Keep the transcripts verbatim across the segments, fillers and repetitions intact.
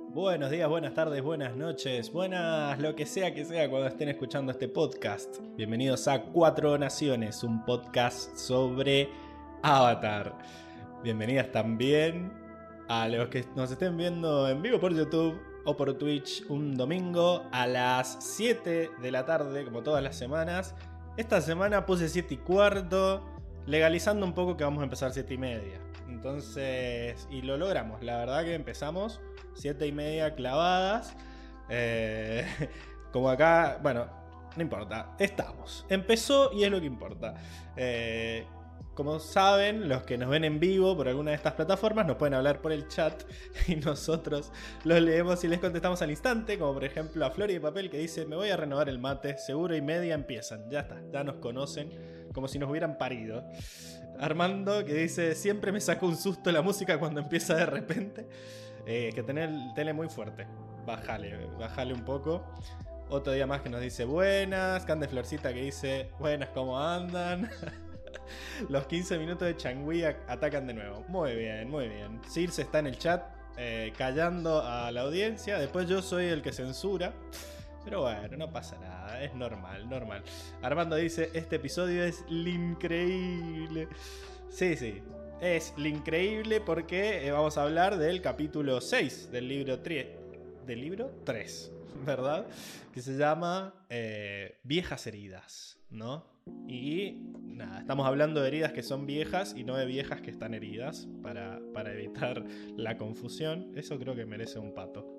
Buenos días, buenas tardes, buenas noches, buenas lo que sea que sea cuando estén escuchando este podcast. Bienvenidos a Cuatro Naciones, un podcast sobre Avatar. Bienvenidas también a los que nos estén viendo en vivo por YouTube o por Twitch un domingo a las siete de la tarde, como todas las semanas. Esta semana puse siete y cuarto, legalizando un poco que vamos a empezar siete y media. Entonces, y lo logramos, la verdad que empezamos siete y media clavadas. Eh, como acá, bueno, no importa, estamos. Empezó y es lo que importa. Eh, como saben, los que nos ven en vivo por alguna de estas plataformas nos pueden hablar por el chat y nosotros los leemos y les contestamos al instante. Como por ejemplo a Flori de Papel que dice: me voy a renovar el mate, seguro y media empiezan. Ya está, ya nos conocen como si nos hubieran parido. Armando que dice: siempre me saca un susto la música cuando empieza de repente. Eh, que tener el tele muy fuerte. Bájale, bájale un poco. Otro día más que nos dice buenas. Cande Florcita que dice buenas, ¿cómo andan? Los quince minutos de Changui atacan de nuevo. Muy bien, muy bien. Circe está en el chat eh, callando a la audiencia. Después yo soy el que censura. Pero bueno, no pasa nada, es normal, normal. Armando dice: este episodio es l'increíble. Sí, sí, es l'increíble porque eh, vamos a hablar del capítulo seis del libro tres, del libro tres, ¿verdad? Que se llama eh, Viejas heridas, ¿no? Y nada, estamos hablando de heridas que son viejas y no de viejas que están heridas, para, para evitar la confusión. Eso creo que merece un pato.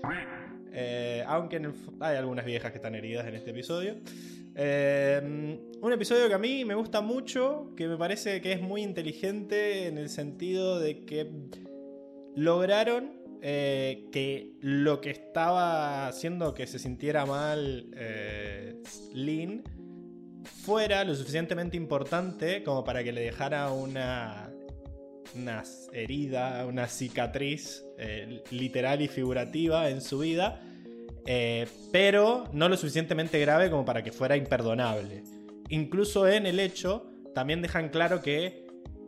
Eh, aunque en el, hay algunas viejas que están heridas en este episodio. Eh, un episodio que a mí me gusta mucho, que me parece que es muy inteligente en el sentido de que lograron eh, que lo que estaba haciendo que se sintiera mal eh, Lin fuera lo suficientemente importante como para que le dejara una, una herida, una cicatriz eh, literal y figurativa en su vida, eh, pero no lo suficientemente grave como para que fuera imperdonable. Incluso en el hecho también dejan claro que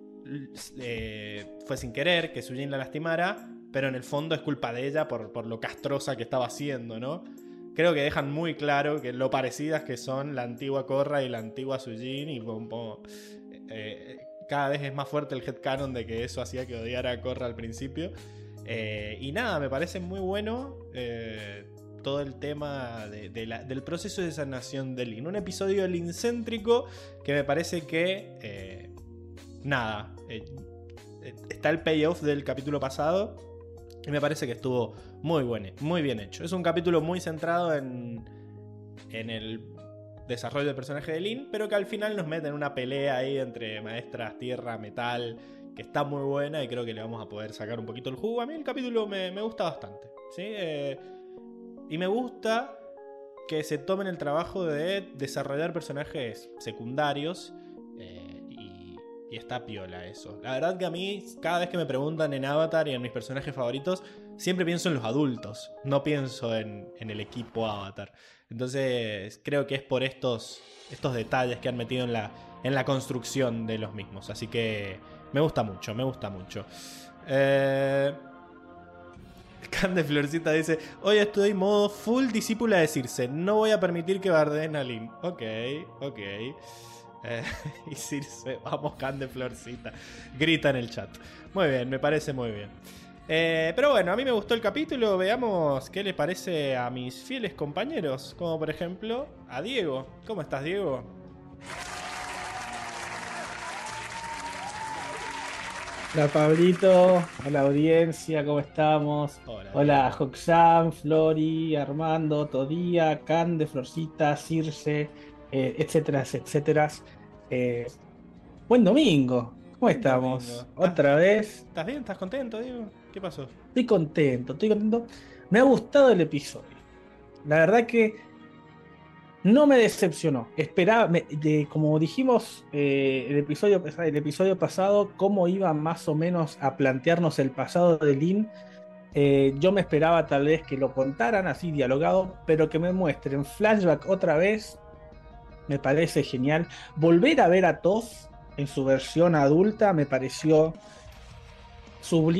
eh, fue sin querer que Sujin la lastimara, pero en el fondo es culpa de ella por, por lo castrosa que estaba haciendo, ¿no? Creo que dejan muy claro que lo parecidas que son la antigua Korra y la antigua Sujin, y bom, bom, eh, cada vez es más fuerte el headcanon de que eso hacía que odiara a Korra al principio. Eh, y nada, me parece muy bueno eh, todo el tema de, de la, del proceso de sanación de Lin. Un episodio lincéntrico que me parece que eh, nada, eh, está el payoff del capítulo pasado. Y me parece que estuvo muy bueno, muy bien hecho. Es un capítulo muy centrado en, en el desarrollo del personaje de Lin, pero que al final nos mete en una pelea ahí entre maestras, tierra, metal, que está muy buena y creo que le vamos a poder sacar un poquito el jugo. A mí el capítulo me, me gusta bastante, ¿sí? Eh, y me gusta que se tomen el trabajo de desarrollar personajes secundarios. Eh, Y está piola eso. La verdad que a mí, cada vez que me preguntan en Avatar y en mis personajes favoritos, siempre pienso en los adultos. No pienso en, en el equipo Avatar. Entonces creo que es por estos, estos detalles que han metido en la, en la construcción de los mismos. Así que me gusta mucho, me gusta mucho. Eh... Cande Florcita dice: hoy estoy modo full discípula de Circe. No voy a permitir que bardeen a Lin. Ok, ok. Eh, y Circe, vamos, Cande Florcita, grita en el chat. Muy bien, me parece muy bien. Eh, pero bueno, a mí me gustó el capítulo. Veamos qué les parece a mis fieles compañeros, como por ejemplo a Diego. ¿Cómo estás, Diego? Hola Pablito, hola audiencia, ¿cómo estamos? Hola, Hola Hoxam, Flori, Armando, Todía, Cande, Florcita, Circe, eh, etcétera, etcétera. Eh, buen domingo, ¿cómo Buen estamos? domingo. Otra vez. ¿Estás bien? ¿Estás contento, Diego? ¿Qué pasó? Estoy contento, estoy contento. Me ha gustado el episodio. La verdad que no me decepcionó. Esperaba, me- de- como dijimos eh, el episodio, el episodio pasado, cómo iba más o menos a plantearnos el pasado de Lin. Eh, yo me esperaba tal vez que lo contaran así dialogado, pero que me muestren flashback otra vez. Me parece genial. Volver a ver a Toph en su versión adulta me pareció sublime.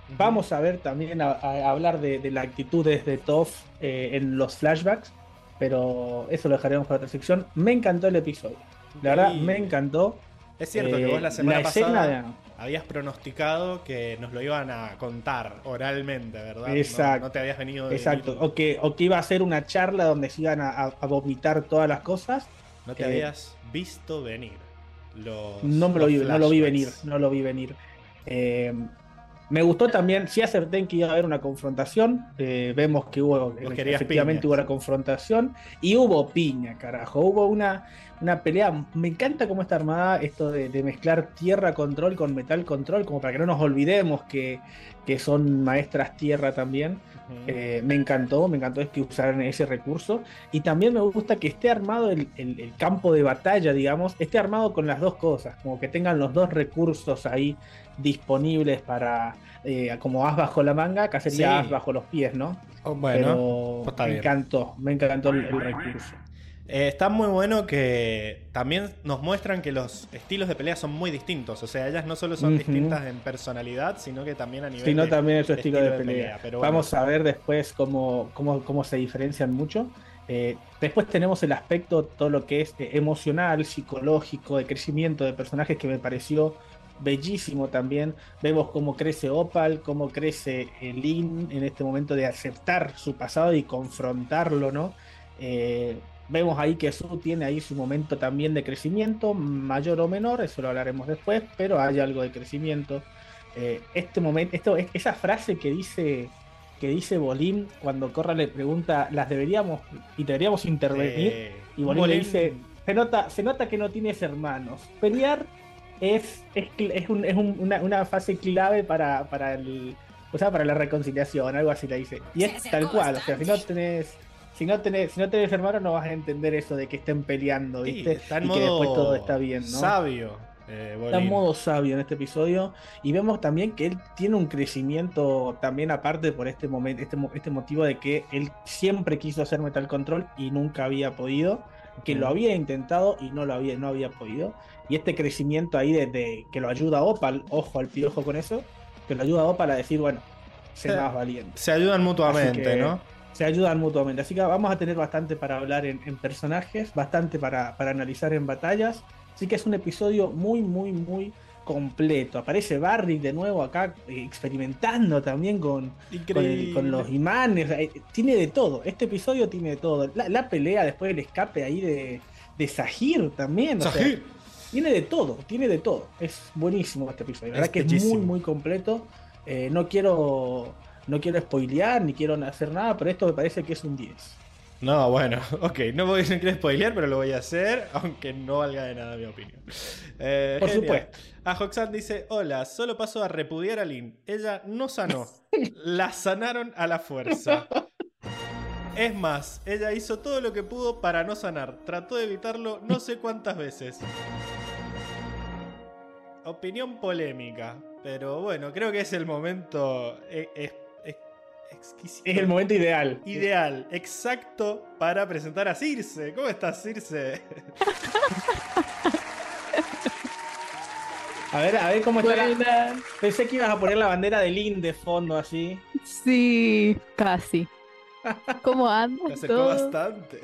Uh-huh. Vamos a ver también a, a hablar de, de las actitudes de Toph eh, en los flashbacks, pero eso lo dejaremos para otra sección. Me encantó el episodio. La verdad, me encantó. Es cierto eh, que vos la semana la pasada de... habías pronosticado que nos lo iban a contar oralmente, ¿verdad? Exacto. No, no te habías venido de Exacto. O que, o que iba a ser una charla donde se iban a, a vomitar todas las cosas. No te eh, habías visto venir. Los, no, me lo vi, no lo vi venir. No lo vi venir. Eh, me gustó también, sí acerté en que iba a haber una confrontación. Eh, vemos que hubo, efectivamente piña, hubo sí. una confrontación. Y hubo piña, carajo. Hubo una, una pelea. Me encanta cómo está armada esto de, de mezclar tierra control con metal control, como para que no nos olvidemos que, que son maestras tierra también. Uh-huh. Eh, me encantó, me encantó es que usaran ese recurso. Y también me gusta que esté armado el, el, el campo de batalla, digamos, esté armado con las dos cosas, como que tengan los dos recursos ahí disponibles para eh, como as bajo la manga, acá sería sí. as bajo los pies, ¿no? Oh, bueno, pero me encantó, me encantó el, el recurso. Eh, está muy bueno que también nos muestran que los estilos de pelea son muy distintos. O sea, ellas no solo son uh-huh. distintas en personalidad, sino que también a nivel sino de, también en su estilo, estilo de, de pelea. pelea. Pero Vamos bueno. a ver después cómo, cómo, cómo se diferencian mucho. Eh, después tenemos el aspecto, todo lo que es eh, emocional, psicológico, de crecimiento de personajes que me pareció bellísimo también. Vemos cómo crece Opal, cómo crece Lin en este momento de aceptar su pasado y confrontarlo, ¿no? Eh, vemos ahí que Su tiene ahí su momento también de crecimiento, mayor o menor, eso lo hablaremos después, pero hay algo de crecimiento. Eh, este momento, esto, esa frase que dice que dice Bolin cuando Korra le pregunta, las deberíamos y deberíamos intervenir, eh, y Bolin, Bolin le dice, se nota, se nota que no tienes hermanos. Pelear es, es, es, un, es un, una, una fase clave para, para el, o sea, para la reconciliación, algo así le dice. Y es tal cual, o sea, si no tenés Si no, tenés, si no tenés hermanos no vas a entender eso de que estén peleando, ¿viste? Sí, está en y modo que después todo está bien, ¿no? Sabio. Eh, está en modo sabio en este episodio. Y vemos también que él tiene un crecimiento también aparte por este momento, este, este motivo de que él siempre quiso hacer Metal Control y nunca había podido. Que mm. lo había intentado y no lo había, no había podido. Y este crecimiento ahí de, de que lo ayuda a Opal, ojo al piojo con eso, que lo ayuda a Opal a decir, bueno, sé se, más valiente. Se ayudan mutuamente, que, ¿no? Se ayudan mutuamente, así que vamos a tener bastante para hablar en, en personajes, bastante para, para analizar en batallas, así que es un episodio muy, muy, muy completo. Aparece Barry de nuevo acá eh, experimentando también con, con, el, con los imanes, eh, tiene de todo, este episodio tiene de todo, la, la pelea después del escape ahí de, de Sahir también, Sahir. O sea, tiene de todo, tiene de todo, es buenísimo este episodio, la verdad que es muy, muy completo, eh, no quiero... No quiero spoilear ni quiero hacer nada, pero esto me parece que es un diez. No, bueno, ok, no voy a quiero spoilear, pero lo voy a hacer, aunque no valga de nada mi opinión. Eh, Por genial. Supuesto. A Hoxan dice, hola, solo paso a repudiar a Lin. Ella no sanó, la sanaron a la fuerza. Es más, ella hizo todo lo que pudo para no sanar. Trató de evitarlo no sé cuántas veces. Opinión polémica, pero bueno, creo que es el momento... Es, es exquisito. Es el momento ideal. Ideal, exacto para presentar a Circe. ¿Cómo estás, Circe? A ver, a ver cómo está. Pensé que ibas a poner la bandera de Lin de fondo así. Sí, casi. ¿Cómo andas? Te acercó bastante.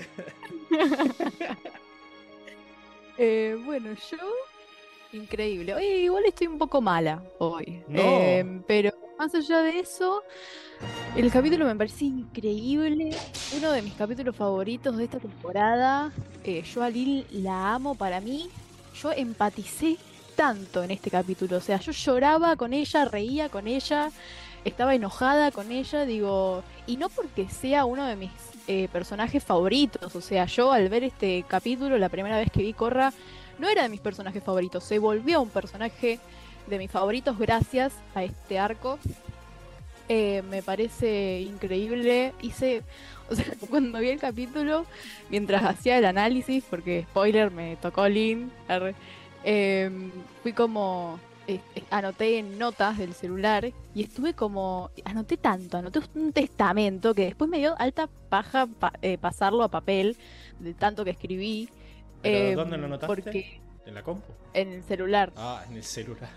eh, bueno, yo... Increíble. Oye, igual estoy un poco mala hoy. No. Eh, pero más allá de eso, el capítulo me parece increíble. Uno de mis capítulos favoritos de esta temporada. Eh, yo a Lil la amo para mí. Yo empaticé tanto en este capítulo. O sea, yo lloraba con ella, reía con ella, estaba enojada con ella. Digo, y no porque sea uno de mis eh, personajes favoritos. O sea, yo al ver este capítulo, la primera vez que vi Korra, no era de mis personajes favoritos, se volvió un personaje de mis favoritos gracias a este arco. Eh, me parece increíble. Hice, o sea, cuando vi el capítulo, mientras hacía el análisis, porque spoiler, me tocó Lin, eh, fui como, eh, anoté en notas del celular y estuve como, anoté tanto, anoté un testamento que después me dio alta paja pa, eh, pasarlo a papel, de tanto que escribí. ¿Pero eh, dónde lo notaste? Porque ¿En la compu? En el celular. Ah, en el celular.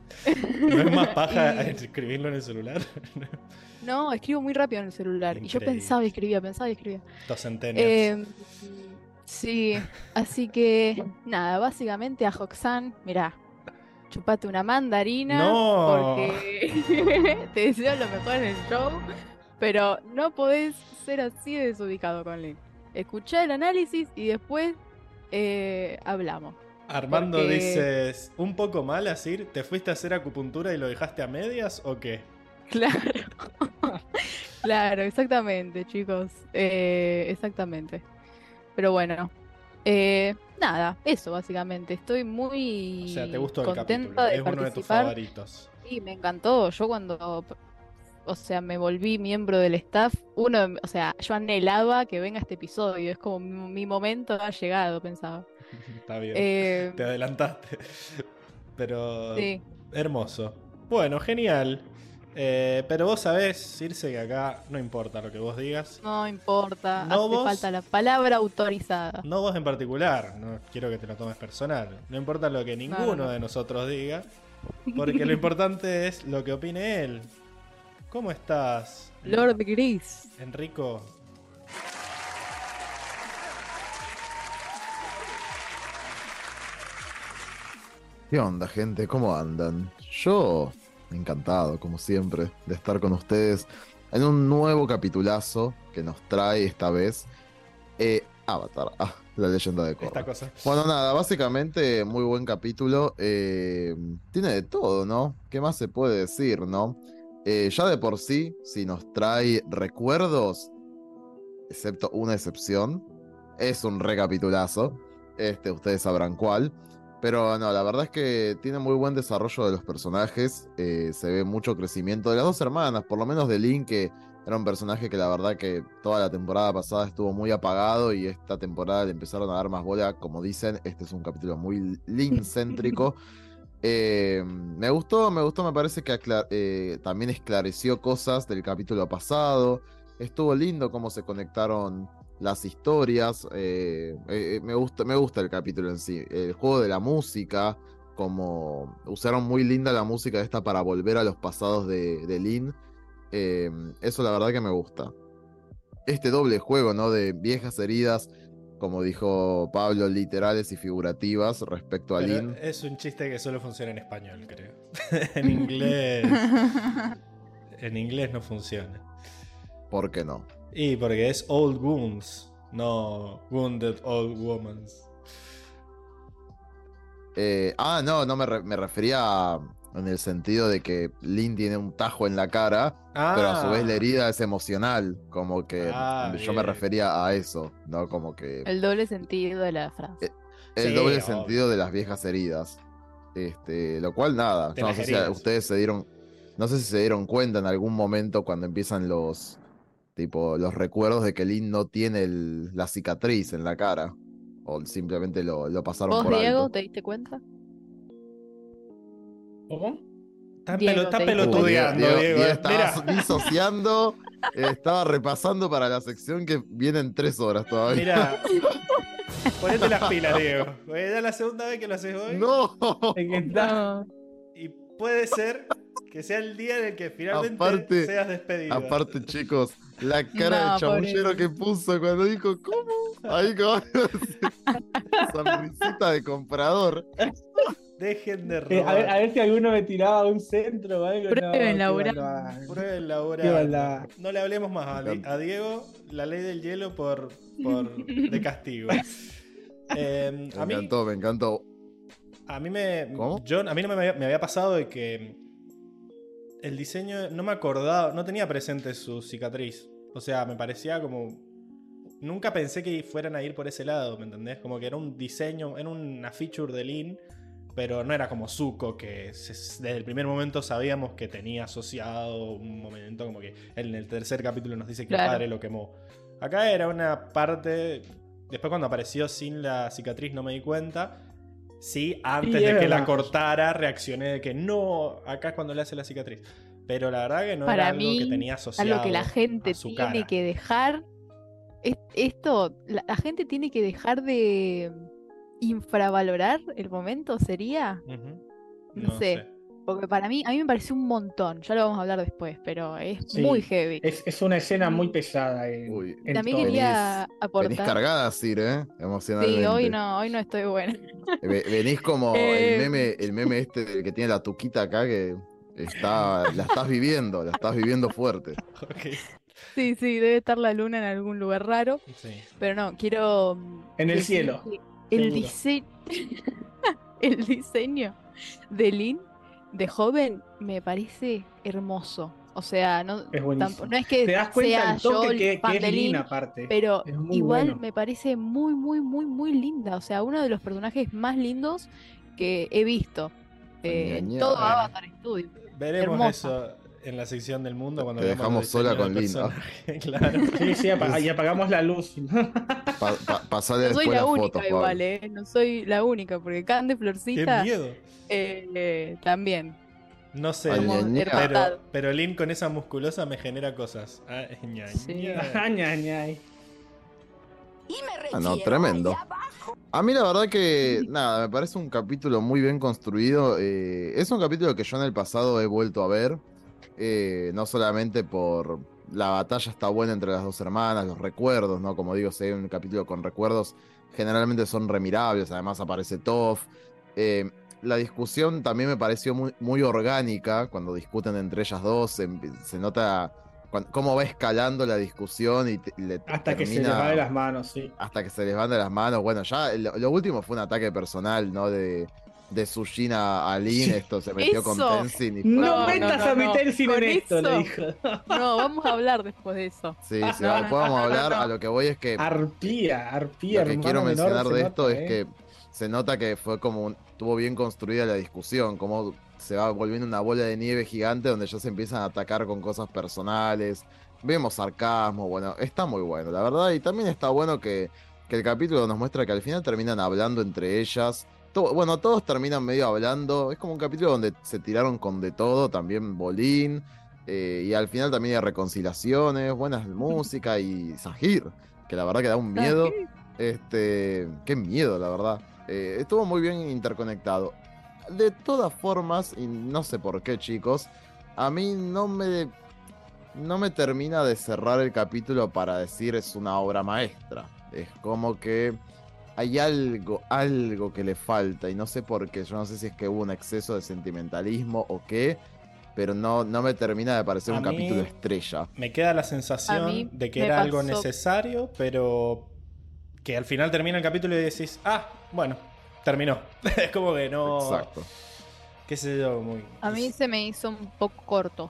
¿No es más paja escribirlo en el celular? No, escribo muy rápido en el celular. Y yo Increíble. pensaba y escribía, pensaba y escribía. Los centennials. Eh, sí, así que nada, básicamente a Hoxan, mirá, chupate una mandarina No. porque te deseo lo mejor en el show, pero no podés ser así de desubicado con Lin. Escuchá el análisis y después eh, hablamos. Armando, porque- dices, un poco mal, así, ¿te fuiste a hacer acupuntura y lo dejaste a medias o qué? Claro, claro, exactamente, chicos, eh, exactamente. Pero bueno, eh, nada, eso básicamente. Estoy muy O sea, te gustó el contenta capítulo, de es uno de tus participar. favoritos. Sí, me encantó. Yo cuando, o sea, me volví miembro del staff, uno, de- o sea, yo anhelaba que venga este episodio. Es como mi, mi momento ha llegado, pensaba. Está bien, Eh, te adelantaste. Pero sí, hermoso. Bueno, genial. Eh, pero vos sabés, Circe, que acá no importa lo que vos digas. no importa, ¿No hace vos? falta la palabra autorizada. No vos en particular, no quiero que te lo tomes personal. No importa lo que ninguno no. de nosotros diga, porque lo importante es lo que opine él. ¿Cómo estás, Lord Gris. Enrico? ¿Qué onda, gente? ¿Cómo andan? Yo, encantado, como siempre, de estar con ustedes en un nuevo capitulazo que nos trae esta vez eh, Avatar, ah, la leyenda de Korra. Esta cosa. Bueno, nada, básicamente muy buen capítulo. eh, tiene de todo, ¿no? ¿Qué más se puede decir, no? Eh, ya de por sí, si nos trae recuerdos, excepto una excepción, es un recapitulazo. Este, ustedes sabrán cuál. Pero no, la verdad es que tiene muy buen desarrollo de los personajes. eh, se ve mucho crecimiento de las dos hermanas, por lo menos de Lin, que era un personaje que la verdad que toda la temporada pasada estuvo muy apagado y esta temporada le empezaron a dar más bola. Como dicen, este es un capítulo muy Lin-céntrico. Eh, me gustó, me gustó, me parece que acla- eh, también esclareció cosas del capítulo pasado. Estuvo lindo cómo se conectaron las historias. eh, eh, me gusta, me gusta el capítulo en sí. El juego de la música, como usaron muy linda la música esta para volver a los pasados de, de Lin. Eh, eso la verdad que me gusta. Este doble juego, ¿no? De viejas heridas, como dijo Pablo, literales y figurativas respecto a Pero Lin. es un chiste que solo funciona en español, creo. En inglés. En inglés no funciona. ¿Por qué no? Y porque es Old Wounds, no Wounded Old Womans. Eh, ah, no, no me, re- me refería a- en el sentido de que Lin tiene un tajo en la cara, Ah, pero a su vez la herida es emocional. Como que Ah, yo me bien. refería a eso, ¿no? Como que El doble sentido de la frase. Eh, el Sí, doble obvio. sentido de las viejas heridas. Este, lo cual nada, De no las sé si heridas. ustedes se dieron, no sé si se dieron cuenta en algún momento cuando empiezan los, tipo, los recuerdos de que Lin no tiene el- la cicatriz en la cara. O simplemente lo, lo pasaron ¿Vos, por Diego, alto. te diste cuenta? ¿Cómo? Está, Diego, pelo- está te diste Uh, Diego, pelotudeando, Diego- Diego. Diego eh. estaba Mirá, disociando, estaba repasando para la sección que viene en tres horas todavía. mirá. Ponete las pilas, Diego. Porque ya es la segunda vez que lo haces hoy. ¡No! Es que está- No. Y puede ser que sea el día en el que finalmente Aparte- seas despedido. Aparte, chicos, la cara No, de chamullero pobre. que puso cuando dijo, ¿cómo? Ahí como sonrisita de comprador. Dejen de eh, a, ver, a robar. ver si alguno me tiraba a un centro o algo. Prueben, no, qué Laura. maldad. Prueben Laura. Qué maldad. No le hablemos más a, Me encanta. a Diego, la ley del hielo por, por de castigo. Eh, Me a mí, encantó, me encantó. a mí me, ¿Cómo? yo, a mí no me había, me había pasado de que el diseño no me acordaba, no tenía presente su cicatriz. O sea, me parecía como nunca pensé que fueran a ir por ese lado, ¿me entendés? Como que era un diseño, era una feature de Lin, pero no era como Zuko, que se- desde el primer momento sabíamos que tenía asociado un momento, como que en el tercer capítulo nos dice que el Claro. padre lo quemó. Acá era una parte, después cuando apareció sin la cicatriz no me di cuenta. Sí, antes Sí, de es que la verdad. cortara, reaccioné de que no, acá es cuando le hace la cicatriz. Pero la verdad que no Para era algo mí, que tenía asociado Algo que la gente a su tiene cara. que dejar. es- Esto, la, la gente tiene que dejar de infravalorar el momento, ¿sería? Ujú. No sé. Porque para mí, a mí me pareció un montón. Ya lo vamos a hablar después, pero es Sí, muy heavy. Es, es una escena muy pesada en, Uy. en También todo. quería Venís aportar. cargada, Sir, ¿eh? Emocionalmente. Sí, hoy no, hoy no estoy buena. Ve- Venís como Eh, el meme, el meme este del que tiene la tuquita acá que está, la estás viviendo, la estás viviendo fuerte. Ok. Sí, sí, debe estar la luna en algún lugar raro. Sí. Pero no, quiero mm, En el decir cielo, que el seguro. diseño, el diseño de Lynn de joven me parece hermoso. O sea, no, Es buenísimo. tampo- no es que Te das cuenta sea el toque yo que, fan que es de Lin Lynn, aparte. pero Es muy igual bueno. me parece muy, muy, muy, muy linda. O sea, uno de los personajes más lindos que he visto eh, en Ña, ña. todo Bueno. Avatar Studio. Veremos Hermosa. eso en la sección del mundo cuando Te veamos dejamos los sola diseños con de Lin, ¿no? personaje, claro. Sí, sí, apa- y apagamos la luz. Pa- pa- pasale No soy después la las única fotos, igual, Pablo. eh. No soy la única, porque Cande Qué Florcita miedo. eh, eh, también. No sé, Ay, Somos ña, ña. pero, hermanados. pero Lin con esa musculosa me genera cosas. Ah, ña, Sí. ña. Ña, ña. Ah, no, tremendo. A mí la verdad que, nada, me parece un capítulo muy bien construido. eh, es un capítulo que yo en el pasado he vuelto a ver. eh, no solamente por la batalla está buena entre las dos hermanas, los recuerdos, ¿no? Como digo, si hay un capítulo con recuerdos, generalmente son remirables. Además aparece Toph. Eh, la discusión también me pareció muy, muy orgánica cuando discuten entre ellas dos. Se, se nota cuan- cómo va escalando la discusión y te- le Hasta que se termina- le va de las manos, sí. hasta que se les van de las manos. Bueno, ya lo, lo último fue un ataque personal, ¿no? De, de Sujin a, a Lin. Sí. Esto se metió con Eso. Tenzin y fue No, No, metas no, a no, mi no. Tenzin Con en esto, le eso. dijo. No, vamos a hablar después de eso. Sí, sí, No, después vamos a hablar. no. A lo que voy es que Arpía, arpía, lo que hermano quiero menor, mencionar se de nota, esto es eh. que se nota que fue como un- estuvo bien construida la discusión, como se va volviendo una bola de nieve gigante donde ya se empiezan a atacar con cosas personales. Vemos sarcasmo, bueno, está muy bueno, la verdad. Y también está bueno que, que el capítulo nos muestra que al final terminan hablando entre ellas. To- bueno, todos terminan medio hablando. Es como un capítulo donde se tiraron con de todo, también Bolín. eh, y al final también hay reconciliaciones, buenas música y Sahir, que la verdad que da un miedo. Este, qué miedo, la verdad. Eh, estuvo muy bien interconectado. De todas formas, y no sé por qué, chicos, a mí no me, no me termina de cerrar el capítulo para decir es una obra maestra. Es como que hay algo, algo que le falta y no sé por qué. Yo no sé si es que hubo un exceso de sentimentalismo o qué, pero no, no me termina de parecer A un mí- capítulo estrella. Me queda la A mí sensación de que me era algo pasó- necesario, pero que al final termina el capítulo y decís, ah, bueno, terminó. Es como que no. Exacto. Qué sé yo, muy. A mí se me hizo un poco corto.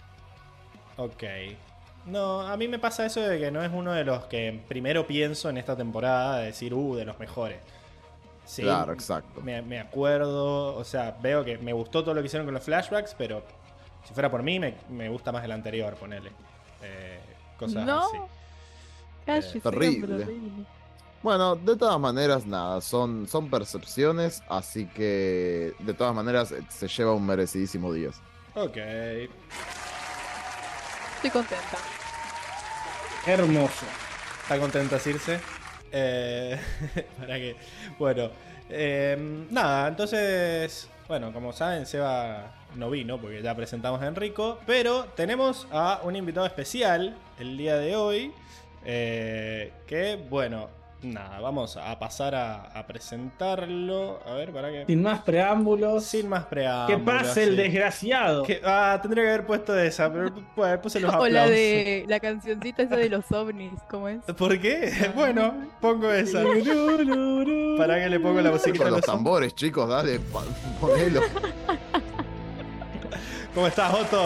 Ok. No, a mí me pasa eso de que no es uno de los que primero pienso en esta temporada, de decir, uh, de los mejores. Sí, Claro, exacto. me, me acuerdo, o sea, veo que me gustó todo lo que hicieron con los flashbacks, pero si fuera por mí, me, me gusta más el anterior, ponele. Eh, cosas No. así. Cállese, terrible. hombre, horrible. Bueno, de todas maneras, nada, son, son percepciones, así que de todas maneras eh, se lleva un merecidísimo diez. Ok. Estoy contenta. Hermoso. ¿Está contenta Circe? Eh, para que. Bueno. eh, nada, entonces. Bueno, como saben, Seba no vino porque ya presentamos a Enrico. Pero tenemos a un invitado especial el día de hoy. eh, que, bueno, nada, vamos a pasar a, a presentarlo. A ver, para que. Sin más preámbulos. Sin más que preámbulos. pase el sí. desgraciado. Que- ah, tendría que haber puesto esa, pero bueno, puse los O aplausos. la de la cancioncita esa de los ovnis, ¿cómo es? ¿Por qué? Bueno, pongo esa. ¿Para que le pongo la musiquita Con a los los hombres? tambores, chicos, dale, pa- ponelo. ¿Cómo estás, Otto?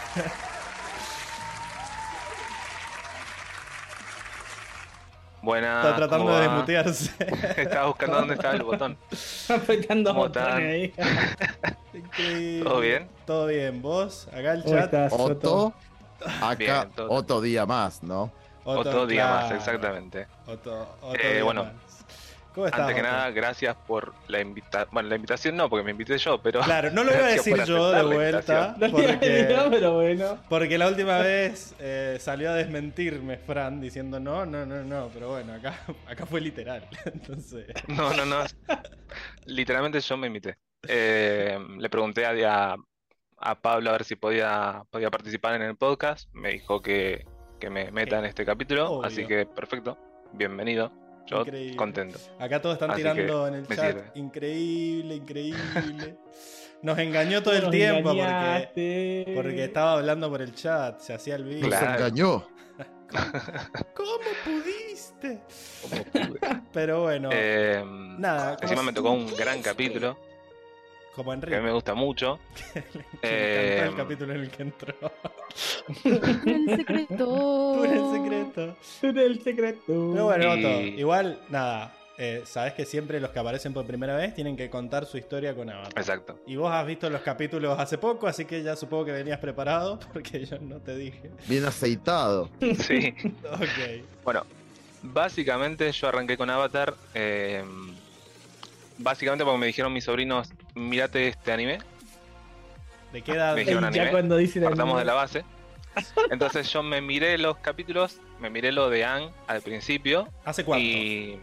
Buenas. Está tratando ¿cómo de va? desmutearse. Estaba buscando dónde estaba el botón. Apretando ¿Cómo botones están? ahí. Increíble. ¿Todo bien? Todo bien. ¿Vos? Acá el ¿Cómo chat. estás, Soto? Otto, acá Bien, todo. otro día más, ¿no? Otro día claro. más, exactamente. Otto, otro Eh, día bueno, más. ¿Cómo estás, Antes que Otto? nada, gracias por la invitación. Bueno, la invitación no, porque me invité yo, pero. Claro, no lo iba a gracias decir por yo de aceptar la vuelta. invitación. No te Porque, digo, pero bueno. porque la última vez eh, salió a desmentirme Fran diciendo no, no, no, no. Pero bueno, acá, acá fue literal. Entonces. No, no, no. Literalmente yo me invité. Eh, le pregunté a, a, a Pablo a ver si podía, podía participar en el podcast. Me dijo que, que me meta en este capítulo, Obvio. así que perfecto, bienvenido. Yo Increíble. contento. Acá todos están Así tirando que en el me chat. sirve. Increíble, increíble. Nos engañó todo el Nos tiempo porque, engañaste. porque estaba hablando por el chat, se hacía el vivo. Nos Claro. engañó. ¿Cómo pudiste? Como pude. Pero bueno, Eh, nada. como Encima me tocó un siempre, gran capítulo Como que a mí Enrique. me gusta mucho. que me encantó eh, el capítulo en el que entró. El secreto. Pura el secreto. En el secreto. Pero bueno, Y- Otto, igual, nada. eh, sabes que siempre los que aparecen por primera vez tienen que contar su historia con Avatar. Exacto. Y vos has visto los capítulos hace poco, así que ya supongo que venías preparado, porque yo no te dije. Bien aceitado. Sí. Ok. Bueno, básicamente yo arranqué con Avatar. eh, básicamente porque me dijeron mis sobrinos, mírate este anime. ¿De qué edad? Me Ey, dijeron ya anime. cuando dice la Partamos niña- de la base. Entonces yo me miré los capítulos, me miré lo de Aang al principio. ¿Hace cuánto? Y.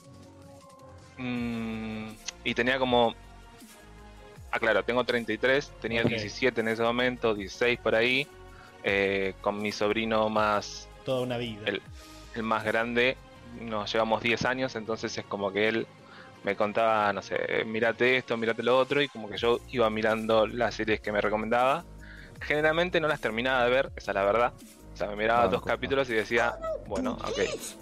mm, y tenía como. Ah, claro, tengo treinta y tres, tenía Ok. diecisiete en ese momento, dieciséis por ahí. eh, con mi sobrino más. Toda una vida. El- el más grande, nos llevamos diez años, entonces es como que él me contaba, no sé, mírate esto, mírate lo otro, y como que yo iba mirando las series que me recomendaba. Generalmente no las terminaba de ver, esa es la verdad. O sea, me miraba Banco. dos capítulos y decía, bueno, ok.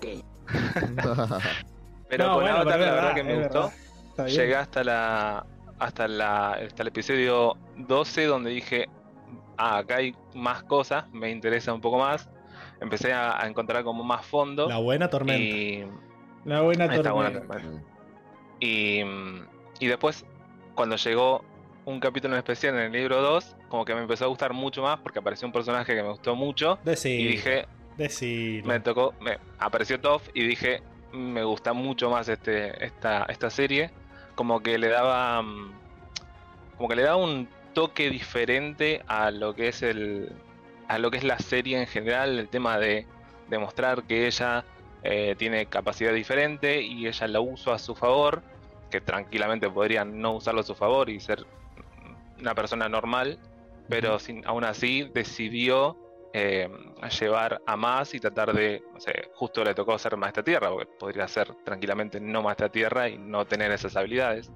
Pero No, con bueno, Avatar pero es la verdad verdad, que me es gustó. verdad. Está bien. Llegué hasta la hasta la hasta el episodio doce, donde dije, ah, acá hay más cosas, me interesa un poco más. Empecé a, a encontrar como más fondo. La buena tormenta. y La buena Ahí está, tormenta. buena tormenta. Y, mm, y después, cuando llegó un capítulo en especial en el libro dos, como que me empezó a gustar mucho más porque apareció un personaje que me gustó mucho. Decilo. Y dije, Decilo. me tocó, me apareció Toph y dije, me gusta mucho más este, esta, esta serie. Como que le daba, mm, como que le daba un toque diferente a lo que es el, a lo que es la serie en general, el tema de demostrar que ella eh, tiene capacidad diferente y ella la usa a su favor, que tranquilamente podría no usarlo a su favor y ser una persona normal, pero sin, aún así decidió eh, llevar a más y tratar de, no sé, justo le tocó ser maestra tierra, porque podría ser tranquilamente no maestra tierra y no tener esas habilidades.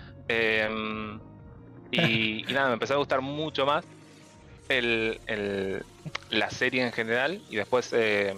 Eh, y, y nada, me empezó a gustar mucho más el, el- la serie en general, y después eh,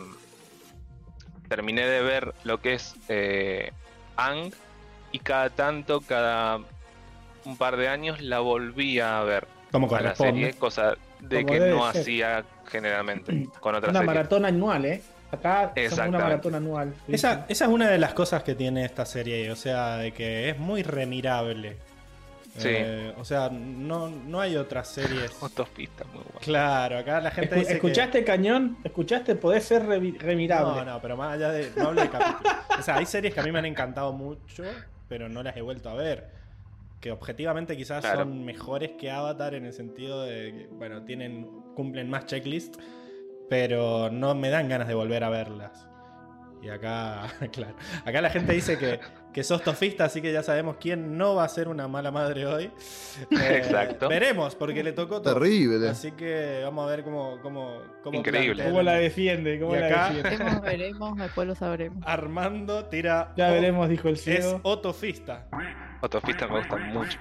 terminé de ver lo que es eh, Aang, y cada tanto, cada un par de años la volví a ver Como a la corresponde. serie, cosa de Como que debe no ser. hacía generalmente con otras Una series. maratón anual, ¿eh? Acá somos una Exactamente. maratón anual. Sí, Esa, sí. esa es una de las cosas que tiene esta serie, o sea, de que es muy remirable. Sí. Eh, o sea, no, no hay otras series. Otras pistas muy buenas. Claro, acá la gente Escu- dice ¿Escuchaste, Cañón? ¿Escuchaste? Podés ser revi- que... remirable. No, no, pero más allá de... No hablo de capítulos. O sea, hay series que a mí me han encantado mucho, pero no las he vuelto a ver. Que objetivamente quizás Claro. son mejores que Avatar en el sentido de que, bueno, tienen, cumplen más checklist, pero no me dan ganas de volver a verlas. Y acá, claro, acá la gente dice que, que sos tofista, así que ya sabemos quién no va a ser una mala madre hoy. Eh, Exacto. Veremos, porque le tocó todo. Terrible. Así que vamos a ver cómo, cómo, cómo Increíble. plantean. ¿Cómo la defiende? ¿Cómo Y la acá- defiende? Veremos, veremos, después lo sabremos. Armando tira. Ya o- veremos, dijo el Es ciego. otofista. Otras pistas me gustan mucho.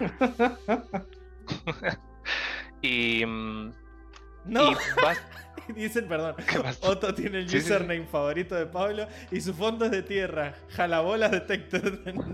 y, mm, No, y vas- dicen, perdón. ¿Qué pasó? Otto tiene el Sí, sí, sí. username favorito de Pablo y su fondo es de tierra. Jalabolas detector. No.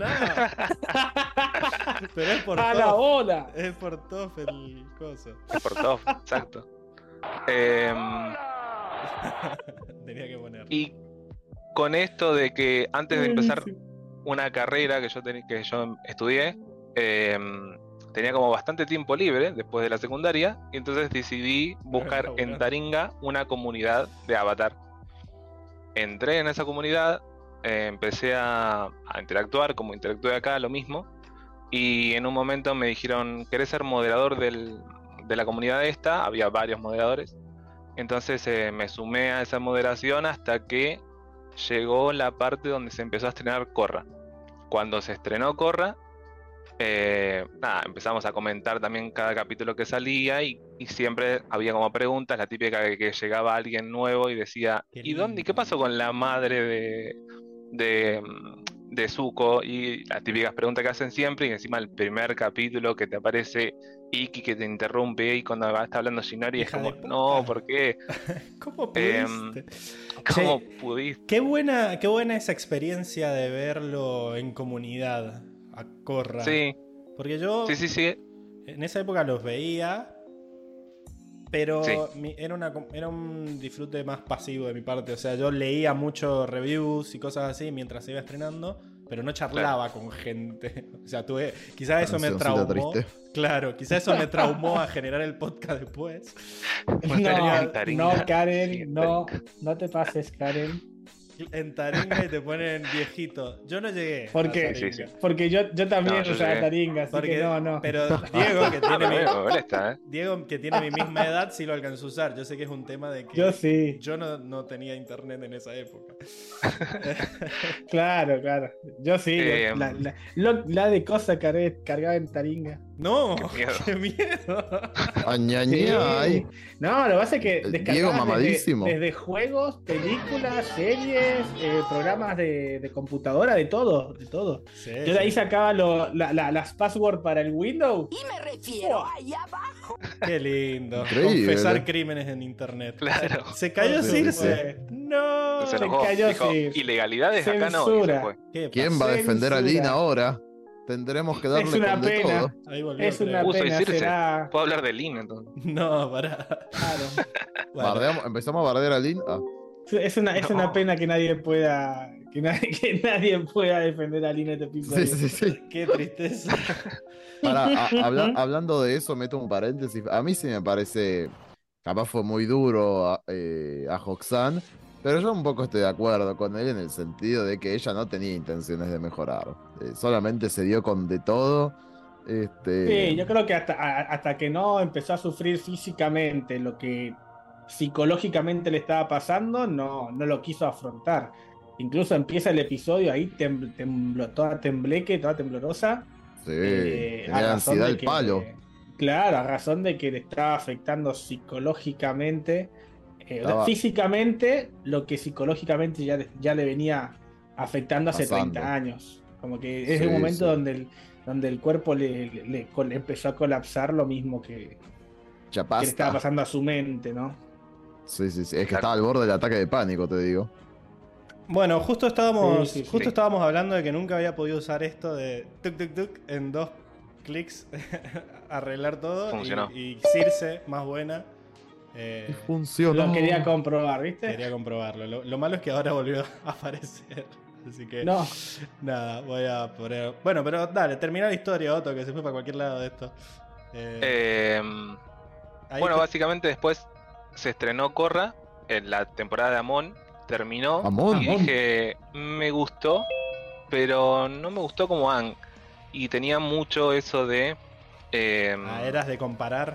Pero es por ¡A la Toff. ola! Es por Toff el coso. por Toph, exacto. Em, Tenía que ponerlo. y con esto de que antes de empezar Buenísimo. una carrera que yo, teni- que yo estudié, em, tenía como bastante tiempo libre después de la secundaria, y entonces decidí buscar en laburar. Taringa una comunidad de Avatar. Entré en esa comunidad, eh, empecé a, a interactuar, como interactué acá, lo mismo, y en un momento me dijeron, ¿querés ser moderador del- de la comunidad esta? Había varios moderadores, entonces eh, me sumé a esa moderación hasta que llegó la parte donde se empezó a estrenar Korra. Cuando se estrenó Korra, Eh, nada, empezamos a comentar también cada capítulo que salía y, y siempre había como preguntas, la típica de que llegaba alguien nuevo y decía, Qué ¿y dónde? ¿Y qué lindo. pasó con la madre de, de, mm, de Zuko? Y las típicas preguntas que hacen siempre, y encima el primer capítulo que te aparece Iki que te interrumpe y cuando está hablando Shinari es Hija como, de puta. no, ¿por qué? ¿Cómo Em, pudiste? ¿Cómo Che, pudiste? Qué buena, qué buena esa experiencia de verlo en comunidad, a Korra. Sí, Porque yo sí, sí, sí, en esa época los veía, pero sí, mi- era, una, era un disfrute más pasivo de mi parte. O sea, yo leía mucho reviews y cosas así mientras se iba estrenando, pero no charlaba con gente. O sea, tuve. Quizás eso me Cancioncita traumó. triste. Claro, quizás eso me traumó a generar el podcast después. Pues No, tenía- Taringa. no, Karen, Sí, no, Taringa. no te pases, Karen. En Taringa y te ponen viejito. Yo no llegué ¿Por a qué? Taringa. Sí, sí. Porque yo, yo también No, yo usaba llegué. taringa, así Porque- que no, no. Pero Diego, que Ah, tiene pero mi, me molesta, ¿eh? Diego, que tiene mi misma edad, sí lo alcanzó a usar. Yo sé que es un tema de que Yo sí, yo no, no tenía internet en esa época. claro, claro. Yo sí, Eh, la, la, lo- la de cosa cargué- cargaba en taringa. No, Qué miedo. qué miedo. Añañay. No, lo que pasa es que El descargabas Diego desde, mamadísimo. desde juegos, películas, series, eh, programas de, de computadora, de todo, de todo. Sí, Yo de ahí sí. sacaba lo- la- la- las passwords para el Windows. Y me refiero allá abajo. Qué lindo. Increíble. Confesar crímenes en internet. Claro. Se, se cayó Sí, Circe. No. Se Se enojó, cayó, dijo, sí. ilegalidades acá no, y se Censura. fue. ¿Qué ¿Quién pasó? va a defender a Censura. Lin ahora? Tendremos que darle Es una con de pena. todo. Ahí volvió Es el una tren. Uh, soy pena, Circe. será. Puedo hablar de Lin entonces. No, pará. Claro. Bueno, Bardeamos- empezamos a bardear a Lin. Ah, Es una, es No. una pena que nadie pueda que nadie, que nadie pueda defender a Lina este episodio. sí, sí, sí. qué tristeza. Para, a- habla- hablando de eso, meto un paréntesis. A mí sí me parece, capaz fue muy duro a, eh, a Hoxan, pero yo un poco estoy de acuerdo con él en el sentido de que ella no tenía intenciones de mejorar. Eh, solamente se dio con de todo. Este, Sí, yo creo que hasta, a- hasta que no empezó a sufrir físicamente lo que psicológicamente le estaba pasando, no, no lo quiso afrontar. Incluso empieza el episodio ahí tem- tembló, toda tembleque, toda temblorosa. sí, eh, a tenía razón ansiedad de el que- palo. Claro, a razón de que le estaba afectando psicológicamente, eh, o sea, Estaba- físicamente, lo que psicológicamente ya, le- ya le venía afectando hace Pasando. treinta años. Como que es Sí, un momento sí. donde el, donde el cuerpo le, le- le col- empezó a colapsar lo mismo que, Ya que le estaba basta. pasando a su mente, ¿no? Sí, sí, sí. Es que estaba al borde del ataque de pánico, te digo. Bueno, justo estábamos, Sí, sí, sí. justo estábamos hablando de que nunca había podido usar esto de tuk tuk tuk en dos clics arreglar todo. Funcionó. Y, y Circe, más buena. eh, Funcionó. Lo quería comprobar, ¿viste? quería comprobarlo. Lo, lo malo es que ahora volvió a aparecer. Así que No, nada, voy a poner. Bueno, pero dale, termina la historia, Otto, que se fue para cualquier lado de esto. Eh, Eh, ahí bueno, te- básicamente después se estrenó Korra en la temporada de Amon, terminó Amon. y Amon. dije, me gustó, pero no me gustó como Aang. Y tenía mucho eso de... eh, Ah, eras de comparar.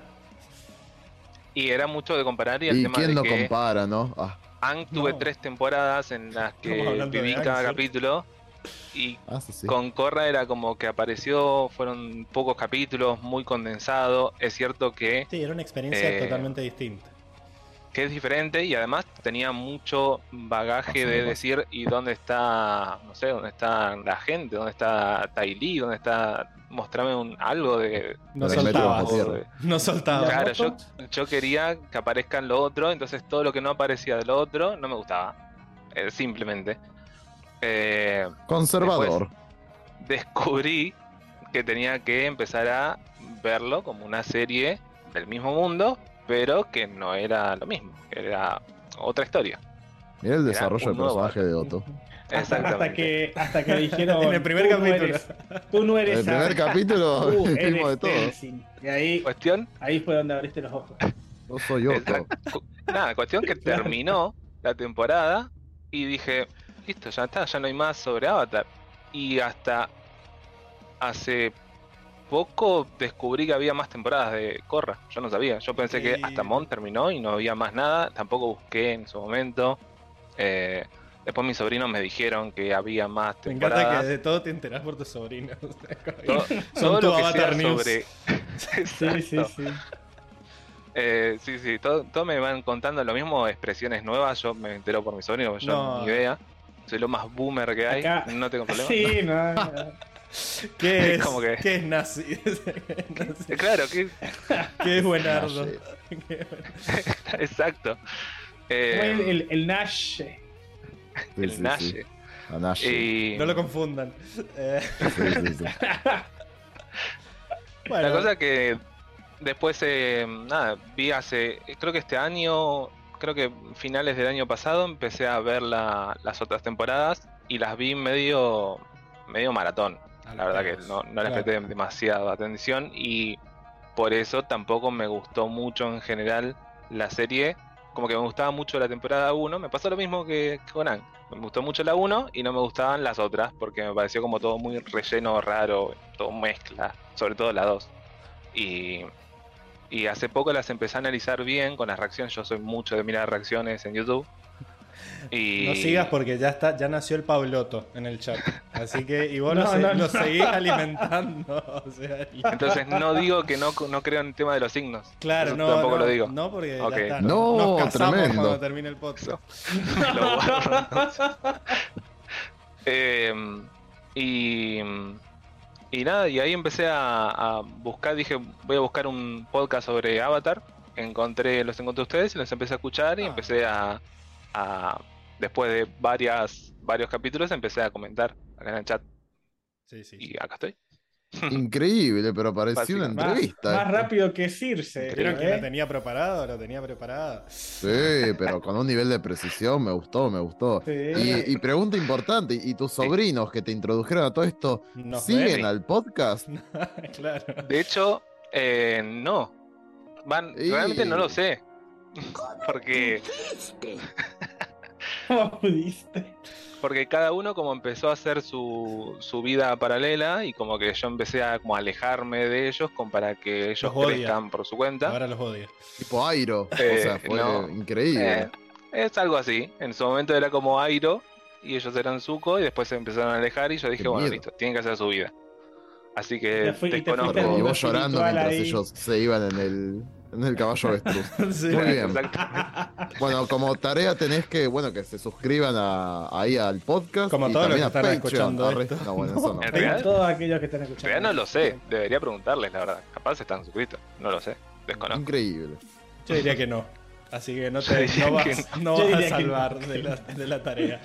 Y era mucho de comparar y el ¿Y tema quién de lo que compara, no? Ah, Aang tuve No. tres temporadas en las que Estamos hablando viví de Aang, cada ¿sí? capítulo y ah, sí, sí. con Korra era como que apareció, fueron pocos capítulos, muy condensado. Es cierto que, Sí, era una experiencia Eh, totalmente distinta. que es diferente y además tenía mucho bagaje Pasa, de pasa. decir y dónde está, no sé, dónde está la gente, dónde está Ty Lee, dónde está, mostrame un, algo de... No de soltabas. metros de de- No soltabas. Claro, ¿Las yo, motos? yo quería que aparezca en lo otro, entonces todo lo que no aparecía de lo otro no me gustaba. Eh, simplemente. Eh, Conservador. descubrí que tenía que empezar a verlo como una serie del mismo mundo, pero que no era lo mismo, que era otra historia. Mira el Era desarrollo un del nuevo personaje de Otto. hasta, hasta Exactamente. que hasta que dijeron En el primer "Tú no capítulo". eres- tú no En eres el primer Aang, capítulo tú vimos de eres todo. Tenzin". Y ahí, Cuestión, ahí fue donde abriste los ojos. No soy Otto. esa- cu- nada, cuestión que terminó la temporada y dije, listo, ya está, ya no hay más sobre Avatar. Y hasta hace poco descubrí que había más temporadas de Korra. Yo no sabía, yo pensé que Sí. hasta Mon terminó y no había más nada. Tampoco busqué en su momento. Eh, Después mis sobrinos me dijeron que había más Me encanta que temporadas. de todo te enterás por tus sobrinos. Todo, Son todo tu lo que Avatar sea News. sobre. Sí, sí, Exacto. sí. Eh, sí, sí, todo, todo me van contando lo mismo, expresiones nuevas. Yo me entero por mis sobrinos, yo No. ni idea. Soy lo más boomer que hay, Acá- no tengo problema. Sí, no, no. ¿Qué Es es, como que- ¿Qué es nazi? ¿Qué es nazi? Eh, Claro, que ¿Qué es buenardo? Nazi. ¿Qué- exacto. Eh, Fue el, el, el Nash. Sí, el sí, Nash. sí. A Nash. Y No lo confundan. Eh, Sí, sí, sí. bueno, la cosa que después, eh, nada, vi hace, creo que este año, creo que finales del año pasado, empecé a ver la- las otras temporadas y las vi medio, medio maratón. La verdad que no, no les Claro. presté demasiada atención y por eso tampoco me gustó mucho en general la serie. Como que me gustaba mucho la temporada uno, me pasó lo mismo que que con Ang. Me gustó mucho la uno y no me gustaban las otras porque me pareció como todo muy relleno, raro, todo mezcla, sobre todo la dos. Y, y hace poco las empecé a analizar bien con las reacciones. Yo soy mucho de mirar reacciones en YouTube. Y no sigas porque ya está, ya nació el Pabloto en el chat. Así que, y vos lo, No, se- no, lo no. seguís alimentando. O sea, y- entonces no digo que no, no creo en el tema de los signos. claro, Eso no, tampoco no, lo digo. no, porque Ok. ya está. No, Nos casamos tremendo. cuando termine el podcast. Me lo guardo, entonces. Eh, y, y nada, y ahí empecé a, a buscar, dije, voy a buscar un podcast sobre Avatar. Encontré, los encontré ustedes y los empecé a escuchar y Ah. empecé a, a- después de varias, varios capítulos, empecé a comentar acá en el chat Sí, sí. y acá estoy. Increíble, pero parecía una Básicamente. Más, entrevista. más esto. rápido que Circe. ¿Vieron que ¿eh? lo tenía preparado? Lo tenía preparado. Sí, pero con un nivel de precisión me gustó, me gustó. Sí. Y, y pregunta importante, ¿y tus sobrinos que te introdujeron a todo esto Nos siguen ven. al podcast? Claro. De hecho, eh, no. Van, Y- realmente no lo sé. Porque, ¿Viste? ¿Cómo pudiste? porque cada uno como empezó a hacer su, su vida paralela y como que yo empecé a como alejarme de ellos como para que ellos Los odia. crezcan por su cuenta. Ahora los odio. Tipo Airo. Eh, o sea, fue no. increíble. Eh, es algo así. En su momento era como Airo y ellos eran Zuko y después se empezaron a alejar y yo dije, Qué bueno, miedo. listo, tienen que hacer su vida. Así que Te fui- y te desconozco. fuiste al y mundo vos llorando espiritual mientras ahí. ellos se iban en el, en el caballo avestruz. Sí. Muy bien. Exacto. Bueno, como tarea tenés que, bueno, que se suscriban a, ahí al podcast. Como y todos los también que a están Patreon. escuchando Arre- esto. No, bueno, eso no. En Tengo real- todos aquellos que están En escuchando. realidad no lo sé. Debería preguntarles, la verdad. Capaz están suscritos. No lo sé. Desconozco. Increíble. Yo diría que no. Así que no, Yo te, diría no vas, que no Yo vas a diría que salvar no. de la, de la tarea.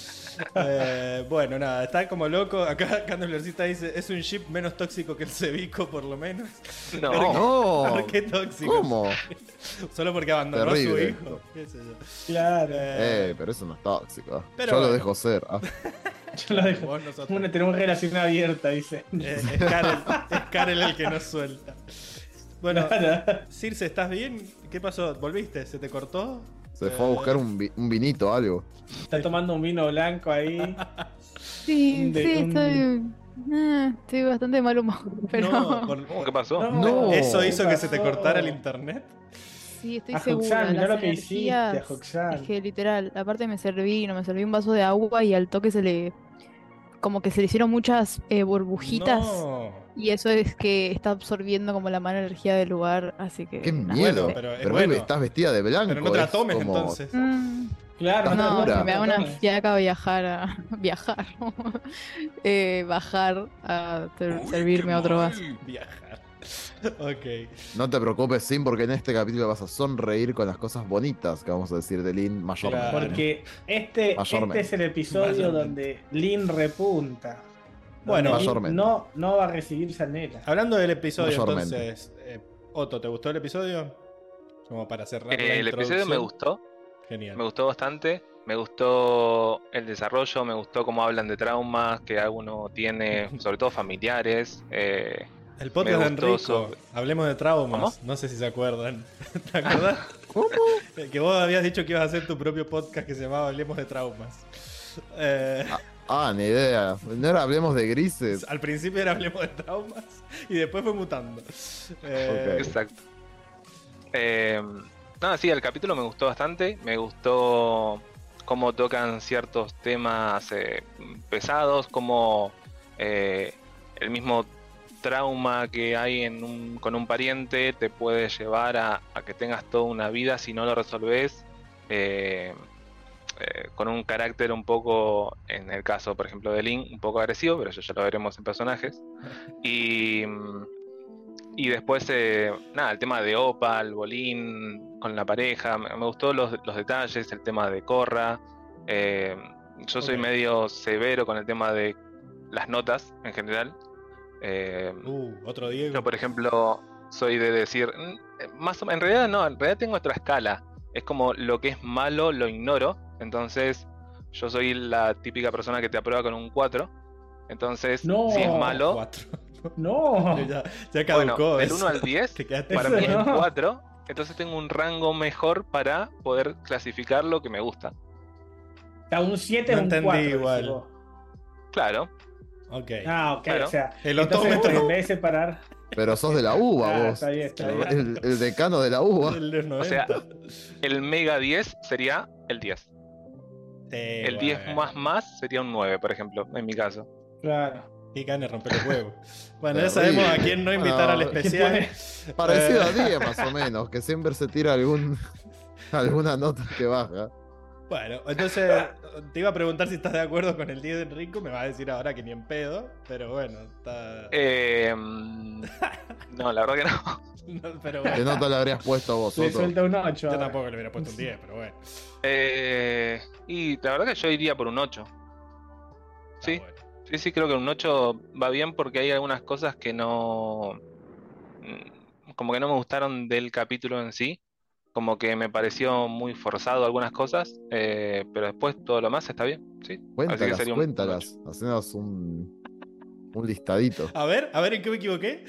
Eh, bueno, nada, está como loco. Acá Candlercita dice, es un ship menos tóxico que el cebico, por lo menos. No. No. ¿Por qué tóxico? ¿Cómo? Solo porque abandonó a su Terrible. hijo. ¿Qué sé yo? Claro. Eh, Eh, pero eso no es tóxico. Pero Yo lo bueno. dejo ser. Ah, Yo lo dejo. vos nosotros. Bueno, tenemos relación abierta, dice. Eh, es, Karel, es Karel el que nos suelta. Bueno, Claro. Circe, ¿estás bien? ¿Qué pasó? ¿Volviste? ¿Se te cortó? se fue a Eh, buscar un, vi- un vinito, algo. Está tomando un vino blanco ahí. Sí, Un de- sí, un- estoy. eh, estoy bastante de mal humor. Pero. No, por- ¿Cómo? ¿Qué pasó? No. ¿Eso ¿qué hizo que se te pasó? cortara el internet? Sí, estoy A segura. Hoxan, mirá las lo que energías- hiciste, a Hoxan. Es que literal, aparte me serví, no me serví un vaso de agua y al toque se le. Como que se le hicieron muchas eh, burbujitas. No. Y eso es que está absorbiendo como la mala energía del lugar. Así que. Qué nada, miedo. no sé. pero es Pero bueno. estás vestida de blanco. Pero no te la es tomes como- entonces. Mm, Claro, Estás no, pura. que me haga una tomes. fiaca viajar a. viajar. eh, bajar a ter- servirme otro vaso. Viajar. Ok. No te preocupes, Sim, porque en este capítulo vas a sonreír con las cosas bonitas que vamos a decir de Lin mayormente. Claro. Porque este, Mayormente. este es el episodio Mayormente. donde Lin repunta. Bueno. Donde Lin Mayormente. no, no va a recibir Sanela. Hablando del episodio, Mayormente. entonces, eh, Otto, ¿te gustó el episodio? Como para cerrar la Eh, el episodio me introducción. gustó. Genial. Me gustó bastante. Me gustó el desarrollo, me gustó cómo hablan de traumas que uno tiene, sobre todo familiares. Eh, El podcast me de gustó Enrico, sobre- hablemos de traumas. ¿Cómo? No sé si se acuerdan. ¿Te acordás? ¿Cómo? Que vos habías dicho que ibas a hacer tu propio podcast que se llamaba Hablemos de Traumas. Eh, Ah, ni idea. No era hablemos de grises. al principio era Hablemos de Traumas y después fue mutando. Eh, Ok. exacto. Eh, nada, sí, el capítulo me gustó bastante. Me gustó cómo tocan ciertos temas eh, pesados, como eh, el mismo trauma que hay en un, con un pariente te puede llevar a, a que tengas toda una vida si no lo resolves. Eh, eh, con un carácter un poco, en el caso por ejemplo de Link, un poco agresivo, pero eso ya lo veremos en personajes. Y, y después, eh, nada, el tema de Opal, Bolin, con la pareja, me, me gustó los, los detalles, el tema de Korra. Eh, yo soy Ok. medio severo con el tema de las notas en general. Eh, Uh, otro Diego. yo, por ejemplo, soy de decir, mm, más o menos, en realidad no, en realidad tengo otra escala. Es como lo que es malo lo ignoro. Entonces, yo soy la típica persona que te aprueba con un cuatro. Entonces, No. si es malo, Cuatro. No. ya, ya bueno, caducó del eso. uno al diez, Te quedaste para Eso mí es no. cuatro. Entonces tengo un rango mejor para poder clasificar lo que me gusta. O sea, un siete No es un entendí cuatro. igual. decís vos. Claro. Ok. Ah, ok, Claro. o sea. El entonces, otómetro. en vez de separar. Pero sos de la uva, Ah, vos. está bien, está bien. El, el decano de la uva. El de los O sea, noventa. El mega diez sería el diez. Sí, El diez bueno. más más sería un nueve, por ejemplo, en mi caso. Claro. Y gane romper los huevos. Bueno, ya Terrible. sabemos a quién no invitar Bueno, al especial. ¿quién Parecido Eh, a diez más o menos, que siempre se tira algún alguna nota que baja. Bueno, entonces te iba a preguntar si estás de acuerdo con el diez de Enrico. Me vas a decir ahora que ni en pedo. Pero bueno, está. Eh, mm, no, la verdad que no. No, pero ¿Qué bueno, nota le habrías puesto vos, Le Otto? suelta un ocho. yo ahora. tampoco le hubiera puesto un diez, pero bueno. Eh, y la verdad que yo iría por un ocho. está Sí, bueno. sí, sí, creo que un ocho va bien porque hay algunas cosas que no... mm, como que no me gustaron del capítulo en sí. Como que me pareció muy forzado algunas cosas, eh, pero después todo lo más está bien, sí. Así que Cuéntalas, sería un- un cuéntalas. Hacenos un, un listadito. A ver, a ver en qué me equivoqué.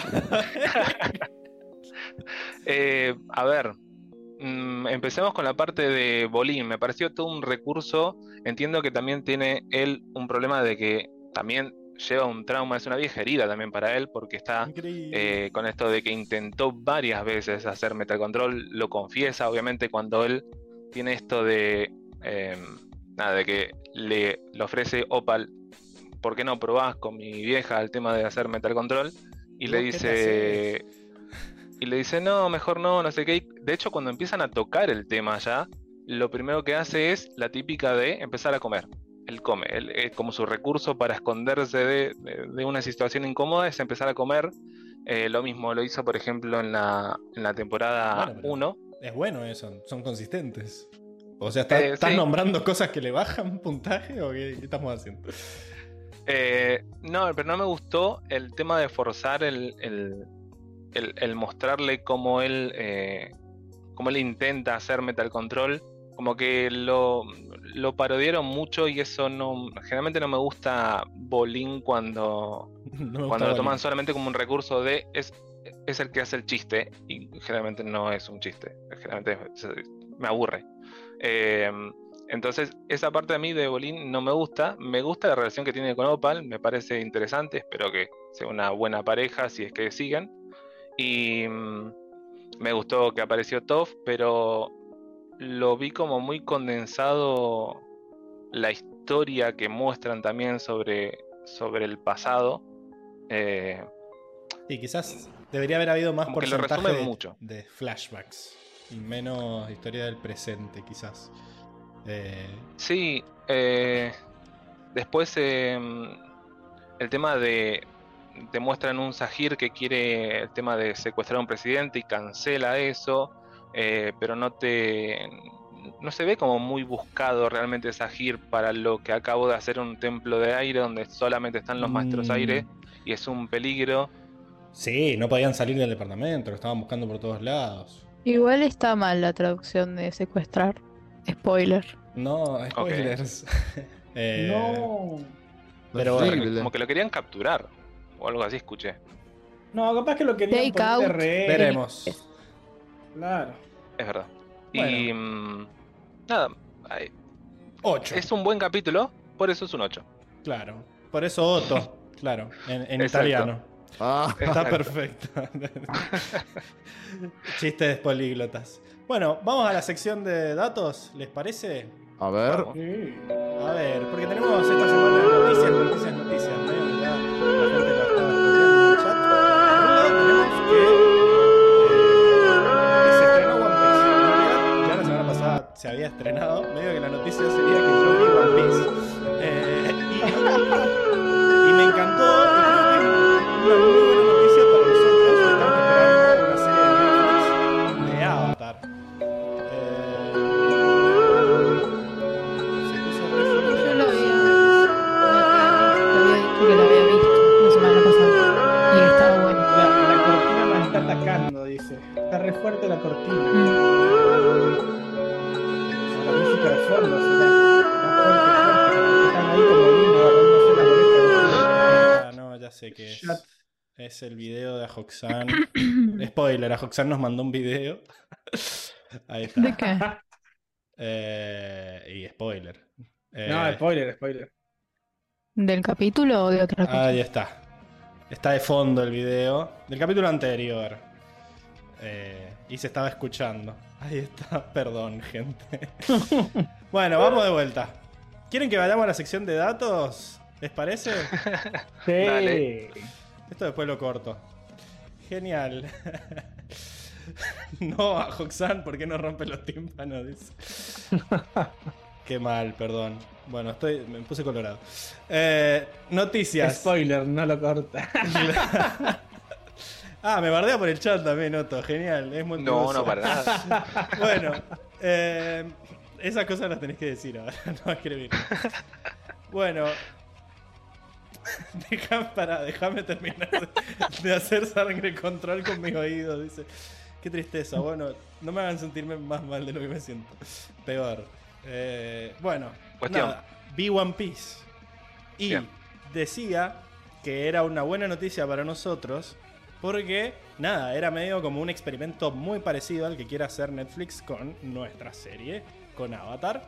Eh, a ver, mm, empecemos con la parte de Bolín. Me pareció todo un recurso. Entiendo que también tiene él un problema de que también lleva un trauma, es una vieja herida también para él, porque está Increíble. eh, con esto de que intentó varias veces hacer Metal Control, lo confiesa, obviamente, cuando él tiene esto de, eh, nada, de que le, le ofrece Opal, ¿por qué no probás con mi vieja el tema de hacer Metal Control? Y ¿Y le vos qué te dice... Y le dice, no, mejor no, no sé qué. De hecho, cuando empiezan a tocar el tema ya, lo primero que hace es la típica de empezar a comer. Él come, él, es como su recurso para esconderse de, de- de una situación incómoda, es empezar a comer. Eh, lo mismo lo hizo, por ejemplo, en la, en la temporada Bueno, pero- uno. Es bueno eso, son consistentes. O sea, ¿estás, Eh, estás sí. nombrando cosas que le bajan puntaje o qué, qué estamos haciendo? Eh, no, pero no me gustó el tema de forzar el, el, el- el mostrarle cómo él, eh, cómo él intenta hacer Metal Control. Como que lo, lo parodiaron mucho y eso no. Generalmente no me gusta Bolín cuando, No me cuando gustaba lo toman ni- solamente como un recurso de. Es, es el que hace el chiste y generalmente no es un chiste. Generalmente es- me aburre. Eh, entonces, esa parte a mí de Bolín no me gusta. Me gusta la relación que tiene con Opal, me parece interesante. Espero que sea una buena pareja si es que siguen. Y mm, me gustó que apareció Toph, pero lo vi como muy condensado la historia que muestran también sobre, sobre el pasado. Eh, Sí, quizás debería haber habido más Como que lo porcentaje resumen de, mucho. de flashbacks y menos historia del presente, quizás. Eh, sí, eh, después eh, el tema de. Te muestran un Sahir que quiere el tema de secuestrar a un presidente y cancela eso, eh, pero no te. No se ve como muy buscado realmente Sahir para lo que acabo de hacer un templo de aire donde solamente están los maestros Mm. aire y es un peligro. sí, no podían salir del departamento, lo estaban buscando por todos lados. Igual está mal la traducción de secuestrar. Spoiler. No, spoilers. Eh, No. Pero Como que- Horrible. como que lo querían capturar o algo así, escuché. No, capaz que lo querían Take poner de out. rehén. Veremos. Claro. Es verdad. Bueno. Y mm, nada, ay, ocho. es un buen capítulo, por eso es un ocho. Claro. Por eso Otto, claro, en, en Exacto. italiano. Ah, Está Exacto. perfecto. Chistes políglotas. Bueno, vamos a la sección de datos, ¿les parece? A ver. Vamos. A ver, porque tenemos esta semana noticias, noticias, noticias. Medio que ya la gente lo estaba escribiendo en el chat. Por un lado tenemos que, eh, que se estrenó One Piece. En realidad, ya la semana pasada se había estrenado. Medio que la noticia sería que yo vi One Piece. Eh, y, y me encantó. Y creo que es una muy buena noticia para nosotros que estamos esperando una serie de Netflix de Avatar. Yo lo había, lo había dicho que lo había visto la semana pasada y estaba bueno. La, la cortina nos está atacando, dice. Está re fuerte la cortina. Mm. O la música de fondo, será. Está fuerte, fuerte. Están ahí como lindos agarrándose la oreja. Ah, no, ya sé que es. Chat. Es el video de Ajoxan. Spoiler, Ajoxan nos mandó un video. Ahí está. ¿De qué? Eh, y spoiler. Eh, No, spoiler, spoiler. ¿Del capítulo o de otra cosa? Ahí está. Está de fondo el video. Del capítulo anterior. Eh, y se estaba escuchando. Ahí está. Perdón, gente. Bueno, vamos de vuelta. ¿Quieren que vayamos a la sección de datos? ¿Les parece? Sí. Dale. Esto después lo corto. Genial. No, a Hoxan, ¿por qué no rompe los tímpanos? Dice. Qué mal, perdón. Bueno, estoy, me puse colorado. Eh, noticias. Spoiler, no lo corta. Ah, me bardea por el chat también, Otto. Genial. Es muy No, no, para nada. Bueno, eh, esas cosas las tenés que decir ahora, no escribir. Bueno. Déjame, para, déjame terminar de, de hacer sangre control con mis oídos, dice. Qué tristeza. Bueno, no me hagan sentirme más mal de lo que me siento. Peor. Eh, bueno, Cuestión. nada, vi One Piece. Y Bien. decía que era una buena noticia para nosotros porque, nada, era medio como un experimento muy parecido al que quiere hacer Netflix con nuestra serie, con Avatar.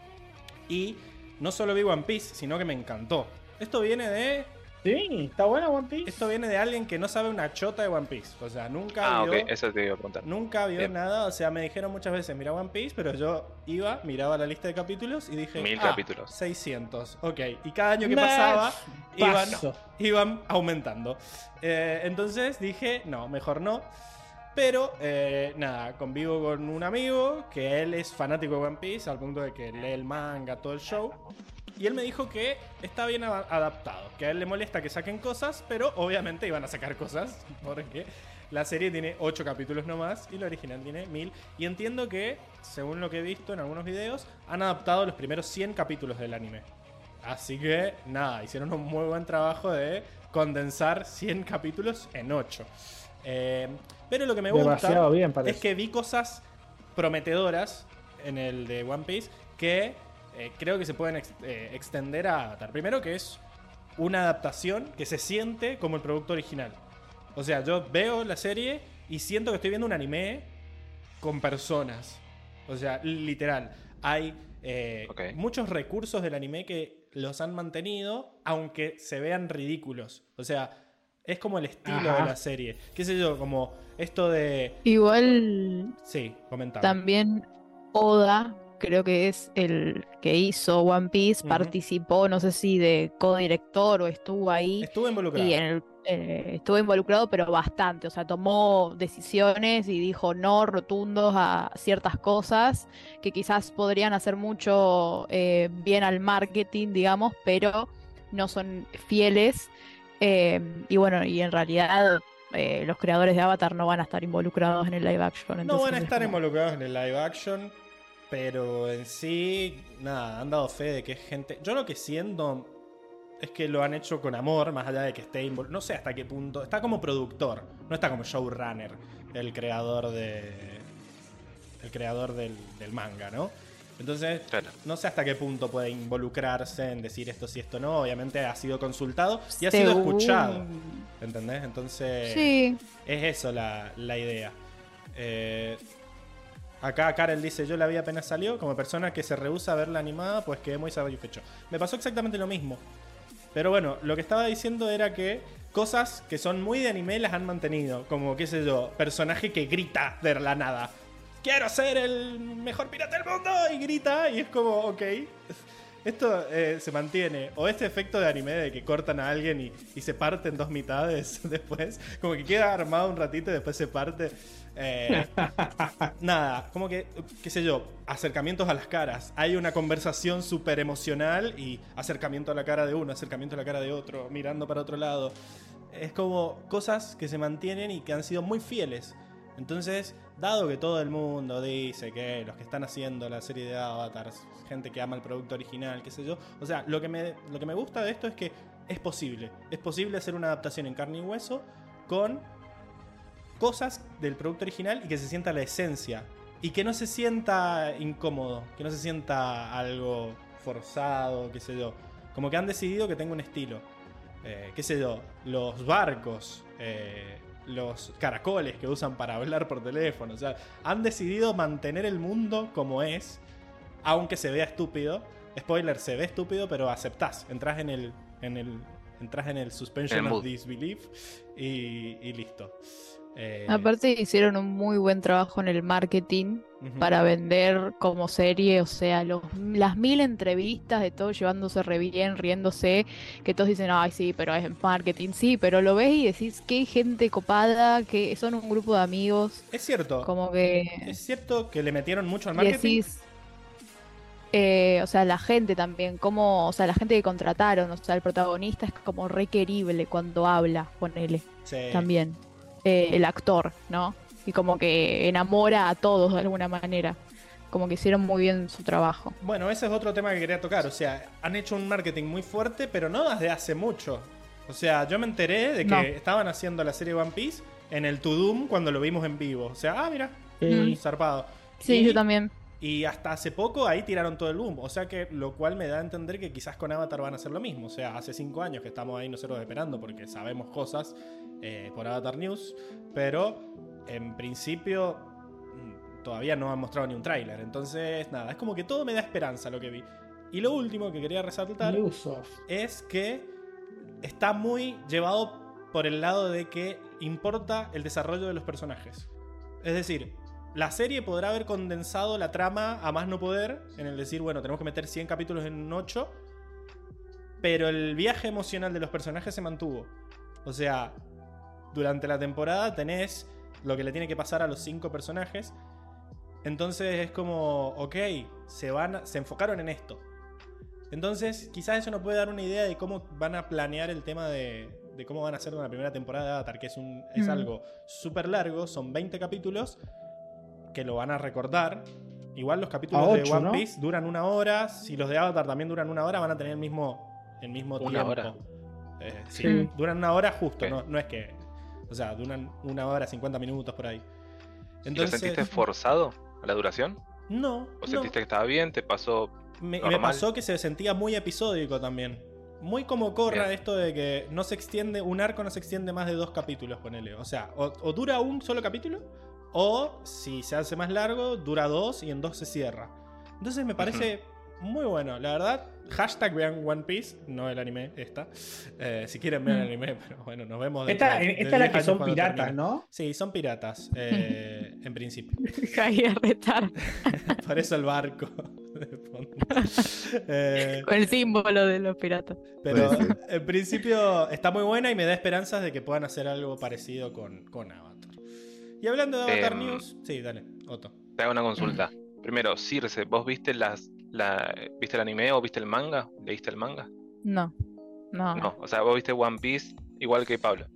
Y no solo vi One Piece, sino que me encantó. Esto viene de... Sí, está bueno One Piece. Esto viene de alguien que no sabe una chota de One Piece. O sea, nunca Ah, vio... ok, eso te iba a preguntar. Nunca vio Bien. nada, o sea, me dijeron muchas veces, mira One Piece, pero yo iba, miraba la lista de capítulos y dije, Mil ah, capítulos. seiscientos, ok. Y cada año que Nah, pasaba, iban, paso. iban aumentando. Eh, entonces dije, no, mejor no. Pero, eh, nada, convivo con un amigo que él es fanático de One Piece, al punto de que lee el manga, todo el show. Y él me dijo que está bien a- adaptado, que a él le molesta que saquen cosas, pero obviamente iban a sacar cosas, porque la serie tiene ocho capítulos nomás y la original tiene mil. Y entiendo que, según lo que he visto en algunos videos, han adaptado los primeros cien capítulos del anime. Así que, nada, hicieron un muy buen trabajo de condensar cien capítulos en ocho. Eh, pero lo que me gusta Demasiado bien, parece. es que vi cosas prometedoras en el de One Piece que eh, creo que se pueden ex- eh, extender a Avatar. Primero que es una adaptación que se siente como el producto original. O sea, yo veo la serie y siento que estoy viendo un anime con personas. O sea, literal. Hay eh, Ok. muchos recursos del anime que los han mantenido, aunque se vean ridículos. O sea, es como el estilo Ajá. de la serie. ¿Qué sé yo? Como esto de... Igual Sí, comentaba. también Oda, creo que es el que hizo One Piece, Ujú. participó, no sé si de codirector o estuvo ahí. Estuve involucrado. Y en el- eh, estuvo involucrado, pero bastante. O sea, tomó decisiones y dijo no rotundos a ciertas cosas que quizás podrían hacer mucho eh, bien al marketing, digamos, pero no son fieles. Eh, y bueno, y en realidad eh, los creadores de Avatar no van a estar involucrados en el live action. No entonces van a es estar como- involucrados en el live action, pero en sí, nada, han dado fe de que es gente... Yo lo que siento es que lo han hecho con amor, más allá de que esté involucrado. No sé hasta qué punto. Está como productor, no está como showrunner, el creador de... El creador del, del manga, ¿no? Entonces, Claro. no sé hasta qué punto puede involucrarse en decir esto sí, esto no. Obviamente ha sido consultado y ha sido Según- escuchado. ¿Entendés? Entonces... Sí, Es eso la, la idea. Eh, acá Karel dice, yo la vi apenas salió, como persona que se rehúsa a verla animada, pues quedé muy satisfecho. Me pasó exactamente lo mismo. Pero bueno, lo que estaba diciendo era que cosas que son muy de anime las han mantenido. Como, qué sé yo, personaje que grita de la nada. quiero ser el mejor pirata del mundo, y grita, y es como, ok, esto eh, se mantiene. O este efecto de anime de que cortan a alguien y, y se parte en dos mitades después, como que queda armado un ratito y después se parte. Eh, nada, como que, qué sé yo, acercamientos a las caras. Hay una conversación súper emocional y acercamiento a la cara de uno, acercamiento a la cara de otro, mirando para otro lado. Es como cosas que se mantienen y que han sido muy fieles. Entonces, dado que todo el mundo dice que los que están haciendo la serie de Avatar, gente que ama el producto original, qué sé yo, o sea, lo que me, lo que me gusta de esto es que es posible. Es posible hacer una adaptación en carne y hueso con cosas del producto original y que se sienta la esencia. Y que no se sienta incómodo, que no se sienta algo forzado, qué sé yo. Como que han decidido que tenga un estilo. Eh, qué sé yo, los barcos, eh, los caracoles que usan para hablar por teléfono. O sea, han decidido mantener el mundo como es, aunque se vea estúpido. Spoiler, se ve estúpido, pero aceptás. Entrás en el, en el, entrás en el suspension El of mood. disbelief y, y listo. Eh, Aparte hicieron un muy buen trabajo en el marketing ujú. para vender como serie, o sea, los, las mil entrevistas de todos llevándose re bien, riéndose, que todos dicen, ay sí, pero es marketing, sí, pero lo ves y decís, qué gente copada, que son un grupo de amigos, Es cierto. como que Es cierto que le metieron mucho al y marketing. decís, eh, o sea, la gente también, como, o sea, la gente que contrataron, o sea, el protagonista es como re querible cuando habla, ponele, Sí. también, eh, el actor, ¿no? Y como que enamora a todos de alguna manera, como que hicieron muy bien su trabajo. Bueno, ese es otro tema que quería tocar. O sea, han hecho un marketing muy fuerte, pero no desde hace mucho. O sea, yo me enteré de que No. estaban haciendo la serie One Piece en el Tudum cuando lo vimos en vivo. O sea, ah, mira, Sí. zarpado. Sí, Y- yo también. Y hasta hace poco ahí tiraron todo el boom. O sea que lo cual me da a entender que quizás con Avatar van a hacer lo mismo. O sea, hace cinco años que estamos ahí nosotros esperando porque sabemos cosas eh, por Avatar News. Pero en principio mm, todavía no han mostrado ni un tráiler. Entonces, nada, es como que todo me da esperanza lo que vi. Y lo último que quería resaltar Ubisoft. es que está muy llevado por el lado de que importa el desarrollo de los personajes. Es decir, la serie podrá haber condensado la trama a más no poder, en el decir, bueno, tenemos que meter cien capítulos en ocho, pero el viaje emocional de los personajes se mantuvo. O sea, durante la temporada tenés lo que le tiene que pasar a los cinco personajes. Entonces es como, ok, se, van, a- se enfocaron en esto. Entonces, quizás eso nos puede dar una idea de cómo van a planear el tema de, de cómo van a hacer una primera temporada de Avatar, que es, un, es Mm. algo súper largo, son veinte capítulos que lo van a recortar. Igual los capítulos A de ocho, One ¿no? Piece duran una hora, si los de Avatar también duran una hora, van a tener el mismo, el mismo ¿Una tiempo. hora? Eh, sí, Sí. duran una hora justo, Ok. no, no es que... O sea, duran una hora, cincuenta minutos por ahí. ¿Y lo Entonces, sentiste forzado a la duración? no, ¿O no. sentiste que estaba bien? ¿Te pasó? Me, me normal? pasó que se sentía muy episódico también. Muy como Corra Bien. esto de que no se extiende, un arco no se extiende más de dos capítulos, ponele. O sea, o, o dura un solo capítulo, o si se hace más largo, dura dos y en dos se cierra. Entonces me parece muy bueno, la verdad. Hashtag vean One Piece, no el anime, esta. Eh, si quieren ver el anime, pero bueno, nos vemos. dentro Esta, de- de esta es diez la que años son cuando piratas, termine. ¿no? Sí, son piratas, eh, en principio. Javier retar Por eso el barco. de fondo. Eh, con el símbolo de los piratas. Pero Sí, sí. en principio está muy buena y me da esperanzas de que puedan hacer algo parecido con, con Avatar. Y hablando de Avatar Em, News, sí, dale, Otto. Te hago una consulta. Primero, Circe, ¿vos viste las, la, viste el anime o viste el manga? ¿Leíste el manga? No, no. No, o sea, vos viste One Piece igual que Pablo.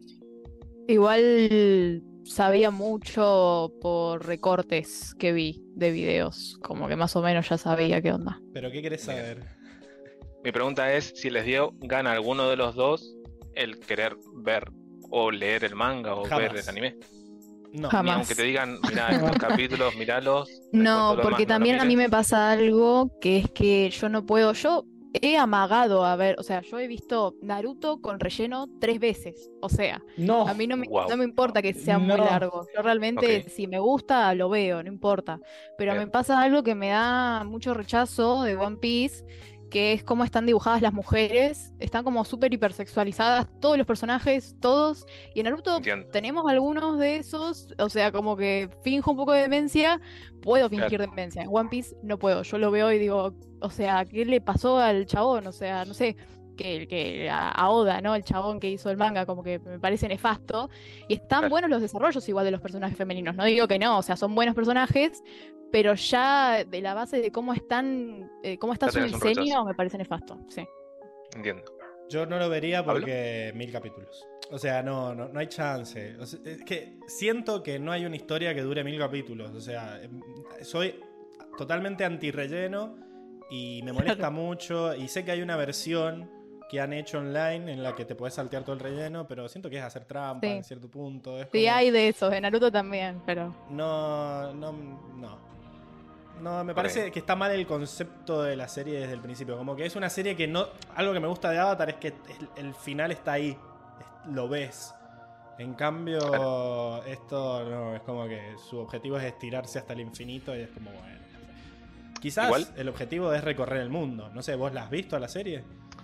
Igual sabía mucho por recortes que vi de videos, como que más o menos ya sabía qué onda. ¿Pero qué querés Mira. saber? Mi pregunta es si les dio gana a alguno de los dos el querer ver o leer el manga o Jamás. ver el anime. No. Jamás. Ni aunque te digan, mirá, estos capítulos, miralos. No, porque también a mí me pasa algo que es que yo no puedo, yo he amagado a ver, o sea, yo he visto Naruto con relleno tres veces, o sea, No. a mí no me, Wow. no me importa que sea muy No. largo, yo realmente Ok. si me gusta lo veo, no importa, pero Bien. me pasa algo que me da mucho rechazo de One Piece, que es cómo están dibujadas las mujeres. Están como súper hipersexualizadas, todos los personajes, todos. Y en Naruto Entiendo. tenemos algunos de esos, o sea, como que finjo un poco de demencia, puedo fingir Claro. demencia. En One Piece no puedo, yo lo veo y digo, o sea, ¿qué le pasó al chabón? O sea, no sé, que, que a, a Oda, ¿no? El chabón que hizo el manga, como que me parece nefasto. Y están Claro. buenos los desarrollos igual de los personajes femeninos, no digo que no, o sea, son buenos personajes, pero ya de la base de cómo están, eh, cómo está Ya su tenés un diseño, rechazo. me parece nefasto, sí. Entiendo. Yo no lo vería ¿Pablo? porque mil capítulos. O sea, no, no, no hay chance. O sea, es que siento que no hay una historia que dure mil capítulos. O sea, em, soy totalmente anti-relleno y me molesta Claro. mucho. Y sé que hay una versión que han hecho online en la que te puedes saltear todo el relleno, pero siento que es hacer trampa Sí. en cierto punto. Es Sí, como- hay de esos, de Naruto también, pero... No, no, no. No, me parece que está mal el concepto de la serie desde el principio. Como que es una serie que no. Algo que me gusta de Avatar es que el, el final está ahí. Es- lo ves. En cambio, Claro. esto no, es como que su objetivo es estirarse hasta el infinito y es como, bueno. ya fue. Quizás Igual- el objetivo es recorrer el mundo. No sé, ¿vos la has visto a la serie?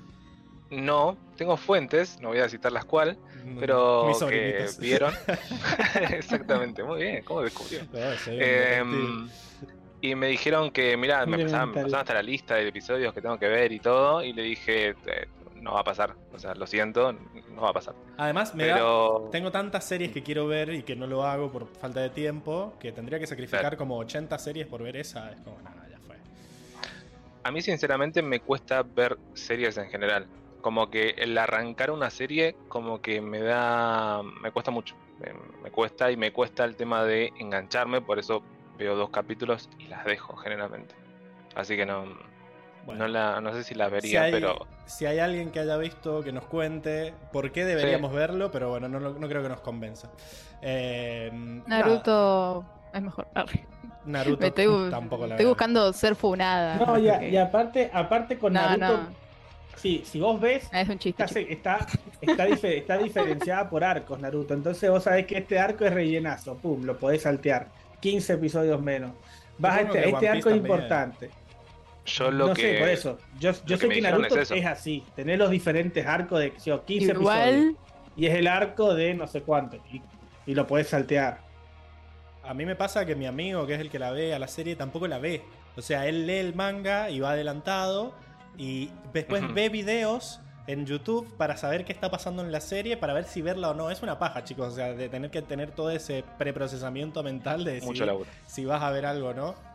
No, tengo fuentes, no voy a citar las cuales, pero Mis que sobrinitos. vieron. Exactamente, muy bien, ¿cómo descubrió? No, sí, Em, y me dijeron que, mirá, me pasaban, me Elemental. pasaban hasta la lista de episodios que tengo que ver y todo, y le dije, eh, no va a pasar, o sea, lo siento, no va a pasar. Además, me da, Pero tengo tantas series que quiero ver y que no lo hago por falta de tiempo que tendría que sacrificar Claro. como ochenta series por ver esa. Es como, nada, ya fue. a mí sinceramente me cuesta ver series en general. Como que el arrancar una serie como que me da, me cuesta mucho. Me, me cuesta y me cuesta el tema de engancharme, por eso veo dos capítulos y las dejo generalmente. Así que no, Bueno. no, la, no sé si la Si vería, hay, pero si hay alguien que haya visto, que nos cuente por qué deberíamos verlo, pero bueno, no, no, no creo que nos convenza. Eh, nada, Naruto es mejor. Arre. Naruto Me estoy, bu- tampoco la estoy veo. buscando ser funada. No, y, a- porque- y aparte, aparte con No, Naruto, no. sí, si vos ves, Es un chiste. está, se- está, está, dife- está diferenciada por arcos Naruto. Entonces vos sabés que este arco es rellenazo, pum, lo podés saltear. quince episodios menos. Vas a Supongo este, que este One arco Piece es importante. yo lo no que... sé, por eso. Yo, yo que sé me que dijeron Naruto es es, eso. así. Tener los diferentes arcos de sí, quince episodios. Igual, Y es el arco de no sé cuánto. Y, y lo podés saltear. A mí me pasa que mi amigo, que es el que la ve a la serie, tampoco la ve. O sea, él lee el manga y va adelantado y después Ujú. ve videos en YouTube para saber qué está pasando en la serie, para ver si verla o no. Es una paja, chicos. O sea, de tener que tener todo ese preprocesamiento mental de Mucho decidir laburo. si vas a ver algo o no.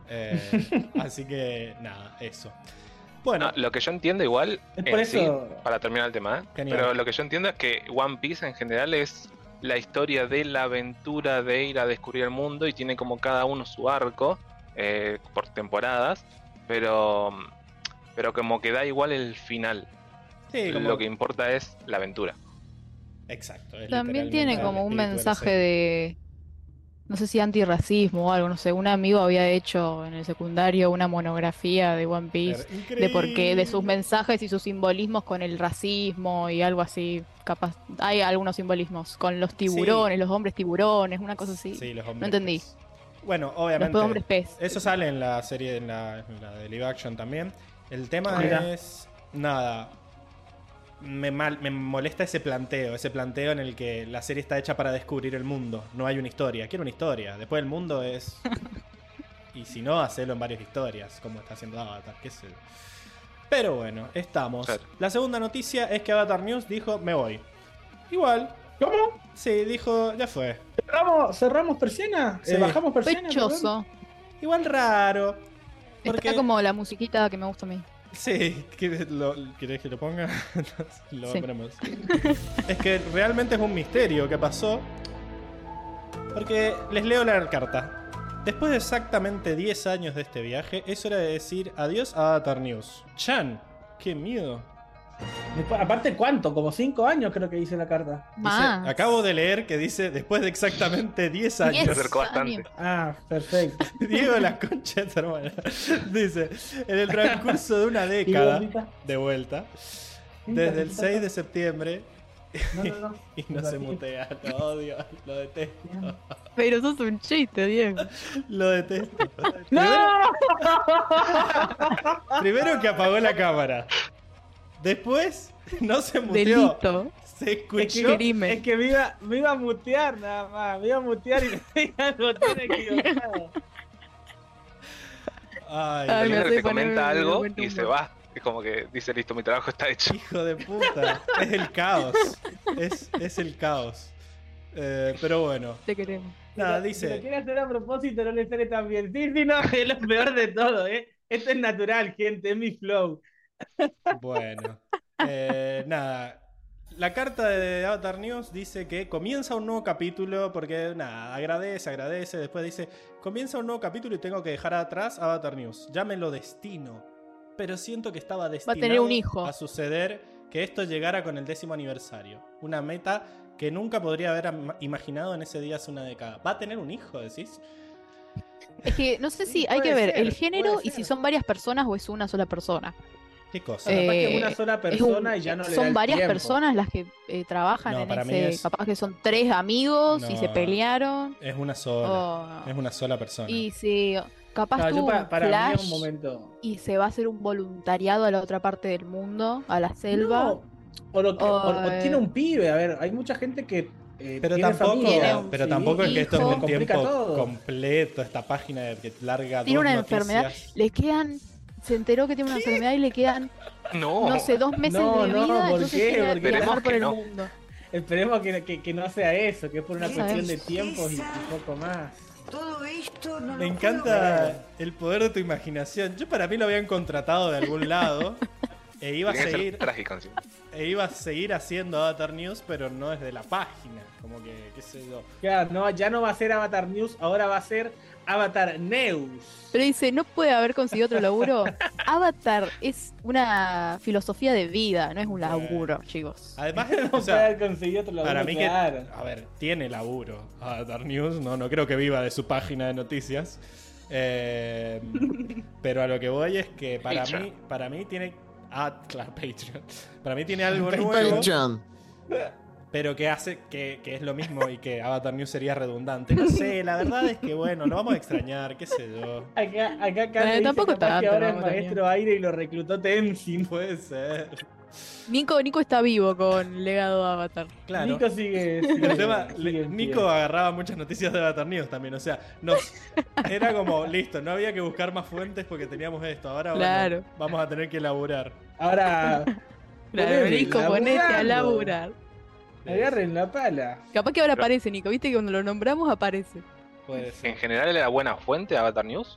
Eh, así que, nada, eso. Bueno, No, lo que yo entiendo igual, Es en por sí, eso. para terminar el tema, ¿eh? Genial. Pero lo que yo entiendo es que One Piece en general es la historia de la aventura de ir a descubrir el mundo y tiene como cada uno su arco eh, por temporadas, pero pero como que da igual el final. sí, como- Lo que importa es la aventura. Exacto. es también literalmente tiene el como un espíritu de la mensaje serie. de, no sé si antirracismo o algo, no sé, un amigo había hecho en el secundario una monografía de One Piece, de por qué, de sus Increíble. mensajes y sus simbolismos con el racismo y algo así, capaz, hay algunos simbolismos, con los tiburones, los hombres tiburones, una cosa así. Sí, los hombres No entendí. pez. Bueno, Los obviamente. hombres pez. Eso sale en la serie, en la, en la de live action también. El tema Mira. es. Nada. Me, mal, me molesta ese planteo. Ese planteo en el que la serie está hecha para descubrir el mundo. No hay una historia. Quiero una historia. Después el mundo es. Y si no, hacerlo en varias historias. Como está haciendo Avatar. Qué sé yo. Pero bueno, estamos. Claro. La segunda noticia es que Avatar News dijo: me voy. Igual. ¿Cómo? Sí, dijo: ya fue. ¿Cerramos, cerramos persiana? Sí. Eh, ¿Bajamos persiana? perdón? Sospechoso. Igual raro. Porque... Está como la musiquita que me gusta a mí. Sí, ¿quieres, lo, ¿querés que lo ponga? lo Sí. ponemos. Es que realmente es un misterio qué pasó. Porque les leo la carta. Después de exactamente diez años de este viaje, es hora de decir adiós a Avatar News. Chan, qué miedo. Después- aparte, ¿cuánto? Como cinco años creo que dice la carta. Dice- Más. acabo de leer que dice después de exactamente diez años. Se Diez acercó bastante. años. Ah, perfecto. Diego la concha de tu hermana. Dice, en el transcurso de una ¿Y década, gordita? de vuelta, desde el seis de septiembre No, no, no. Y no se mutea, lo odio, lo detesto. Pero sos un chiste, Diego. Lo detesto. ¡No! Primero, primero que apagó la cámara. Después no se muteó. Delito. Se Es escuchó. que, Crimen. es que me, iba, me iba a mutear nada más. Me iba a mutear y le iba al botón equivocado. Ay, Ay, me Primero hace te comenta poner algo buen y se humor. va. Es como que dice, listo, mi trabajo está hecho. hijo de puta. Es el caos. Es, es el caos. Eh, pero bueno. Te queremos. Nada, Si lo dice. quiere hacer a propósito, no le sale tan bien. Sí, sí, no, es lo peor de todo, ¿eh? Esto es natural, gente, es mi flow. Bueno. Eh, nada. La carta de Avatar News dice que comienza un nuevo capítulo porque, nada, agradece, agradece. Después dice, comienza un nuevo capítulo y tengo que dejar atrás Avatar News. Llámelo destino. Pero siento que estaba destinado tener un hijo. a suceder que esto llegara con el décimo aniversario. Una meta que nunca podría haber am- imaginado en ese día hace una década. ¿Va a tener un hijo, decís? Es que no sé si Sí, hay que puede ver ser, el género puede y si ser. son varias personas o es una sola persona. ¿Qué cosa? Capaz que Eh, una sola Es persona un- y ya no le da son el varias tiempo. personas las que eh, trabajan No, en para mí ese. es- Capaz que son tres amigos y No. se pelearon. Es una sola. o- Es una sola persona. Y si capaz No, yo tuvo pa- un para mí flash es un momento. y se va a hacer un voluntariado a la otra parte del mundo, a la selva. No, o, lo que- o- o O, eh, tiene un pibe, a ver, hay mucha gente que. eh, Pero tiene tampoco, familia, Tiene un pero sí, tampoco es que esto es hijo. un Complica tiempo todo. completo, esta página de que larga Tiene dos una noticias. enfermedad. Le quedan. Se enteró que tiene una enfermedad y le quedan, No, no sé, dos meses No, de no, vida. ¿por Entonces qué? tiene que Porque viajar esperemos por que el no. mundo. Esperemos que, que, que no sea eso, que es por una No cuestión de sabemos. tiempos y, y poco más. Todo esto no Me lo encanta el poder de tu imaginación. Yo para mí lo habían contratado de algún lado e iba a tiene que ser seguir trágico encima. e iba a seguir haciendo Avatar News, pero no desde la página, como que qué sé yo. Claro, no, ya no va a ser Avatar News, ahora va a ser Avatar News. Pero dice, ¿no puede haber conseguido otro laburo? Avatar es una filosofía de vida, no es un laburo, chicos. Además, No o puede sea, haber conseguido otro laburo, para mí claro. que, a ver, tiene laburo Avatar News, no, no creo que viva de su página de noticias. Eh, pero a lo que voy es que para Patreon. mí, para mí tiene, ah, claro, Patreon. Para mí tiene algo nuevo, Patreon. pero que hace que, que es lo mismo y que Avatar News sería redundante. No sé, la verdad es que bueno, lo vamos a extrañar, qué sé yo. Acá, acá Carlos Eh, dice tampoco capaz que tanto, ahora es no, maestro aire y lo reclutó Tenzin. Puede ser. Nico, Nico está vivo con legado de Avatar. Claro. Nico sigue, sigue- El tema, sigue le- en pie. Nico agarraba muchas noticias de Avatar News también, o sea, nos, era como, listo, no había que buscar más fuentes porque teníamos esto, ahora bueno, Claro. vamos a tener que elaborar. Ahora, Claro, Ponele, Nico, ponete a laburando. laburar. agarren la pala. Capaz que ahora aparece, Nico. Viste que cuando lo nombramos aparece. Puede ser. En general era buena fuente Avatar News.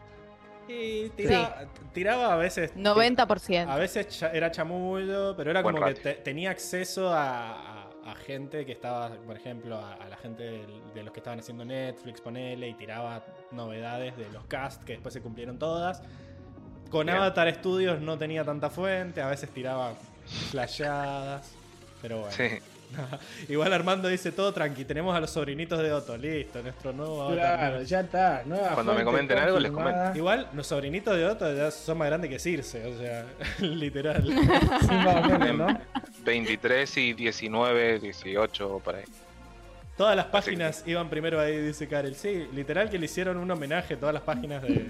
Y tiraba, tiraba a veces... noventa por ciento. A veces cha- era chamullo, pero era Buen como que ratio. te- tenía acceso a, a- a gente que estaba, por ejemplo, a, a la gente del- de los que estaban haciendo Netflix, ponele, y tiraba novedades de los cast que después se cumplieron todas. Con Bien. Avatar Studios no tenía tanta fuente, a veces tiraba flasheadas, pero bueno. Sí. Igual Armando dice todo tranqui, tenemos a los sobrinitos de Otto, listo, nuestro nuevo Avatar. Claro, ya está. Nueva Cuando me fuente comenten algo, les confirmada. Igual los sobrinitos de Otto ya son más grandes que Circe, o sea, literal. Sí, más o menos, ¿no? veintitrés y diecinueve, dieciocho, por ahí. Todas las páginas iban primero ahí, dice Karel. Sí, literal que le hicieron un homenaje a todas las páginas de,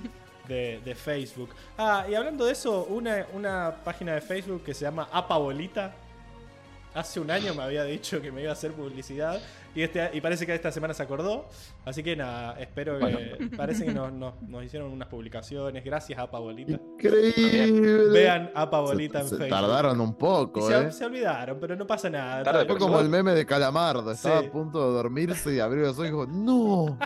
de, de Facebook. Ah, y hablando de eso, una, una página de Facebook que se llama Apabolita. Hace un año me había dicho que me iba a hacer publicidad y, este, y parece que esta semana se acordó. Así que nada, espero que... Parece que nos, nos, nos hicieron unas publicaciones. Gracias, Apabolita. Increíble. Vean Apabolita en se, se Facebook. tardaron un Y poco, se, eh. se olvidaron, pero no pasa nada. Tarde, Fue pero como se el meme de Calamardo. Estaba Sí. a punto de dormirse y abrió los ojos y dijo, no.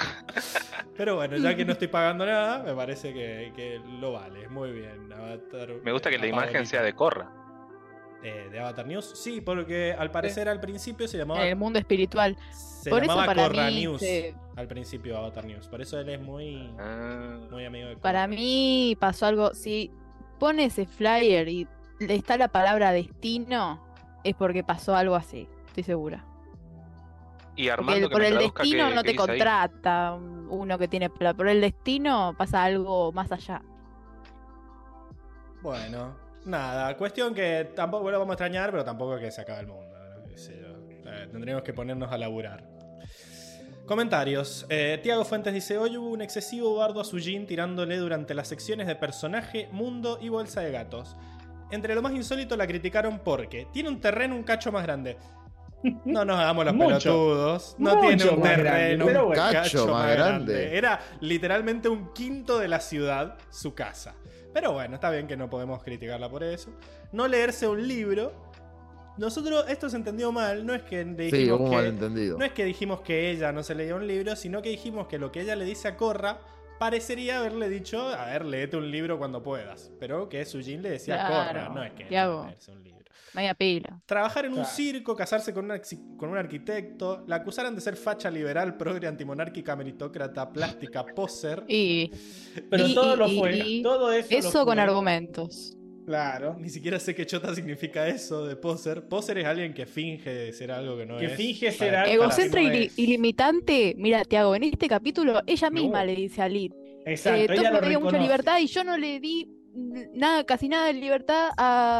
Pero bueno, ya que no estoy pagando nada, me parece que, que lo vale. Muy bien. Avatar, Me gusta que la Apabolita. imagen sea de Korra. Eh, de Avatar News. Sí, porque al parecer al principio se llamaba, En el mundo espiritual. se Por eso llamaba para Korra mí, News. se- Al principio Avatar News. Por eso él es muy, Ah, muy amigo de Korra. Para mí pasó algo. Si pone ese flyer y le está la palabra destino, es porque pasó algo así. Estoy segura. y Porque Armando el- que por me el traduzca destino qué- no qué te dice ahí. contrata un- uno que tiene plata. Por el destino pasa algo más allá. Bueno, nada. Cuestión que tampoco lo vamos a extrañar, pero tampoco es que se acabe el mundo. qué sé yo. Eh, tendríamos que ponernos a laburar. Comentarios. Eh, Tiago Fuentes dice: hoy hubo un excesivo bardo a Sujin tirándole durante las secciones de personaje, mundo y bolsa de gatos. Entre lo más insólito la criticaron porque tiene un terreno un cacho más grande. No nos hagamos los Mucho. pelotudos. No Mucho tiene un más terreno, grande, un pero bueno. cacho, Cacho más más grande. grande. Era literalmente un quinto de la ciudad, su casa. Pero bueno, está bien que no podemos criticarla por eso. No leerse un libro. Nosotros, esto se entendió mal. No es que dijimos Sí, hubo un que, malentendido. no es que dijimos que ella no se leía un libro, sino que dijimos que lo que ella le dice a Korra parecería haberle dicho: a ver, léete un libro cuando puedas. Pero que Sujin le decía Claro, a Korra, no es que Tiago. leerse un libro. Vaya pila. Trabajar en un Claro. circo, casarse con, una exi- con un arquitecto, la acusaran de ser facha liberal, progre, antimonárquica, meritócrata, plástica, poser. Y Pero Y- todo y- lo y- fue. y- Todo eso. eso lo con fue. argumentos. Claro. Ni siquiera sé qué chota significa eso de poser. Poser es alguien que finge ser algo que no Que es. finge ser para- algo para- Egocéntrica no y es. ilimitante. Mira, Tiago, en este capítulo ella misma No. le dice a Lid: Exacto, eh, ella Toph lo me dio mucha reconoce. libertad y yo no le di mm, nada, casi nada de libertad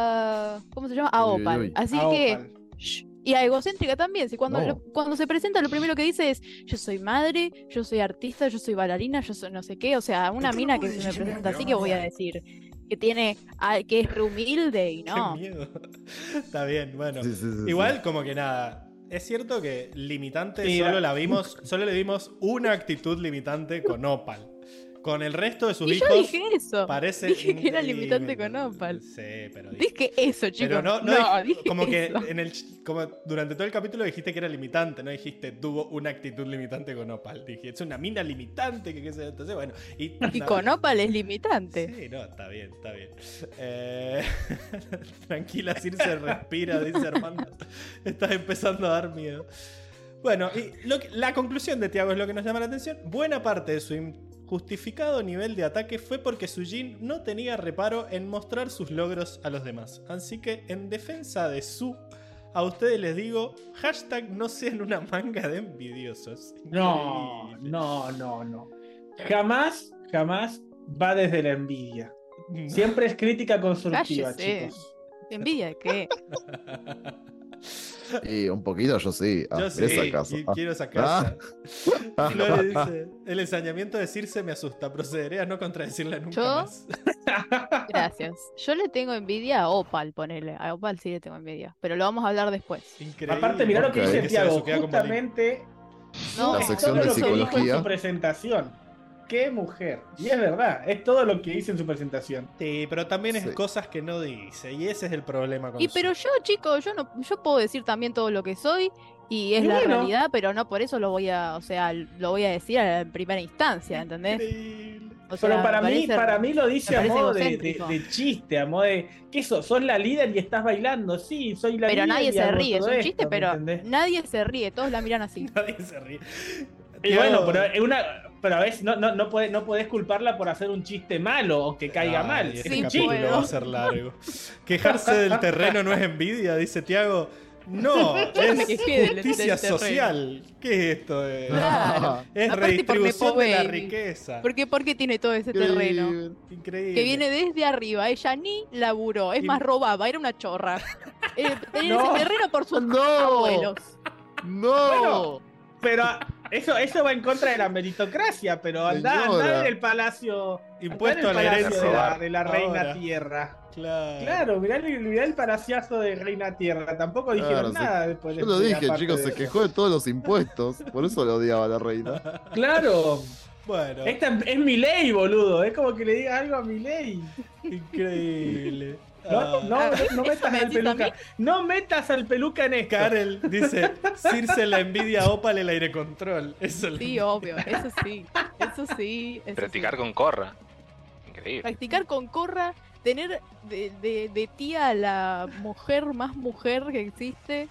a. ¿Cómo se llama? A Uy, uy, Opal. uy. Así A que. Opal. shh, Y a egocéntrica también. Si cuando, No. lo- cuando se presenta, lo primero que dice es: yo soy madre, yo soy artista, yo soy bailarina, yo soy no sé qué. O sea, una mina que se me presenta así, que voy a decir que tiene a- que es re humilde y Qué no. miedo. Está bien, bueno. Sí, sí, sí, Igual, sí. como que nada. Es cierto que limitante Sí, solo la- la vimos, solo le vimos una actitud limitante con Opal. Con el resto de sus Y yo hijos dije eso. parece Dije que era increíble. limitante con Opal. Sí, pero dije- Dije eso, chicos. Pero no, no, no, dij- dije como que eso. en el ch- como durante todo el capítulo dijiste que era limitante, no dijiste tuvo una actitud limitante con Opal. Dije, es una mina limitante, que qué sé yo. Entonces, bueno. Y, Y na- con Opal es limitante. Sí, no, está bien, está bien. Eh, Tranquila, Circe, respira, dice Armando. Estás empezando a dar miedo. Bueno, y lo que- la conclusión de Tiago es lo que nos llama la atención. Buena parte de su injustificado nivel de ataque fue porque Sujin no tenía reparo en mostrar sus logros a los demás. Así que, en defensa de Su, a ustedes les digo, hashtag no sean una manga de envidiosos. No, Increíble. no, no, no. Jamás, jamás va desde la envidia. Siempre es crítica constructiva, Cállese. chicos. ¿Envidia de qué? Y un poquito yo sí. Ah, Yo sí, esa casa. y Ah. quiero esa casa. Flores dice, el ensañamiento de Circe me asusta, procederé a no contradecirla nunca ¿Yo? más. Gracias. Yo le tengo envidia a Opal, ponele. A Opal sí le tengo envidia. Pero lo vamos a hablar después. Increíble. Aparte, mirá lo que Ok. dice se Tiago. besuquea con Bolín. Justamente No, La es sección todo de lo que dijo en psicología. su presentación. ¡Qué mujer! Y es verdad, es todo lo que dice en su presentación. Sí, pero también es Sí. cosas que no dice. Y ese es el problema con Y Su. pero yo, chicos, yo no, yo puedo decir también todo lo que soy y es Y la bueno. realidad, pero no por eso lo voy a, o sea, lo voy a decir en primera instancia, ¿entendés? Increíble. O sea, Pero para me mí, parece- para mí lo dice me a parece modo de, de- egocéntrico. de chiste, a modo de. ¿Qué eso? Sos la líder y estás bailando. Sí, soy la Pero líder. nadie y se hago ríe, es todo un esto, chiste, ¿me pero entendés? nadie se ríe, todos la miran así. Nadie se ríe. Y bueno, pero es una. Pero a veces no, no, no, podés, no podés culparla por hacer un chiste malo o que caiga Ay, mal. este Es Sí, un capítulo chiste. puedo. va a ser largo. Quejarse del terreno no es envidia, dice Tiago. No, Yo me es quejé del- justicia del terreno. social. ¿Qué es esto? de- Claro. Es Aparte por redistribución Nepo de la Baby. riqueza. ¿Por qué, por qué tiene todo ese terreno? Increíble. Increíble. Que viene desde arriba, ella ni laburó, es Y- más robaba, era una chorra. Eh, tenía No. ese terreno por sus No. abuelos. ¡No! Bueno, Pero eso, eso va en contra de la meritocracia, pero anda, Señora. anda en el palacio. Impuesto andá a en la el palacio herencia. de la, de la reina Ahora. tierra. Claro. Claro, mirá, el- mirá el palaciazo de reina tierra. Tampoco dijeron Claro, sí. nada después de Yo lo de dije, aparte chicos, de se eso. quejó de todos los impuestos. Por eso lo odiaba la reina. Claro. Bueno, Esta es mi ley, boludo. Es como que le diga algo a mi ley. increíble. No, Ah. no, no, no ¿Eso metas me al decís peluca. también? No metas al peluca en esto. Karel dice, Circe la envidia a Opal el aire control. Eso le- Sí, obvio, eso sí, eso sí. eso Practicar sí. con Corra. Increíble. Practicar con Corra, tener de, de, de tía a la mujer más mujer que existe.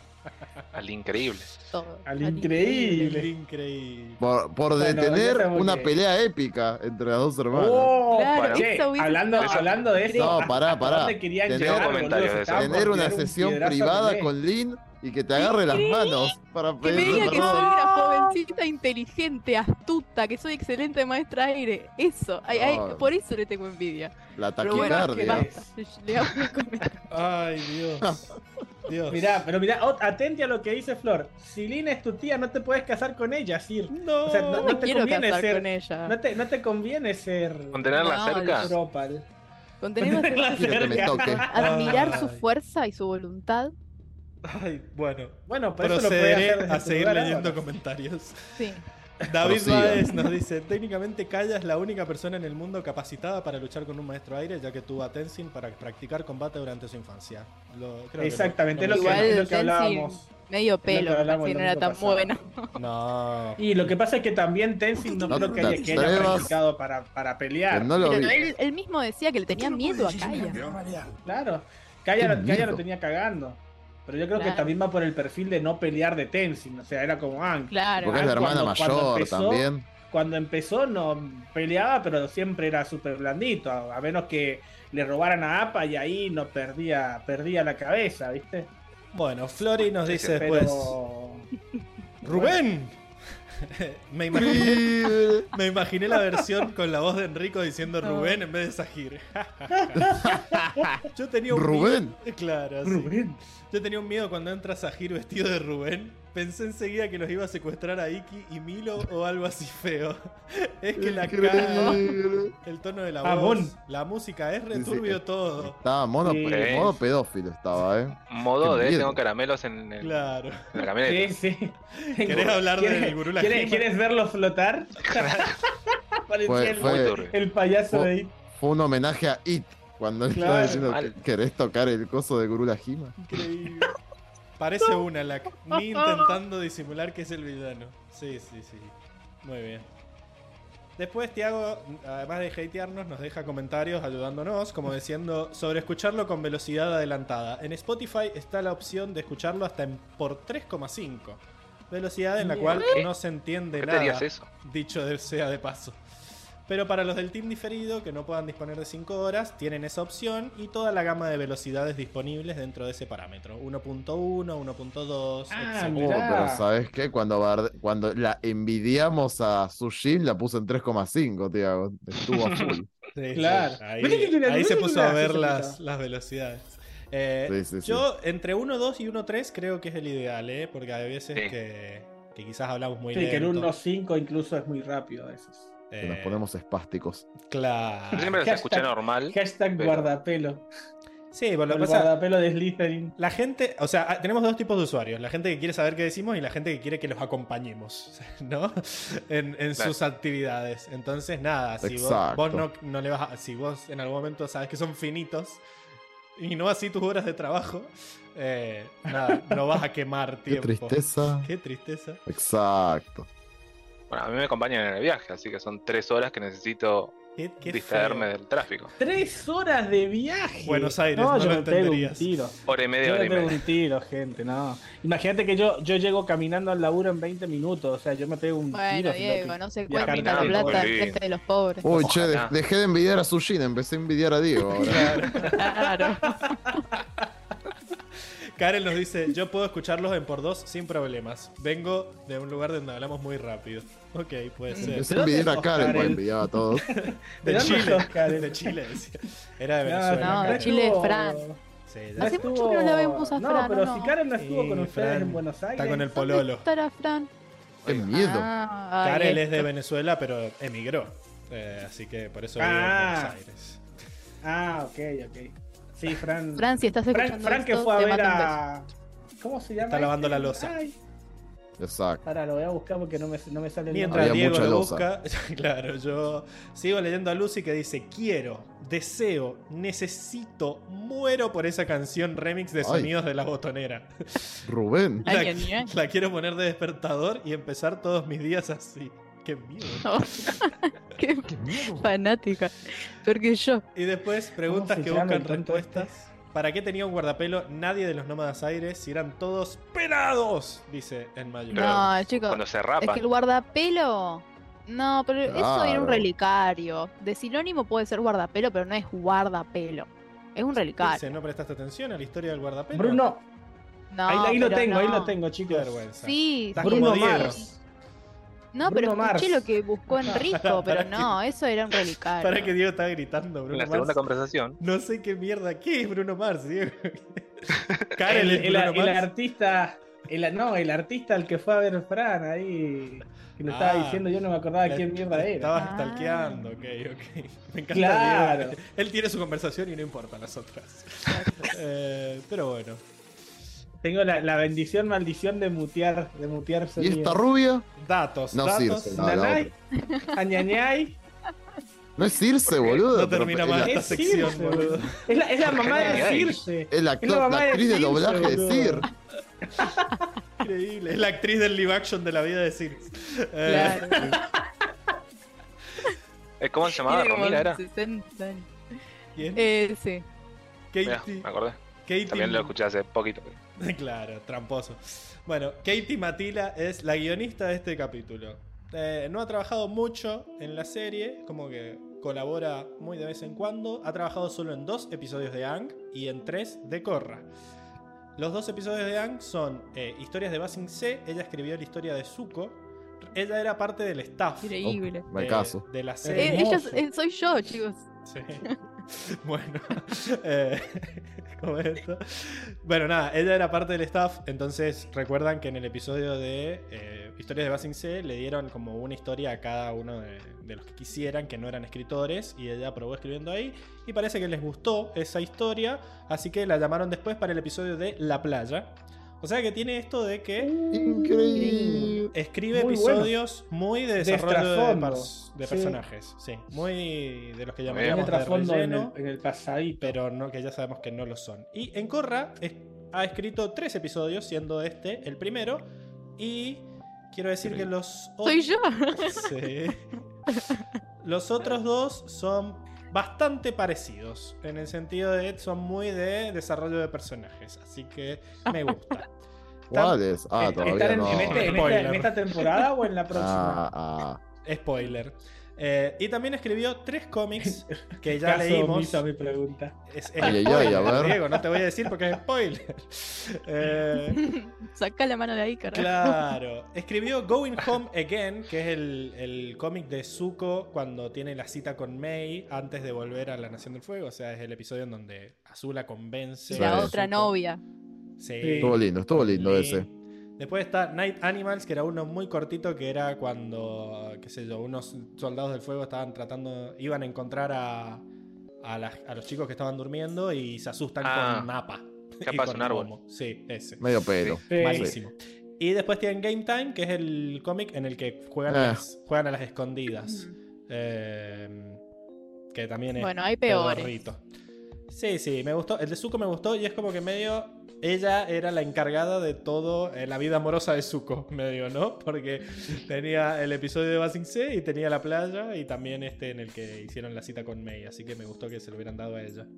Al increíble. Todo. Al Al increíble. Increíble. Por, por Bueno, detener ya sabemos una que- pelea épica entre las dos hermanas. Oh, Claro, che, eso hubiese hablando, sido- hablando de eso, No, ¿hasta- pará, hasta pará. dónde querían Tenés llegar, boludo? comentarios Se de estaban eso. por Tener una tirar un sesión piedrazo a privada Milei. con Lin y que te agarre las ¿Qué? manos para Que me pedirle diga que soy perdón. una jovencita inteligente, astuta, que soy excelente maestra aire. Eso, ay, ay, No. por eso le tengo envidia. La Pero bueno, taquicardia. ¿qué basta. Le hago un comentario. Ay, Dios. Dios. Mirá, pero mirá, oh, atente a lo que dice Flor. Si Lina es tu tía, no te puedes casar con ella, Sir. No. O sea, No no, me no te quiero conviene casar ser. con ella. No te, no te conviene ser. Con tenerla No, cerca. Propal. Con tenerla cerca, Quiero que me cerca. toque. admirar su Ay. fuerza y su voluntad. Ay, bueno. Bueno, por eso lo puede Procederé hacer desde a tu seguir lugar leyendo ahora. comentarios. Sí. David Prosiga. Baez nos dice: técnicamente Kaya es la única persona en el mundo capacitada para luchar con un maestro aire, ya que tuvo a Tenzin para practicar combate durante su infancia. Lo- creo que Exactamente, lo- es lo lo que, mencionó. es lo que Tenzin hablábamos. medio que pelo, hablamos si el no era domingo tan pasado. bueno. No. Y lo que pasa es que también Tenzin no, No creo que te haya, que haya atrevas. practicado para, para pelear. Que no lo Pero vi. él, él mismo decía que le tenía miedo a Kaya. Claro. Kaya, Qué Kaya miedo. lo tenía cagando. Pero yo creo Claro. que también va por el perfil de no pelear de Tenzin. O sea, era como Aang. Claro. Porque es la Cuando- hermana cuando mayor empezó- también. Cuando empezó no peleaba, pero siempre era súper blandito. A, a menos que le robaran a Appa y ahí no perdía, perdía la cabeza, ¿viste? Bueno, Flori nos dice Pero. después: ¡Rubén! me, imaginé, me imaginé la versión con la voz de Enrico diciendo Rubén en vez de Sahir. Yo tenía un ¿Rubén? miedo- Claro, sí. Rubén. Yo tenía un miedo cuando entra Sahir vestido de Rubén. Pensé enseguida que los iba a secuestrar a Iki y Milo o algo así feo. Es que la cara, Increíble. el tono de la Ah, voz, Bon. la música, es Sí, sí. returbio todo. Estaba mono, Sí. modo pedófilo estaba, eh. Modo Qué de miedo. tengo caramelos en, el, Claro. en la camioneta. Sí, sí. ¿Querés hablar ¿Quieres- del Gurú ¿quieres, Lajima? ¿Quieres verlo flotar? Parecía Fue- el, fue- turbio. el payaso Fue- de It. Fue un homenaje a It. Cuando él Claro. estaba diciendo Mal. que querés tocar el coso de Guru Lajima. Increíble. Parece una la ni intentando disimular que es el villano. Sí, sí, sí. Muy bien. Después Tiago, además de hatearnos, nos deja comentarios ayudándonos, como diciendo sobre escucharlo con velocidad adelantada. En Spotify está la opción de escucharlo hasta en por tres coma cinco. Velocidad en la Bien. cual no se entiende ¿Qué te nada. harías eso? Dicho de- sea de paso. Pero para los del team diferido que no puedan disponer de cinco horas, tienen esa opción y toda la gama de velocidades disponibles dentro de ese parámetro. uno punto uno, uno punto dos, Ah, etcétera. Oh, Mirá. pero ¿sabes qué? Cuando, barde- cuando la envidiamos a Sushin, la puso en tres coma cinco, Tiago. Estuvo a full. Sí, Claro. sí, Ahí, Vení que tiene- ahí vení se que puso a tiene- ver sí, sí, las, sí. las velocidades. Eh, Sí, sí, sí. yo entre uno punto dos y uno punto tres creo que es el ideal, ¿eh? Porque hay veces Sí. que, que quizás hablamos muy Sí, que en lento. uno punto cinco incluso es muy rápido a veces. Eh, Que nos ponemos espásticos. Claro. Yo siempre los Hashtag- escuché normal. Hashtag pero- guardapelo. Sí, por lo El que pasa, guardapelo de Slytherin. la gente, o sea, ah, tenemos dos tipos de usuarios. La gente que quiere saber qué decimos y la gente que quiere que los acompañemos, ¿no? En, en Claro. sus actividades. Entonces, nada, si vos, Exacto. vos no, no le vas a, si vos en algún momento sabes que son finitos y no así tus horas de trabajo, eh, nada, no vas a quemar Qué tiempo. tristeza. Qué tristeza. Exacto. Bueno, a mí me acompañan en el viaje, así que son tres horas que necesito Qué, qué distraerme feo. del tráfico. Tres horas de viaje. Buenos Aires, no, no yo lo me pego un entenderías. tiro. Hora y media, Yo hora me y pego media. un tiro, gente, no. Imagínate que yo, yo llego caminando al laburo en veinte minutos. O sea, yo me pego un Bueno, tiro. Diego, no se viajar cuenta la caminando, plata boludo. enfrente de los pobres. Uy, che, de- Ojalá. dejé de envidiar a Sushin, empecé a envidiar a Diego ahora. Claro. Karen nos dice, yo puedo escucharlos en por dos sin problemas. Vengo de un lugar donde hablamos muy rápido. Ok, puede ser. Empecé a ¿De dónde envidiar a sos, Karen, Karen? pues envidiaba a todos. ¿De De dónde Chile. sos, Karen? De Chile, decía. Era de No, Venezuela. no, de Karen. Chile es Fran. Sí, ya No Hace sé. mucho que no la vemos a No, Fran, pero ¿o si no? Karen no estuvo Sí, con ustedes Fran en Buenos Aires. Está con el ¿Dónde pololo. estará Fran? Qué miedo. Ah, ay, Karel es esto. de Venezuela, pero emigró. Eh, así que por eso vive en Ah. Buenos Aires. Ah, ok, ok. Sí, Fran. Fran, si estás Fran, escuchando Fran que esto, fue a te ver mando un beso. a. ¿Cómo se llama? Está lavando este? la loza. Ay, Exacto. ahora lo voy a buscar porque no me, no me sale el Mientras nombre. Había Diego mucha lo loza. busca, claro, yo sigo leyendo a Lucy que dice: quiero, deseo, necesito, muero por esa canción remix de Ay. Sonidos de la Botonera. Rubén. Ay, La, qué nivel. la quiero poner de despertador y empezar todos mis días así. Qué miedo. Qué fanática. Peor que yo. Y después preguntas se que llama buscan el tonto respuestas. ¿Para qué tenía un guardapelo nadie de los nómadas aires si eran todos pelados? Dice en mayo. Pero No, chicos. Cuando se Es rapan. que el guardapelo. No, pero eso era Claro. un relicario. De sinónimo puede ser guardapelo, pero no es guardapelo. Es un relicario. Dice, ¿no prestaste atención a la historia del guardapelo? Bruno, No, ahí, ahí lo pero tengo, ahí no. lo tengo, Qué chicos. vergüenza. Sí, Estás sí, Bruno como Diego. Mars. No, pero Bruno escuché Mars. lo que buscó Enrico, Para pero que- no, eso era un relicario. Para que Diego estaba gritando, En Bruno la segunda Mars. conversación. No sé qué mierda. ¿Qué es Bruno Mars, Diego? Karel El, es el- Bruno el Mars. artista, el, no, el artista al que fue a ver Fran ahí, que lo estaba Ah, diciendo, yo no me acordaba La- quién mierda la era. Estabas Ah. stalkeando, ok, ok. Me encanta Claro. Diego. Él tiene su conversación y no importa las otras. Eh, pero bueno. Tengo la, la bendición, maldición de mutear, de mutear ¿Y sonido. esta rubia? Datos, No, datos. Circe, no, la Nanay, añañay, No es Circe, boludo. No pero termina es más la- esta es sección, Circe, boludo. es la, es la mamá de Ay. Circe. Es la, Es la actor- mamá la de actriz de Circe, doblaje de boludo. Sir. Increíble. Es la actriz del live action de la vida de Circe. Eh, Claro. Eh, ¿Cómo se llamaba? Tiene como ¿Romina era? sesenta años. ¿Quién? Eh, sí. Mirá, Katie. me acordé. Katie- También lo escuché hace poquito. Claro, tramposo. Bueno, Katie Matila es la guionista de este capítulo. Eh, no ha trabajado mucho en la serie, como que colabora muy de vez en cuando. Ha trabajado solo en dos episodios de Aang y en tres de Korra. Los dos episodios de Aang son eh, historias de Ba Sing Se. Ella escribió la historia de Zuko. Ella era parte del staff de, Increíble. Me caso. de la Eh, serie. ella hermoso. eh, soy yo, chicos. Sí. Bueno, eh, ¿cómo es esto? Bueno, nada, ella era parte del staff, entonces recuerdan que en el episodio de eh, Historias de Ba Sing Se le dieron como una historia a cada uno de, de los que quisieran, que no eran escritores, y ella probó escribiendo ahí, y parece que les gustó esa historia, así que la llamaron después para el episodio de La Playa. O sea que tiene esto de que Increíble. escribe Muy episodios muy de desarrollo de, trasfondo. pers- de Sí. personajes, sí, muy de los que Bien. Tiene llamaríamos de trasfondo en el, relleno, en el pasadito. pero no, que ya sabemos que no lo son. Y en Korra es- ha escrito tres episodios, siendo este el primero, y quiero decir que los ot- Soy yo. Sí. Los otros dos son bastante parecidos, en el sentido de son muy de desarrollo de personajes, así que me gusta. ¿Cuáles? Ah, Eh, todavía ¿Están en, no. en este- en Spoiler. esta, en esta temporada o en la próxima? Ah, ah. Spoiler. Eh, y también escribió tres cómics que ya Caso leímos. omiso a mi pregunta. Es, es Ay, ay, spoiler, ay, a ver. Diego, no te voy a decir porque es spoiler. Eh, Saca la mano de ahí, carajo. claro. Escribió Going Home Again, que es el, el cómic de Zuko cuando tiene la cita con Mei antes de volver a la Nación del Fuego. O sea, es el episodio en donde Azula convence Y Sí. la a otra Zuko. novia. Sí. Estuvo lindo, estuvo lindo Sí. ese. Después está Night Animals, que era uno muy cortito, que era cuando, qué sé yo, unos soldados del fuego estaban tratando, iban a encontrar a, a, las- a los chicos que estaban durmiendo y se asustan Ah, con Napa. Capaz y con un árbol. Momo. Sí, ese. Medio pelo. Sí. Malísimo. Y después tienen Game Time, que es el cómic en el que juegan, a Ah. las, juegan a las escondidas. Eh, que también es Bueno, hay peores. pedorrito. Sí, sí, me gustó. El de Zuko me gustó y es como que medio... Ella era la encargada de todo eh, la vida amorosa de Zuko, medio, ¿no? Porque tenía el episodio de Ba Sing Se y tenía la playa y también este en el que hicieron la cita con Mei. Así que me gustó que se lo hubieran dado a ella.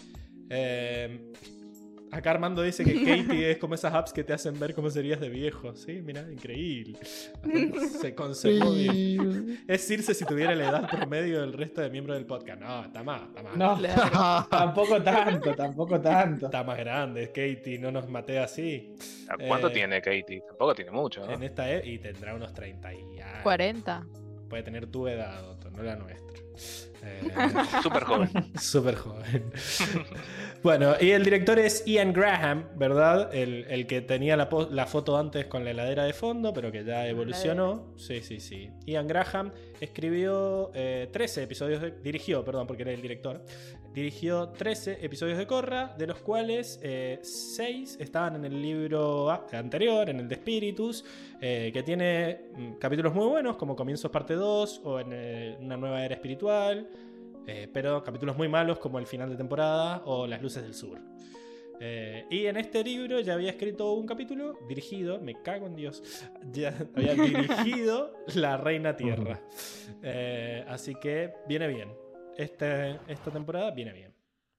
Eh, acá Armando dice que Katie es como esas apps que te hacen ver cómo serías de viejo. Sí, mira, increíble. Se conservó bien. Es Circe si tuviera la edad promedio del resto de miembros del podcast. No, está más, está más. No, Claro. tampoco tanto, tampoco tanto. Está más grande, Katie, no nos mate así. ¿Cuánto Eh, tiene Katie? Tampoco tiene mucho, ¿no? En esta e y tendrá unos treinta y algo. cuarenta. Puede tener tu edad, Otto, no la nuestra. Eh, Súper joven. Súper joven. Bueno, y el director es Ian Graham, ¿verdad? El, el que tenía la, po- la foto antes con la heladera de fondo, pero que ya evolucionó. Sí, sí, sí. Ian Graham escribió eh, trece episodios, de- dirigió, perdón, porque era el director. Dirigió trece episodios de Korra, de los cuales eh, seis estaban en el libro a- anterior, en el de Spiritus, eh, que tiene mm, capítulos muy buenos, como Comienzos parte dos o en eh, Una nueva era espiritual. Eh, pero capítulos muy malos como el final de temporada o Las luces del sur. Eh, y en este libro ya había escrito un capítulo dirigido, me cago en Dios, ya había dirigido La Reina Tierra. Eh, así que viene bien. Este, esta temporada viene bien.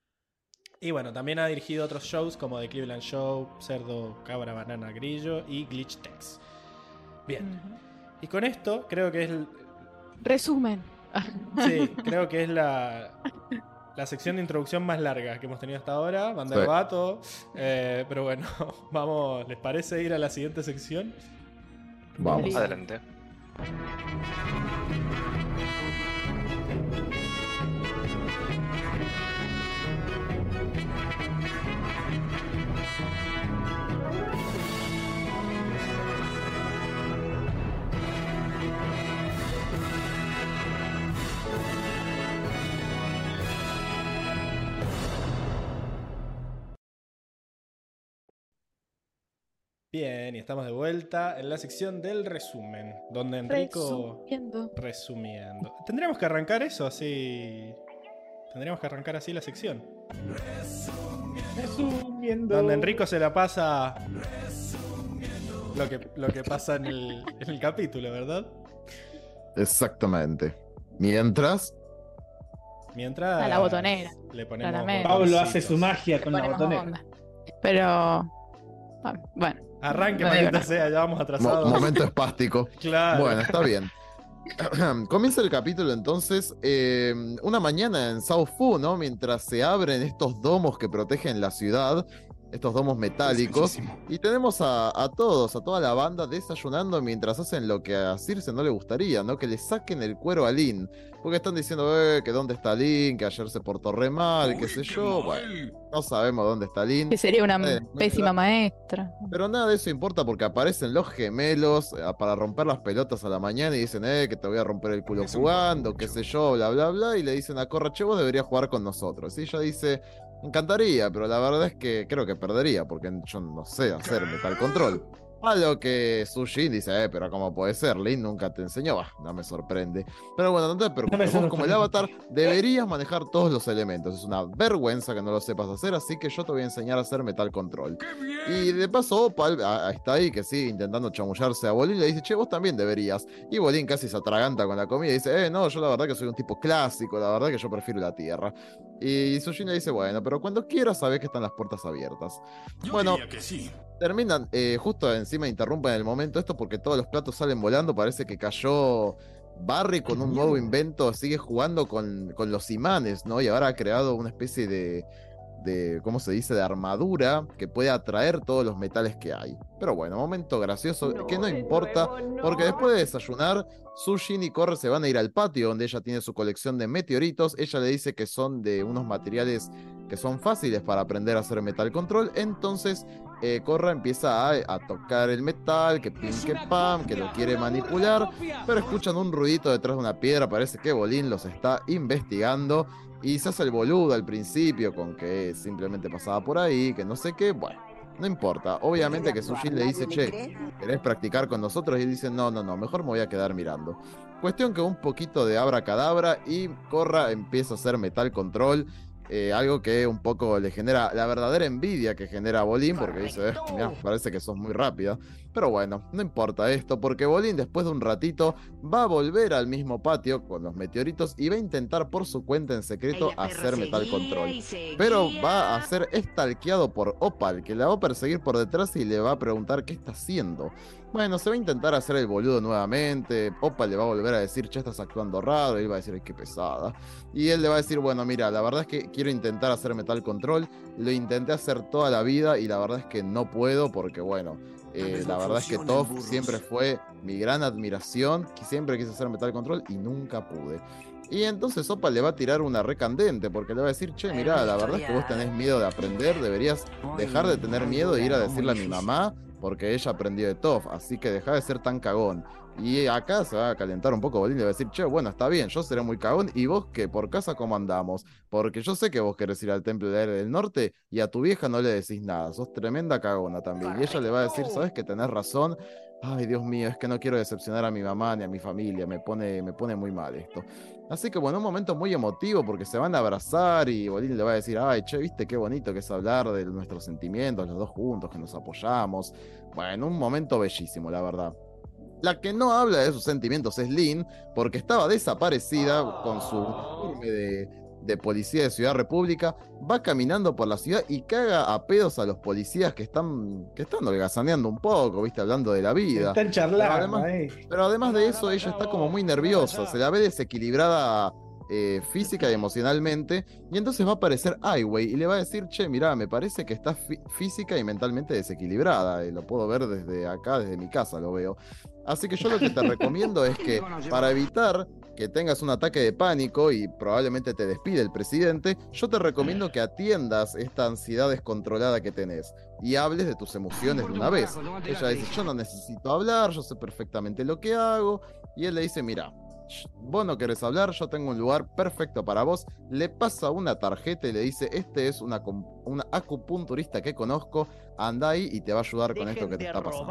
Y bueno, también ha dirigido otros shows como The Cleveland Show, Cerdo, Cabra, Banana, Grillo y Glitch Tex. Bien. Ujú. Y con esto creo que es... el- Resumen. Sí, creo que es la, la sección de introducción más larga que hemos tenido hasta ahora. Banda Sí. de vato. Eh, pero bueno, vamos, ¿les parece ir a la siguiente sección? Vamos. Sí. Adelante. Bien, y estamos de vuelta en la sección del resumen, donde Enrico... Resumiendo. Resumiendo. Tendríamos que arrancar eso así... Tendríamos que arrancar así la sección. Resumiendo. Donde Enrico se la pasa... Lo que, lo que pasa en el, en el capítulo, ¿verdad? Exactamente. Mientras... Mientras... A la botonera. Le ponemos Claramente. Pablo botoncitos. hace su magia con la Ponemos botonera. onda. Pero... Bueno. Arranque, No, maldita no. sea, ya vamos mo- atrasados. momento espástico. Claro. Bueno, está bien. Comienza el capítulo entonces, eh, una mañana en South Fu, ¿no? Mientras se abren estos domos que protegen la ciudad, estos domos metálicos, y tenemos a, a todos, a toda la banda desayunando mientras hacen lo que a Circe no le gustaría, ¿no? Que le saquen el cuero a Lin, porque están diciendo eh, que dónde está Lin, que ayer se portó re mal, qué sé yo, bueno, no sabemos dónde está Lin. Que sería una Eh, pésima maestra. Pero nada de eso importa porque aparecen los gemelos eh, para romper las pelotas a la mañana y dicen, eh, que te voy a romper el culo jugando, qué sé yo, bla, bla, bla. Y le dicen a Korra, che, vos deberías jugar con nosotros. Y ella dice, me encantaría, pero la verdad es que creo que perdería porque yo no sé hacer Metal Control. A lo que Sushin dice, eh, pero ¿cómo puede ser? Lin nunca te enseñó. Bah, no me sorprende. Pero bueno, no te preocupes, No me vos como el sorprende. avatar deberías manejar todos los elementos. Es una vergüenza que no lo sepas hacer, así que yo te voy a enseñar a hacer Metal Control. Y de paso, Opal ah, está ahí, que sigue intentando chamullarse a Bolín, le dice, che, vos también deberías. Y Bolín casi se atraganta con la comida y dice, eh, no, yo la verdad que soy un tipo clásico, la verdad que yo prefiero la tierra. Y Sushin le dice, bueno, pero cuando quieras sabés que están las puertas abiertas. Yo Bueno, diría que sí. terminan, eh, justo encima interrumpen el momento esto porque todos los platos salen volando, parece que cayó Barry con un nuevo invento, sigue jugando con, con los imanes, ¿no? Y ahora ha creado una especie de, de, ¿cómo se dice?, de armadura que puede atraer todos los metales que hay. Pero bueno, momento gracioso, No, que no de importa, nuevo, no. porque después de desayunar, Sushin y Korra se van a ir al patio donde ella tiene su colección de meteoritos. Ella le dice que son de unos materiales que son fáciles para aprender a hacer Metal Control, entonces eh, Korra empieza a, a tocar el metal, que pim, que pam, que lo quiere manipular, pero escuchan un ruidito detrás de una piedra, parece que Bolín los está investigando y se hace el boludo al principio con que simplemente pasaba por ahí, que no sé qué, bueno, no importa, obviamente que Sushin le dice, che, ¿querés practicar con nosotros? Y dice, no, no, no, mejor me voy a quedar mirando. Cuestión que un poquito de abracadabra y Korra empieza a hacer Metal Control. Eh, algo que un poco le genera la verdadera envidia que genera a Bolín, porque dice, eh, mirá, parece que sos muy rápida. Pero bueno, no importa esto, porque Bolín después de un ratito va a volver al mismo patio con los meteoritos y va a intentar por su cuenta en secreto hacer Metal Control. Pero va a ser estalqueado por Opal, que la va a perseguir por detrás y le va a preguntar qué está haciendo. Bueno, se va a intentar hacer el boludo nuevamente. Opal le va a volver a decir, che, estás actuando raro. Y él va a decir, ay, qué pesada. Y él le va a decir, bueno, mira, la verdad es que quiero intentar hacer Metal Control. Lo intenté hacer toda la vida y la verdad es que no puedo porque, bueno, eh, la verdad es que Toph siempre fue mi gran admiración. Que siempre quise hacer Metal Control y nunca pude. Y entonces Opal le va a tirar una recandente porque le va a decir, che, mirá, la verdad es que vos tenés miedo de aprender. Deberías dejar de tener miedo e ir a decirle a mi mamá, porque ella aprendió de Toph, así que deja de ser tan cagón. Y acá se va a calentar un poco Bolín y le va a decir, che, bueno, está bien, yo seré muy cagón, y vos que por casa cómo andamos, porque yo sé que vos querés ir al Templo del Aire del Norte y a tu vieja no le decís nada, sos tremenda cagona también. Y ella le va a decir, sabes que tenés razón, ay Dios mío, es que no quiero decepcionar a mi mamá ni a mi familia, me pone, me pone muy mal esto. Así que bueno, un momento muy emotivo porque se van a abrazar y Bolín le va a decir, ay, che, viste qué bonito que es hablar de nuestros sentimientos, los dos juntos, que nos apoyamos. Bueno, un momento bellísimo, la verdad. La que no habla de sus sentimientos es Lin, porque estaba desaparecida con su uniforme de, de policía de Ciudad República, va caminando por la ciudad y caga a pedos a los policías que están, que están holgazaneando un poco, viste, hablando de la vida. Están charlando, Pero además, eh. pero además de eso, ella está como muy nerviosa, se la ve desequilibrada eh, física y emocionalmente, y entonces va a aparecer Ai Wei y le va a decir, che, mirá, me parece que estás fí- física y mentalmente desequilibrada, y lo puedo ver desde acá, desde mi casa lo veo. Así que yo lo que te recomiendo es que para evitar que tengas un ataque de pánico y probablemente te despide el presidente, yo te recomiendo que atiendas esta ansiedad descontrolada que tenés y hables de tus emociones de una vez. Ella dice, yo no necesito hablar, yo sé perfectamente lo que hago, y él le dice, mira, vos no querés hablar, yo tengo un lugar perfecto para vos. Le pasa una tarjeta y le dice, este es una, una acupunturista que conozco, anda ahí y te va a ayudar con esto que te está pasando.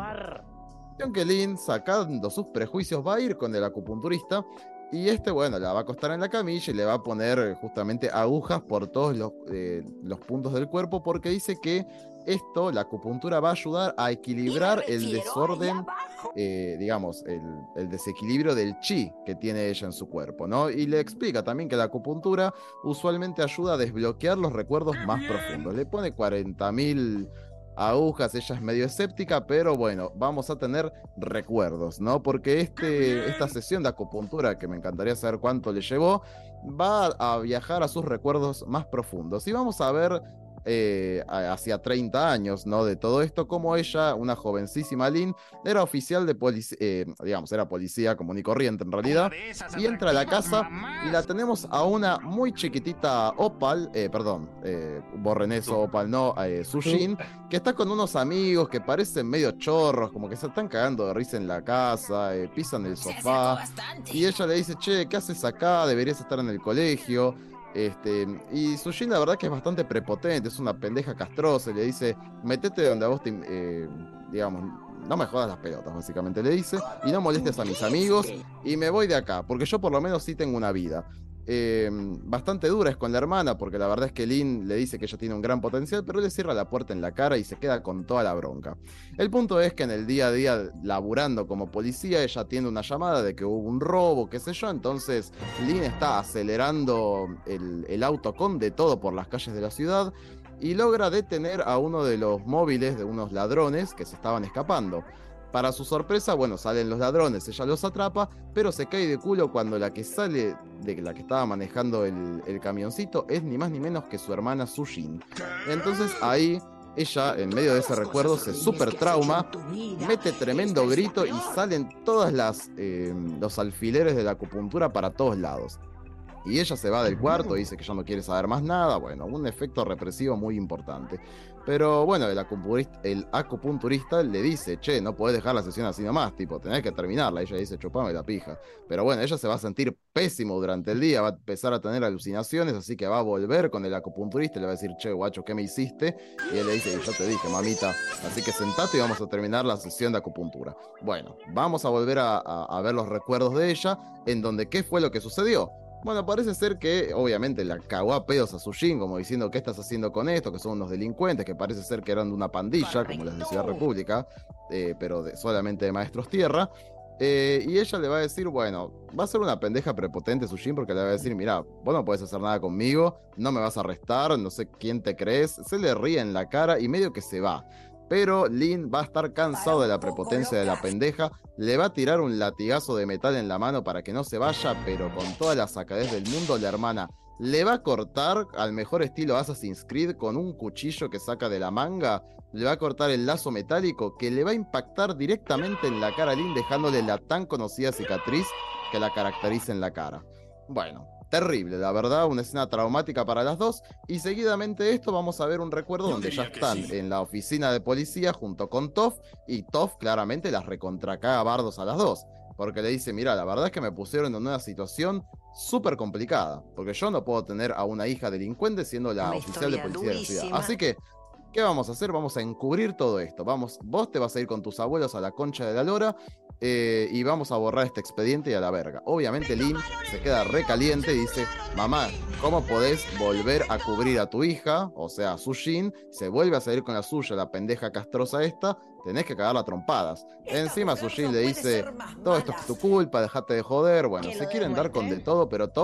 Y aunque Lin, sacando sus prejuicios, va a ir con el acupunturista, y este, bueno, la va a acostar en la camilla y le va a poner justamente agujas por todos los, eh, los puntos del cuerpo, porque dice que esto, la acupuntura, va a ayudar a equilibrar el desorden, eh, digamos, el, el desequilibrio del chi que tiene ella en su cuerpo, ¿no? Y le explica también que la acupuntura usualmente ayuda a desbloquear los recuerdos más profundos. Le pone cuarenta mil agujas, ella es medio escéptica, pero bueno, vamos a tener recuerdos, ¿no? Porque este, esta sesión de acupuntura, que me encantaría saber cuánto le llevó, va a viajar a sus recuerdos más profundos. Y vamos a ver eh, hacia treinta años, ¿no? De todo esto, como ella, una jovencísima Lin, era oficial de policía, eh, digamos, era policía común y corriente en realidad, y entra a la casa y la tenemos a una muy chiquitita Opal, eh, perdón, eh, borren eso, Opal, no, eh, Sushin, que está con unos amigos que parecen medio chorros, como que se están cagando de risa en la casa, eh, pisan el sofá, y ella le dice, che, ¿qué haces acá? Deberías estar en el colegio. Este, y Sushin la verdad que es bastante prepotente, es una pendeja castrosa, y le dice, metete donde a vos te, eh, digamos, no me jodas las pelotas, básicamente le dice, y no molestes a mis amigos, y me voy de acá, porque yo por lo menos sí tengo una vida. Eh, bastante dura es con la hermana, porque la verdad es que Lin le dice que ella tiene un gran potencial, pero le cierra la puerta en la cara y se queda con toda la bronca. El punto es que en el día a día, laburando como policía, ella tiene una llamada de que hubo un robo, qué sé yo, entonces Lin está acelerando el, el auto con de todo por las calles de la ciudad y logra detener a uno de los móviles de unos ladrones que se estaban escapando. Para su sorpresa, bueno, salen los ladrones, ella los atrapa, pero se cae de culo cuando la que sale de la que estaba manejando el, el camioncito es ni más ni menos que su hermana Sushin. Entonces ahí ella, en medio de ese recuerdo, se super trauma, mete tremendo grito y salen todas las eh, los alfileres de la acupuntura para todos lados. Y ella se va del cuarto, dice que ya no quiere saber más nada. Bueno, un efecto represivo muy importante. Pero bueno, el acupunturista, el acupunturista le dice, che, no podés dejar la sesión así nomás, tipo, tenés que terminarla. Ella dice, chupame la pija. Pero bueno, ella se va a sentir pésimo durante el día, va a empezar a tener alucinaciones, así que va a volver con el acupunturista y le va a decir, che, guacho, ¿qué me hiciste? Y él le dice, yo te dije, mamita, así que sentate y vamos a terminar la sesión de acupuntura. Bueno, vamos a volver a, a, a ver los recuerdos de ella, en donde qué fue lo que sucedió. Bueno, parece ser que obviamente la cagó a pedos a Sushin, como diciendo, ¿qué estás haciendo con esto? Que son unos delincuentes, que parece ser que eran de una pandilla, como les decía República, eh, pero de, solamente de maestros tierra. Eh, y ella le va a decir, bueno, va a ser una pendeja prepotente Sushin, porque le va a decir, mirá, vos no podés hacer nada conmigo, no me vas a arrestar, no sé quién te crees. Se le ríe en la cara y medio que se va. Pero Lin va a estar cansado de la prepotencia de la pendeja, le va a tirar un latigazo de metal en la mano para que no se vaya, pero con toda la sacadez del mundo, la hermana le va a cortar al mejor estilo Assassin's Creed con un cuchillo que saca de la manga, le va a cortar el lazo metálico que le va a impactar directamente en la cara a Lin, dejándole la tan conocida cicatriz que la caracteriza en la cara. Bueno, terrible, la verdad, una escena traumática para las dos, y seguidamente de esto vamos a ver un recuerdo donde ya están en la oficina de policía junto con Toph, y Toph claramente las recontracaga a bardos a las dos, porque le dice, mira, la verdad es que me pusieron en una situación súper complicada, porque yo no puedo tener a una hija delincuente siendo la una oficial de policía durísima de la ciudad, así que ¿qué vamos a hacer? Vamos a encubrir todo esto. Vamos, vos te vas a ir con tus abuelos a la concha de la lora eh, y vamos a borrar este expediente y a la verga. Obviamente Lin se queda recaliente y dice, mamá, ¿cómo podés volver a cubrir a tu hija? O sea, a Sushin, se vuelve a salir con la suya, la pendeja castrosa esta, tenés que cagarla a trompadas. Encima Sushin le dice, todo esto es tu culpa, dejate de joder. Bueno, se quieren dar con de todo, pero Toph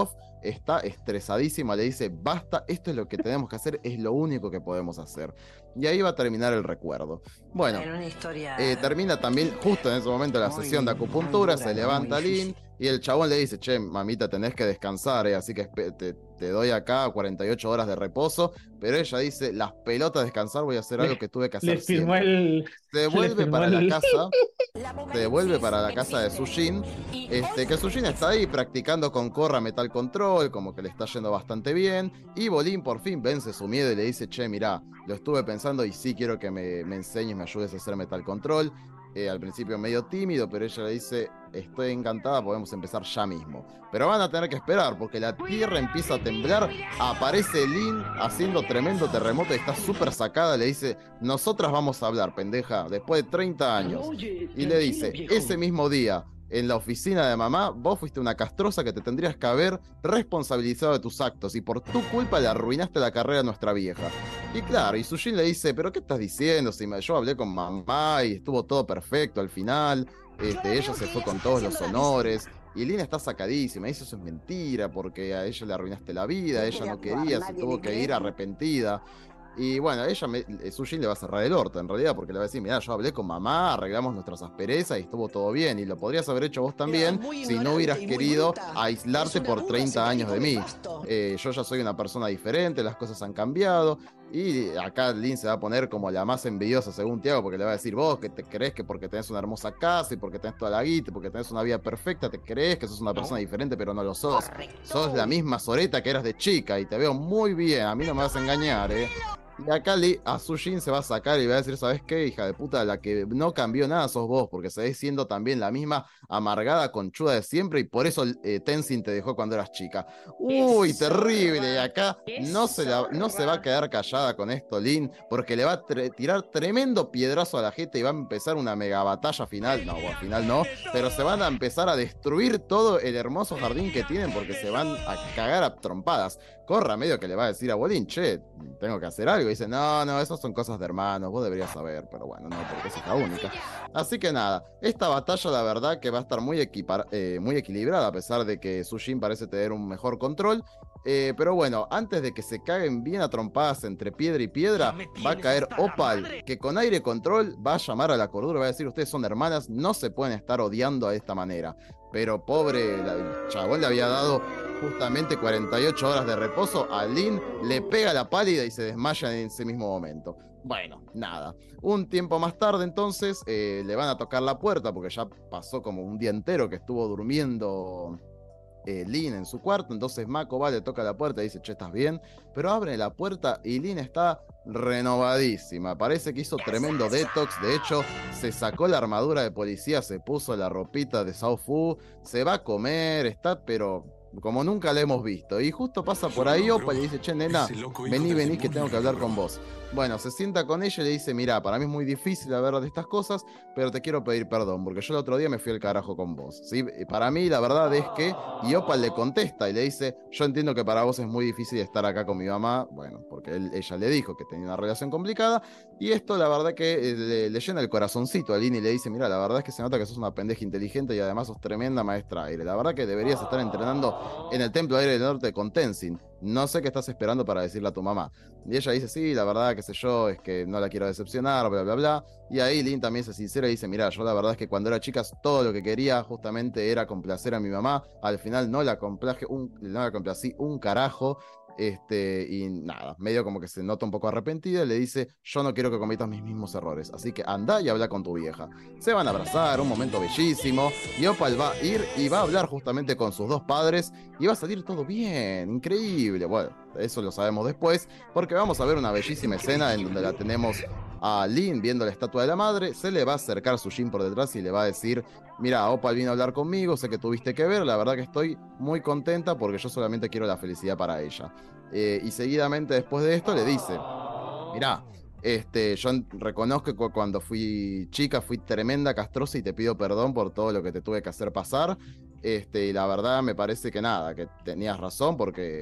está estresadísima, le dice, basta, esto es lo que tenemos que hacer, es lo único que podemos hacer. Y ahí va a terminar el recuerdo. Bueno, eh, termina también justo en ese momento la sesión de acupuntura, se levanta Lin y el chabón le dice, che, mamita, tenés que descansar, eh, así que te, te doy acá cuarenta y ocho horas de reposo, pero ella dice, las pelotas, descansar, voy a hacer algo que tuve que hacer Le firmó siempre. el... Se devuelve para el... la casa, se devuelve para la casa de Sujin, este, que Sujin está ahí practicando con Korra Metal Control, como que le está yendo bastante bien, y Bolin por fin vence su miedo y le dice, che, mirá, lo estuve pensando y sí quiero que me, me enseñes, me ayudes a hacer Metal Control. Eh, al principio medio tímido, pero ella le dice, estoy encantada, podemos empezar ya mismo. Pero van a tener que esperar, porque la tierra empieza a temblar, aparece Lin haciendo tremendo terremoto y está súper sacada, le dice, nosotras vamos a hablar, pendeja, después de treinta años. Y le dice, ese mismo día, en la oficina de mamá, vos fuiste una castrosa que te tendrías que haber responsabilizado de tus actos y por tu culpa le arruinaste la carrera a nuestra vieja. Y claro, y Sujin le dice, pero ¿qué estás diciendo? Si me, yo hablé con mamá y estuvo todo perfecto al final, este, ella se fue con todos los honores. Y Lin está sacadísima, dice, eso es mentira, porque a ella le arruinaste la vida, ella no quería, se tuvo que ir arrepentida. Y bueno, ella, me, Sujin le va a cerrar el orto en realidad, porque le va a decir, mirá, yo hablé con mamá, arreglamos nuestras asperezas y estuvo todo bien, y lo podrías haber hecho vos también si no hubieras querido aislarte por treinta años de mí. Eh, yo ya soy una persona diferente, las cosas han cambiado, y acá Lin se va a poner como la más envidiosa según Tiago, porque le va a decir, vos que te crees que porque tenés una hermosa casa y porque tenés toda la guita, porque tenés una vida perfecta, te crees que sos una persona diferente, pero no lo sos. Sos la misma soreta que eras de chica y te veo muy bien, a mí no me vas a engañar, eh. Y acá a Sujin se va a sacar y va a decir, ¿sabes qué, hija de puta? La que no cambió nada sos vos, porque seguís siendo también la misma amargada, conchuda de siempre, y por eso eh, Tenzin te dejó cuando eras chica. Uy, terrible. Y acá no se, la, no se va a quedar callada con esto Lin, porque le va a tre tirar tremendo piedrazo a la gente y va a empezar una mega batalla final. No, bueno, final no, pero se van a empezar a destruir todo el hermoso jardín que tienen, porque se van a cagar a trompadas. Korra medio que le va a decir a Bolin, che, tengo que hacer algo. Y dice, no, no, esas son cosas de hermanos, vos deberías saber, pero bueno, no, porque esa es la única. Así que nada, esta batalla la verdad que va a estar muy, equipar eh, muy equilibrada, a pesar de que Sujin parece tener un mejor control. Eh, pero bueno, antes de que se caguen bien a trompadas entre piedra y piedra, va a caer Opal, que con aire control va a llamar a la cordura, va a decir, ustedes son hermanas, no se pueden estar odiando de esta manera. Pero pobre, el chabón le había dado justamente cuarenta y ocho horas de reposo, a Lin le pega la pálida y se desmaya en ese mismo momento. Bueno, nada. Un tiempo más tarde entonces eh, le van a tocar la puerta, porque ya pasó como un día entero que estuvo durmiendo eh, Lin en su cuarto. Entonces Mako va, le toca la puerta y dice, che, ¿estás bien? Pero abre la puerta y Lin está renovadísima, parece que hizo tremendo detox. De hecho, se sacó la armadura de policía, se puso la ropita de Sao Fu, se va a comer, está pero como nunca la hemos visto. Y justo pasa por ahí Opa y le dice, che, nena, vení, vení, que tengo que hablar con vos. Bueno, se sienta con ella y le dice, mirá, para mí es muy difícil hablar de estas cosas, pero te quiero pedir perdón, porque yo el otro día me fui al carajo con vos, ¿sí? Para mí la verdad es que, y Opal le contesta y le dice, yo entiendo que para vos es muy difícil estar acá con mi mamá, bueno, porque él, ella le dijo que tenía una relación complicada, y esto la verdad que eh, le, le llena el corazoncito a Lin y le dice, mirá, la verdad es que se nota que sos una pendeja inteligente y además sos tremenda maestra aire, la verdad que deberías estar entrenando en el Templo Aire del Norte con Tenzin. No sé qué estás esperando para decirle a tu mamá. Y ella dice, sí, la verdad, qué sé yo, es que no la quiero decepcionar, bla, bla, bla. Y ahí Lin también se sincera y dice, mira, yo la verdad es que cuando era chica todo lo que quería justamente era complacer a mi mamá. Al final no la complaje, un, no la complací un carajo. Este, y nada, medio como que se nota un poco arrepentida y le dice, yo no quiero que cometas mis mismos errores, así que anda y habla con tu vieja. Se van a abrazar, un momento bellísimo, y Opal va a ir y va a hablar justamente con sus dos padres y va a salir todo bien, increíble. Bueno, eso lo sabemos después, porque vamos a ver una bellísima escena en donde la tenemos a Lin viendo la estatua de la madre. Se le va a acercar Sujin por detrás y le va a decir, mira, Opal vino a hablar conmigo, sé que tuviste que ver, la verdad que estoy muy contenta porque yo solamente quiero la felicidad para ella. Eh, y seguidamente después de esto le dice, mirá, este, yo reconozco que cuando fui chica fui tremenda castrosa y te pido perdón por todo lo que te tuve que hacer pasar. Este, y la verdad me parece que nada, que tenías razón porque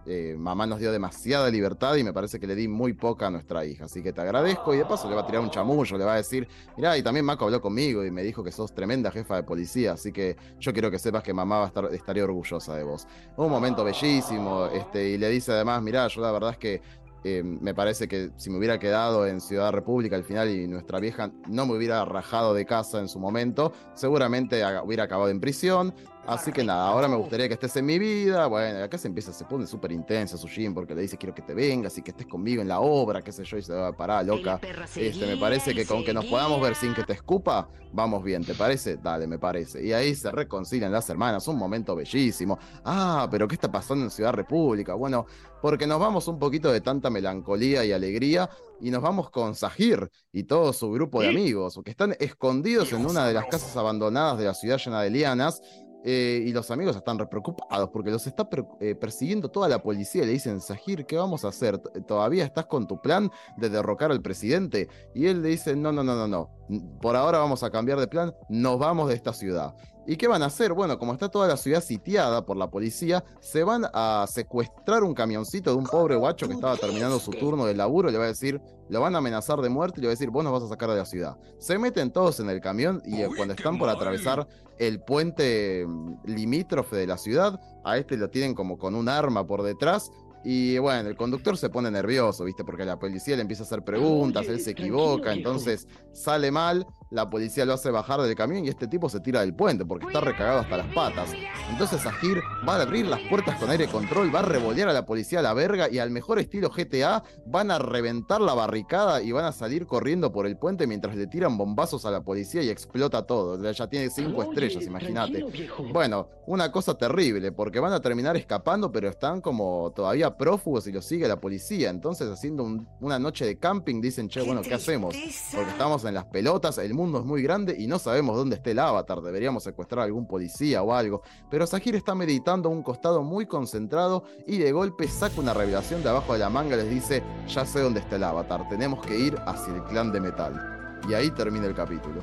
eh, mamá nos dio demasiada libertad y me parece que le di muy poca a nuestra hija, así que te agradezco, y de paso le va a tirar un chamullo, le va a decir, mirá, y también Mako habló conmigo y me dijo que sos tremenda jefa de policía, así que yo quiero que sepas que mamá va a estar, estaría orgullosa de vos. Un momento bellísimo, este, y le dice además, mirá, yo la verdad es que Eh, me parece que si me hubiera quedado en Ciudad República al final y nuestra vieja no me hubiera rajado de casa en su momento, seguramente hubiera acabado en prisión. Así que nada, ahora me gustaría que estés en mi vida. Bueno, acá se empieza, se pone súper intensa Sujin porque le dice quiero que te vengas y que estés conmigo en la obra, qué sé yo, y se va, pará, loca. Este, me parece que con que nos podamos ver sin que te escupa, vamos bien, ¿te parece? Dale, me parece. Y ahí se reconcilian las hermanas, un momento bellísimo. Ah, pero ¿qué está pasando en Ciudad República? Bueno, porque nos vamos un poquito de tanta melancolía y alegría y nos vamos con Sahir y todo su grupo de amigos, que están escondidos en una de las casas abandonadas de la ciudad llena de lianas. Eh, y los amigos están re preocupados porque los está per eh, persiguiendo toda la policía. Le dicen, Sahir, ¿qué vamos a hacer? ¿Todavía estás con tu plan de derrocar al presidente? Y él le dice, no, no, no, no, no. Por ahora vamos a cambiar de plan, nos vamos de esta ciudad. ¿Y qué van a hacer? Bueno, como está toda la ciudad sitiada por la policía, se van a secuestrar un camioncito de un pobre guacho que estaba terminando su turno de laburo. Le va a decir, lo van a amenazar de muerte y le va a decir, vos nos vas a sacar de la ciudad. Se meten todos en el camión y eh, cuando están por atravesar el puente limítrofe de la ciudad, a este lo tienen como con un arma por detrás. Y bueno, el conductor se pone nervioso, ¿viste? Porque la policía le empieza a hacer preguntas, él se equivoca, entonces sale mal, la policía lo hace bajar del camión y este tipo se tira del puente porque está recagado hasta las patas. Entonces Sahir va a abrir las puertas con aire control, va a revolear a la policía a la verga y al mejor estilo G T A van a reventar la barricada y van a salir corriendo por el puente mientras le tiran bombazos a la policía y explota todo. Ya tiene cinco estrellas, imagínate. Bueno, una cosa terrible porque van a terminar escapando, pero están como todavía prófugos y los sigue la policía. Entonces, haciendo un, una noche de camping, dicen, che, bueno, ¿qué hacemos? Porque estamos en las pelotas, el mundo es muy grande y no sabemos dónde está el avatar, deberíamos secuestrar a algún policía o algo. Pero Sahir está meditando a un costado muy concentrado y de golpe saca una revelación de abajo de la manga y les dice, ya sé dónde está el avatar, tenemos que ir hacia el clan de metal. Y ahí termina el capítulo.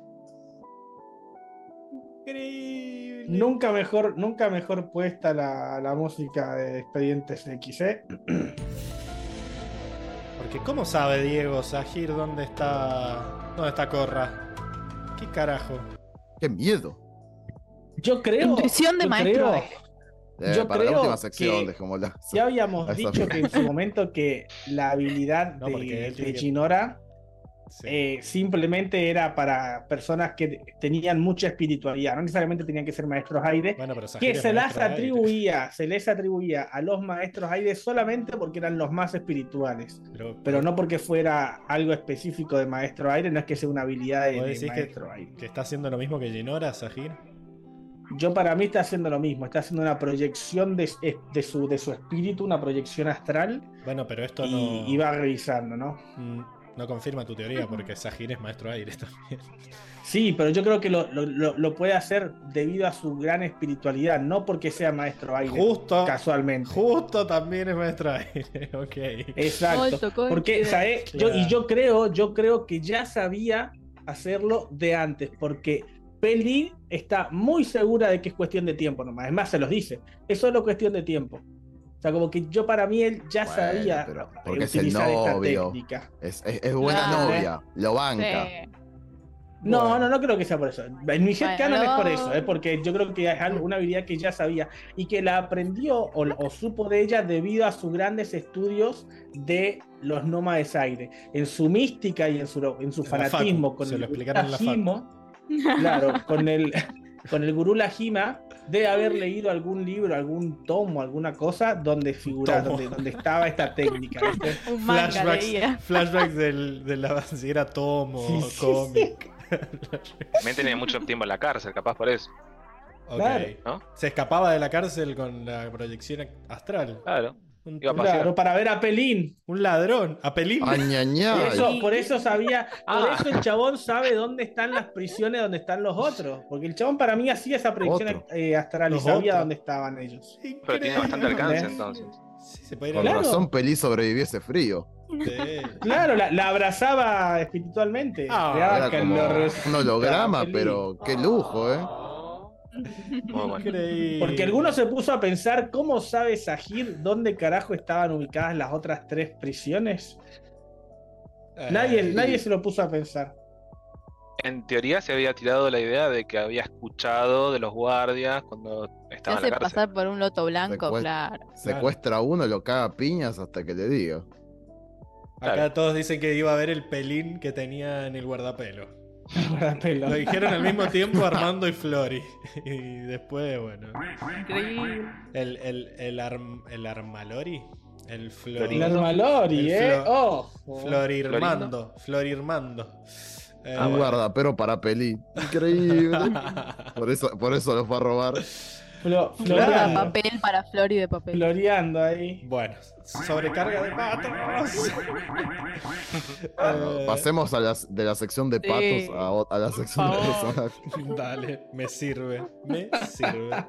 Increíble. Nunca mejor, nunca mejor puesta la, la música de Expedientes X, ¿eh? Porque ¿cómo sabe Diego Sahir dónde está dónde está Korra? ¿Qué carajo? ¡Qué miedo! Yo creo... Intuición de yo maestro. creo- Eh, Yo para la creo última sección, que dejémosla. Ya habíamos Esa- dicho que en su momento que la habilidad No, porque de, él tiene de que- Shinora Sí. eh, simplemente era para personas que tenían mucha espiritualidad, no necesariamente tenían que ser maestros aire, Bueno, pero Sahir que es se las maestro de aire. atribuía, se les atribuía a los maestros aire solamente porque eran los más espirituales, Pero, pero no porque fuera algo específico de maestro aire, no es que sea una habilidad de, ¿Vos de decís maestro aire. que, que está haciendo lo mismo que Jinora, Sahir? Yo para mí está haciendo lo mismo, está haciendo una proyección de, de, su, de su espíritu, una proyección astral Bueno, pero esto y, no, y va revisando, ¿no? mm, no confirma tu teoría porque Sahir es maestro aire también. Sí, pero yo creo que lo, lo, lo- lo puede hacer debido a su gran espiritualidad, no porque sea maestro aire, Justo, casualmente. justo también es maestro aire, ok. Exacto. Molto Porque, coincide. ¿sabes? Yo, y Claro. yo creo, yo creo que ya sabía hacerlo de antes, porque Peli está muy segura de que es cuestión de tiempo nomás. Es más, se los dice. Es solo cuestión de tiempo. O sea, como que yo para mí él ya Bueno, sabía pero eh, porque es el utilizar esta novio. técnica. Es, es, es buena Claro. novia, lo banca. Sí. No, Bueno. no, no creo que sea por eso. En mi head Bueno, canon es por no. eso, ¿eh? Porque yo creo que es algo- una habilidad que ya sabía y que la aprendió o, o supo de ella debido a sus grandes estudios de los nómades aire. En su mística y en su, en su En la fanatismo facu, con se el lo explicaron en la facu. Lajimo, claro, con el, con el gurú Lajima, de haber leído algún libro, algún tomo, alguna cosa donde figuraba, Tomo. donde, donde estaba esta técnica, ¿viste? Un manga Flashbacks, leía. flashbacks del, de la si era tomo, Sí, sí, cómic. También tenía mucho tiempo en la cárcel, capaz por eso, Ok. Claro. ¿no? Se escapaba de la cárcel con la proyección astral. Claro. Un, Iba a pasear. Claro, para ver a Pelín. un ladrón, a Pelín. Añañá. Por eso, Ay. por eso sabía, por Ah. eso el chabón sabe dónde están las prisiones, dónde están los otros. Porque el chabón para mí hacía esa proyección Otro. eh, astral y Los sabía otros. dónde estaban ellos. Pero tiene bastante alcance ¿Ves? entonces. Sí, se puede ir Con a Claro. razón Pelí sobrevivió ese frío. Sí. Claro, la, la abrazaba espiritualmente. Ah, Le daba Era como calor. un holograma, Pelín. pero qué lujo, ¿eh? Muy bueno. Increíble. Porque alguno se puso a pensar cómo sabe Sahir dónde carajo estaban ubicadas las otras tres prisiones. Eh, Nadie, sí. nadie se lo puso a pensar. En teoría se había tirado la idea de que había escuchado de los guardias cuando Se estaba en hace la cárcel. pasar por un loto blanco, Secue- claro. Secuestra a uno, lo caga a piñas hasta que le diga. Acá Claro. todos dicen que iba a ver el pelín que tenía en el guardapelo. Guardapelo. Lo dijeron al mismo tiempo Armando y Flori. Y después, bueno. Increíble. El, el, el, arm- el Armalori. El El Flori. Armalori, El eh. Flo- Ojo. Florirmando. Florirmando. Eh, Ah, Un bueno. guardapero para peli. Increíble. Por eso, por eso lo fue a robar. Flo- Claro. Flor de floreando, papel para Flori de papel. floreando ahí. Bueno, sobrecarga de patos. Bueno, Eh, pasemos a las, de la sección de Sí. patos a, o- a la sección de Por favor. personajes. Dale, me sirve. Me sirve.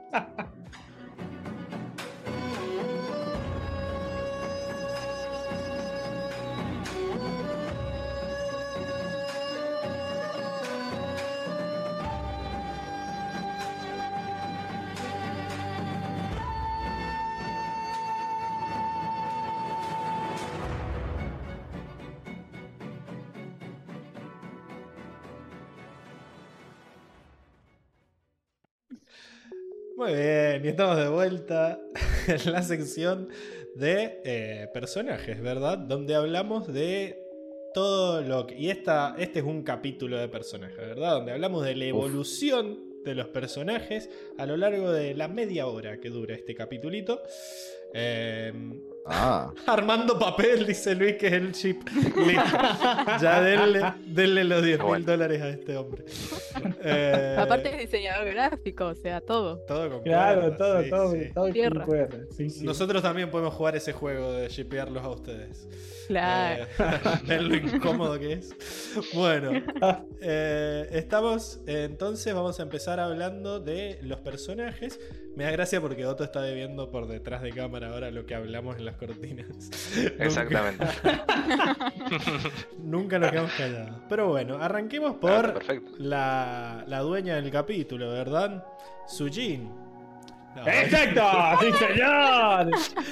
Muy bien, y estamos de vuelta en la sección de eh, personajes, ¿verdad? Donde hablamos de todo lo que... Y esta, este es un capítulo de personajes, ¿verdad? Donde hablamos de la evolución de los personajes a lo largo de la media hora que dura este capitulito. Eh, Ah, Armando papel, dice Luis, que es el chip. Listo. Ya denle, denle los diez mil Bueno. dólares a este hombre. Eh, Aparte es diseñador gráfico, o sea, todo. todo con Claro, cuerda, todo, sí, todo, sí. todo Tierra. con cuerda. Sí, sí. Nosotros también podemos jugar ese juego de shipearlos a ustedes. Claro. Eh, ven lo incómodo que es. Bueno, eh, estamos. eh, entonces vamos a empezar hablando de los personajes. Me da gracia porque Otto está viendo por detrás de cámara ahora lo que hablamos en las cortinas. Exactamente. Nunca, nunca nos quedamos callados. Pero bueno, arranquemos Ah, por perfecto. la, la dueña del capítulo, ¿verdad? Sujin. No, ¡Exacto! ¡Sí, señor!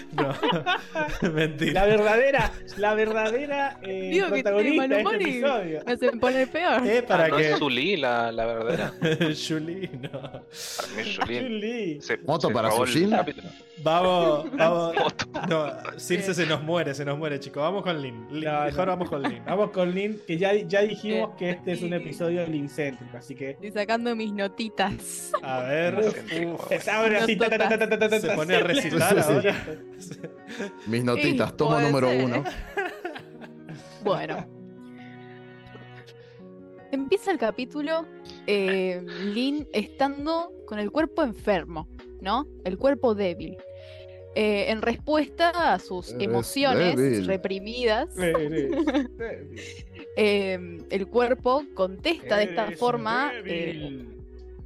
no. Mentira. La verdadera, la verdadera eh, Digo que tiene mal protagonista de humor este y episodio. me hacen poner peor. Eh, para Ah, no que. es Zully la, la verdadera. Julie, no. Para mí es Zully. Chun-Li. Se- ¿Moto se para robó el Sushin? capítulo. Vamos, vamos. Moto. No, Circe se nos muere, se nos muere, chicos. Vamos con Lin. Lin, No, mejor no. vamos con Lin. Vamos con Lin, que ya, ya dijimos Eh, que este es un sí. episodio Lin-céntrico, así que Estoy sacando mis notitas. A ver. Uf. se abre así. ta, ta, ta, ta, ta, ta, ta, Se ta, pone a se- recitar Sí, sí. ahora. mis notitas, Sí, tomo puede número ser. uno. Bueno. Empieza el capítulo eh, Lin estando con el cuerpo enfermo, ¿no? El cuerpo débil. Eh, en respuesta a sus Eres emociones débil. reprimidas, Eres débil. eh, el cuerpo contesta de esta Eres forma. débil. eh,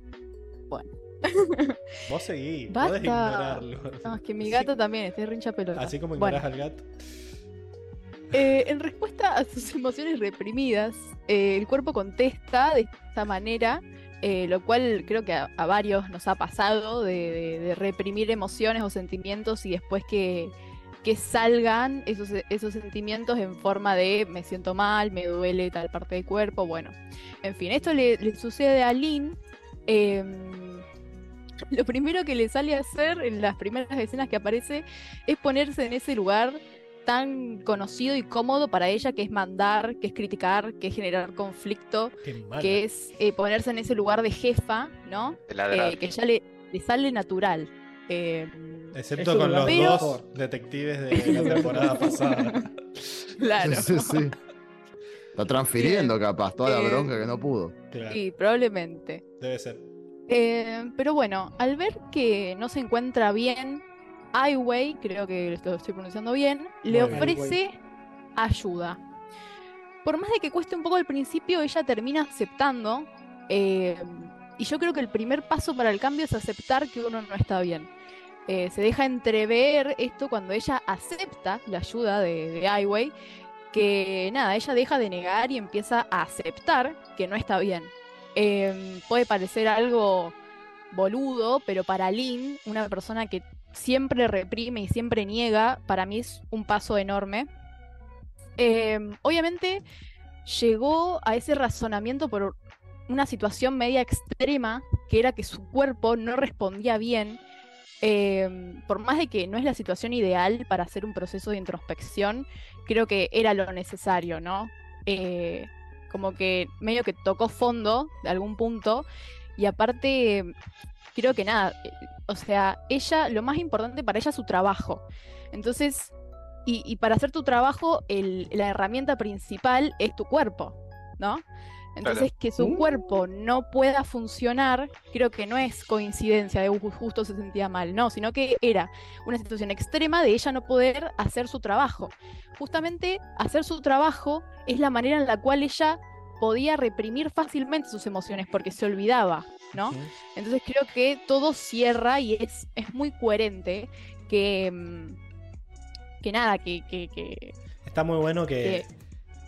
Vos seguí, Basta. podés ignorarlo. no, es que mi gato también está rincha pelota. Así como Bueno. ignorás al gato. Eh, en respuesta a sus emociones reprimidas, eh, el cuerpo contesta de esta manera, eh, lo cual creo que a, a varios nos ha pasado de, de- de reprimir emociones o sentimientos y después que, que salgan esos, esos sentimientos en forma de me siento mal, me duele tal parte del cuerpo. Bueno, en fin, esto le, le sucede a Lin. em, lo primero que le sale a hacer en las primeras escenas que aparece es ponerse en ese lugar tan conocido y cómodo para ella, que es mandar, que es criticar, que es generar conflicto, Qué mala. que es eh, ponerse en ese lugar de jefa, ¿no? De ladrar. Eh, que ya le, le sale natural. Eh, Excepto Eso con lo los veo. dos detectives de la temporada pasada. claro. Sí, sí, sí. Está transfiriendo capaz toda la Eh, bronca que no pudo. Claro, Sí, probablemente. debe ser. Eh, pero bueno, al ver que no se encuentra bien, Ai Wei, creo que lo estoy pronunciando bien, le Muy bien. ofrece ayuda. Por más de que cueste un poco al principio, ella termina aceptando. eh, y yo creo que el primer paso para el cambio es aceptar que uno no está bien. Eh, se deja entrever esto cuando ella acepta la ayuda de, de Ai Wei, que nada, ella deja de negar y empieza a aceptar que no está bien. Eh, puede parecer algo boludo, pero para Lin, una persona que siempre reprime y siempre niega, para mí es un paso enorme. Eh, obviamente llegó a ese razonamiento por una situación media extrema, que era que su cuerpo no respondía bien. Eh, por más de que no es la situación ideal para hacer un proceso de introspección, creo que era lo necesario, ¿no? Eh, como que medio que tocó fondo de algún punto, y aparte, creo que nada, eh, o sea, ella, lo más importante para ella es su trabajo. Entonces, y, y para hacer tu trabajo, el, la herramienta principal es tu cuerpo, ¿no? Entonces, que su Mm. cuerpo no pueda funcionar, creo que no es coincidencia de "Uh, justo se sentía mal", no, sino que era una situación extrema de ella no poder hacer su trabajo. Justamente hacer su trabajo es la manera en la cual ella podía reprimir fácilmente sus emociones porque se olvidaba, ¿no? Ujú. Entonces creo que todo cierra y es, es muy coherente que, mm, que nada, que, que, que, Está muy bueno que que-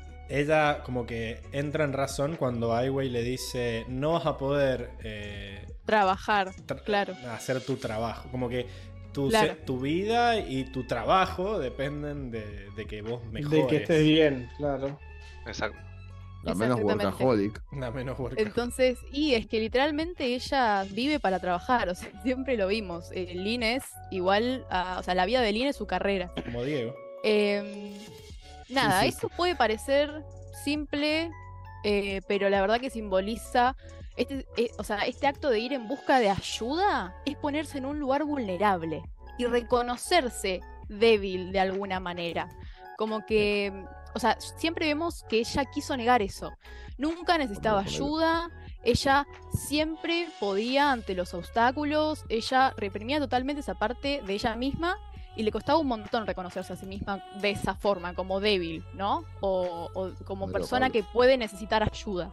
ella como que entra en razón cuando Ai Wei le dice no vas a poder eh, trabajar, tra- claro. hacer tu trabajo. Como que tu, Claro. se- tu vida y tu trabajo dependen de, de que vos mejores. De que estés bien, claro. Exacto. La menos Exactamente. workaholic. Nada menos work. Entonces, y es que literalmente ella vive para trabajar, o sea, siempre lo vimos. Eh, Lin es igual, a- o sea, la vida de Lin es su carrera. Como Diego. Eh, nada, Sí, sí. eso puede parecer simple, eh, pero la verdad que simboliza, este, eh, o sea, este acto de ir en busca de ayuda es ponerse en un lugar vulnerable y reconocerse débil de alguna manera. Como que, o sea, siempre vemos que ella quiso negar eso. Nunca necesitaba Ponelo, ponelo. ayuda, ella siempre podía ante los obstáculos, ella reprimía totalmente esa parte de ella misma y le costaba un montón reconocerse a sí misma de esa forma, como débil, ¿no? O, o como Ponelo, persona Pablo. que puede necesitar ayuda.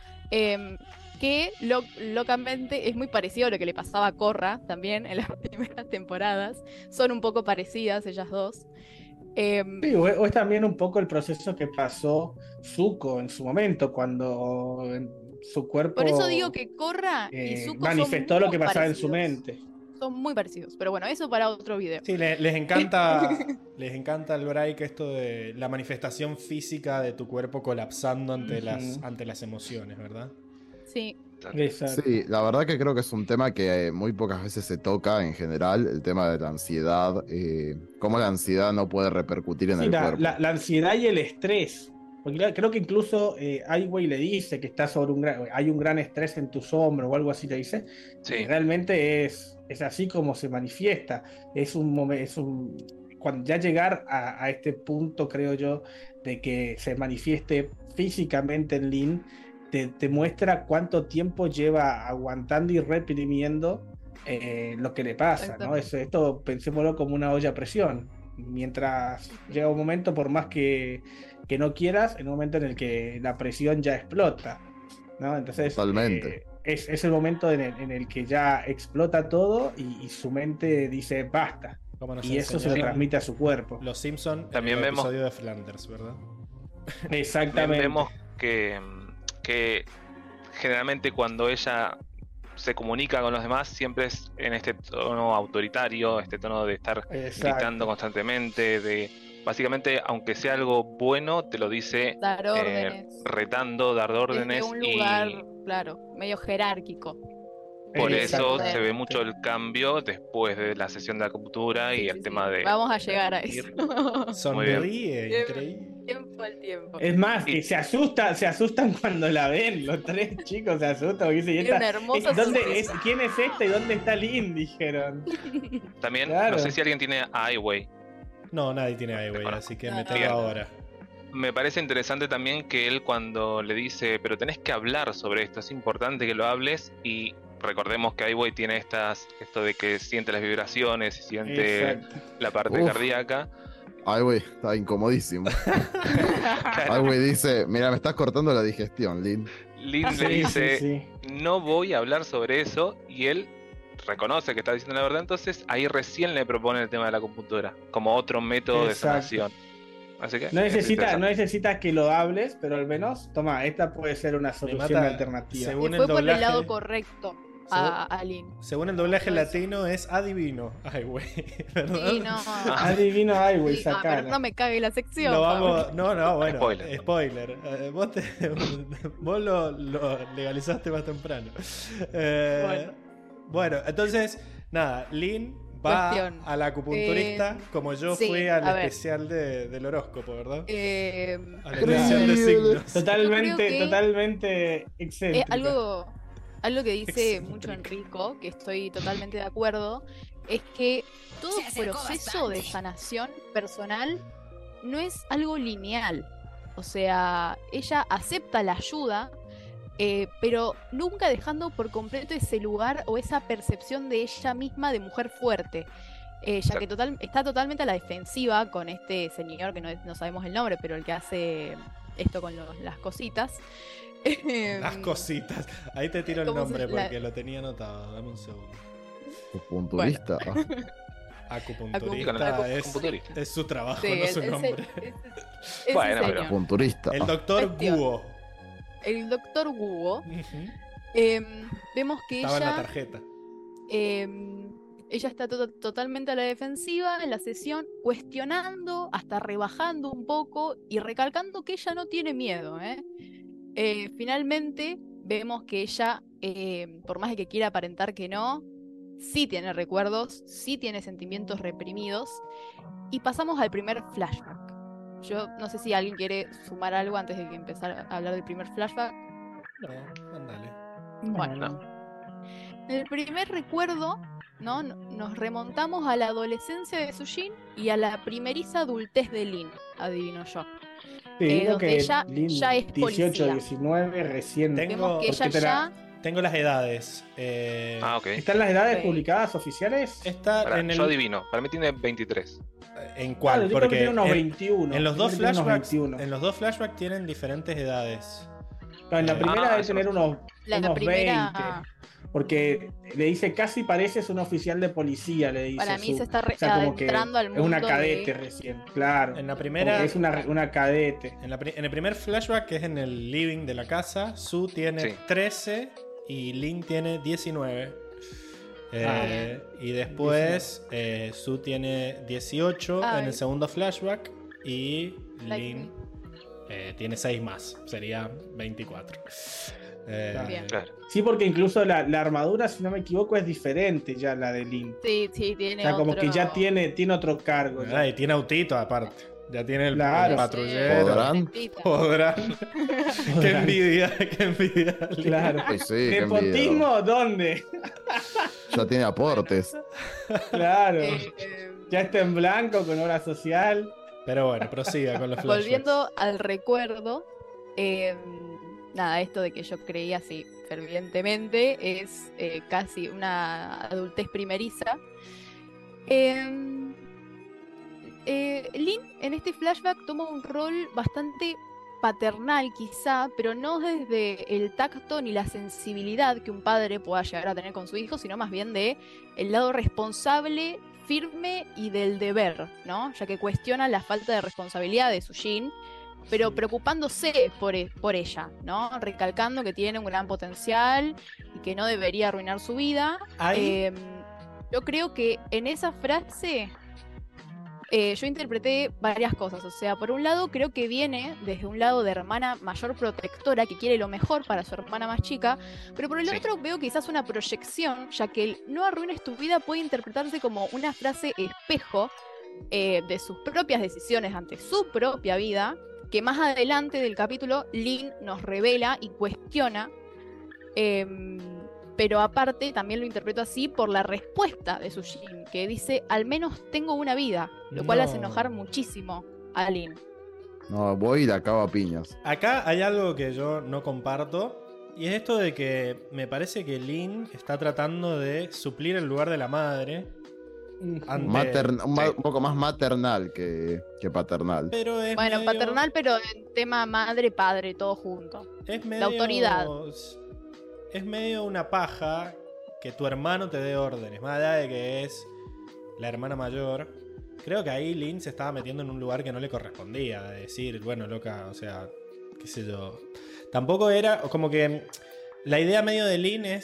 Em, que lo- locamente es muy parecido a lo que le pasaba a Korra también en las primeras temporadas. Son un poco parecidas ellas dos. Em, Sí, o, o es también un poco el proceso que pasó Zuko en su momento, cuando en su cuerpo por eso digo que Korra y eh, Zuko manifestó son lo muy que pasaba en su parecidos. mente. Son muy parecidos. Pero bueno, eso para otro video. Sí, le- les encanta les encanta el break, esto de la manifestación física de tu cuerpo colapsando ante, Ujú. las, ante las emociones, ¿verdad? Sí, Exacto. Sí, la verdad que creo que es un tema que eh, muy pocas veces se toca en general, el tema de la ansiedad, eh, cómo la ansiedad no puede repercutir en Sí, el la, cuerpo. la- la ansiedad y el estrés. Porque claro, creo que incluso eh, Ai Wei le dice que está sobre un gran, hay un gran estrés en tus hombros o algo así le dice. Sí. Y realmente es, es así como se manifiesta. Es un momento, es un cuando ya llegar a, a este punto, creo yo, de que se manifieste físicamente en Lin, te, te muestra cuánto tiempo lleva aguantando y reprimiendo eh, lo que le pasa, ¿no? Exactamente. Eso, esto pensémoslo como una olla a presión. Mientras llega un momento, por más que, que no quieras, en un momento en el que la presión ya explota, ¿no? Entonces, Totalmente. eh, es, es el momento en el, en el que ya explota todo y, y su mente dice basta. Como nos Y eso se lo enseñaron transmite a su cuerpo. Los Simpson También en el vemos- episodio de Flanders, ¿verdad? También Exactamente. vemos que, que generalmente cuando ella se comunica con los demás siempre es en este tono autoritario, este tono de estar Exacto. gritando constantemente, de básicamente aunque sea algo bueno te lo dice dar eh, órdenes. retando, dar órdenes Desde un lugar, y claro, medio jerárquico. por eso Exactamente. se ve mucho el cambio después de la sesión de acupuntura y Sí, el sí, tema sí. de Vamos a llegar a ir. eso. Sonríe, Bien. increíble. Tiempo al tiempo. Es más, Y- que se asustan, se asustan cuando la ven, los tres chicos se asustan porque dicen, "¿Y Era esta- una hermosa es- ¿dónde sorpresa. es, ¿quién es esta y dónde está Lin?" Dijeron. También, Claro. no sé si alguien tiene a Ai Wei. No, nadie tiene Ai Wei, Bueno. así que No, metelo no, no. ahora. Me parece interesante también que él cuando le dice, pero tenés que hablar sobre esto, es importante que lo hables y recordemos que Ai Wei tiene estas, esto de que siente las vibraciones y siente Exacto. la parte Uf. cardíaca. Ay, güey, está incomodísimo. Claro, Ay, güey dice, mira, me estás cortando la digestión, Lin. Lin Sí, le dice, sí, sí. no voy a hablar sobre eso y él reconoce que está diciendo la verdad, entonces ahí recién le propone el tema de la acupuntura como otro método Exacto. de sanación. Así que No es necesita, no interesante. necesitas que lo hables, pero al menos, toma, esta puede ser una Me solución mata, alternativa. según Y el fue por el doblaje, lado correcto. a, a Lin. Según el doblaje Todo eso. latino es adivino. Ay, güey, ¿verdad? Sí, no. Adivino ay, güey, Sí, no, sacala. pero no me cague la sección. Lo Pablo. vamos, no, no, bueno, Spoiler. spoiler. Eh, vos te- vos lo, lo legalizaste más temprano. Eh, Bueno. bueno, entonces, nada, Lin va Cuestión. a la acupunturista Eh, como yo sí, fui al a ver. especial de- del horóscopo, ¿verdad? Eh, A la especial de signos. Totalmente, Yo creo que- totalmente eh, excéntrica. algo, algo que dice Excéntrica. mucho Enrico, que estoy totalmente de acuerdo, es que todo Se acercó proceso de bastante. sanación personal no es algo lineal. O sea, ella acepta la ayuda, eh, pero nunca dejando por completo ese lugar o esa percepción de ella misma de mujer fuerte. Eh, ya que total, está totalmente a la defensiva con este señor, que no, es- no sabemos el nombre, pero el que hace esto con los- las cositas. Las cositas. Ahí te tiro el ¿Cómo se- nombre la- porque lo tenía anotado. Dame un segundo. Acupunturista. Acupunturista Acu- es, acupunturista. es su trabajo, Sí, no el- su el se- nombre. ese- ese Bueno, pero- señor. Acupunturista. El doctor Cuestión. Guo. El doctor Guo. Ujú. em, vemos que Estaba en la ella, tarjeta. em, ella está to- totalmente a la defensiva en la sesión, cuestionando, hasta rebajando un poco y recalcando que ella no tiene miedo. ¿eh? Eh, finalmente vemos que ella, eh, por más de que quiera aparentar que no, sí tiene recuerdos, sí tiene sentimientos reprimidos. Y pasamos al primer flashback. Yo no sé si alguien quiere sumar algo antes de que empezar a hablar del primer flashback. No, ándale. Bueno, en el primer recuerdo, ¿no? N- Nos remontamos a la adolescencia de Sujin y a la primeriza adultez de Lin, adivino yo. Sí, eh, digo donde que ella Lin, ya es dieciocho, policía. diecinueve, recién. Tengo- Vemos que ella porque te la- ya... Tengo las edades. Eh, Ah, ok. ¿Están las edades Ok. publicadas oficiales? Está Pará, en el. Yo adivino. Para mí tiene veintitrés. ¿En Claro, cuál? yo creo que Porque tiene unos en, veintiuno. en los Yo dos creo que tiene unos flashbacks. veintiuno. En los dos flashbacks tienen diferentes edades. No, en la Ah, primera debe eso tener no sé. unos, La unos primera... veinte. Porque le dice casi pareces un oficial de policía, le dice. Para mí su- se está re- o sea, como que adentrando al es mundo una cadete de- recién, claro. En la Como primera. que es una, una cadete. En, la pri- en el primer flashback, que es en el living de la casa, Su tiene Sí. trece y Lin tiene diecinueve. Eh, Ah, bien. y después eh, Su tiene dieciocho Ah, en el bien. segundo flashback y Like Lin eh, tiene seis más, sería veinticuatro. Eh, Bien. Claro. Sí, porque incluso la, la armadura, si no me equivoco, es diferente ya la de Lin. Sí, sí, O tiene sea, como otro- que ya tiene, tiene otro cargo. ya. ah, y tiene autito aparte. Ya tiene el, Claro. el patrullero. ¿Podrán? Podrán. Qué envidia, qué envidia. Lin. Claro. Ay, sí, qué envidia. ¿Nepotismo dónde? Ya tiene aportes. Claro. Eh, eh, Ya está en blanco con obra social. Pero bueno, prosiga con los flashbacks. Volviendo al recuerdo, eh, nada, esto de que yo creía así fervientemente es eh, casi una adultez primeriza. Eh, eh, Lin en este flashback toma un rol bastante paternal quizá, pero no desde el tacto ni la sensibilidad que un padre pueda llegar a tener con su hijo, sino más bien de el lado responsable, firme y del deber, ¿no? Ya que cuestiona la falta de responsabilidad de Sujin, pero Sí. preocupándose por, e- por ella, ¿no? Recalcando que tiene un gran potencial y que no debería arruinar su vida. Ahí- Eh, yo creo que en esa frase eh, yo interpreté varias cosas. O sea, por un lado creo que viene desde un lado de hermana mayor protectora que quiere lo mejor para su hermana más chica, pero por el Sí. otro veo quizás una proyección, ya que el no arruines tu vida puede interpretarse como una frase espejo eh, de sus propias decisiones ante su propia vida, que más adelante del capítulo Lin nos revela y cuestiona. em, pero aparte también lo interpreto así por la respuesta de Sujin, que dice, al menos tengo una vida, lo cual No. hace enojar muchísimo a Lin. No, voy y la cago a piñas. Acá hay algo que yo no comparto. Y es esto de que me parece que Lin está tratando de suplir el lugar de la madre. Ante- Matern- un, ma- Sí. un poco más maternal que, que paternal. Pero es Bueno, medio- paternal, pero en tema madre-padre, todo junto. Es medio, autoridad. Es medio una paja que tu hermano te dé órdenes. Más allá de que es la hermana mayor. Creo que ahí Lin se estaba metiendo en un lugar que no le correspondía. De decir, bueno, loca, o sea, qué sé yo. Tampoco era, como que la idea medio de Lin es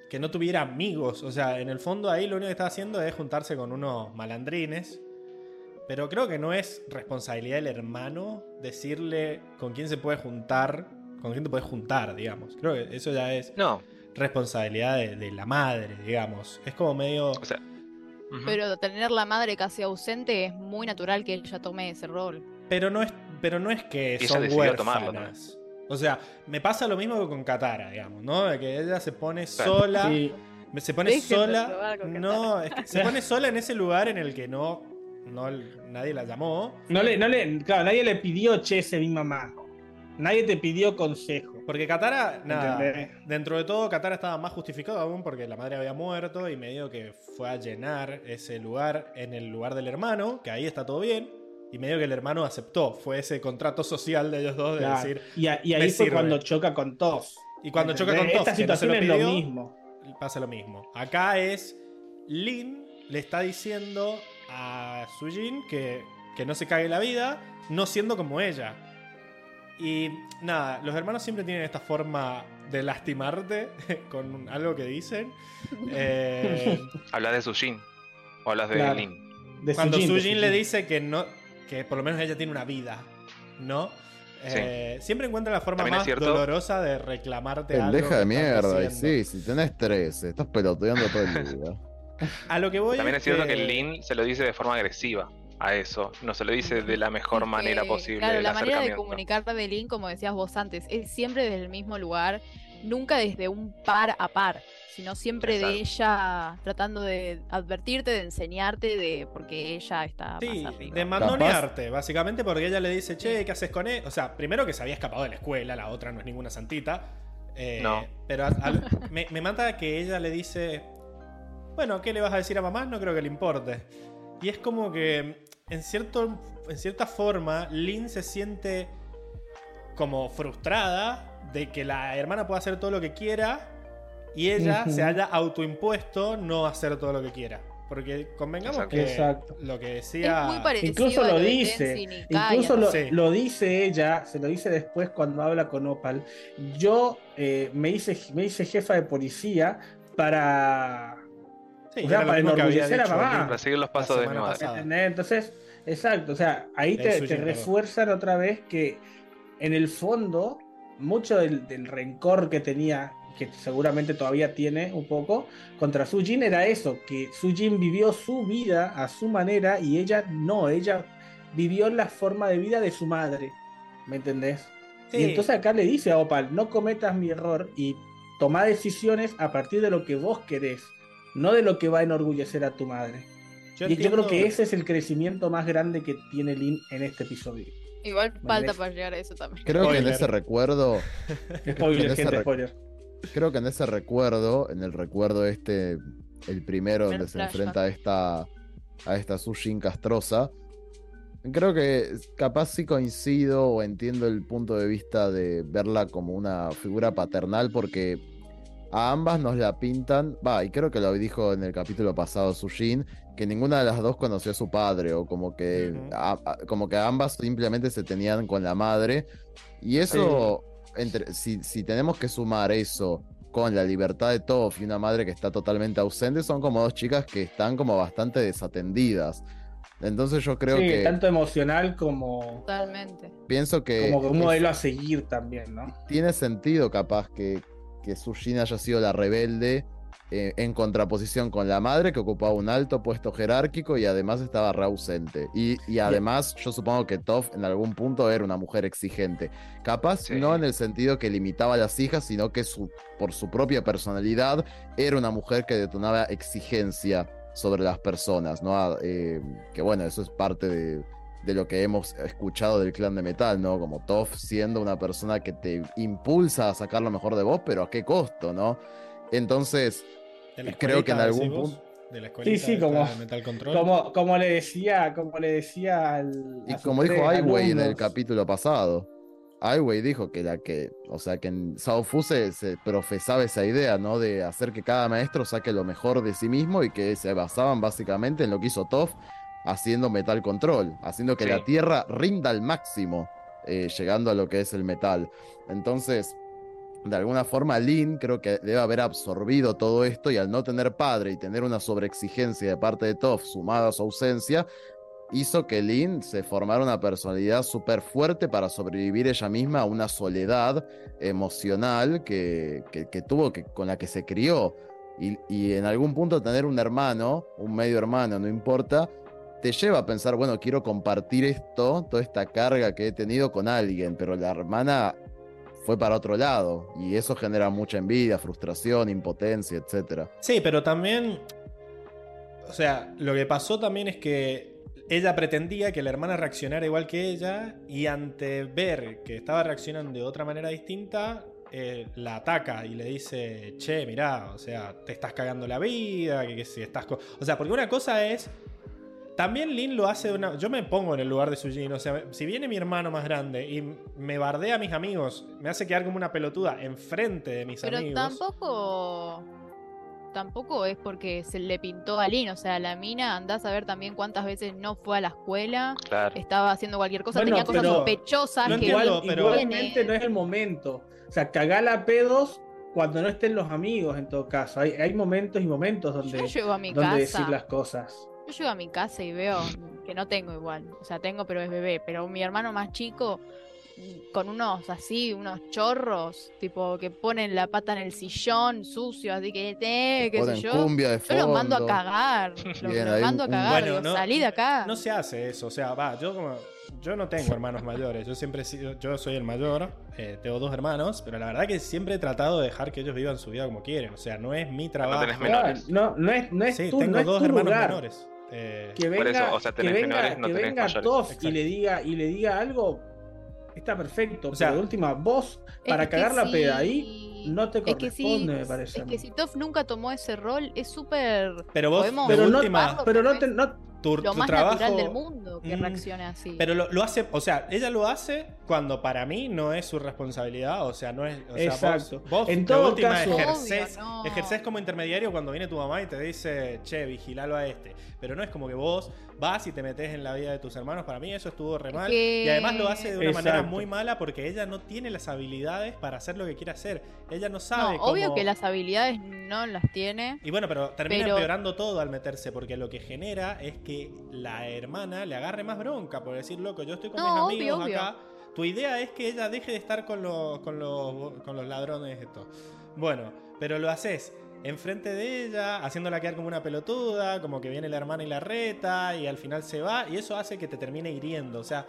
que no tuviera amigos. O sea, en el fondo ahí lo único que está haciendo es juntarse con unos malandrines. Pero creo que no es responsabilidad del hermano decirle con quién se puede juntar, con quién te puedes juntar, digamos. Creo que eso ya es No, responsabilidad de, de la madre, digamos. Es como medio... o sea. Ujú. Pero tener la madre casi ausente es muy natural que ella tome ese rol. Pero no es, pero no es que Y ella son decidió tomarlo huérfanas. O sea, me pasa lo mismo que con Katara, digamos, ¿no? De que ella se pone Claro. sola. Sí. Se pone Dejen de sola. probar con No, es que se pone sola en ese lugar en el que no, no nadie la llamó. No le, no le, claro, nadie le pidió, che, ese mi mamá. Nadie te pidió consejo. Porque Katara, nada, ¿Entendés? dentro de todo, Katara estaba más justificado aún porque la madre había muerto y medio que fue a llenar ese lugar en el lugar del hermano, que ahí está todo bien. Y medio que el hermano aceptó. Fue ese contrato social de ellos dos de Claro. decir. Y, a- y me ahí fue sirve. cuando choca con Toph. Y cuando choca con ¿Entendés? Toph, Esta que no se situación lo es lo pidió, mismo. pasa lo mismo. Acá es Lin le está diciendo a Sujin que, que no se cague la vida, no siendo como ella. Y nada, los hermanos siempre tienen esta forma de lastimarte con algo que dicen. Eh, ¿Hablas de Sujin? ¿O hablas de Claro. Lin? De cuando Sujin, de Sujin le Sujin. dice que no, que por lo menos ella tiene una vida, ¿no? Eh, siempre encuentra la forma También es más cierto. dolorosa de reclamarte algo. Pendeja que de estás mierda. Y haciendo. sí, si tenés tres, estás peloteando todo el día. A lo que voy También es cierto que que Lin se lo dice de forma agresiva a eso. No se lo dice de la mejor Es manera que, posible. Claro, el la manera de acercamiento. comunicar de Lin, como decías vos antes, es siempre desde el mismo lugar, nunca desde un par a par, sino siempre de ella tratando de advertirte, de enseñarte, de porque ella está Sí, más arriba. de mandonearte, básicamente, porque ella le dice, che, ¿qué haces con él? O sea, primero que se había escapado de la escuela, la otra no es ninguna santita. Eh, No. Pero al- al- me, me mata que ella le dice, bueno, ¿qué le vas a decir a mamá? No creo que le importe. Y es como que, en, cierto, en cierta forma, Lin se siente como frustrada de que la hermana pueda hacer todo lo que quiera y ella Ujú. se haya autoimpuesto no hacer todo lo que quiera. Porque convengamos Exacto. que Exacto. lo que decía... Es muy parecido Incluso a lo de dice, Tenzin y Kaya. incluso lo, Sí. lo dice ella, se lo dice después cuando habla con Opal. Yo eh, me, hice, me hice jefa de policía para, Sí, o sea, era lo para mismo que había enorgullecer a dicho mamá. Lin Para seguir los pasos la de mi semana madre. pasada. ¿entendés? Entonces, exacto, o sea, ahí El te, Sujin, te perdón. refuerzan otra vez que en el fondo, mucho del, del rencor que tenía, que seguramente todavía tiene un poco, contra Sujin era eso, que Sujin vivió su vida a su manera y ella no, ella vivió la forma de vida de su madre, ¿me entendés? Sí. Y entonces acá le dice a Opal, no cometas mi error y toma decisiones a partir de lo que vos querés, no de lo que va a enorgullecer a tu madre. Yo Y yo entiendo- creo que ese es el crecimiento más grande que tiene Lin en este episodio. Igual falta ¿Entendés? para llegar a eso también. Creo que en Spoiler. ese recuerdo, Spoiler, En ese gente, re- spoiler. creo que en ese recuerdo, en el recuerdo este, el primero Primer donde se flashback. enfrenta a esta, a esta Sujin castrosa, creo que capaz sí coincido o entiendo el punto de vista de verla como una figura paternal porque a ambas nos la pintan, va, y creo que lo dijo en el capítulo pasado Sujin, que ninguna de las dos conoció a su padre, o como que, Ujú. a- a- como que ambas simplemente se tenían con la madre, y eso, entre, si, si tenemos que sumar eso con la libertad de Toph y una madre que está totalmente ausente, son como dos chicas que están como bastante desatendidas. Entonces yo creo Sí, que, tanto emocional como, Totalmente. pienso que como un es- modelo a seguir también, ¿no? tiene sentido capaz que, que Sujin haya sido la rebelde eh, en contraposición con la madre que ocupaba un alto puesto jerárquico y además estaba re ausente. Y, y además yo supongo que Toph en algún punto era una mujer exigente. Capaz Sí. no en el sentido que limitaba a las hijas, sino que su, por su propia personalidad era una mujer que detonaba exigencia sobre las personas, ¿no? Ah, eh, que bueno, eso es parte de, de lo que hemos escuchado del clan de metal, ¿no? Como Toph siendo una persona que te impulsa a sacar lo mejor de vos, pero ¿a qué costo, no? Entonces, De la creo que en escuelita, algún decís vos, punto- de la escuelita sí, esta como- de Metal Control. Como, como le decía, como le decía al, y a sus como dijo tres Ai Wei en el alumnos. capítulo pasado, Ai Wei dijo que la que, o sea, que en Sao Fu se, se profesaba esa idea, ¿no? De hacer que cada maestro saque lo mejor de sí mismo y que se basaban básicamente en lo que hizo Toph haciendo Metal Control, haciendo que Sí. la Tierra rinda al máximo, eh, llegando a lo que es el metal. Entonces, de alguna forma Lin creo que debe haber absorbido todo esto y al no tener padre y tener una sobreexigencia de parte de Toph sumada a su ausencia, hizo que Lin se formara una personalidad súper fuerte para sobrevivir ella misma a una soledad emocional que, que, que tuvo, que, con la que se crió. Y, y en algún punto tener un hermano, un medio hermano, no importa, te lleva a pensar, bueno, quiero compartir esto, toda esta carga que he tenido con alguien, pero la hermana fue para otro lado y eso genera mucha envidia, frustración, impotencia, etcétera. Sí, pero también, o sea, lo que pasó también es que ella pretendía que la hermana reaccionara igual que ella y ante ver que estaba reaccionando de otra manera distinta, eh, la ataca y le dice, che, mirá, o sea, te estás cagando la vida, que, que si estás... Co-". O sea, porque una cosa es... También Lin lo hace de una... Yo me pongo en el lugar de Sujin, o sea, si viene mi hermano más grande y me bardea a mis amigos, me hace quedar como una pelotuda enfrente de mis Pero amigos... tampoco... Tampoco es porque se le pintó a Lin, o sea, la mina, andás a ver también cuántas veces no fue a la escuela, Claro. estaba haciendo cualquier cosa, Bueno, tenía cosas pero- sospechosas Lo que entiendo, Igual, pero- igualmente no es el momento. O sea, cagala a pedos cuando no estén los amigos, en todo caso. Hay, hay momentos y momentos donde, Yo llego a mi donde casa, decir las cosas. yo llego a mi casa y veo que no tengo igual, o sea, tengo pero es bebé, pero mi hermano más chico con unos así, unos chorros, tipo que ponen la pata en el sillón, sucio, así que te, qué sé Ponen yo. cumbia de Yo fondo. los mando a cagar, los, Bien, los ahí mando a un- cagar, Bueno, digo, no- salí de acá. No se hace eso, o sea, va, yo como... Yo no tengo hermanos mayores, yo siempre he sido, yo soy el mayor, eh, tengo dos hermanos, pero la verdad que siempre he tratado de dejar que ellos vivan su vida como quieren, o sea, no es mi trabajo. tenés menores. Claro, no, no es, no es Sí, tu, tengo no es dos tu hermanos lugar. menores. Eh, Que venga, Por eso, o sea, que tenés venga, menores, no que tenés venga mayores. Toph Exacto. y le diga y le diga algo, está perfecto. O sea, pero de última, vos para Es que cagar la sí, peda ahí no te es que corresponde, sí, me parece. a Es mí. que si Toph nunca tomó ese rol, es súper... pero vos, podemos de pero no, última, tomarlo, pero no, es te, no tu, lo tu más trabajo... natural del mundo que Mm, reaccione así. Pero lo, lo hace, o sea, ella lo hace cuando para mí no es su responsabilidad, o sea, no es... O sea, Exacto. Vos, vos En de todo última caso- ejercés, Obvio, no. ejercés como intermediario cuando viene tu mamá y te dice, che, vigilalo a este. Pero no es como que vos vas y te metes en la vida de tus hermanos. Para mí eso estuvo re Es mal. que- Y además lo hace de una manera Exacto. muy mala porque ella no tiene las habilidades para hacer lo que quiere hacer. Ella no No, sabe obvio cómo... que las habilidades no las tiene. Y bueno, pero termina Pero- empeorando todo al meterse, porque lo que genera es que la hermana le agarre más bronca por decir, loco, yo estoy con No, mis obvio, amigos obvio. acá. Tu idea es que ella deje de estar con los, con los, con los ladrones estos. Bueno, pero lo haces enfrente de ella, haciéndola quedar como una pelotuda, como que viene la hermana y la reta, y al final se va, y eso hace que te termine hiriendo. O sea,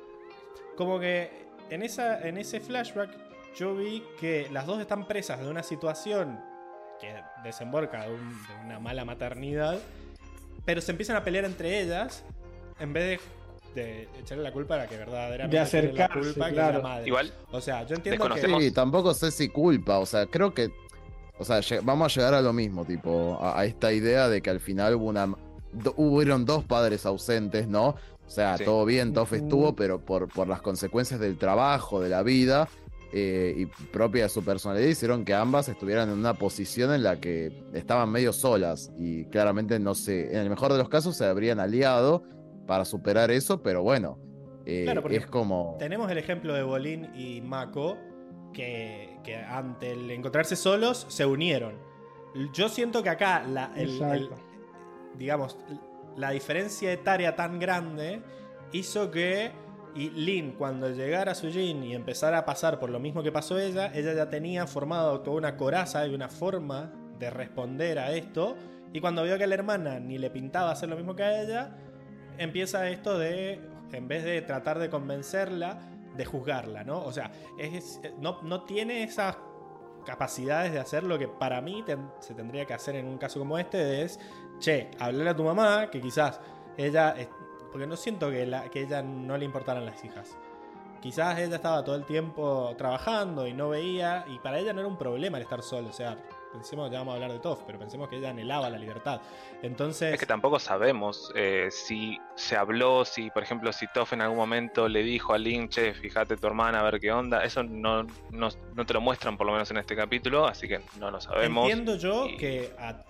como que en, esa, en ese flashback yo vi que las dos están presas de una situación que desemboca de, un- de una mala maternidad, pero se empiezan a pelear entre ellas en vez de, de echarle la culpa a la que verdaderamente De tiene la acercarse, culpa, que claro. es la madre. Igual, O sea, yo entiendo Desconocemos- que... Sí, tampoco sé si culpa, o sea, creo que, o sea, lle- vamos a llegar a lo mismo, tipo, a, a esta idea de que al final hubo una, do- hubieron dos padres ausentes, ¿no? O sea, Sí. todo bien, Toph Ujú. estuvo, pero por, por las consecuencias del trabajo, de la vida eh, y propia de su personalidad, hicieron que ambas estuvieran en una posición en la que estaban medio solas y claramente no sé, en el mejor de los casos se habrían aliado para superar eso, pero bueno, eh, Claro, porque es como... Tenemos el ejemplo de Bolín y Mako, que, que ante el encontrarse solos se unieron. Yo siento que acá la, el- el- Exacto. digamos, la diferencia etaria tan grande hizo que y Lin, cuando llegara a Sujin y empezara a pasar por lo mismo que pasó ella, ella ya tenía formado toda una coraza y una forma de responder a esto. Y cuando vio que a la hermana ni le pintaba hacer lo mismo que a ella, empieza esto de, en vez de tratar de convencerla, de juzgarla, ¿no? O sea, es, no, no tiene esas capacidades de hacer lo que para mí ten- se tendría que hacer en un caso como este, es, che, hablarle a tu mamá, que quizás ella, es- porque no siento que, la, que ella no le importaran las hijas. Quizás ella estaba todo el tiempo trabajando y no veía, y para ella no era un problema el estar sola, o sea, pensemos, ya vamos a hablar de Toph, pero pensemos que ella anhelaba la libertad. Entonces... es que tampoco sabemos eh, si se habló, si por ejemplo si Toph en algún momento le dijo a Lin, che, fíjate tu hermana a ver qué onda. Eso no, no, no te lo muestran por lo menos en este capítulo, así que no lo sabemos. Entiendo yo y- que, a- a-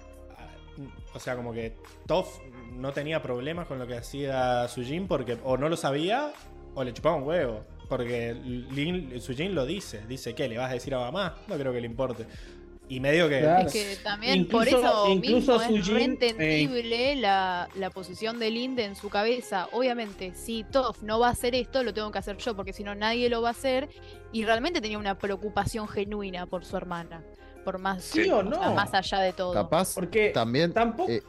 o sea, como que Toph no tenía problemas con lo que hacía Sujin porque o no lo sabía o le chupaba un huevo. Porque Lin, Sujin lo dice. Dice, ¿qué? ¿Le vas a decir a mamá? No creo que le importe. Y medio que... Claro. Es que también Incluso- por eso incluso mismo es Sujin, re entendible la, la posición de Linde en su cabeza. Obviamente, si Toph no va a hacer esto, lo tengo que hacer yo, porque si no nadie lo va a hacer. Y realmente tenía una preocupación genuina por su hermana. Por más, ¿Sí o no? sea, más allá de todo. Capaz Porque también. tampoco. eh,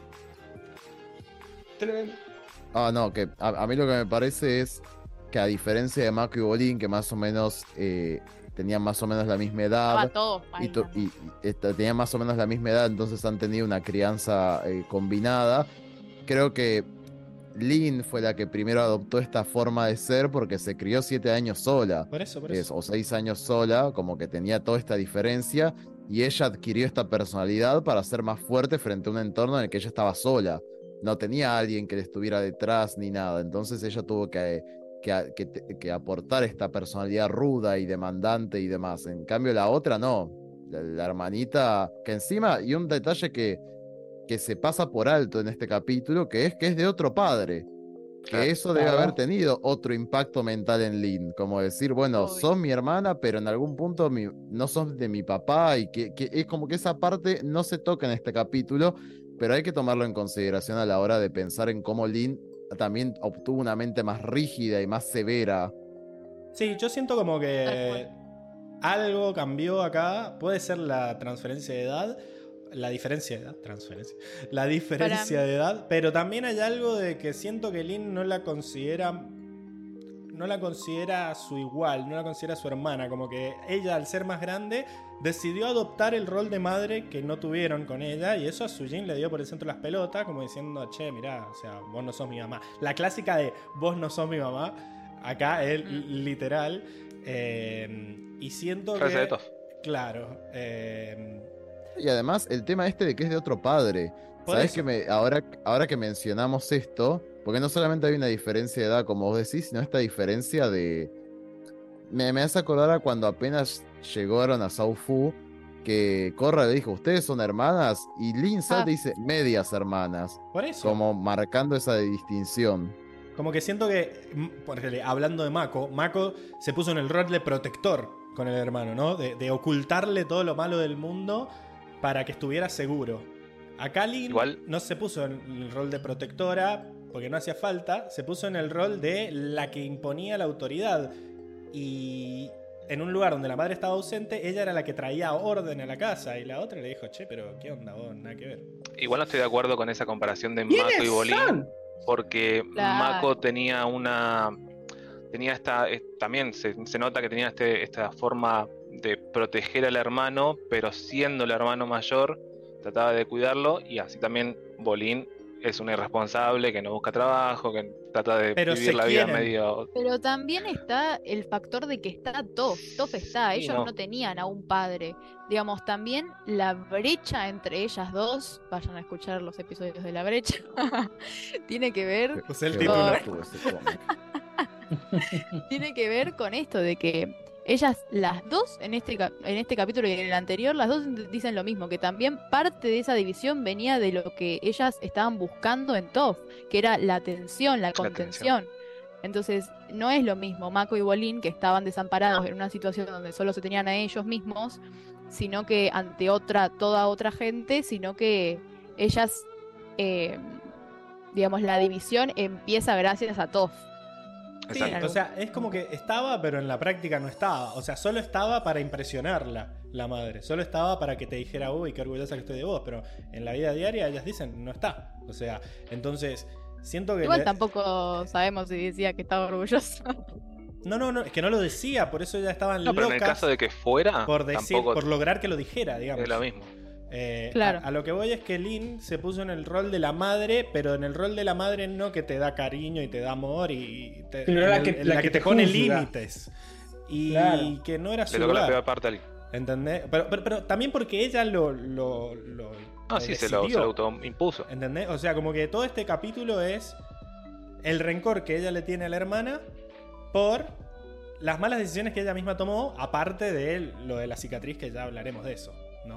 Ah, no, que a, a mí lo que me parece es que a diferencia de Mako y Bolin, que más o menos eh, tenían más o menos la misma edad, Estaba todo y, ahí to- también. y- y esta- tenían más o menos la misma edad, entonces han tenido una crianza eh, combinada. Creo que Lin fue la que primero adoptó esta forma de ser porque se crió siete años sola, Por eso, por es- eso. o seis años sola, como que tenía toda esta diferencia, y ella adquirió esta personalidad para ser más fuerte frente a un entorno en el que ella estaba sola. No tenía a alguien que le estuviera detrás ni nada, entonces ella tuvo que, que, que te- que aportar esta personalidad ruda y demandante y demás. En cambio la otra no, la, la hermanita, que encima, y un detalle que, que se pasa por alto en este capítulo, que es que es de otro padre. Que Claro. eso debe Claro. haber tenido otro impacto mental en Lin, como decir, bueno, Obvio. sos mi hermana, pero en algún punto mi- no sos de mi papá, y que, que es como que esa parte no se toca en este capítulo, pero hay que tomarlo en consideración a la hora de pensar en cómo Lin también obtuvo una mente más rígida y más severa. Sí, yo siento como Tal que algo cambió acá. Puede ser la transferencia de edad. La diferencia de edad, transferencia. La diferencia Para- de edad. Pero también hay algo de que siento que Lin no la considera. No la considera su igual, no la considera su hermana. Como que ella, al ser más grande, decidió adoptar el rol de madre que no tuvieron con ella. Y eso a Sujin le dio por el centro de las pelotas, como diciendo, che, mirá, o sea, vos no sos mi mamá. La clásica de vos no sos mi mamá. Acá es Mm. literal. eh, y siento Frase que. de Toph. Claro. eh, Y además el tema este de que es de otro padre. Por ¿Sabes eso. que me, ahora, ahora que mencionamos esto, porque no solamente hay una diferencia de edad, como vos decís, sino esta diferencia de... Me, me hace acordar a cuando apenas llegaron a Sao Fu, que Korra le dijo, ¿ustedes son hermanas? Y Lin salta Ah. y dice, medias hermanas, por eso. como marcando esa distinción. Como que siento que, mm, por ejemplo, hablando de Mako, Mako se puso en el rol de protector con el hermano, ¿no? De, de ocultarle todo lo malo del mundo para que estuviera seguro. Acá Lin Igual- no se puso en el rol de protectora porque no hacía falta, se puso en el rol de la que imponía la autoridad. Y en un lugar donde la madre estaba ausente, ella era la que traía orden a la casa y la otra le dijo, che, pero ¿qué onda vos? Nada que ver. Igual no estoy de acuerdo con esa comparación de Mako y ¿Quiénes Bolin, son? porque Claro. Mako tenía una. Tenía esta. eh, También se, se nota que tenía este, esta forma de proteger al hermano, pero siendo el hermano mayor, trataba de cuidarlo, y así también Bolin es un irresponsable que no busca trabajo, que trata de Pero vivir se la vida quieren. medio. Pero también está el factor de que está Toph. Toph está, Sí, ellos no. no. tenían a un padre. Digamos, también la brecha entre ellas dos, vayan a escuchar los episodios de la brecha, tiene que ver, Usé el Qué título. bueno estuvo ese cómic. tiene que ver con esto de que ellas, las dos, en este, cap- en este capítulo y en el anterior, las dos dicen lo mismo, que también parte de esa división venía de lo que ellas estaban buscando en Toph, que era la atención, la contención. Entonces, no es lo mismo Mako y Bolin, que estaban desamparados en una situación donde solo se tenían a ellos mismos, sino que ante otra, toda otra gente, sino que ellas, eh, digamos, la división empieza gracias a Toph. Sí, Exacto. o sea, es como que estaba, pero en la práctica no estaba. O sea, solo estaba para impresionarla, la madre. Solo estaba para que te dijera, uy, qué orgullosa que estoy de vos. Pero en la vida diaria ellas dicen, no está. O sea, entonces, siento que... Igual le- tampoco sabemos si decía que estaba orgulloso. No, no, no, es que no lo decía, por eso ya estaban No, pero locas en el caso de que fuera, por decir, tampoco por lograr que lo dijera, digamos. es lo mismo. Eh, Claro. a, a lo que voy es que Lin se puso en el rol de la madre, pero en el rol de la madre no que te da cariño y te da amor y te, Pero en la el- que- en la la que que te te pone juzga. límites. Y Claro. que no era su Le tocó la lugar. peor parte al. ¿Entendés? Pero, pero, pero también porque ella lo, lo, lo, No, lo sí, se lo, se decidió. lo autoimpuso. ¿Entendés? O sea, como que todo este capítulo es el rencor que ella le tiene a la hermana por las malas decisiones que ella misma tomó, aparte de lo de la cicatriz, que ya hablaremos de eso, ¿no?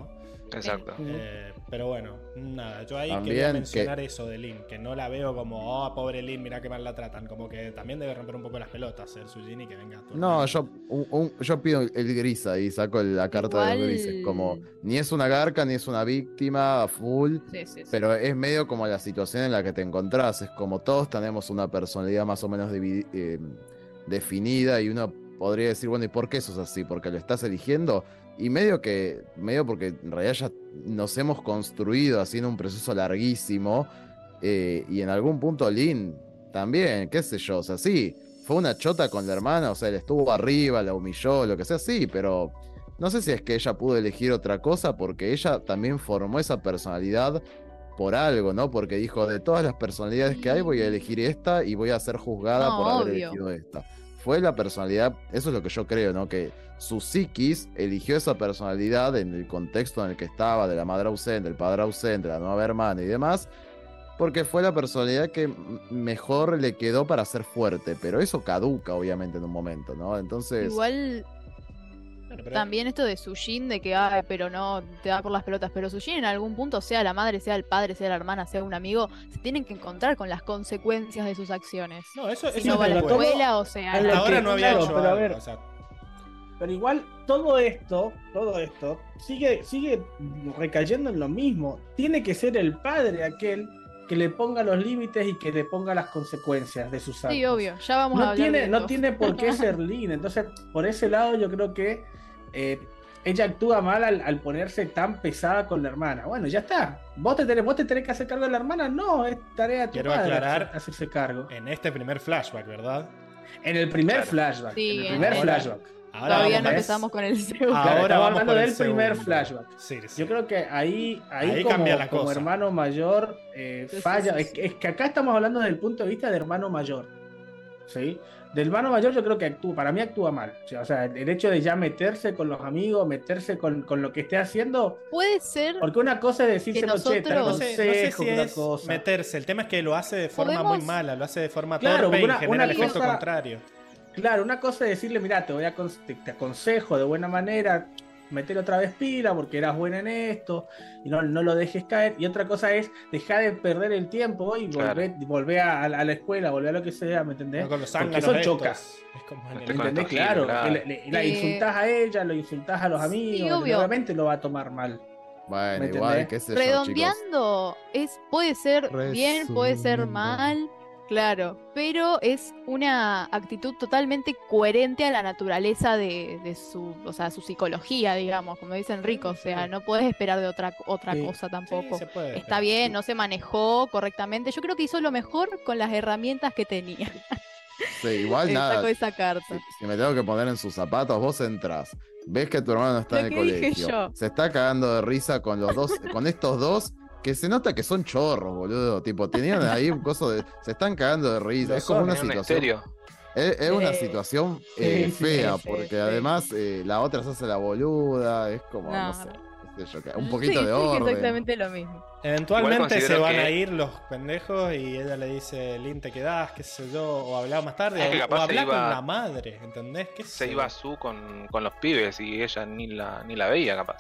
Exacto. Eh, pero bueno, nada, yo ahí También quería que- mencionar eso de Lin, que no la veo como, oh, pobre Lin, mirá qué mal la tratan. Como que también debe romper un poco las pelotas ser Sujin y que venga tu No, hermano. yo, un- un- yo pido el gris ahí, saco la carta de los Igual- grises. Como ni es una garca, ni es una víctima a full, Sí, sí, sí. pero es medio como la situación en la que te encontrás. Es como todos tenemos una personalidad más o menos divi- eh, definida y uno podría decir, bueno, ¿y por qué sos así? ¿Porque lo estás eligiendo? Y medio que, medio porque en realidad ya nos hemos construido así en un proceso larguísimo. eh, y en algún punto Lin también, qué sé yo, o sea, sí, fue una chota con la hermana, o sea, él estuvo arriba, la humilló, lo que sea, sí, pero no sé si es que ella pudo elegir otra cosa porque ella también formó esa personalidad por algo, ¿no? Porque dijo, de todas las personalidades que hay, voy a elegir esta y voy a ser juzgada No, por haber obvio. elegido esta. Fue la personalidad, eso es lo que yo creo, ¿no? Que su psiquis eligió esa personalidad en el contexto en el que estaba, de la madre ausente, del padre ausente, la nueva hermana y demás, porque fue la personalidad que m- mejor le quedó para ser fuerte, pero eso caduca, obviamente, en un momento, ¿no? Entonces, Igual Bueno, pero- también esto de Sujin, de que, ay, pero no, te da por las pelotas, pero Sujin en algún punto, sea la madre, sea el padre, sea la hermana, sea un amigo, se tienen que encontrar con las consecuencias de sus acciones. No, eso, Si eso no va a la pero todo- escuela, o sea, a lo hasta ahora que- no había claro, hecho pero a algo, ver. o sea, Pero igual todo esto, todo esto, sigue, sigue recayendo en lo mismo. Tiene que ser el padre aquel que le ponga los límites y que le ponga las consecuencias de sus actos. sí, obvio, ya vamos a No hablar tiene, de no esto. tiene por qué ser Lin. Entonces, por ese lado, yo creo que eh, ella actúa mal al, al ponerse tan pesada con la hermana. Bueno, ya está. ¿Vos te, tenés, ¿Vos te tenés que hacer cargo de la hermana? No, es tarea de tu Quiero padre aclarar- hacerse cargo. en este primer flashback, ¿verdad? En el primer Claro. flashback. Sí, en el en- primer Ahora- flashback. Ahora Todavía vamos no a- empezamos con el segundo. Claro, Ahora estamos vamos hablando con el del primer segundo. flashback. Sí, sí. Yo creo que ahí, ahí, Ahí como, cambia la como cosa. hermano mayor eh, Sí, sí, falla. sí, Es, sí. que- es que acá estamos hablando desde el punto de vista de hermano mayor. ¿Sí? Del hermano mayor yo creo que actúa, para mí actúa mal. O sea, o sea, el hecho de ya meterse con los amigos, meterse con, con lo que esté haciendo. Puede ser, Porque una cosa es decírselo, che, te nosotros- No sé, no sé aconsejo, si una es cosa. meterse. El tema es que lo hace de forma Podemos- muy mala, lo hace de forma Claro, torpe porque y una- genera el una efecto cosa- contrario. Claro, una cosa es decirle, mira, te voy a acon- te, te aconsejo de buena manera, meter otra vez pila porque eras buena en esto y no, no lo dejes caer. Y otra cosa es dejar de perder el tiempo y Claro. volver, volver a, a la escuela, volver a lo que sea, ¿me entendés? No con los Porque zánganos eso estos. choca. Es como en Este el- ¿Me con entendés? estos giles, Claro, claro. que le- le- la Eh, insultás a ella, lo insultás a los amigos, obvio. obviamente lo va a tomar mal. bueno, ¿me igual, entendés? qué sé yo, chicos. redondeando, es, puede ser bien, puede ser Resumiendo. mal, claro, pero es una actitud totalmente coherente a la naturaleza de, de su, o sea, su psicología, digamos, como dice Enrico, o sea, no puedes esperar de otra, otra Sí. cosa Sí, tampoco. se puede, Está pero- bien, no se manejó correctamente. Yo creo que hizo lo mejor con las herramientas que tenía. Sí, igual Eh, nada. Sacó esa carta. Si, si me tengo que poner en sus zapatos, vos entras, ves que tu hermano no está Lo en el que dije colegio, yo. se está cagando de risa con los dos, con estos dos, que se nota que son chorros, boludo. Tipo, tenían ahí un coso de. Se están cagando de risa. Lo Es como son, una Tenía un situación. estéreo. Es, es una Sí. situación Sí, eh, sí, fea, sí, porque sí. además eh, la otra se hace la boluda, es como, no, No, sé, no. qué sé yo, que- un poquito Sí, de sí, orden. exactamente lo mismo. Eventualmente Igual se considero van que- a ir los pendejos y ella le dice, Lin, te quedás, qué sé yo, o hablaba más tarde, Es que o, capaz o se habla iba- con la madre, ¿entendés? ¿Qué Se sé iba yo? Su con, con los pibes y ella ni la, ni la veía capaz.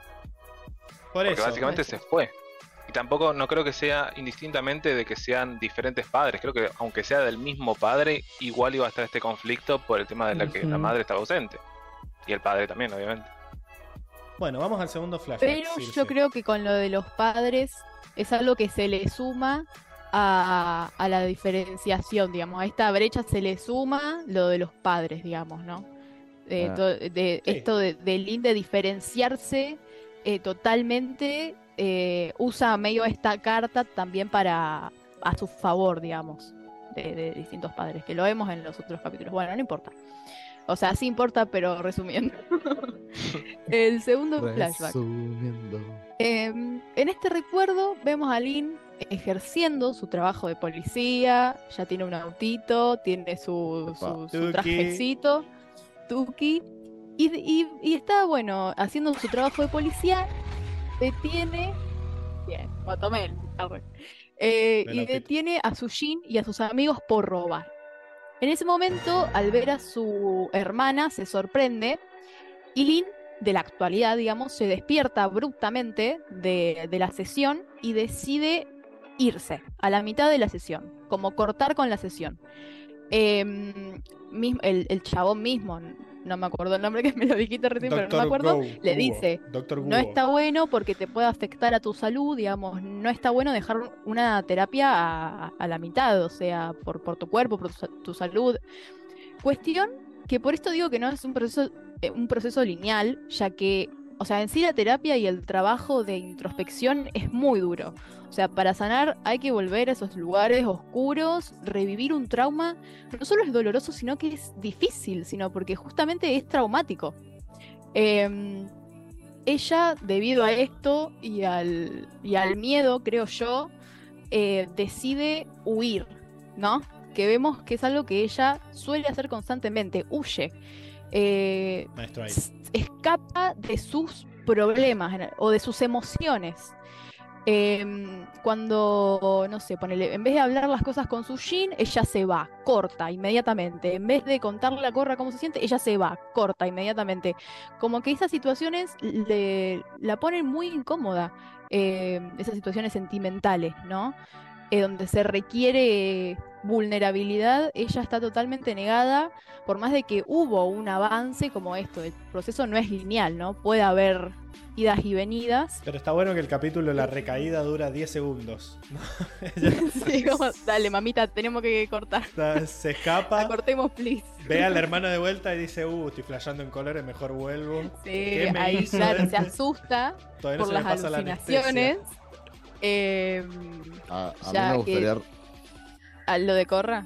Por Porque eso. básicamente se fue. Y tampoco, no creo que sea indistintamente de que sean diferentes padres. Creo que aunque sea del mismo padre, igual iba a estar este conflicto por el tema de la que la Ujú. madre estaba ausente. Y el padre también, obviamente. Bueno, vamos al segundo flashback. Pero Circe. yo creo que con lo de los padres es algo que se le suma a, a la diferenciación, digamos. A esta brecha se le suma lo de los padres, digamos, ¿no? Eh, Ah. to- de, Sí. Esto de, de Lin de diferenciarse eh, totalmente, eh, usa medio esta carta también para a su favor, digamos, de, de distintos padres, que lo vemos en los otros capítulos. Bueno, no importa. O sea, sí importa, pero resumiendo. El segundo flashback. Resumiendo. Eh, en este recuerdo vemos a Lin ejerciendo su trabajo de policía, ya tiene un autito, tiene su, Epa. su, su Tuki. trajecito, Tuki, y, y, y está, bueno, haciendo su trabajo de policía, detiene, bien, Motomel, arre. Eh, Del y autito. detiene a Sujin y a sus amigos por robar. En ese momento, al ver a su hermana, se sorprende y Lin de la actualidad, digamos, se despierta abruptamente de, de la sesión y decide irse a la mitad de la sesión, como cortar con la sesión. Eh, mismo, el, el chabón mismo, no me acuerdo el nombre que me lo dijiste recién, pero no me acuerdo, Go, le Hugo, dice, Doctor no está bueno porque te puede afectar a tu salud, digamos, no está bueno dejar una terapia a, a la mitad, o sea, por, por tu cuerpo, por tu, tu salud. Cuestión que por esto digo que no es un proceso, eh, un proceso lineal, ya que, o sea, en sí la terapia y el trabajo de introspección es muy duro. O sea, para sanar hay que volver a esos lugares oscuros, revivir un trauma. No solo es doloroso, sino que es difícil, sino porque justamente es traumático. Eh, ella, debido a esto y al, y al miedo, creo yo, eh, decide huir, ¿no? Que vemos que es algo que ella suele hacer constantemente, huye. Eh, Maestro ahí. escapa de sus problemas o de sus emociones. Eh, cuando, no sé, ponele, en vez de hablar las cosas con su Jin, ella se va, corta inmediatamente. En vez de contarle a Korra cómo se siente, ella se va, corta inmediatamente. Como que esas situaciones le, la ponen muy incómoda, eh, esas situaciones sentimentales, ¿no? Eh, donde se requiere vulnerabilidad, ella está totalmente negada, por más de que hubo un avance como esto. El proceso no es lineal, ¿no? Puede haber idas y venidas. Pero está bueno que el capítulo La recaída dura diez segundos. Ella Sí, como, dale, mamita, tenemos que cortar. está- se escapa, La cortemos, please. ve al hermano de vuelta y dice, uh, estoy flasheando en colores, mejor vuelvo. Sí, ¿Qué me ahí hizo claro, este? se asusta Todavía no por se me las pasa la alucinaciones. anestesia. Eh, A, a mí Ya me que- gustaría. a lo de Korra.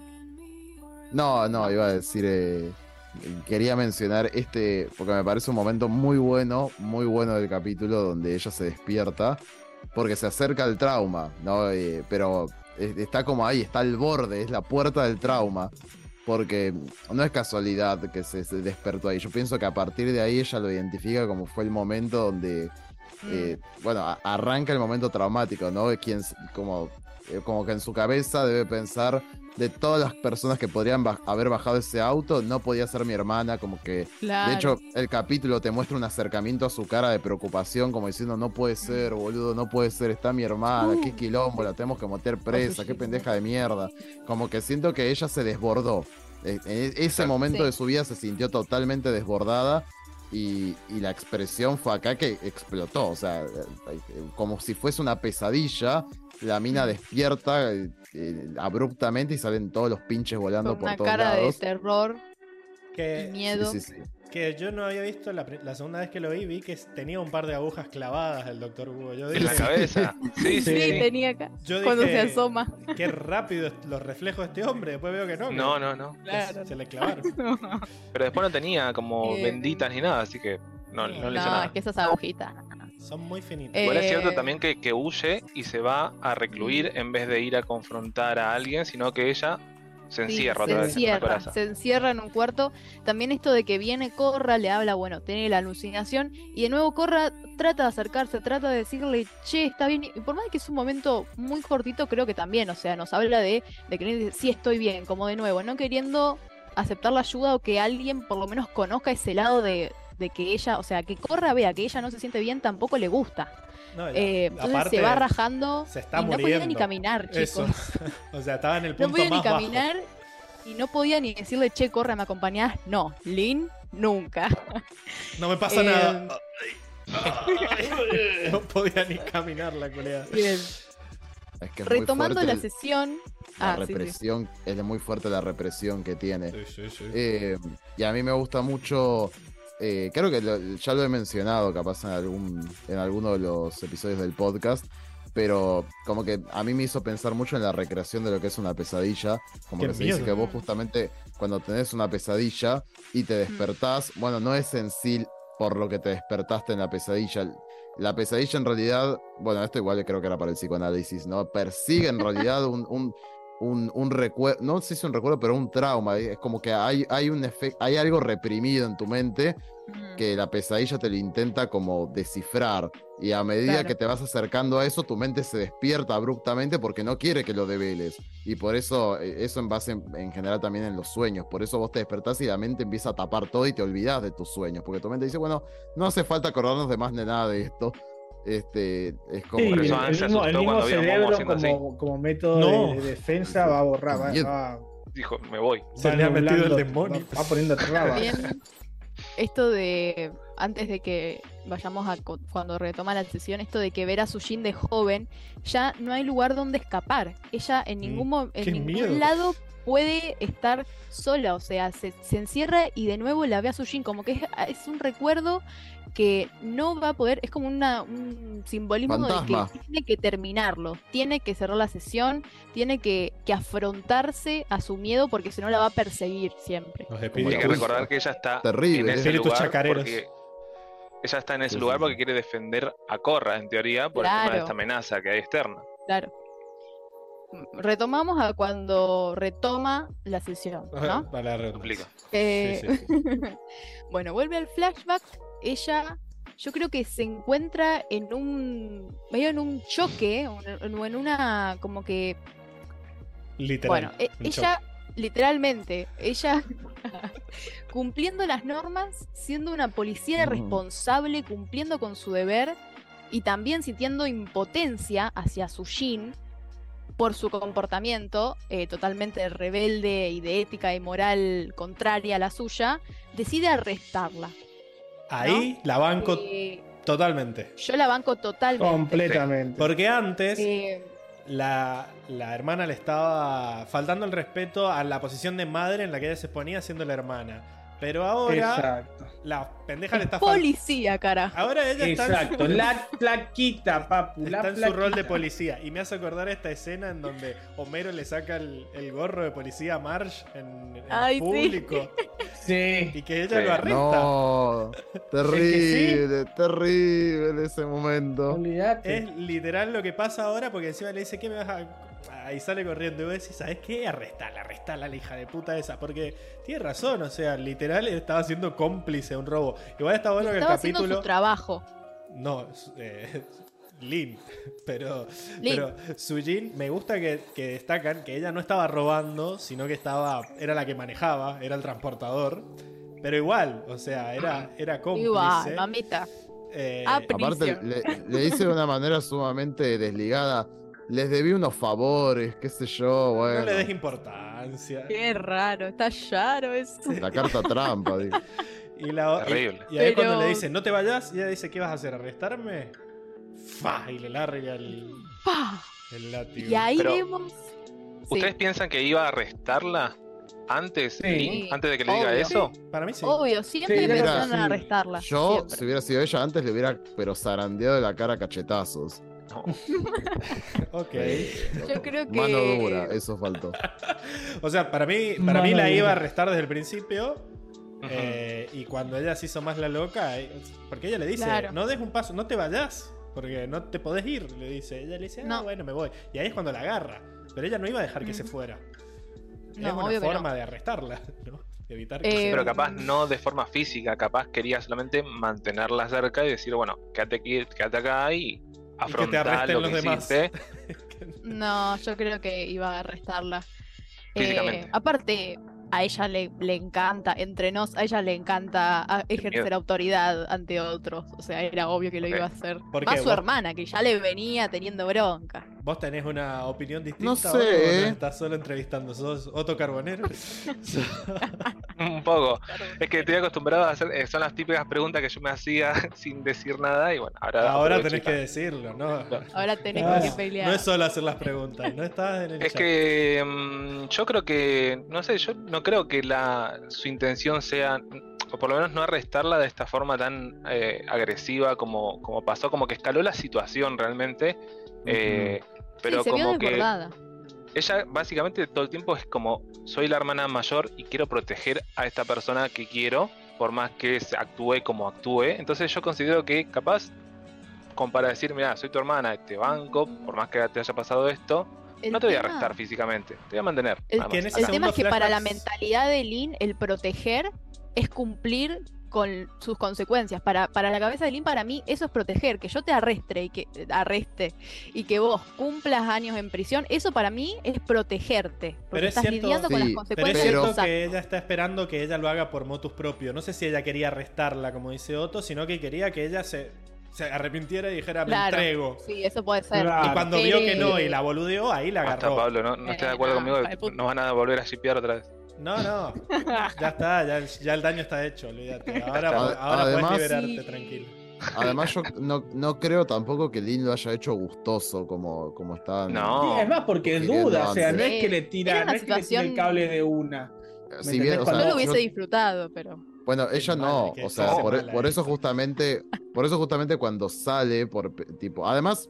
No, no, iba a decir. eh, Quería mencionar este, porque me parece un momento muy bueno, muy bueno del capítulo donde ella se despierta, porque se acerca al trauma, ¿no? Eh, pero eh, está como ahí, está al borde, es la puerta del trauma, porque no es casualidad que se, se despertó ahí. Yo pienso que a partir de ahí ella lo identifica como fue el momento donde, eh, bueno, a- arranca el momento traumático, ¿no? Quien, s- como, eh, como que en su cabeza debe pensar, de todas las personas que podrían ba- haber bajado ese auto, no podía ser mi hermana, como que... Claro. De hecho, el capítulo te muestra un acercamiento a su cara de preocupación, como diciendo, no puede ser, boludo, no puede ser, está mi hermana, qué quilombo, la tenemos que meter presa, qué pendeja de mierda. Como que siento que ella se desbordó. Eh, En ese Exacto. momento Sí. de su vida se sintió totalmente desbordada y, y la expresión fue acá que explotó, o sea, eh, eh, como si fuese una pesadilla, la mina despierta eh, eh, abruptamente y salen todos los pinches volando Con por una todos cara lados. de terror y Que, miedo. Sí, sí, sí. que yo no había visto la, pri- la segunda vez que lo vi, vi que tenía un par de agujas clavadas el doctor Hugo. Yo En la dije, cabeza. Sí, Sí, sí. tenía acá. yo Cuando dije, se asoma. qué rápido est- los reflejos de este hombre. Después veo que no. que No, no, no. se- Claro. Se le clavaron. Pero después no tenía como Eh, benditas ni nada, así que no, no le hizo No, nada. es que esas agujitas. Son muy finitas. Eh, Igual es cierto también que, que huye y se va a recluir en vez de ir a confrontar a alguien, sino que ella se Sí, encierra se otra vez en una encierra, coraza. se encierra en un cuarto. También esto de que viene Korra, le habla, bueno, tiene la alucinación. Y de nuevo Korra trata de acercarse, trata de decirle, che, está bien. Y por más que es un momento muy cortito, creo que también, o sea, nos habla de, de que sí estoy bien, como de nuevo, no queriendo aceptar la ayuda o que alguien por lo menos conozca ese lado de, de que ella, o sea, que Korra vea que ella no se siente bien, tampoco le gusta. No, ya, Eh, entonces aparte, se va rajando se está y no podía muriendo. ni caminar, chicos. Eso. O sea, estaba en el No punto podía ni más bajo. caminar y no podía ni decirle, che, Korra, ¿me acompañás? No, Lin, nunca. No me pasa Eh, nada. No podía ni caminar la colega. Bien. Es que es muy Retomando fuerte la el- sesión. la Ah, sí, sí. represión, es muy fuerte la represión que tiene. Sí, sí, sí. Eh, y a mí me gusta mucho, eh, creo que lo- ya lo he mencionado capaz en algún en alguno de los episodios del podcast, pero como que a mí me hizo pensar mucho en la recreación de lo que es una pesadilla, como Qué que se dice miedo. que vos justamente cuando tenés una pesadilla y te despertás, bueno, no es en sí por lo que te despertaste en la pesadilla. La pesadilla en realidad, bueno, esto igual creo que era para el psicoanálisis, ¿no? Persigue en realidad un, un, un, un recuerdo, no sé si es un recuerdo, pero un trauma. Es como que hay, hay, un efecto, hay algo reprimido en tu mente que la pesadilla te lo intenta como descifrar. Y a medida Claro. que te vas acercando a eso, tu mente se despierta abruptamente porque no quiere que lo develes. Y por eso, eh, eso en base en, en general también en los sueños. Por eso vos te despertás y la mente empieza a tapar todo y te olvidás de tus sueños. Porque tu mente dice, bueno, no hace falta acordarnos de más de nada de esto. Este, es como Sí, Por el, eso que- Anne se el mismo, el asustó mismo cuando vio a Momo cerebro haciendo así. como, como método No. de, de defensa va a borrar, va, Miedo. va, Dijo, me voy. Se va le ha metido el nublando, demonio. Va, va poniendo trabas. También esto de, antes de que vayamos a cu- cuando retoma la sesión, esto de que ver a Sujin de joven, ya no hay lugar donde escapar. Ella en ningún, mo- en qué ningún miedo. lado puede estar sola, o sea, se, se encierra y de nuevo la ve a Sujin, como que es, es un recuerdo que no va a poder, es como una, un simbolismo Fantasma. de que tiene que terminarlo, tiene que cerrar la sesión, tiene que, que afrontarse a su miedo porque si no la va a perseguir siempre. Los Hay espíritus. que recordar que ella está Terrible. en ese Espíritus lugar chacareros. porque ella está en ese Sí, lugar sí, porque sí. quiere defender a Korra, en teoría, por el tema de Claro. esta amenaza que hay externa. Claro. Retomamos a cuando retoma la sesión, ¿no? Para la redundancia. Complica. Eh, Sí, sí, sí. Bueno, vuelve al flashback. Ella, yo creo que se encuentra en un, medio en un choque, o en, o en una, como que, Literal. bueno, e- un ella, literalmente, ella cumpliendo las normas, siendo una policía Mm. responsable, cumpliendo con su deber y también sintiendo impotencia hacia Sujin por su comportamiento eh, totalmente rebelde y de ética y moral contraria a la suya, decide arrestarla. choque. Ahí la banco Eh, totalmente. yo la banco totalmente. Completamente. Porque antes Eh, la, la hermana le estaba faltando el respeto a la posición de madre en la que ella se ponía siendo la hermana. Pero ahora Exacto. la pendeja le es está faltando. policía, carajo. Ahora ella está en su- Exacto. La plaquita, papu. La Está en su rol de plaquita. policía. Y me hace acordar esta escena en donde Homero le saca el, el gorro de policía a Marge en, en Ay, sí. público. Sí. Y que ella Sí. lo arresta. No, terrible, terrible ese momento. Olvídate. Es literal lo que pasa ahora porque encima le dice, ¿qué me vas a...? Ahí sale corriendo y vos decís, ¿sabes qué? Arrestala, arrestala, la hija de puta esa. Porque tiene razón, o sea, literal estaba siendo cómplice de un robo. Igual está bueno que el Estaba haciendo capítulo... su trabajo. No, eh, Lin, pero, Lin. pero Sujin me gusta que, que destacan que ella no estaba robando, sino que estaba, era la que manejaba, era el transportador, pero igual, o sea, era, era cómplice. Igual, mamita. Eh, Ah, Aparte, Prisión. le, le dice de una manera sumamente desligada. Les debí unos favores, qué sé yo, bueno. no le des importancia. Qué raro, está raro eso. La carta trampa, digo. Y, la, Terrible. y, y ahí Pero- cuando le dice, no te vayas, y ella dice, ¿qué vas a hacer? ¿Arrestarme? ¡Fa! Y le larga el, Pa. el látigo. Y ahí Pero, vemos. Sí, ¿Ustedes piensan que iba a arrestarla antes, Sí. Lin? Antes de que le diga Obvio. eso? Para mí sí. obvio, siempre Sí, pensaron mira, en sí. arrestarla. Yo, siempre. si hubiera sido ella antes, le hubiera, pero zarandeado de la cara a cachetazos. No. Ok. Yo creo que. Mano dura, eso faltó. O sea, para mí, para mí Mano la dura. iba a arrestar desde el principio. Ujú. Eh, y cuando ella se hizo más la loca, eh, porque ella le dice, Claro. no des un paso, no te vayas, porque no te podés ir, le dice. Ella le dice, ah, No. bueno, me voy. Y ahí es cuando la agarra. Pero ella no iba a dejar que Ujú. se fuera. No, es una obvio que forma no. de arrestarla, ¿no? De evitar que Eh, se Pero capaz no de forma física, capaz quería solamente mantenerla cerca y decir, bueno, quédate aquí, quédate acá y afronta arresten lo los que demás. hiciste. No, yo creo que iba a arrestarla. Físicamente. Eh, aparte, a ella le, le encanta, entre nos, a ella le encanta a- ejercer miedo. autoridad ante otros. O sea, era obvio que lo Ok. iba a hacer. ¿Por Más qué? su ¿Vos- hermana, que ya le venía teniendo bronca. ¿Vos tenés una opinión distinta? No sé, ahora, o eh. no estás solo entrevistando? ¿Sos Otto Carbonero? Un poco. Es que estoy acostumbrado a hacer, eh, son las típicas preguntas que yo me hacía sin decir nada y bueno, ahora... Ahora aprovecho tenés y que tal. decirlo, ¿no? Ahora tenés No que es, pelear. no es solo hacer las preguntas, no estás en el Es chat. que mm, yo creo que, no sé, yo no creo que la su intención sea, o por lo menos no arrestarla de esta forma tan eh, agresiva como, como pasó, como que escaló la situación realmente, eh, pero sí, se vio como que desbordada. ella básicamente todo el tiempo es como, soy la hermana mayor y quiero proteger a esta persona que quiero, por más que se actúe como actúe, entonces yo considero que capaz, como para decir, mira, soy tu hermana, te banco, por más que te haya pasado esto, El no te voy a tema- restar físicamente, te voy a mantener. El, nada que en más. ese el Acá. tema es que segundo para la flashbacks- mentalidad de Lin, el proteger es cumplir con sus consecuencias. Para, para la cabeza de Lin, para mí, eso es proteger. Que yo te arrestre y que arreste y que vos cumplas años en prisión, eso para mí es protegerte. Porque Pero es estás cierto- lidiando con Sí, las Pero es consecuencias Pero- de cierto tus que actos. ella está esperando que ella lo haga por motus propio. No sé si ella quería arrestarla, como dice Otto, sino que quería que ella se, se arrepintiera y dijera, me Claro. entrego. Sí, eso puede ser. Claro. Y cuando vio que no y Eh, la boludeó, ahí la Basta, agarró. Pablo, no, no estés de Eh, acuerdo no, conmigo, hija de puta. nos van a volver a shipear otra vez. No, no. Ya está, ya, ya el daño está hecho, olvídate. Ahora, Ad- ahora además- puedes liberarte, Sí. tranquilo. Además, yo no, no creo tampoco que Lin lo haya hecho gustoso como, como estaban. No. Sí, es más, porque Sugiriendo duda, o sea, no antes. es que le tira, Era una no es que le tira el situación- cable de una. Si bien, o Cuando sea, Yo lo hubiese yo- disfrutado, pero. Bueno, Qué ella mala, no, qué o sea, clase por, mala por eso esa. justamente, por eso justamente cuando sale, por pe- tipo, además,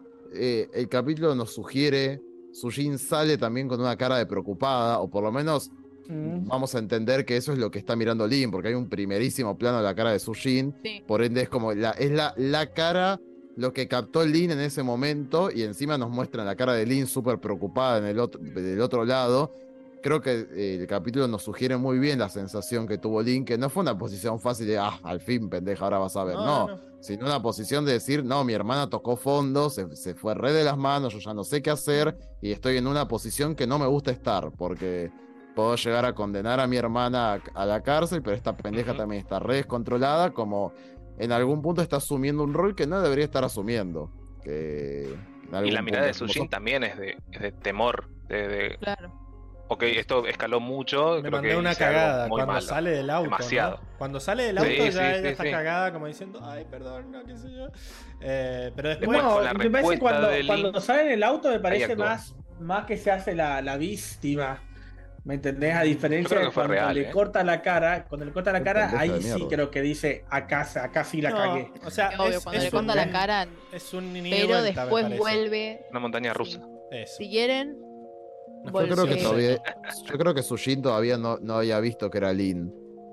eh, el capítulo nos sugiere, Sujin sale también con una cara de preocupada, o por lo menos Mm. vamos a entender que eso es lo que está mirando Lin, porque hay un primerísimo plano de la cara de Sujin, Sí. por ende es como, la, es la, la cara, lo que captó Lin en ese momento, y encima nos muestran la cara de Lin súper preocupada en el otro, del otro lado. Creo que eh, el capítulo nos sugiere muy bien la sensación que tuvo Lin, que no fue una posición fácil de, ah, al fin, pendeja, ahora vas a ver. No, no. sino una posición de decir, no, mi hermana tocó fondo, se, se fue re de las manos, yo ya no sé qué hacer, y estoy en una posición que no me gusta estar, porque puedo llegar a condenar a mi hermana a, a la cárcel, pero esta pendeja Ujú. también está re descontrolada, como en algún punto está asumiendo un rol que no debería estar asumiendo. Que en Y algún la mirada de punto es como Sujin son- también es de, es de temor. De, de, Claro. ok, esto escaló mucho. Me creo mandé que una hice algo cagada muy cuando malo. sale del auto. ¿no? Demasiado. Cuando sale del auto Sí, ya sí, ella sí, está sí. cagada como diciendo, ay, perdón, no, qué sé yo. Eh, pero después... Después, No, con la me parece respuesta cuando, de Lin, cuando sale en el auto me parece actúa. más, más que se hace la, la víctima. ¿Me entendés? A diferencia creo de que fue cuando real, le ¿eh? corta la cara, cuando le corta la Qué cara, pendeja ahí de sí mierda. creo que dice, acá, acá sí la no, cagué. o sea, Obvio, es, cuando es le corta un, la cara. es un ida y Pero vuelta, me después parece. vuelve. Una montaña Sí. rusa. Eso. Si quieren, No, vuelve. Yo creo que Sí. todavía, yo creo que Sujin todavía no, no había visto que era Lin.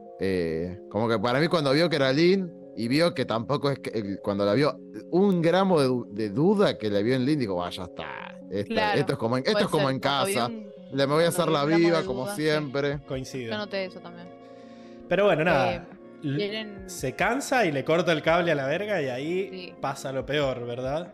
Eh, como que para mí cuando vio que era Lin y vio que tampoco es que el- cuando la vio un gramo de, du- de duda que le vio en Lin, digo, ah, ya está. Esta- Claro, esto es como en, esto puede es como ser, en cuando vi casa. un- Le me voy a cuando hacer vi la un gramo viva de como duda, sí. siempre. Coincido. Yo noté eso también. Pero bueno, nada. Eh, L- ¿quieren- Se cansa y le corta el cable a la verga y ahí Sí. pasa lo peor, ¿verdad?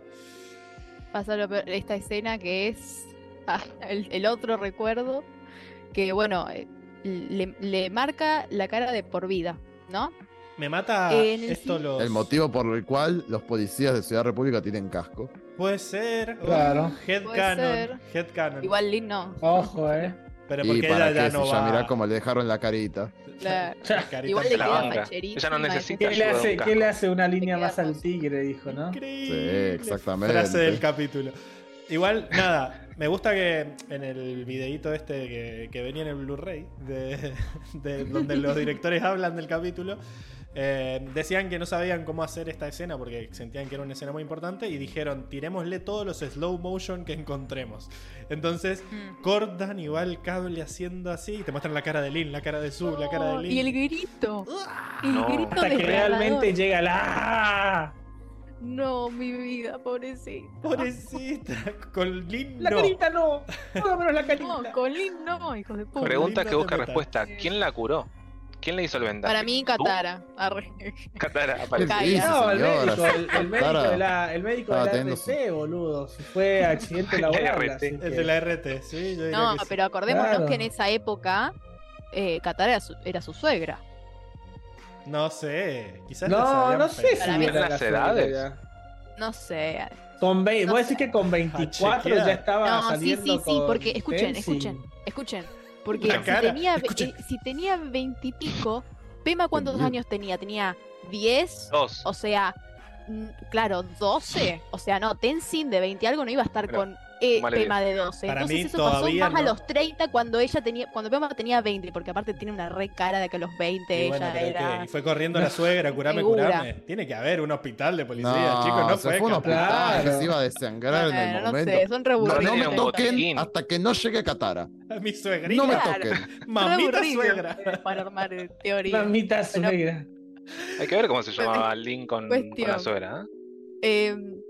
Pasa lo peor- esta escena que es ah, el, el otro recuerdo que, bueno, eh, le, le marca la cara de por vida, ¿no? Me mata En el esto cine- los... El motivo por el cual los policías de Ciudad República tienen casco. Puede ser. Claro. Puede Headcanon. ser. Headcanon. Igual Lin no. Ojo, eh. Pero Y porque para ella qué, ya no si ya va... mirá cómo le dejaron la carita. Claro. Carita Igual en le la queda banca. facherísima. Ella no necesita ¿Qué le, ayuda de hace, un ¿Qué le casco. hace una línea queda más al hermoso. tigre? Dijo, ¿no? Increíble. Sí, exactamente. Frase del capítulo. Igual, nada, me gusta que en el videíto este que, que venía en el Blu-ray, de, de donde los directores hablan del capítulo, eh, decían que no sabían cómo hacer esta escena porque sentían que era una escena muy importante y dijeron, tirémosle todos los slow motion que encontremos. Entonces, Mm. cortan y va el cable haciendo así y te muestran la cara de Lin, la cara de Su, la cara de No, Lin. y el grito. El No. grito Hasta que desgarrador. realmente llega la... No, mi vida, pobrecita. Pobrecita, con Lin La no. carita no. Todo menos la carita. No, con Lin no, hijos de puta. Pregunta Lin que no busca te metas. respuesta. ¿Quién la curó? ¿Quién le hizo el vendaje? Para mí, ¿Tú? Katara. Arre. Katara ¿Qué apareció. Calla. dice, No, el señora? médico, el, el médico Cara. de la, el médico de Estaba la teniendo R T, boludo. Si fue accidente laboral. R T. así El que- de la R T, sí, yo diría No, que sí. pero acordémonos Claro. que en esa época eh, Katara era su, era su suegra. No sé, quizás las No, habían no sé pensado. si mí era las la suegra edades. ya. No sé. Con veinte, No vos sé. decís que con veinticuatro chequear. ya estaba No, sí, saliendo sí, sí, con porque escuchen, Tenzin. escuchen, escuchen. Porque La si cara, tenía, escuchen. eh, si tenía veintipico, Pema cuántos Bien. años tenía, tenía diez, Dos. o sea, mm, claro, doce, o sea, no, Tenzin de veinte algo no iba a estar Pero, con eh, sumale Pema de doce. Para Entonces mí eso pasó todavía más a no. los treinta cuando ella tenía, cuando Pema tenía veinte, porque aparte tiene una re cara de que a los veinte Y bueno, ella pero era. ¿qué? Y fue corriendo la suegra, curame, Segura. curame. Tiene que haber un hospital de policía, No, chicos, no se fue fue un capaz. hospital, Claro. se iba a desangrar en el Bueno, no momento. sé, son re No, no aburridos. me tenía toquen botiquín. hasta que no llegue Katara. Mi suegrita. No me Claro. toquen. Re Mamita aburrido, suegra. eh, para armar eh, teoría. Mamita Bueno, suegra. Hay que ver cómo se llamaba Link con, con Cuestión. la suegra. ¿eh? Eh,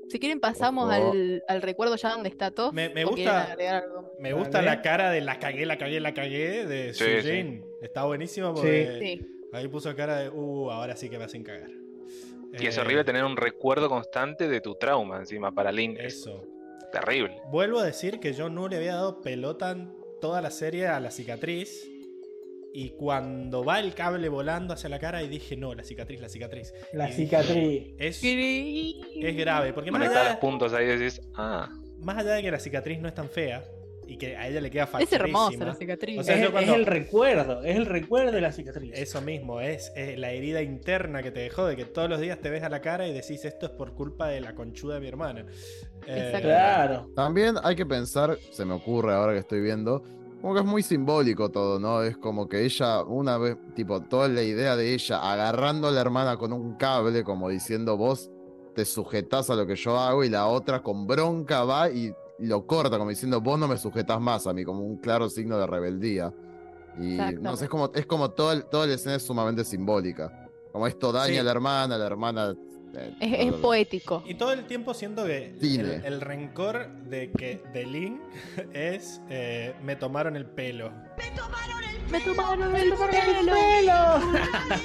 Si quieren pasamos Por favor. al, al recuerdo ya donde está Toph. Me- me o quieren gusta- agregar algo. Me gusta Dale. la cara de la cagué, la cagué, la cagué de Sí, Sujin. Está buenísimo porque Sí. ahí puso cara de, uh, ahora sí que me hacen cagar. Y es Eh, horrible tener un recuerdo constante de tu trauma encima para Lin. Es Eso. terrible. Vuelvo a decir que yo no le había dado pelota en toda la serie a la cicatriz. Y cuando va el cable volando hacia la cara, y dije, no, la cicatriz, la cicatriz. La Y cicatriz. Es, Increíble. es grave, porque más Conectar los allá, puntos ahí y decís, ah, más allá de que la cicatriz no es tan fea y que a ella le queda Es facilísima. hermosa la cicatriz. O sea, es, yo cuando- es el recuerdo, es el recuerdo de la cicatriz. Eso mismo, es, es la herida interna que te dejó, de que todos los días te ves a la cara y decís, esto es por culpa de la conchuda de mi hermana. Eh, Exacto. Claro. También hay que pensar, se me ocurre ahora que estoy viendo, como que es muy simbólico todo, ¿no? Es como que ella, una vez, tipo, toda la idea de ella agarrando a la hermana con un cable, como diciendo, vos te sujetás a lo que yo hago, y la otra con bronca va y lo corta, como diciendo, vos no me sujetás más a mí, como un claro signo de rebeldía. Y no sé, es como, es como todo el- toda la escena es sumamente simbólica. Como esto daña Sí. a la hermana, la hermana... eh, Es, es poético. Y todo el tiempo siento que Cine. el, el rencor de que de Lin es eh, me tomaron el pelo. Me tomaron el pelo.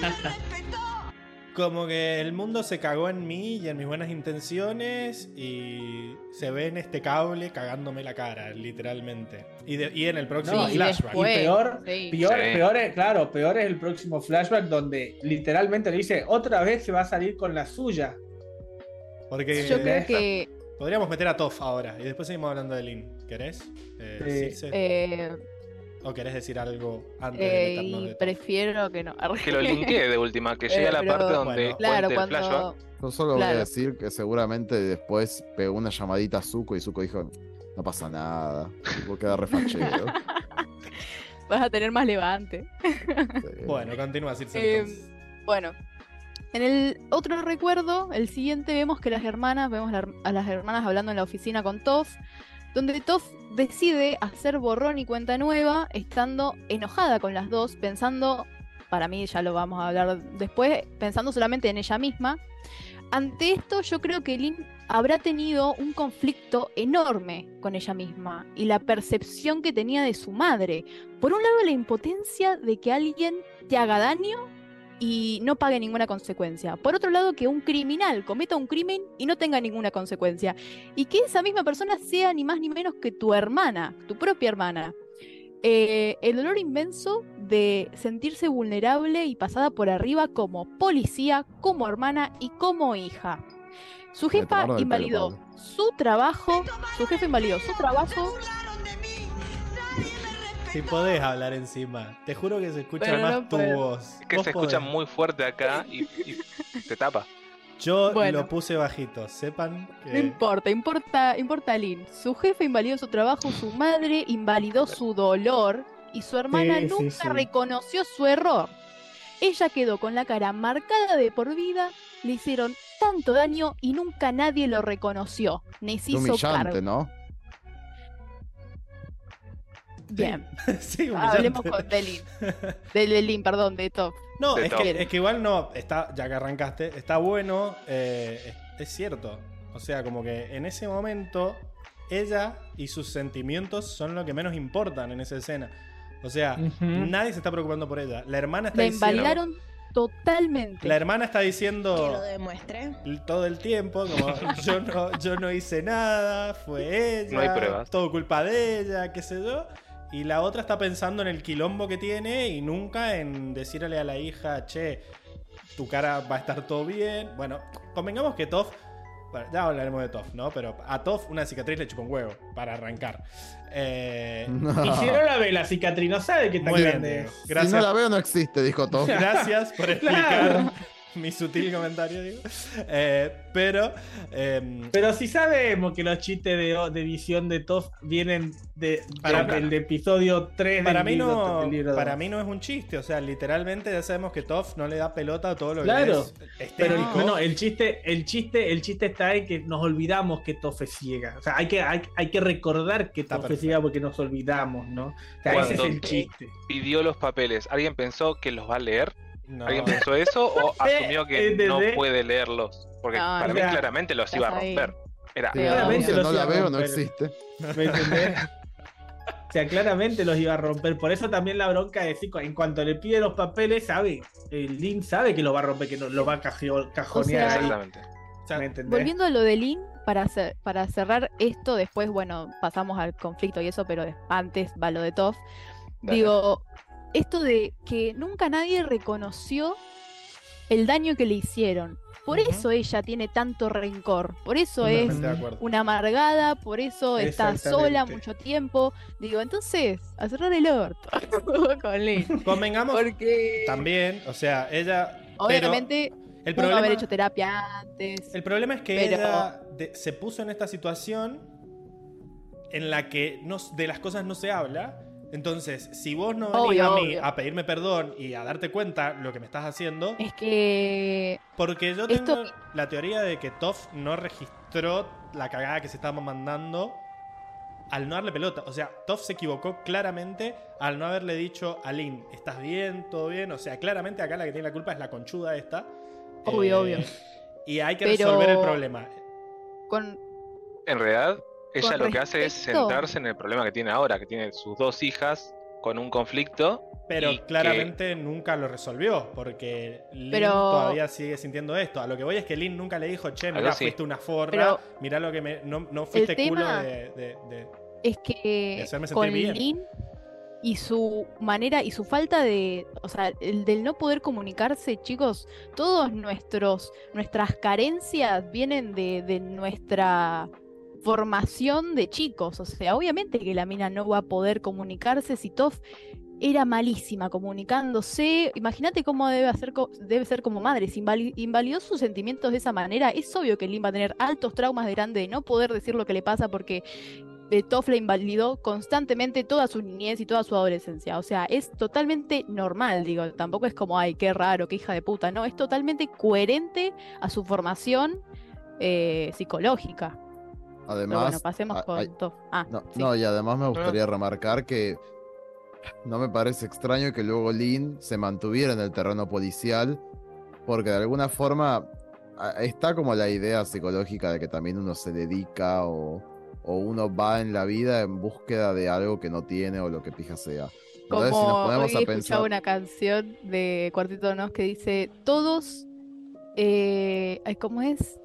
Como que el mundo se cagó en mí y en mis buenas intenciones y se ve en este cable cagándome la cara, literalmente. Y, de- y en el próximo No, y flashback. Y peor, Sí. peor, Sí. peor es, claro, peor es el próximo flashback donde literalmente le dice, otra vez se va a salir con la suya. Porque Yo creo deja. que podríamos meter a Toph ahora y después seguimos hablando de Lin. ¿Querés? Eh, Sí. Circe? eh, ¿O querés decir algo antes eh, de meternos y de Toph? prefiero que no. que lo linkee de última, que llegue Eh, a la pero- parte donde Bueno. Claro, cuente el flashback. cuando. Yo solo voy Claro. a decir que seguramente después pegó una llamadita a Zuko y Zuko dijo, no pasa nada, tipo, queda refachero. Vas a tener más levante. Sí. Bueno, continúa Circe Eh, entonces. Bueno, en el otro recuerdo, el siguiente, vemos que las hermanas, vemos la- a las hermanas hablando en la oficina con Toph, donde Toph decide hacer borrón y cuenta nueva, estando enojada con las dos, pensando, para mí ya lo vamos a hablar después, pensando solamente en ella misma. Ante esto, yo creo que Lin habrá tenido un conflicto enorme con ella misma y la percepción que tenía de su madre. Por un lado, la impotencia de que alguien te haga daño y no pague ninguna consecuencia. Por otro lado, que un criminal cometa un crimen y no tenga ninguna consecuencia. Y que esa misma persona sea ni más ni menos que tu hermana, tu propia hermana. Eh, el dolor inmenso de sentirse vulnerable y pasada por arriba como policía, como hermana y como hija. Su Me jefa tomaron el pelo, invalidó Pablo. su trabajo, su jefe invalidó su trabajo. Si podés hablar encima, te juro que se escucha Pero más no tu puedo. voz. Es que Vos se escucha podés. muy fuerte acá y, y te tapa. Yo Bueno. lo puse bajito, sepan No que... importa, importa, importa Lin. Su jefe invalidó su trabajo, su madre invalidó su dolor y su hermana Sí, sí, nunca sí. reconoció su error. Ella quedó con la cara marcada de por vida, le hicieron tanto daño y nunca nadie lo reconoció, ni se Qué hizo humillante, cargo. ¿no? Bien, Sí, humillante. hablemos con de Lin. De, de Lin, perdón, de Top. No, De es todo. que, es que igual no, está, ya que arrancaste, está bueno, eh, es, es cierto. O sea, como que en ese momento, ella y sus sentimientos son lo que menos importan en esa escena. O sea, Ujú. nadie se está preocupando por ella. La hermana está La diciendo... invalidaron totalmente. La hermana está Que lo diciendo demuestre. todo el tiempo, como yo no, yo no hice nada, fue ella, No hay pruebas. todo culpa de ella, qué sé yo. Y la otra está pensando en el quilombo que tiene y nunca en decirle a la hija, che, tu cara va a estar todo bien. Bueno, convengamos que Toph, bueno, ya hablaremos de Toph, ¿no? Pero a Toph una cicatriz le chupa un huevo para arrancar. Eh, Y si no la ve la cicatriz, no sabe qué tan muy bien, grande Diego. es. Si Gracias, no la veo no existe, dijo Tom. gracias por explicar Claro. mi sutil comentario, digo. Eh, pero... em, Pero si sabemos que los chistes de, de visión de Toph vienen de, Para- de- del episodio tres Para del mí, libro, no, del libro para dos. mí no es un chiste, o sea, literalmente ya sabemos que Toph no le da pelota a todo lo Claro, que es Pero estético. no, no, el chiste, el chiste, el chiste está en que nos olvidamos que Toph es ciega. O sea, hay que, hay, hay que recordar que Está Toph es perfecto. ciega porque nos olvidamos, ¿no? O sea, ese es Cuando- el chiste. Pidió los papeles. ¿Alguien pensó que los va a leer? No. ¿Alguien pensó eso o asumió que ¿Entendés? no puede leerlos? Porque No, para o mí sea, claramente los iba a estás ahí. romper. Era, Si Pero- la Claramente denuncia los no iba la a veo, no romper. existe. ¿Me entendés? O sea, claramente los iba a romper. Por eso también la bronca de Zico, en cuanto le pide los papeles, sabe, el Lin sabe que lo va a romper, que no, lo va a cajeo- cajonear O sea, ahí. exactamente. O sea, ¿Me entendés? Volviendo a lo de Lin, para, cer- para cerrar esto, después, bueno, pasamos al conflicto y eso, pero des- antes va lo de Toph. Dale. Digo, esto de que nunca nadie reconoció el daño que le hicieron. Por Ujú. eso ella tiene tanto rencor. Por eso es Totalmente de acuerdo. una amargada, por eso está Exactamente. sola mucho tiempo. Digo, entonces, a cerrar el orto con Lin. Convengamos Porque también, o sea, ella. obviamente El pudo problema, haber hecho terapia antes. el problema es que pero- ella de- se puso en esta situación en la que no, de las cosas no se habla. Entonces, si vos no venís Obvio, a mí obvio. a pedirme perdón y a darte cuenta lo que me estás haciendo, Es que porque yo tengo Esto- la teoría de que Toph no registró la cagada que se estaba mandando al no darle pelota. O sea, Toph se equivocó claramente al no haberle dicho a Lin, ¿estás bien? ¿Todo bien? O sea, claramente acá la que tiene la culpa es la conchuda esta. Obvio, obvio. Y hay que Pero- resolver el problema. con En realidad, ella Con lo que hace es respecto- centrarse en el problema que tiene ahora, que tiene sus dos hijas con un conflicto. Pero y claramente nunca lo resolvió, porque Lin Pero- todavía sigue sintiendo esto. A lo que voy es que Lin nunca le dijo, che, mirá, Algo sí. fuiste una forra, Pero- mirá lo que me... No, no fuiste tema- culo de... de- de- es de que hacerme sentir con bien. Lin y su manera y su falta de, o sea, el del no poder comunicarse, chicos, todos nuestros nuestras carencias vienen de, de nuestra formación de chicos, o sea, obviamente que la mina no va a poder comunicarse si Toph era malísima comunicándose. Imagínate cómo debe, hacer, co- debe ser como madre. Si invali- invalidó sus sentimientos de esa manera, es obvio que Lin va a tener altos traumas de grande de no poder decir lo que le pasa porque eh, Toph la invalidó constantemente toda su niñez y toda su adolescencia. O sea, es totalmente normal, digo. Tampoco es como, ay, qué raro, qué hija de puta. No, es totalmente coherente a su formación eh, psicológica. Pero Además, bueno, pasemos a- con hay- Toph. Ah, no, sí. no, y además me gustaría remarcar que no me parece extraño que luego Lin se mantuviera en el terreno policial, porque de alguna forma a- está como la idea psicológica de que también uno se dedica o, o uno va en la vida en búsqueda de algo que no tiene o lo que pija sea. Entonces, Como si nos ponemos hoy a he pensar. escuchado una canción de Cuartito de Nos que dice, todos, eh, ay, ¿cómo es?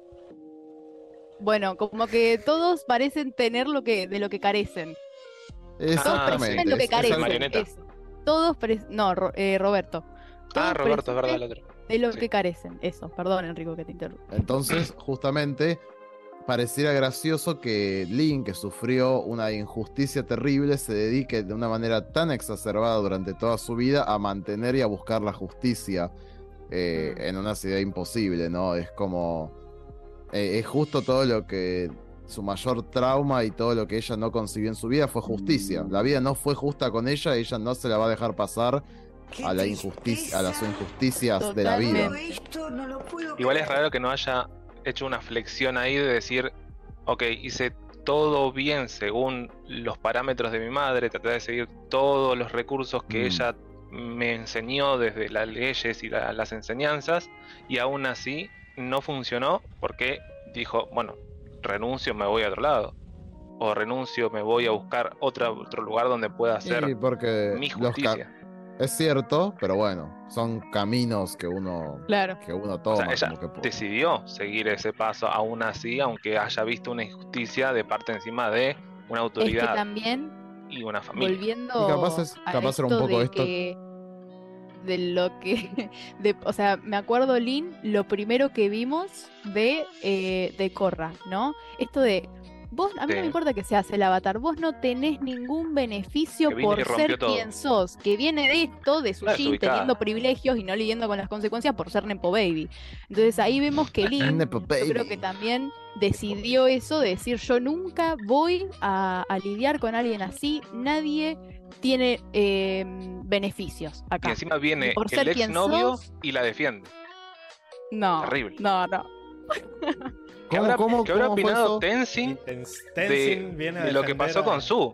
Bueno, como que todos parecen tener lo que, de lo que carecen. Todos Ah, presumen sí, lo que es- es el carecen. marioneta. eso. Todos pare- no, Ro- eh, Roberto. Todos Ah, Roberto, es verdad, el presumen otro. de lo Sí. que carecen. Eso, perdón, Enrico, que te interrumpo. Entonces, justamente, pareciera gracioso que Lin, que sufrió una injusticia terrible, se dedique de una manera tan exacerbada durante toda su vida a mantener y a buscar la justicia eh, Mm. en una ciudad imposible, ¿no? Es como... eh, es justo todo lo que... Su mayor trauma y todo lo que ella no consiguió en su vida fue justicia. La vida no fue justa con ella, ella no se la va a dejar pasar Qué a la injusticia, a las tristeza. injusticias de la vida. Totalmente. Esto no lo puedo Igual es creer. raro que no haya hecho una flexión ahí de decir, ok, hice todo bien según los parámetros de mi madre, traté de seguir todos los recursos que Mm. ella me enseñó desde las leyes y la- las enseñanzas, y aún así no funcionó porque dijo, bueno, renuncio, me voy a otro lado. O renuncio, me voy a buscar otra, otro lugar donde pueda hacer Sí, porque mi los ca- justicia. es cierto, pero bueno, son caminos que uno, Claro. que uno O toma. sea, ella como que po- decidió seguir ese paso aún así, aunque haya visto una injusticia de parte encima de una Es que autoridad también, y una familia. volviendo Y capaz es- a capaz era un esto poco de esto- que de lo que de, o sea, me acuerdo, Lin, lo primero que vimos de eh, de Korra, ¿no? Esto de vos, a mí no Sí. me importa que seas el avatar, vos no tenés ningún beneficio Que vino y por rompió ser todo. quien sos, que viene de esto, de su Una Jin desubicada. teniendo privilegios y no lidiando con las consecuencias por ser Nepo Baby. Entonces ahí vemos que Lin, Nepo yo creo baby. que también decidió eso de decir, yo nunca voy a, a lidiar con alguien así, nadie tiene eh, beneficios Y acá. encima viene Y por el ser ex quien novio sos- y la defiende. No, Terrible. no, no. ¿Qué ¿Cómo- habrá, cómo- qué habrá cómo fue opinado eso? Y Tenzin Tens- de, Tenzin viene a de lo que defender pasó a- con Su?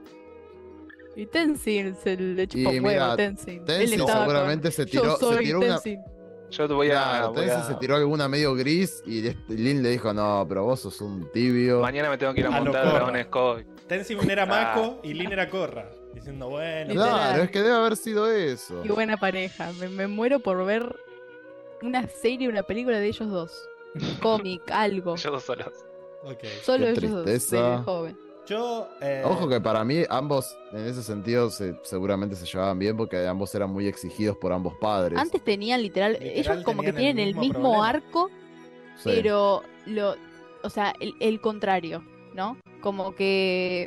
Y Tenzin se le chupa Y un huevo, mira, Tenzin. Él Tenzin estaba con, seguramente se yo tiró, se soy tiró una, Tenzin. Yo te voy a. Claro, voy Tenzin a- se tiró alguna medio gris y este- Lin le dijo, no, pero vos sos un tibio. Mañana me tengo que ir a A lo montar Korra. Dragon Sky. Tenzin era Ah. Mako y Lin era Korra. Diciendo, bueno, Literal. Claro, es que debe haber sido eso. Qué buena pareja. Me, me muero por ver una serie, una película de ellos dos. Cómic, algo. Ellos dos solos. ok. Solo Qué ellos dos. tristeza. De joven. Yo. eh, Ojo que para mí ambos, en ese sentido, se- seguramente se llevaban bien porque ambos eran muy exigidos por ambos padres. Antes tenían literal, Literal ellos como que tenían el tienen el mismo mismo problema. arco, Sí. pero lo, o sea, el, el contrario, ¿no? Como que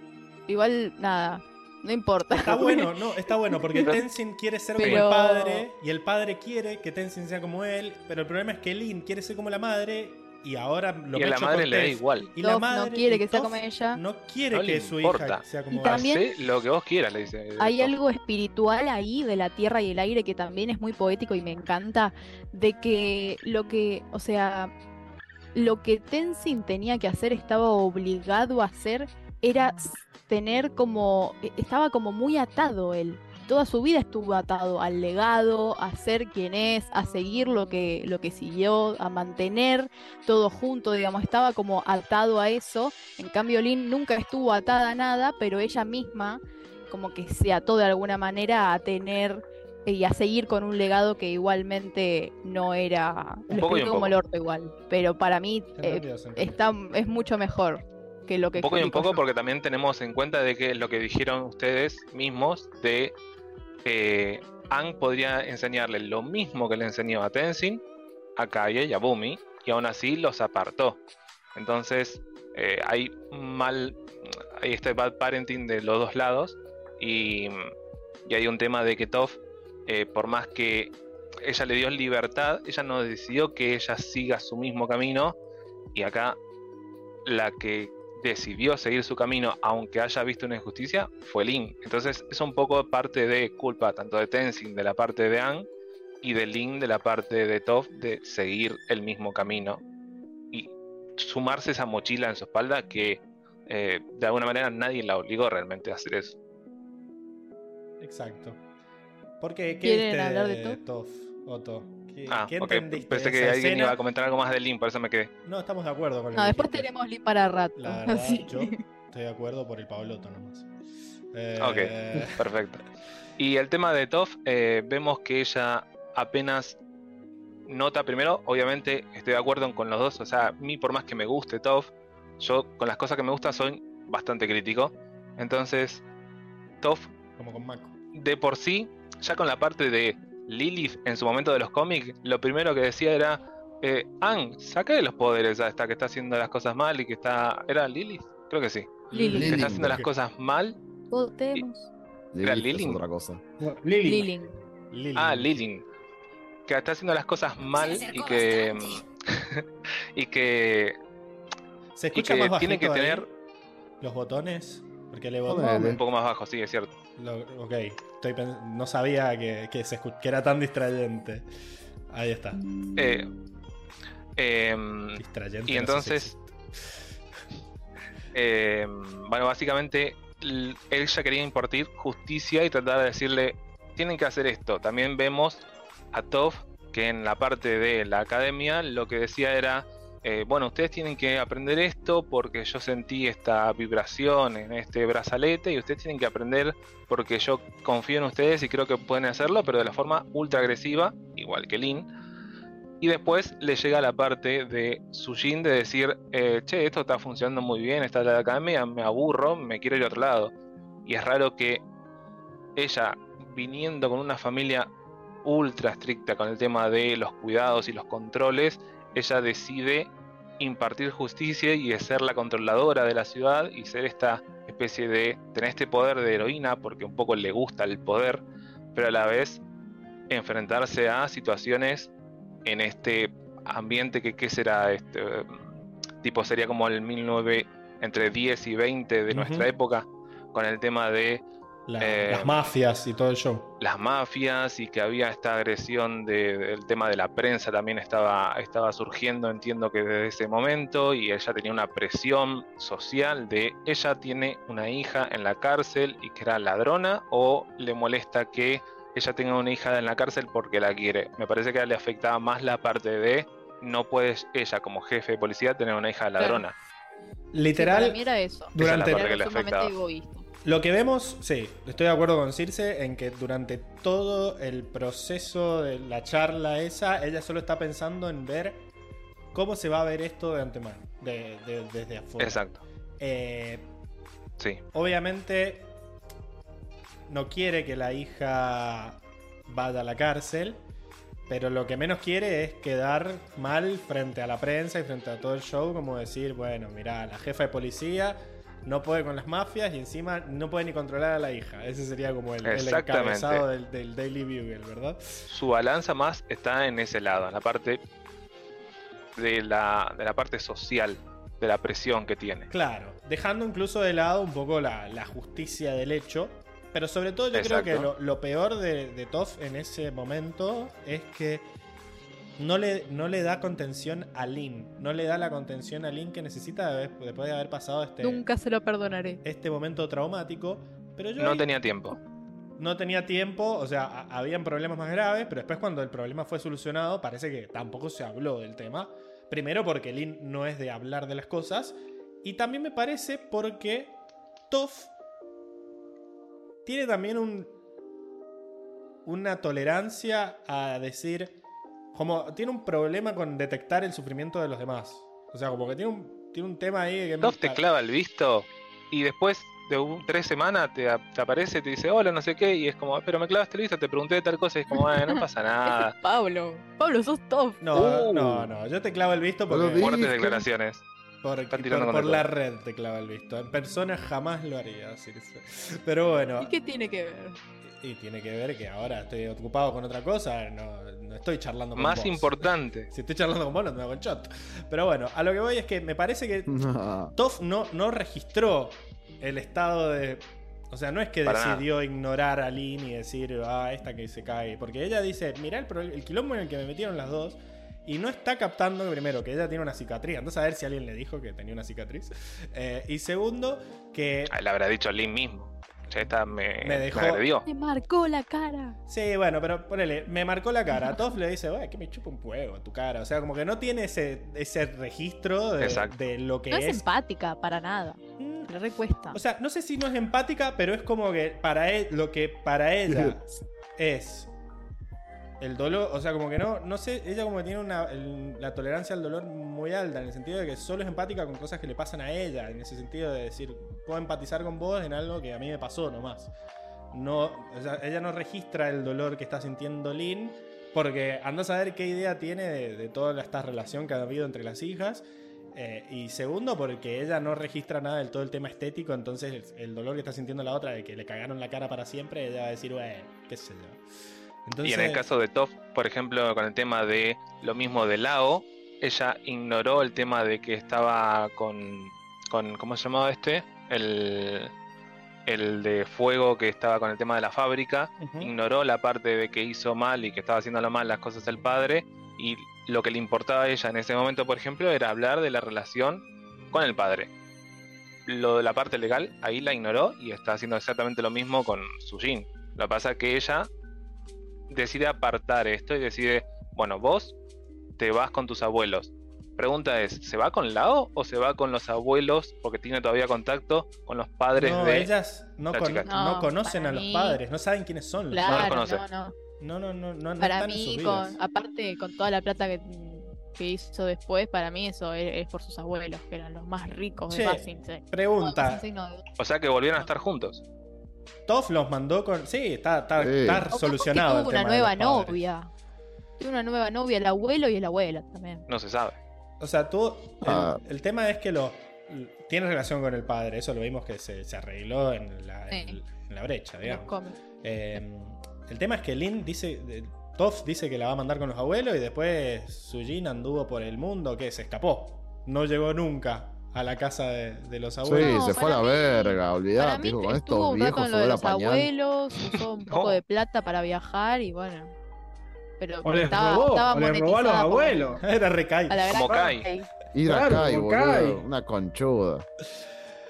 igual nada, no importa. Está bueno, no, está bueno, porque Tenzin quiere ser como Pero- el padre y el padre quiere que Tenzin sea como él, pero el problema es que Lin quiere ser como la madre y ahora lo Y a la mecho madre con le da Tez. igual. Y la Toph madre no quiere y que sea Toph como ella. No quiere No le que su importa. hija sea como Y él. también- Hacé lo que vos quieras, le dice. Hay Toph. algo espiritual ahí de la tierra y el aire que también es muy poético y me encanta, de que lo que, o sea, lo que Tenzin tenía que hacer, estaba obligado a hacer, era s- tener como, e- estaba como muy atado él. Toda su vida estuvo atado al legado, a ser quien es, a seguir lo que, lo que siguió, a mantener todo junto, digamos, estaba como atado a eso. En cambio, Lin nunca estuvo atada a nada, pero ella misma como que se ató de alguna manera a tener y a seguir con un legado que igualmente no era, Un lo poco y explico un como el poco. orto igual, pero para mí Tiene eh, sentido, sentido. está, es mucho mejor que lo que Un poco y un explico poco yo. porque también tenemos en cuenta de que lo que dijeron ustedes mismos de eh, Aang podría enseñarle lo mismo que le enseñó a Tenzin, a Kaguya y a Bumi, y aún así los apartó. Entonces eh, hay mal, hay este bad parenting de los dos lados y, y hay un tema de que Toph, eh, por más que ella le dio libertad, ella no decidió que ella siga su mismo camino y acá la que decidió seguir su camino aunque haya visto una injusticia fue Lin. Entonces es un poco parte de culpa tanto de Tenzin de la parte de Aang y de Lin de la parte de Toph de seguir el mismo camino y sumarse esa mochila en su espalda que eh, de alguna manera nadie la obligó realmente a hacer eso. Exacto. ¿Por qué? ¿Qué ¿Quieren viste hablar de de Toph, Otto? ¿Qué, Ah, qué ok, entendiste pensé de que esa alguien escena? iba a comentar algo más de Lin, por eso me quedé. No, estamos de acuerdo con lo No, que después dijiste. tenemos Lin para rato. La verdad, así yo que- estoy de acuerdo por el Pabloto nomás. Eh, Ok, perfecto. Y el tema de Toph, eh, vemos que ella apenas nota primero, obviamente estoy de acuerdo con los dos, o sea, a mí por más que me guste Toph, yo con las cosas que me gustan soy bastante crítico. Entonces, Toph Como con Mako. de por sí, ya con la parte de Lilith en su momento de los cómics, lo primero que decía era, eh, Aang, saca de los poderes a esta que está haciendo las cosas mal y que está... ¿Era Lilith? Creo que sí. Lilith. Que Lilith, está haciendo las ok. cosas mal. Votemos. ¿Era Lilith es Lilith? otra cosa. No, Lily. Lilin. Lilin. Ah, Lilith. Que está haciendo las cosas mal Se y acercó que... bastante. y que... ¿Se y escucha que más bajito tiene que ahí tener... los botones? Porque le Ponele. botó. Un poco más bajo, sí, es cierto. Lo- ok, estoy pens- no sabía que, que, se escu- que era tan distrayente. Ahí está. Eh, em, Distrayente. y no sé si entonces... Eh, bueno, básicamente l- ella quería impartir justicia y tratar de decirle, tienen que hacer esto. También vemos a Toph que en la parte de la academia lo que decía era, eh, bueno, ustedes tienen que aprender esto porque yo sentí esta vibración en este brazalete y ustedes tienen que aprender porque yo confío en ustedes y creo que pueden hacerlo, pero de la forma ultra agresiva, igual que Lin. Y después le llega la parte de Sujin de decir, eh, che, esto está funcionando muy bien, está la academia, me aburro, me quiero ir a otro lado. Y es raro que ella, viniendo con una familia ultra estricta con el tema de los cuidados y los controles, ella decide impartir justicia y de ser la controladora de la ciudad y ser esta especie de, tener este poder de heroína, porque un poco le gusta el poder, pero a la vez enfrentarse a situaciones en este ambiente que qué será este tipo sería como el mil novecientos entre diez y veinte de Ujú. nuestra época con el tema de La- eh, las mafias y todo el show. las mafias y que había esta agresión de- del tema de la prensa también estaba, estaba surgiendo, entiendo que desde ese momento, y ella tenía una presión social de ella tiene una hija en la cárcel y que era ladrona o le molesta que ella tenga una hija en la cárcel porque la quiere. Me parece que a ella le afectaba más la parte de no puede ella como jefe de policía tener una hija ladrona. Literal, Sí, para mí era eso. durante Esa es la parte que le Era sumamente afectaba. egoísta. lo que vemos, sí, estoy de acuerdo con Circe en que durante todo el proceso de la charla esa, ella solo está pensando en ver cómo se va a ver esto de antemano, de, de- desde afuera. Exacto. Eh, Sí. obviamente no quiere que la hija vaya a la cárcel, pero lo que menos quiere es quedar mal frente a la prensa y frente a todo el show, como decir, bueno, mirá, la jefa de policía no puede con las mafias y encima no puede ni controlar a la hija. Ese sería como el, el Exactamente. encabezado del, del Daily Bugle, ¿verdad? Su balanza más está en ese lado, en la parte de la, de la parte social, de la presión que tiene. Claro, dejando incluso de lado un poco la, la justicia del hecho. Pero sobre todo yo Exacto. creo que lo, lo peor de, de Toph en ese momento es que no le, no le da contención a Lin. No le da la contención a Lin que necesita de haber- después de haber pasado este, Nunca se lo perdonaré. este momento traumático. Pero yo No ahí tenía tiempo. no tenía tiempo, o sea, a- habían problemas más graves, pero después cuando el problema fue solucionado parece que tampoco se habló del tema. Primero porque Lin no es de hablar de las cosas. Y también me parece porque Toph tiene también un una tolerancia a decir, como tiene un problema con detectar el sufrimiento de los demás. O sea, como que tiene un, tiene un tema ahí que Toph te clava el visto y después de un- tres semanas te, ap- te aparece y te dice hola, no sé qué, y es como, pero me clavaste el visto, te pregunté de tal cosa, y es como, "Bueno, no pasa Ese nada. es Pablo. Pablo, sos top. No, Uh. no, no, yo te clavo el visto Pero porque, di- Fuertes Dije. declaraciones. porque- Están por, tirando por contra la todo. red te clava el visto. En persona jamás lo haría, Circe. Pero bueno, ¿Y qué tiene que ver? y tiene que ver que ahora estoy ocupado con otra cosa, no, no estoy charlando con Más vos. importante. Si estoy charlando con vos, no te hago el shot. Pero bueno, a lo que voy es que me parece que No. Toph no, no registró el estado de... O sea, no es que Para decidió ignorar a Lin y decir, ah, esta que se cae. Porque ella dice, mirá el, pro- el quilombo en el que me metieron las dos. Y no está captando, primero, que ella tiene una cicatriz. Entonces a ver si alguien le dijo que tenía una cicatriz. Eh, y segundo, que... Ah, le habrá dicho Lin mismo. Ya esta me, Me dejó- me agredió. Me marcó la cara. Sí, bueno, pero ponele, me marcó la cara. Toph le dice, "Güey, que me chupa un huevo tu cara". O sea, como que no tiene ese, ese registro de, Exacto. de lo que No es es. empática para nada. Mm, Le recuesta. O sea, no sé si no es empática, pero es como que para él, lo que para ella es el dolor, o sea, como que no, no sé, ella como que tiene una, el- la tolerancia al dolor muy alta, en el sentido de que solo es empática con cosas que le pasan a ella, en ese sentido de decir, puedo empatizar con vos en algo que a mí me pasó nomás. No, o sea, ella no registra el dolor que está sintiendo Lin, porque anda a saber qué idea tiene de, de toda esta relación que ha habido entre las hijas. Eh, y segundo, porque ella no registra nada del todo el tema estético, entonces el, el dolor que está sintiendo la otra de que le cagaron la cara para siempre, ella va a decir, bueno, qué sé yo. Entonces, Y en el caso de Toph, por ejemplo, con el tema de lo mismo de Lao, ella ignoró el tema de que estaba con, con ¿cómo se llamaba este? El, el de fuego que estaba con el tema de la fábrica. Ujú. Ignoró la parte de que hizo mal y que estaba haciendo mal las cosas el padre, y lo que le importaba a ella en ese momento, por ejemplo, era hablar de la relación con el padre. Lo de la parte legal, ahí la ignoró y está haciendo exactamente lo mismo con Sujin. Lo que pasa es que ella decide apartar esto y decide, bueno, vos te vas con tus abuelos. Pregunta es, ¿se va con Lao o se va con los abuelos porque tiene todavía contacto con los padres no, de... ellas no, la con- chica? no No, conocen para a los mí- padres, no saben quiénes son los Claro, padres. conoce. no, no. No, no, no, no, no Para están en mí, sus con, vidas. aparte con toda la plata que, que hizo después, para mí eso es, es por sus abuelos, que eran los más ricos Che, de Basing. Sí. Pregunta, Basing, no, de- O sea que volvieron a estar juntos. Toph los mandó con... Sí, está, está, Sí. está O capaz que solucionado el tuvo una tema de nueva los padres. novia. Tuvo una nueva novia, el abuelo y la abuela también. No se sabe. O sea, tú, el, Ah. el tema es que lo tiene relación con el padre. Eso lo vimos que se, se arregló en la, Sí. en, en la brecha, Los digamos. cómics. Eh, el tema es que Lin dice, eh, Toph dice que la va a mandar con los abuelos y después Sujin anduvo por el mundo, que se escapó. No llegó nunca a la casa de, de los Sí, abuelos. No, se fue a la para mí- verga, Para olvidate, mí hijo, con estuvo estos un rato viejos en lo de olor a los pañal. abuelos, usó un poco No. de plata para viajar y bueno. Pero O les estaba, robó, estaba o les robó a los monetizada por- abuelos. Era recay. a la gran Como Kai. Kai. Ir a Claro, Kai, como boludo, Kai. una conchuda.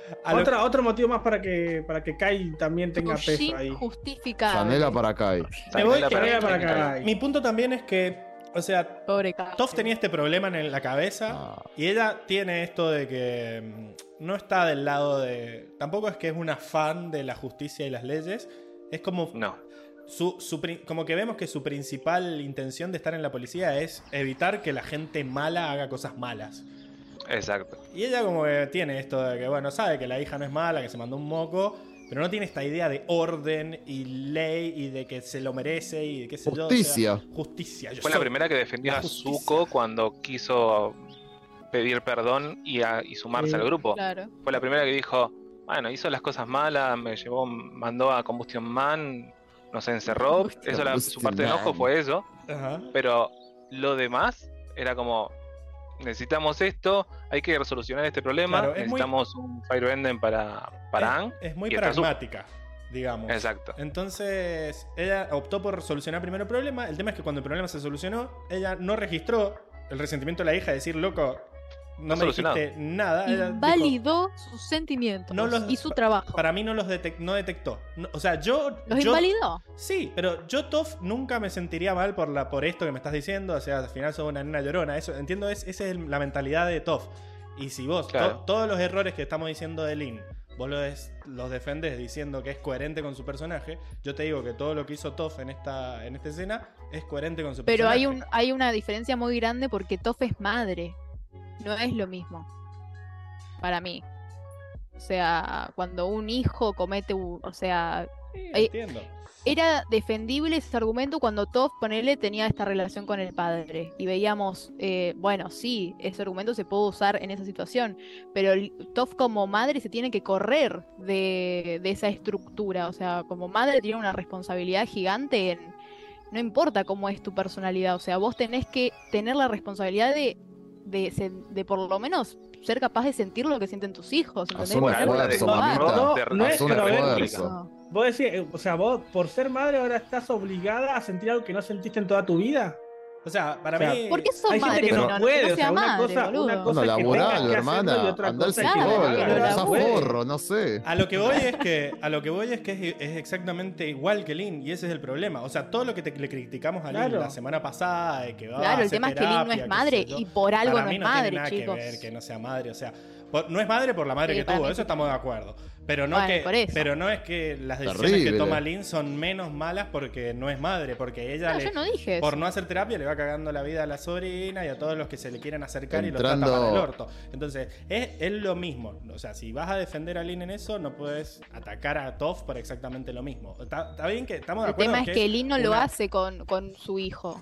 A lo- Otra, otro motivo más para que, para que Kai también tenga peso Shin ahí. justificable. Chanela para Kai. Me voy- Chanela Chanela para mí. Kai. Mi punto también es que, o sea, Pobre Kai. Toph tenía este problema en la cabeza Ah. y ella tiene esto de que mm, no está del lado de... Tampoco es que es una fan de la justicia y las leyes, es como... No. Su, su pri- como que vemos que su principal intención de estar en la policía es evitar que la gente mala haga cosas malas. Exacto. Y ella como que tiene esto de que, bueno, sabe que la hija no es mala, que se mandó un moco, pero no tiene esta idea de orden y ley y de que se lo merece y de qué sé yo. o sea, Justicia. justicia. Yo Fue la soy- primera que defendió la a justicia. Zuko cuando quiso pedir perdón y, a- y sumarse Sí. al grupo. Claro. Fue la primera que dijo, bueno, hizo las cosas malas, me llevó, mandó a Combustion Man, nos encerró. Combustion Eso la- su parte de Man. enojo fue eso. Ajá. Pero lo demás era como, necesitamos esto, hay que resolucionar este problema, Claro, es muy- necesitamos un Firebending para, para Aang. Es, es muy y está Zuko. pragmática, digamos. Exacto. Entonces, ella optó por solucionar primero el problema. El tema es que cuando el problema se solucionó, ella no registró el resentimiento de la hija de decir, loco, no Está me dijiste solucionado. nada. Ella dijo, Invalidó sus sentimientos No los- y su trabajo. para mí no los detec- no detectó. No- o sea, yo... ¿Los yo invalidó? Sí, pero yo, Toph, nunca me sentiría mal por, la, por esto que me estás diciendo. O sea, al final sos una nena llorona. Eso, entiendo, es, esa es la mentalidad de Toph. Y si vos, Claro. to- todos los errores que estamos diciendo de Lin, vos los, des- los defendés diciendo que es coherente con su personaje, yo te digo que todo lo que hizo Toph en esta, en esta escena es coherente con su Pero personaje. hay, un, hay una diferencia muy grande porque Toph es madre. No es lo mismo. Para mí. O sea, cuando un hijo comete un... O sea, Sí, Ahí- entiendo. era defendible ese argumento cuando Toph, ponele, tenía esta relación con el padre. Y veíamos, eh, bueno, sí, ese argumento se puede usar en esa situación. Pero el- Toph como madre se tiene que correr de, de esa estructura. O sea, como madre tiene una responsabilidad gigante en... No importa cómo es tu personalidad. O sea, vos tenés que tener la responsabilidad de, de, sen- de por lo menos ser capaz de sentir lo que sienten tus hijos. ¿entendés? Haz un Tener la esfuerzo, responsabilidad. mamita. No, de- no haz es un pero a ver, esfuerzo. No. Vos decís, eh, o sea, vos por ser madre ahora estás obligada a sentir algo que no sentiste en toda tu vida. O sea, para O sea, mí... ¿Por qué sos Hay gente madre? que no no, puede, no o sea, sea una madre, cosa- boludo. una cosa- Bueno, que labural, tengas que hermana. hacerlo y otra Andá al cosa es que psicólogo, lo andá a labure. forro, no sé. A lo que voy es que a lo que voy es que es, es exactamente igual que Lin y ese es el problema. O sea, todo lo que te- le criticamos a Lin Claro. la semana pasada de que va a Claro, el hacer tema es que Lin no terapia, es qué madre sé yo, y por algo para no mí es no madre, tiene nada chicos. que ver que no sea madre, o sea, por- no es madre por la madre Sí, que para tuvo, mí eso sí. estamos de acuerdo. Pero no Bueno, que por eso. pero no es que las decisiones Terrible. que toma Lin son menos malas porque no es madre, porque ella No, le- yo no dije por eso. no hacer terapia le va cagando la vida a la sobrina y a todos los que se le quieren acercar y lo trata Entrando- para el orto. Entonces, es, es lo mismo. O sea, si vas a defender a Lin en eso, no puedes atacar a Toph por exactamente lo mismo. Está, está bien que estamos de El acuerdo tema es que Lin no lo una- hace con, con su hijo.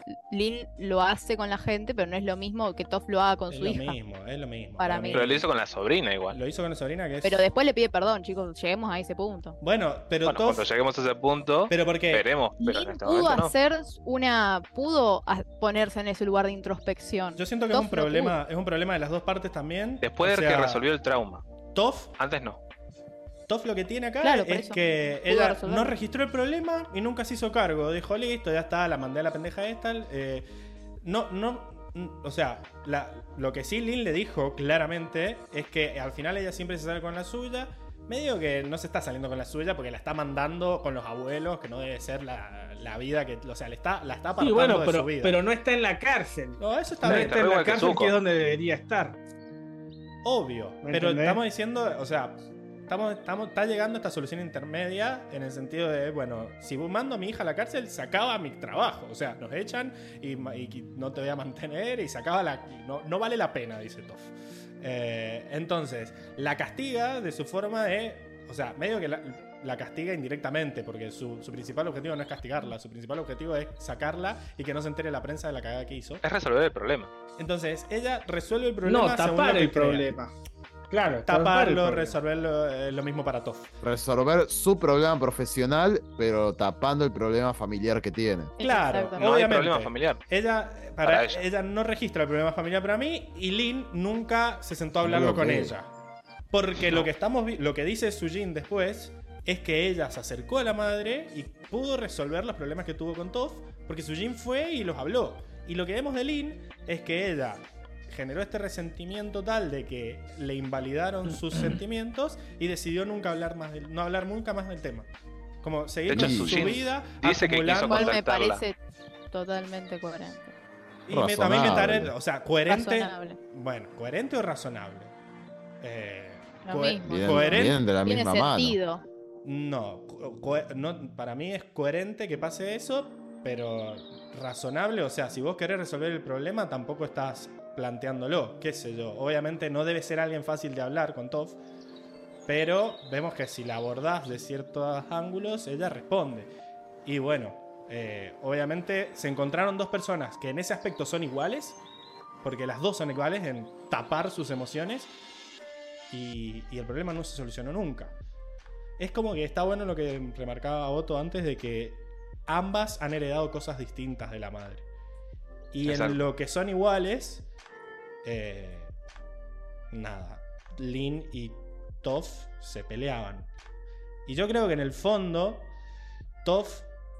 Lin lo hace con la gente, pero no es lo mismo que Toph lo haga con Es su lo hija. mismo, es lo mismo. Para mí. Pero lo hizo con la sobrina igual. Lo hizo con la sobrina que es... Pero después le pide perdón, chicos. Lleguemos a ese punto. Bueno, pero Bueno, Toph... cuando lleguemos a ese punto, Pero porque... veremos. Pero en Lin este pudo momento no. hacer una. Pudo a- ponerse en ese lugar de introspección. Yo siento que es un Toph no problema, es un problema de las dos partes también. Después O de que sea, resolvió el trauma. Toph, Antes no. Toph lo que tiene acá Claro, por es eso. que Pudo ella resolverlo. no registró el problema y nunca se hizo cargo. Dijo, listo, ya está, la mandé a la pendeja esta. eh, no, no, mm, o sea, la- lo que sí Lin le dijo claramente es que al final ella siempre se sale con la suya. Medio que no se está saliendo con la suya porque la está mandando con los abuelos, que no debe ser la, la vida que. O sea, le está, la está Sí, apartando bueno, de pero, su vida. pero no está en la cárcel. No, eso está No bien. está en igual la que cárcel, Zuko. que es donde debería estar. Obvio, ¿Me pero entendés? estamos diciendo, o sea, estamos, estamos, está llegando esta solución intermedia en el sentido de, bueno, si mando a mi hija a la cárcel, se acaba mi trabajo. O sea, nos echan y, ma- y no te voy a mantener y se acaba la... y No, no vale la pena, dice Toph. Eh, entonces, la castiga de su forma de... O sea, medio que la, la castiga indirectamente, porque su, su principal objetivo no es castigarla, su principal objetivo es sacarla y que no se entere la prensa de la cagada que hizo. Es resolver el problema. Entonces, ella resuelve el problema No, según lo tapar que el crea. problema. Claro, tapar el Taparlo, problema. resolverlo, es lo mismo para Toph. Resolver su problema profesional, pero tapando el problema familiar que tiene. Claro, Exactamente. No hay obviamente. problema familiar. Ella, para, Para ella. ella. no registra el problema familiar para mí y Lin nunca se sentó a hablarlo No, con ok. ella. Porque No. lo que estamos vi- lo que dice Sujin después es que ella se acercó a la madre y pudo resolver los problemas que tuvo con Toph porque Sujin fue y los habló. Y lo que vemos de Lin es que ella generó este resentimiento tal de que le invalidaron sus sentimientos y decidió nunca hablar más del, no hablar nunca más del tema. Como seguir De hecho, con su Sujin vida, dice que quiso acumulando. Igual me contactarla. parece totalmente coherente. Y me, también me Razonable. parece, o sea, coherente. Razonable. Bueno, coherente o razonable. Eh, Lo co- mismo. Vienen, coherente. vienen de la Tiene misma mano. sentido. No, co- co- no, para mí es coherente que pase eso, pero razonable, o sea, si vos querés resolver el problema, tampoco estás planteándolo, qué sé yo. Obviamente no debe ser alguien fácil de hablar con Toph, pero vemos que si la abordás de ciertos ángulos, ella responde. Y bueno, eh, obviamente se encontraron dos personas que en ese aspecto son iguales, porque las dos son iguales en tapar sus emociones, y, y el problema no se solucionó nunca. Es como que está bueno lo que remarcaba Otto antes de que ambas han heredado cosas distintas de la madre. Y Exacto. en lo que son iguales, eh, nada, Lin y Toph se peleaban. Y yo creo que en el fondo, Toph,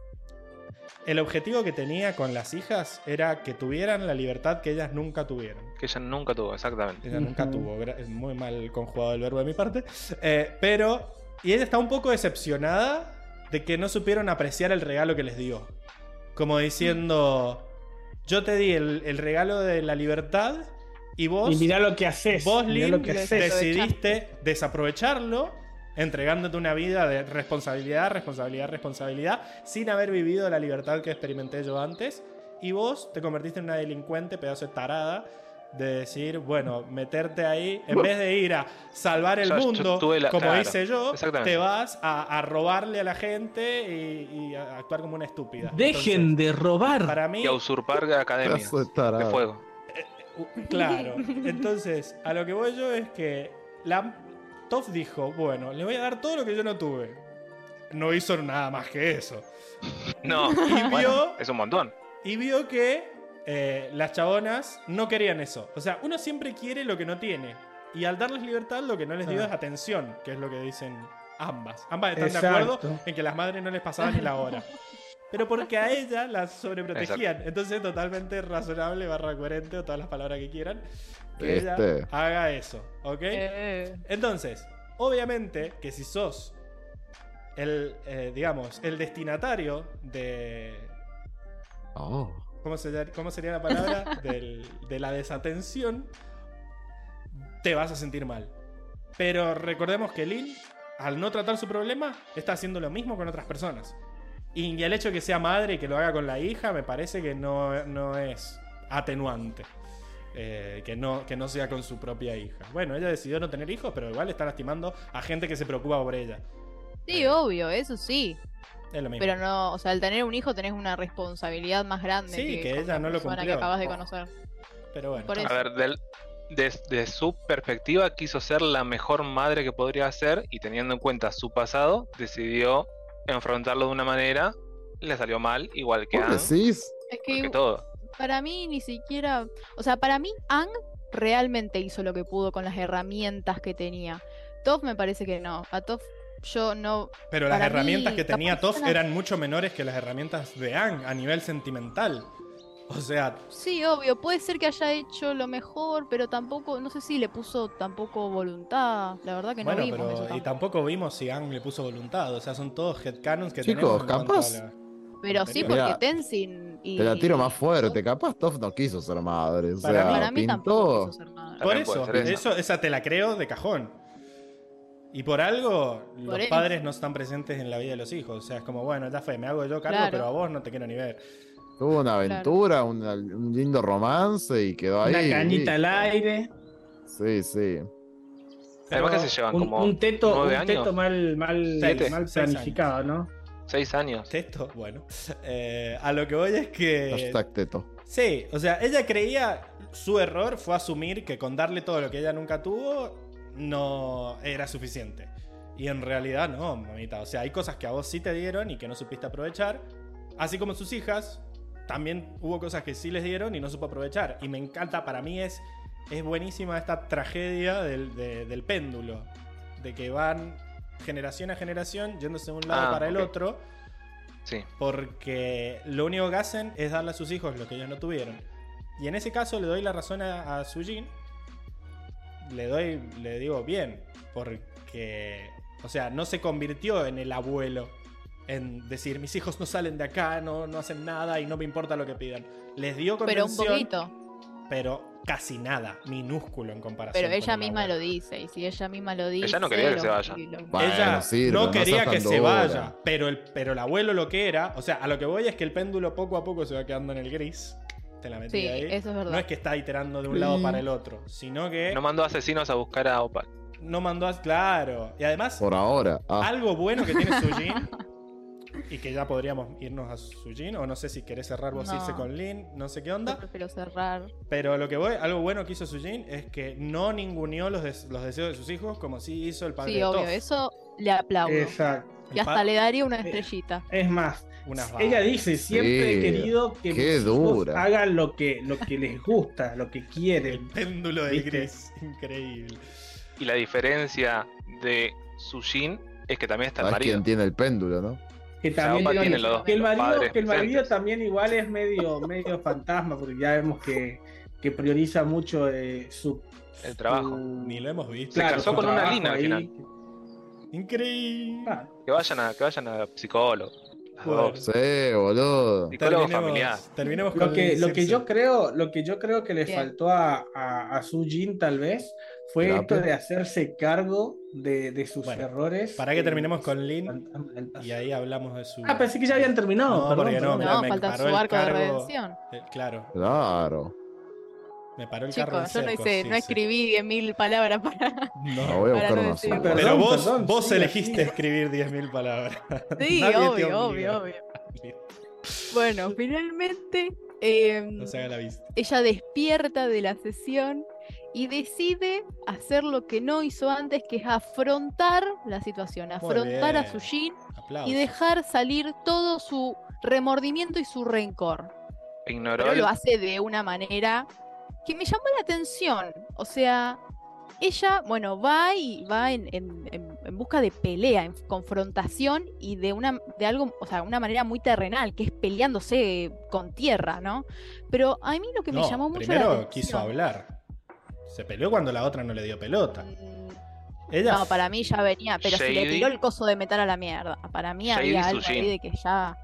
el objetivo que tenía con las hijas era que tuvieran la libertad que ellas nunca tuvieron. Que ella nunca tuvo, exactamente. Ella nunca Ujú. tuvo, gra- es muy mal conjugado el verbo de mi parte. Eh, pero, y ella está un poco decepcionada de que no supieron apreciar el regalo que les dio. Como diciendo, yo te di el, el regalo de la libertad y vos, Y mirá lo que haces. vos mirá Lin, lo que le- haces. decidiste desaprovecharlo, entregándote una vida de responsabilidad, responsabilidad, responsabilidad, sin haber vivido la libertad que experimenté yo antes. Y vos te convertiste en una delincuente, pedazo de tarada, de decir, bueno, meterte ahí, en vez de ir a salvar el Yo- yo mundo, tuve la- como claro, hice yo, exactamente. te vas a, a robarle a la gente y, y a actuar como una estúpida. Dejen Entonces, de robar. para mí, Y a usurpar la academia Pedazo de de tarado. fuego. uh, claro. Entonces, a lo que voy yo es que la Toph dijo, bueno, le voy a dar todo lo que yo no tuve. No hizo nada más que eso. No, Y bueno, vio- es un montón. Y vio que eh, las chabonas no querían eso. O sea, uno siempre quiere lo que no tiene. Y al darles libertad, lo que no les dio Ah. es atención, que es lo que dicen ambas. Ambas están Exacto. de acuerdo en que las madres no les pasaban ni la hora. Pero porque a ella las sobreprotegían. Entonces, totalmente razonable, barra coherente, o todas las palabras que quieran, que ella Este. haga eso. ¿Ok? Eh, Entonces, obviamente que si sos el, eh, digamos, el destinatario de... Oh. ¿Cómo, se- cómo sería la palabra? Del- de la desatención, te vas a sentir mal. Pero recordemos que Lin, al no tratar su problema, está haciendo lo mismo con otras personas. Y el hecho de que sea madre y que lo haga con la hija, me parece que no, no es atenuante. Eh, que, no, que no sea con su propia hija. Bueno, ella decidió no tener hijos, pero igual está lastimando a gente que se preocupa por ella. sí, obvio, eso sí. Es lo mismo. Pero no, o sea, al tener un hijo tenés una responsabilidad más grande. Sí, que con ella la no lo persona cumplió. que acabas de conocer. Pero bueno. por eso. A ver, del- desde su perspectiva quiso ser la mejor madre que podría ser y teniendo en cuenta su pasado, decidió enfrentarlo de una manera, le salió mal, igual que ¿Vos Anne, decís? Es que que todo. para mí ni siquiera, o sea, para mí Ang realmente hizo lo que pudo con las herramientas que tenía. Toph me parece que no. A Toph yo no. Pero las Para herramientas mí, que tenía capaz Toph era- eran mucho menores que las herramientas de Aang a nivel sentimental. O sea, Sí, obvio, puede ser que haya hecho lo mejor, pero tampoco, no sé si le puso tampoco voluntad. La verdad que no bueno, vimos eso pero y tampoco. tampoco vimos si Aang le puso voluntad. O sea, son todos headcanons que Chicos, tenemos. en cuanto capaz. a la- Pero sí, Mira, porque Tenzin y. Te la tiro más y- fuerte. Capaz Toph no quiso ser madre. O Para sea, mí- Para mí tampoco pintó. quiso ser nada. Por También puede eso, ser esa. eso, esa te la creo de cajón. Y por algo, los eso. padres no están presentes en la vida de los hijos. O sea, es como, bueno, ya fue, me hago yo cargo, Claro. pero a vos no te quiero ni ver. Tuvo una aventura, una- un lindo romance y quedó ahí. Una cañita al listo. aire. Sí, sí. Además que Pero- se llevan Un, como un teto, un nueve años, teto mal, mal, Seis, mal seis planificado, ¿no? seis años. Esto, bueno. Eh, a lo que voy es que. Hashtag teto. Sí, o sea, ella creía, su error fue asumir que con darle todo lo que ella nunca tuvo no era suficiente. Y en realidad no, mamita. O sea, hay cosas que a vos sí te dieron y que no supiste aprovechar. Así como sus hijas, también hubo cosas que sí les dieron y no supo aprovechar. Y me encanta, para mí es, es buenísima esta tragedia del, de- del péndulo. De que van generación a generación yéndose de un lado Ah, para el ok. otro. Sí. Porque lo único que hacen es darle a sus hijos lo que ellos no tuvieron. Y en ese caso le doy la razón a, a Sujin. Le doy, le digo bien, porque, o sea, no se convirtió en el abuelo, en decir, mis hijos no salen de acá, no, no hacen nada y no me importa lo que pidan. Les dio Pero un contención, poquito. pero casi nada, minúsculo en comparación. Pero ella con el misma abuelo. lo dice. Y si ella misma lo dice. Ella no quería que lo- se vaya. lo- Bueno, Ella sí, pero no no quería seas que tan se dura. vaya, pero el, pero el abuelo lo que era, o sea, a lo que voy es que el péndulo poco a poco se va quedando en el gris. Te la metí Sí, ahí. eso es verdad. No es que está iterando de un lado para el otro, sino que No mandó asesinos a buscar a Opal. no mandó a... Claro. Y además, Por ahora. Ah, algo bueno que tiene Sujin, y que ya podríamos irnos a Sujin, o no sé si querés cerrar vos No. irse con Lin, no sé qué Yo onda. prefiero cerrar. Pero lo que voy, algo bueno que hizo Sujin es que no ninguneó los, des- los deseos de sus hijos como sí hizo el padre Sí, de obvio. Toph. Eso le aplaudo. Exacto. El Y hasta pa- le daría una estrellita. Es más, unas ella babas. dice, siempre Sí, he querido que qué mis hijos dura. hagan lo que, lo que les gusta, lo que El quieren. péndulo del ¿Viste? gris. Increíble. Y la diferencia de Sujin es que también está el ¿sabes marido. quién tiene el péndulo, no? Que sea, también Opa tiene- tiene los dos que el marido, padres que el marido presentes. también igual es medio, medio fantasma, porque ya vemos que, que prioriza mucho eh, su El trabajo. su- Ni lo hemos visto. Se casó su con una trabajo Lina al ahí. final. Increíble. Ah, Que vayan a, que vayan a psicólogo. Las Bueno. dos. Sí, boludo. Psicólogo familiar. terminemos Lo con que, Lin lo que Simpson. yo creo, lo que yo creo que le Bien. faltó a, a, a Su Jin tal vez fue Terapia. esto de hacerse cargo de, de sus Bueno, errores. para que eh, terminemos de con sus Lin, fantasmas del Y pasado. ahí hablamos de su... Ah, pensé que ya habían terminado. No, perdón, porque no, perdón. mirá, No, me falta paró su el arco de cargo. redención. Eh, claro, Claro. me paró el carro en Chicos, yo no seco, hice, sí, no sí. escribí diez mil palabras para. La No. voy a Para buscar no una decir- sola. Perdón, Pero vos, perdón, vos sí, elegiste así. escribir diez mil palabras. Sí, Nadie te obvio, obliga. obvio, obvio. Bueno, finalmente eh, No se haga la vista. ella despierta de la sesión y decide hacer lo que no hizo antes, que es afrontar la situación, afrontar a bien. Sujin Aplausos. y dejar salir todo su remordimiento y su rencor. Ignoró Pero el- lo hace de una manera que me llamó la atención. O sea, ella, bueno, va y va en, en- en- en busca de pelea, en confrontación y de una de algo, o sea, una manera muy terrenal, que es peleándose con tierra, ¿no? Pero a mí lo que me No, llamó mucho la primero atención. quiso hablar. Se peleó cuando la otra no le dio pelota. Mm, Ella No, para mí ya venía, pero si le Shady. tiró el coso de metal a la mierda. Para mí Shady había algo Sujin. ahí de que ya.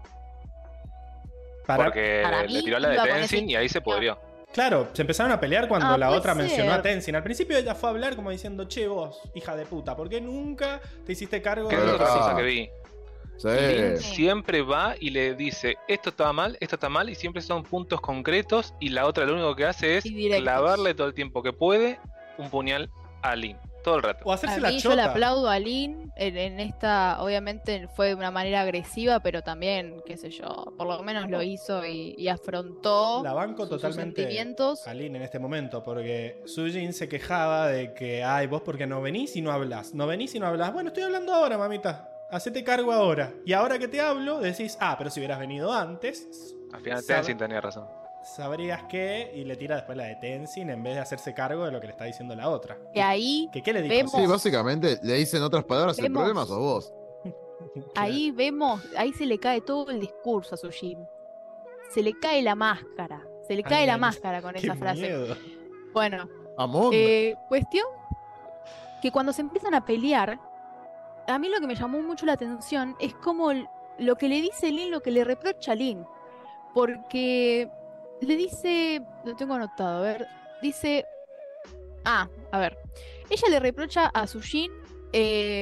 para- porque para le mí tiró la de iba con esa Tenzin y ahí se intención. pudrió. Claro, se empezaron a pelear cuando Ah, la puede otra mencionó a ser. Tenzin. Al principio ella fue a hablar como diciendo, che, vos, hija de puta, ¿por qué nunca te hiciste cargo Que de es lo otra que cosa hiciste?" que vi. Sí. Sí. Siempre va y le dice, esto está mal, esto está mal, y siempre son puntos concretos, y la otra lo único que hace es Y directos. clavarle todo el tiempo que puede un puñal a Lin. Todo el rato. O hacerse A la mí yo le chota. aplaudo a Lin en, en esta, obviamente fue de una manera agresiva, pero también, qué sé yo, por lo menos lo hizo y, y afrontó La banco sus- sus totalmente sentimientos. a Lin en este momento, porque Sujin se quejaba de que, ay, vos porque no venís y no hablas. No venís y no hablas. Bueno, estoy hablando ahora, mamita. Hacete cargo ahora. Y ahora que te hablo, decís, ah, pero si hubieras venido antes, Al final Sabe- Tenzin tenía razón. sabrías que. Y le tira después la de Tenzin en vez de hacerse cargo de lo que le está diciendo la otra. Que ahí, ¿Que qué le dijo? vemos- Sí, básicamente le dicen otras palabras, el Vemos- problema sos vos. ahí vemos, ahí se le cae todo el discurso a Sujin. Se le cae la máscara. Se le Ay, cae la ay, máscara con Qué esa frase. miedo. Bueno, Amón. Eh, cuestión que cuando se empiezan a pelear, a mí lo que me llamó mucho la atención es como l- lo que le dice Lin, lo que le reprocha a Lin. Porque le dice, lo tengo anotado, a ver, dice, ah, a ver, ella le reprocha a Sujin eh,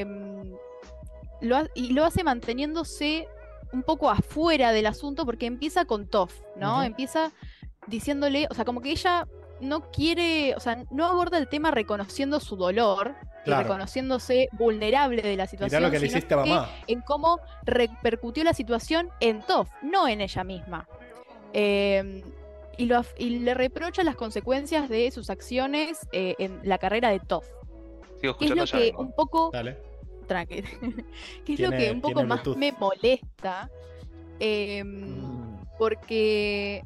lo ha- y lo hace manteniéndose un poco afuera del asunto porque empieza con Toph, ¿no? Ujú. Empieza diciéndole, o sea, como que ella no quiere, o sea, no aborda el tema reconociendo su dolor y Claro. reconociéndose vulnerable de la Mirá situación, lo que le sino hiciste a que mamá. en cómo repercutió la situación en Toph, no en ella misma. Eh, y, lo af- y le reprocha las consecuencias de sus acciones eh, en la carrera de Toph. Sigo Que es escuchando lo ya que vengo. un poco Dale. tranqui, que es lo Tiene- que un poco tiene más Bluetooth. me molesta. eh, Mm. porque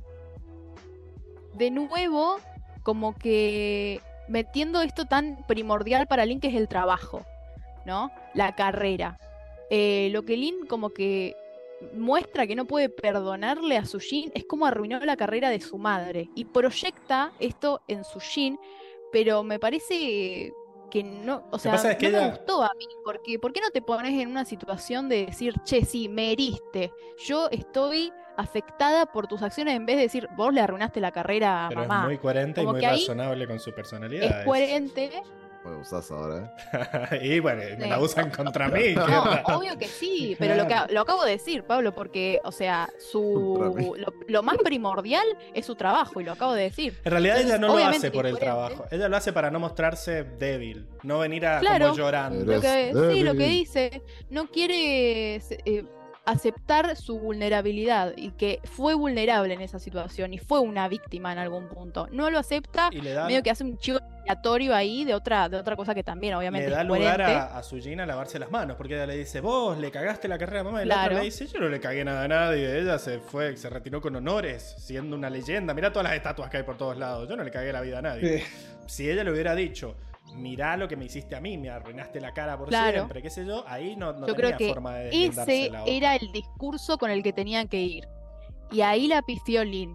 de nuevo, como que metiendo esto tan primordial para Lin, que es el trabajo, ¿no? La carrera. Eh, lo que Lin como que muestra que no puede perdonarle a Sujin es como arruinó la carrera de su madre. Y proyecta esto en Sujin, pero me parece que no, o sea, pasa es que no ella- me gustó a mí, porque ¿por qué no te pones en una situación de decir, che, sí, me heriste, yo estoy afectada por tus acciones, en vez de decir, vos le arruinaste la carrera a Pero mamá? es muy coherente y Como muy que ahí razonable con su personalidad. Es coherente. Lo usás ahora, ¿eh? Y bueno, me la Sí. usan contra mí. ¿qué No, onda? obvio que sí, pero lo, que, lo acabo de decir, Pablo, porque, o sea, su lo, lo más primordial es su trabajo, y lo acabo de decir. En realidad ella no lo Obviamente hace por el es coherente. trabajo. Ella lo hace para no mostrarse débil. No venir a Claro. como llorando. Pero- Lo que, Eres sí, lo que débil. dice, no quiere eh, aceptar su vulnerabilidad y que fue vulnerable en esa situación y fue una víctima en algún punto. No lo acepta, Y le da, medio que hace un chivo expiatorio ahí de otra, de otra cosa que también, obviamente, le da es lugar coherente. a, a Sujin a lavarse las manos. Porque ella le dice, vos le cagaste la carrera a mamá. Y la Claro. otra le dice, yo no le cagué nada a nadie. Ella se fue, se retiró con honores, siendo una leyenda. Mirá todas las estatuas que hay por todos lados. Yo no le cagué la vida a nadie. Sí. Si ella le hubiera dicho, mirá lo que me hiciste a mí, me arruinaste la cara por Claro. siempre, qué sé yo, ahí no, no Yo tenía creo que forma de ese deslindársela. era el discurso con el que tenían que ir. Y ahí la pifió Lin.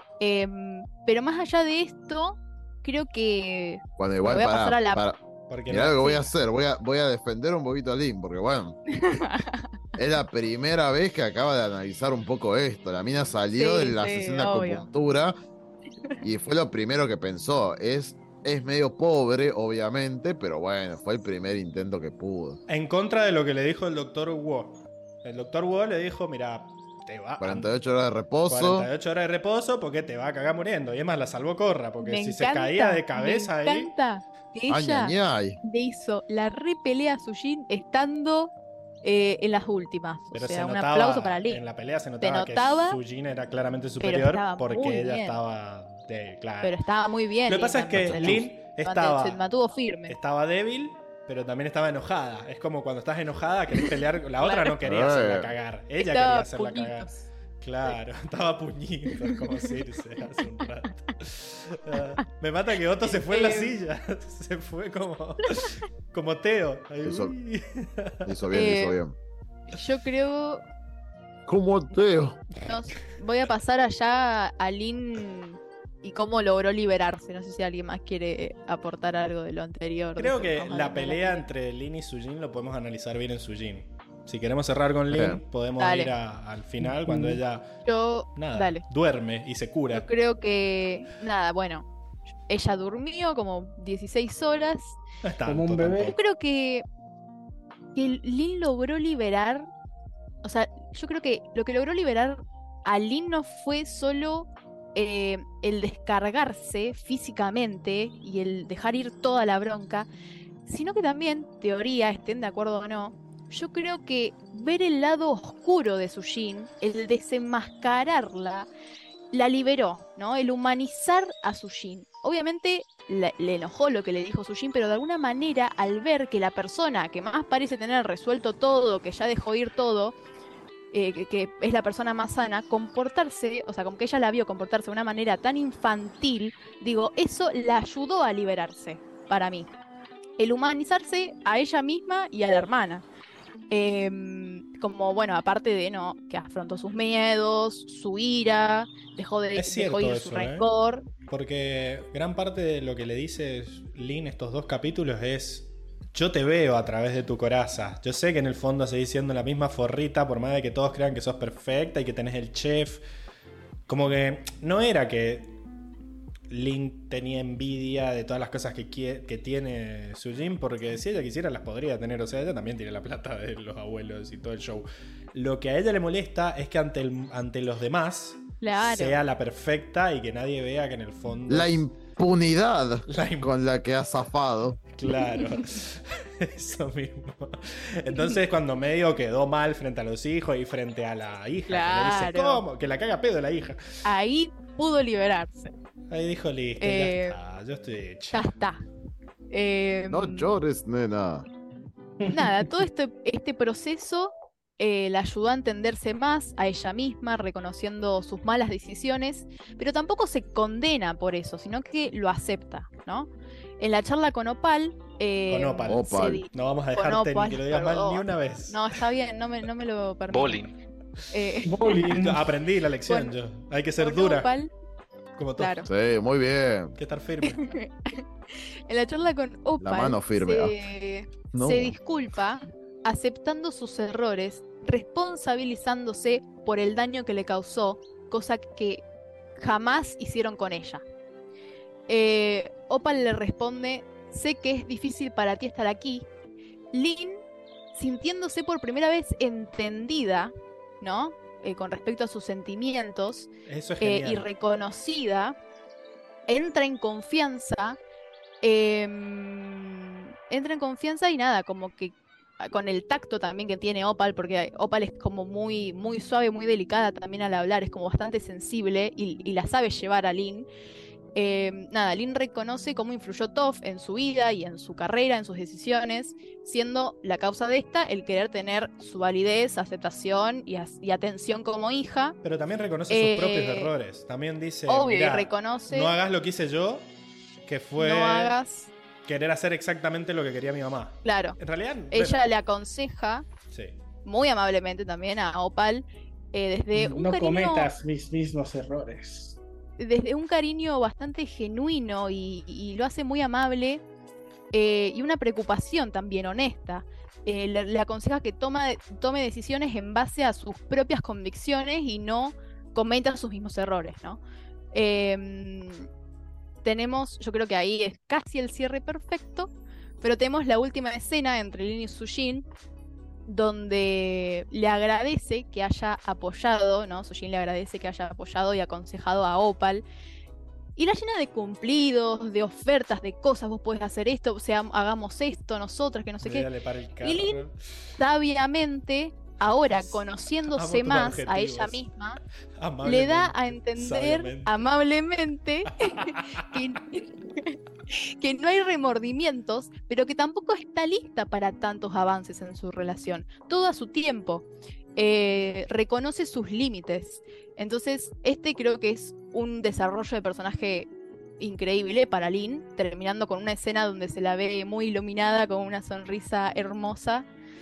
Em, pero más allá de esto, creo que Bueno, igual voy a para, pasar a la- Porque mirá no- lo que voy sí. a hacer, voy a, voy a defender un poquito a Lin, porque bueno, es la primera vez que acaba de analizar un poco esto. La mina salió Sí, de la sí, sesión de obvio. acupuntura y fue lo primero que pensó. Es, es medio pobre, obviamente, pero bueno, fue el primer intento que pudo. En contra de lo que le dijo el doctor Wu. El doctor Wu le dijo, mira, te va cuarenta y ocho horas de reposo. cuarenta y ocho horas de reposo porque te va a cagar muriendo. Y es más, la salvó Corra, porque me si encanta, se caía de cabeza me ahí... encanta que Ay, ella ay, ay. le hizo la repelea a Sujin estando eh, en las últimas. Pero o sea, se un notaba, aplauso para Lin. en la pelea se notaba, notaba, que Sujin era claramente superior estaba porque muy ella bien. estaba de... Claro. Pero estaba muy bien. Lo que Lin, pasa es que se la- Lin se estaba... se mantuvo firme. Estaba débil, pero también estaba enojada. Es como cuando estás enojada, querés pelear. La otra Claro. no quería hacerla cagar. Ella Estaba quería hacerla puñitos. cagar. Claro, estaba a puñitos, como Circe hace un rato. Ah, me mata que Otto se fue en la Eh. silla. Se fue como, como Teo. Ahí, Eso- uy. Hizo bien, Eh, hizo bien. Yo creo. Como Teo. no sé, voy a pasar allá a Lin y cómo logró liberarse. No sé si alguien más quiere aportar algo de lo anterior. Creo de que estamos la hablando de pelea entre Lin y Sujin lo podemos analizar bien en Sujin. Si queremos cerrar con Lin, Bien. podemos Dale. ir a- al final cuando ella Yo. nada, Dale. duerme y se cura. Yo creo que. Nada, bueno. Ella durmió como dieciséis horas. No es Como un tanto bebé. Yo tampoco. creo que, que Lin logró liberar. O sea, yo creo que lo que logró liberar a Lin no fue solo eh, el descargarse físicamente y el dejar ir toda la bronca, sino que también, teoría, estén de acuerdo o no, yo creo que ver el lado oscuro de Sujin, el desenmascararla, la liberó, ¿no? El humanizar a Sujin. Obviamente le, le enojó lo que le dijo Sujin, pero de alguna manera, al ver que la persona que más parece tener resuelto todo, que ya dejó ir todo, eh, que, que es la persona más sana, comportarse, o sea, como que ella la vio comportarse de una manera tan infantil, digo, eso la ayudó a liberarse, para mí. El humanizarse a ella misma y a la hermana. Eh, como, bueno, aparte de, ¿no? Que afrontó sus miedos, su ira, dejó de Es cierto dejó ir eso, su ¿eh? rencor. Porque gran parte de lo que le dice Lin estos dos capítulos es: yo te veo a través de tu coraza. Yo sé que en el fondo seguís siendo la misma forrita, por más de que todos crean que sos perfecta y que tenés el chef. Como que no era que Lin tenía envidia de todas las cosas que, quie- que tiene Sujin, porque si ella quisiera las podría tener. O sea, ella también tiene la plata de los abuelos y todo el show. Lo que a ella le molesta es que ante, el- ante los demás Claro. sea la perfecta y que nadie vea que en el fondo... La impunidad La imp- con la que ha zafado. Claro, eso mismo. Entonces cuando medio quedó mal frente a los hijos y frente a la hija, que le dice, Claro. ¿cómo? Que la caga pedo la hija. Ahí pudo liberarse. Ahí dijo, listo, Eh, ya está, yo estoy hecha. Ya está. Eh, No llores, nena. Nada, todo este, este proceso eh, la ayudó a entenderse más a ella misma, reconociendo sus malas decisiones, pero tampoco se condena por eso, sino que lo acepta, ¿no? En la charla con Opal... eh, Con Opal. se Opal. di- No vamos a Con dejarte Opal, ni que lo digas mal perdón. ni una vez. No, está bien, no me, no me lo permito. Bowling. Eh, Bullying. Aprendí la lección Con- yo. Hay que ser con dura. Opal, Como todo. claro. Sí, muy bien. Hay que estar firme. En la charla con Opal mano firme, se, No. se disculpa aceptando sus errores, responsabilizándose por el daño que le causó, cosa que jamás hicieron con ella. Eh, Opal le responde: sé que es difícil para ti estar aquí. Lin, sintiéndose por primera vez entendida, ¿no? Eh, con respecto a sus sentimientos, Eso es eh, genial. y reconocida, entra en confianza, em, entra en confianza y nada, como que ah, con el tacto también que tiene Opal, porque Opal es como muy, muy suave, muy delicada también al hablar, es como bastante sensible y, y la sabe llevar a Lin. Em, nada, Lin reconoce cómo influyó Toph en su vida y en su carrera, en sus decisiones, siendo la causa de esta el querer tener su validez, aceptación y, as- y atención como hija. Pero también reconoce Eh, sus propios errores. También dice, Obvio, y "Mirá, reconoce, no hagas lo que hice yo, que fue no hagas, querer hacer exactamente lo que quería mi mamá". claro. En realidad, Ella bueno, le aconseja, sí. muy amablemente también a Opal, eh, desde un No cariño, cometas mis mismos errores. desde un cariño bastante genuino y, y lo hace muy amable, eh, y una preocupación también honesta. Eh, le, le aconseja que toma, tome decisiones en base a sus propias convicciones y no cometa sus mismos errores, ¿no? Em, tenemos, yo creo que ahí es casi el cierre perfecto, pero tenemos la última escena entre Lin y Sujin, donde le agradece que haya apoyado, ¿no? Sujin le agradece que haya apoyado y aconsejado a Opal. Y la llena de cumplidos, de ofertas, de cosas, vos podés hacer esto, o sea, hagamos esto, nosotras, que no sé Ella qué. le para el carro. Y Lin, sabiamente, ahora conociéndose tus más a ella adjetivos. misma, le Amablemente, da a entender sabiamente. amablemente que, que no hay remordimientos, pero que tampoco está lista para tantos avances en su relación. Todo a su tiempo. Eh, reconoce sus límites. Entonces, este creo que es un desarrollo de personaje increíble para Lin, terminando con una escena donde se la ve muy iluminada, con una sonrisa hermosa.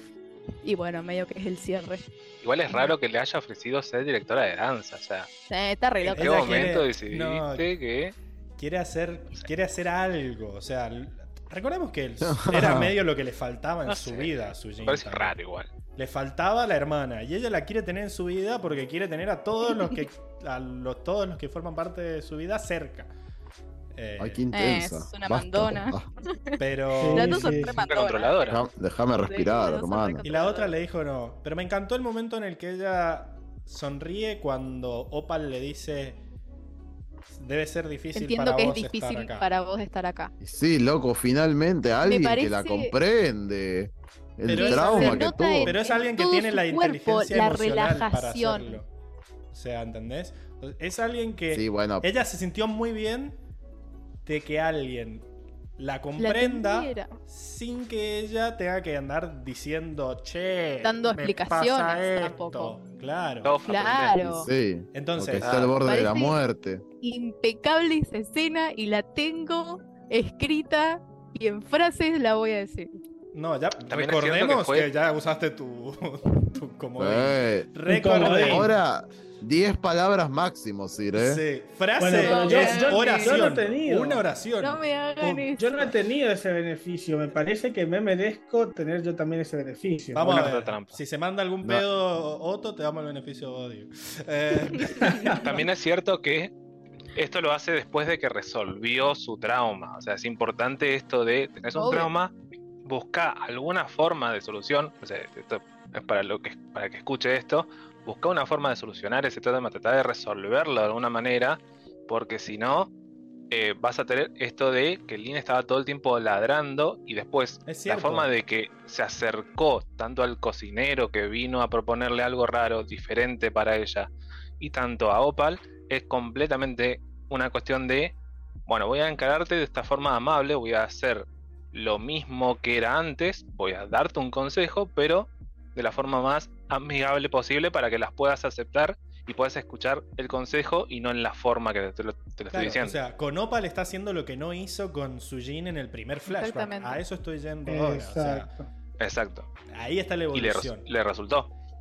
Y bueno, medio que es el cierre. Igual es raro que le haya ofrecido ser directora de danza. O sea, Eh, está re ¿en loca. qué Ella momento quiere- decidiste no. que.? Quiere hacer, quiere hacer algo. O sea, l- recordemos que él era medio lo que le faltaba en No su sé, vida a Sujin. Me parece también. raro igual. Le faltaba la hermana y ella la quiere tener en su vida porque quiere tener a todos los que a los, todos los que forman parte de su vida cerca. Eh, Ay, qué intensa. es una Basta. mandona. Ah, pero Sí, Las dos son sí, re sí. La mandonas. controladora. deja- déjame respirar, Sí, no son hermano. y la otra le dijo no. Pero me encantó el momento en el que ella sonríe cuando Opal le dice debe ser difícil Entiendo para que es vos estar difícil acá. para vos estar acá. Y sí, loco, finalmente alguien que la parece- comprende. El Pero es- trauma se que nota tuvo. en- Pero es alguien que todo tiene su la cuerpo, inteligencia la emocional para relajación. hacerlo. O sea, ¿entendés? Es alguien que Sí, bueno. ella se sintió muy bien de que alguien la La comprenda entendiera. sin que ella tenga que andar diciendo, che, Dando me explicaciones pasa esto". tampoco. Claro. Todo Claro. Sí. Entonces, Porque está al borde de la parece- muerte. Impecable esa escena y la tengo escrita y en frases la voy a decir. no, ya También es cierto que recordemos que, fue- ya usaste tu, tu comodín. Eh, Recordemos. ahora, diez palabras máximo, Sir, ¿eh? Sí. Frase Bueno, pero yo- es yo- yo oración. no he tenido. Una oración. No me hagan Pum. eso. Yo no he tenido ese beneficio. Me parece que me merezco tener yo también ese beneficio. Vamos Una a ver. trampa. Si se manda algún No. pedo, Otto, te damos el beneficio de odio. Eh, También es cierto que esto lo hace después de que resolvió su trauma. O sea, es importante esto de tenés un Obvio. trauma, busca alguna forma de solución. O sea, esto es para lo que para que escuche esto. Busca una forma de solucionar ese tema, tratar de resolverlo de alguna manera, porque si no, eh, vas a tener esto de que Lin estaba todo el tiempo ladrando y después Es la cierto. forma de que se acercó tanto al cocinero que vino a proponerle algo raro, diferente para ella, y tanto a Opal, es completamente una cuestión de, bueno, voy a encararte de esta forma amable, voy a hacer lo mismo que era antes, voy a darte un consejo, pero de la forma más amigable posible para que las puedas aceptar y puedas escuchar el consejo y no en la forma que te lo, te lo estoy claro, diciendo. o sea, con Opal está haciendo lo que no hizo con Sujin en el primer flashback. Exactamente. A eso estoy yendo ahora. O sea, Exacto. Exacto. ahí está la Y le, res- evolución. le resultó.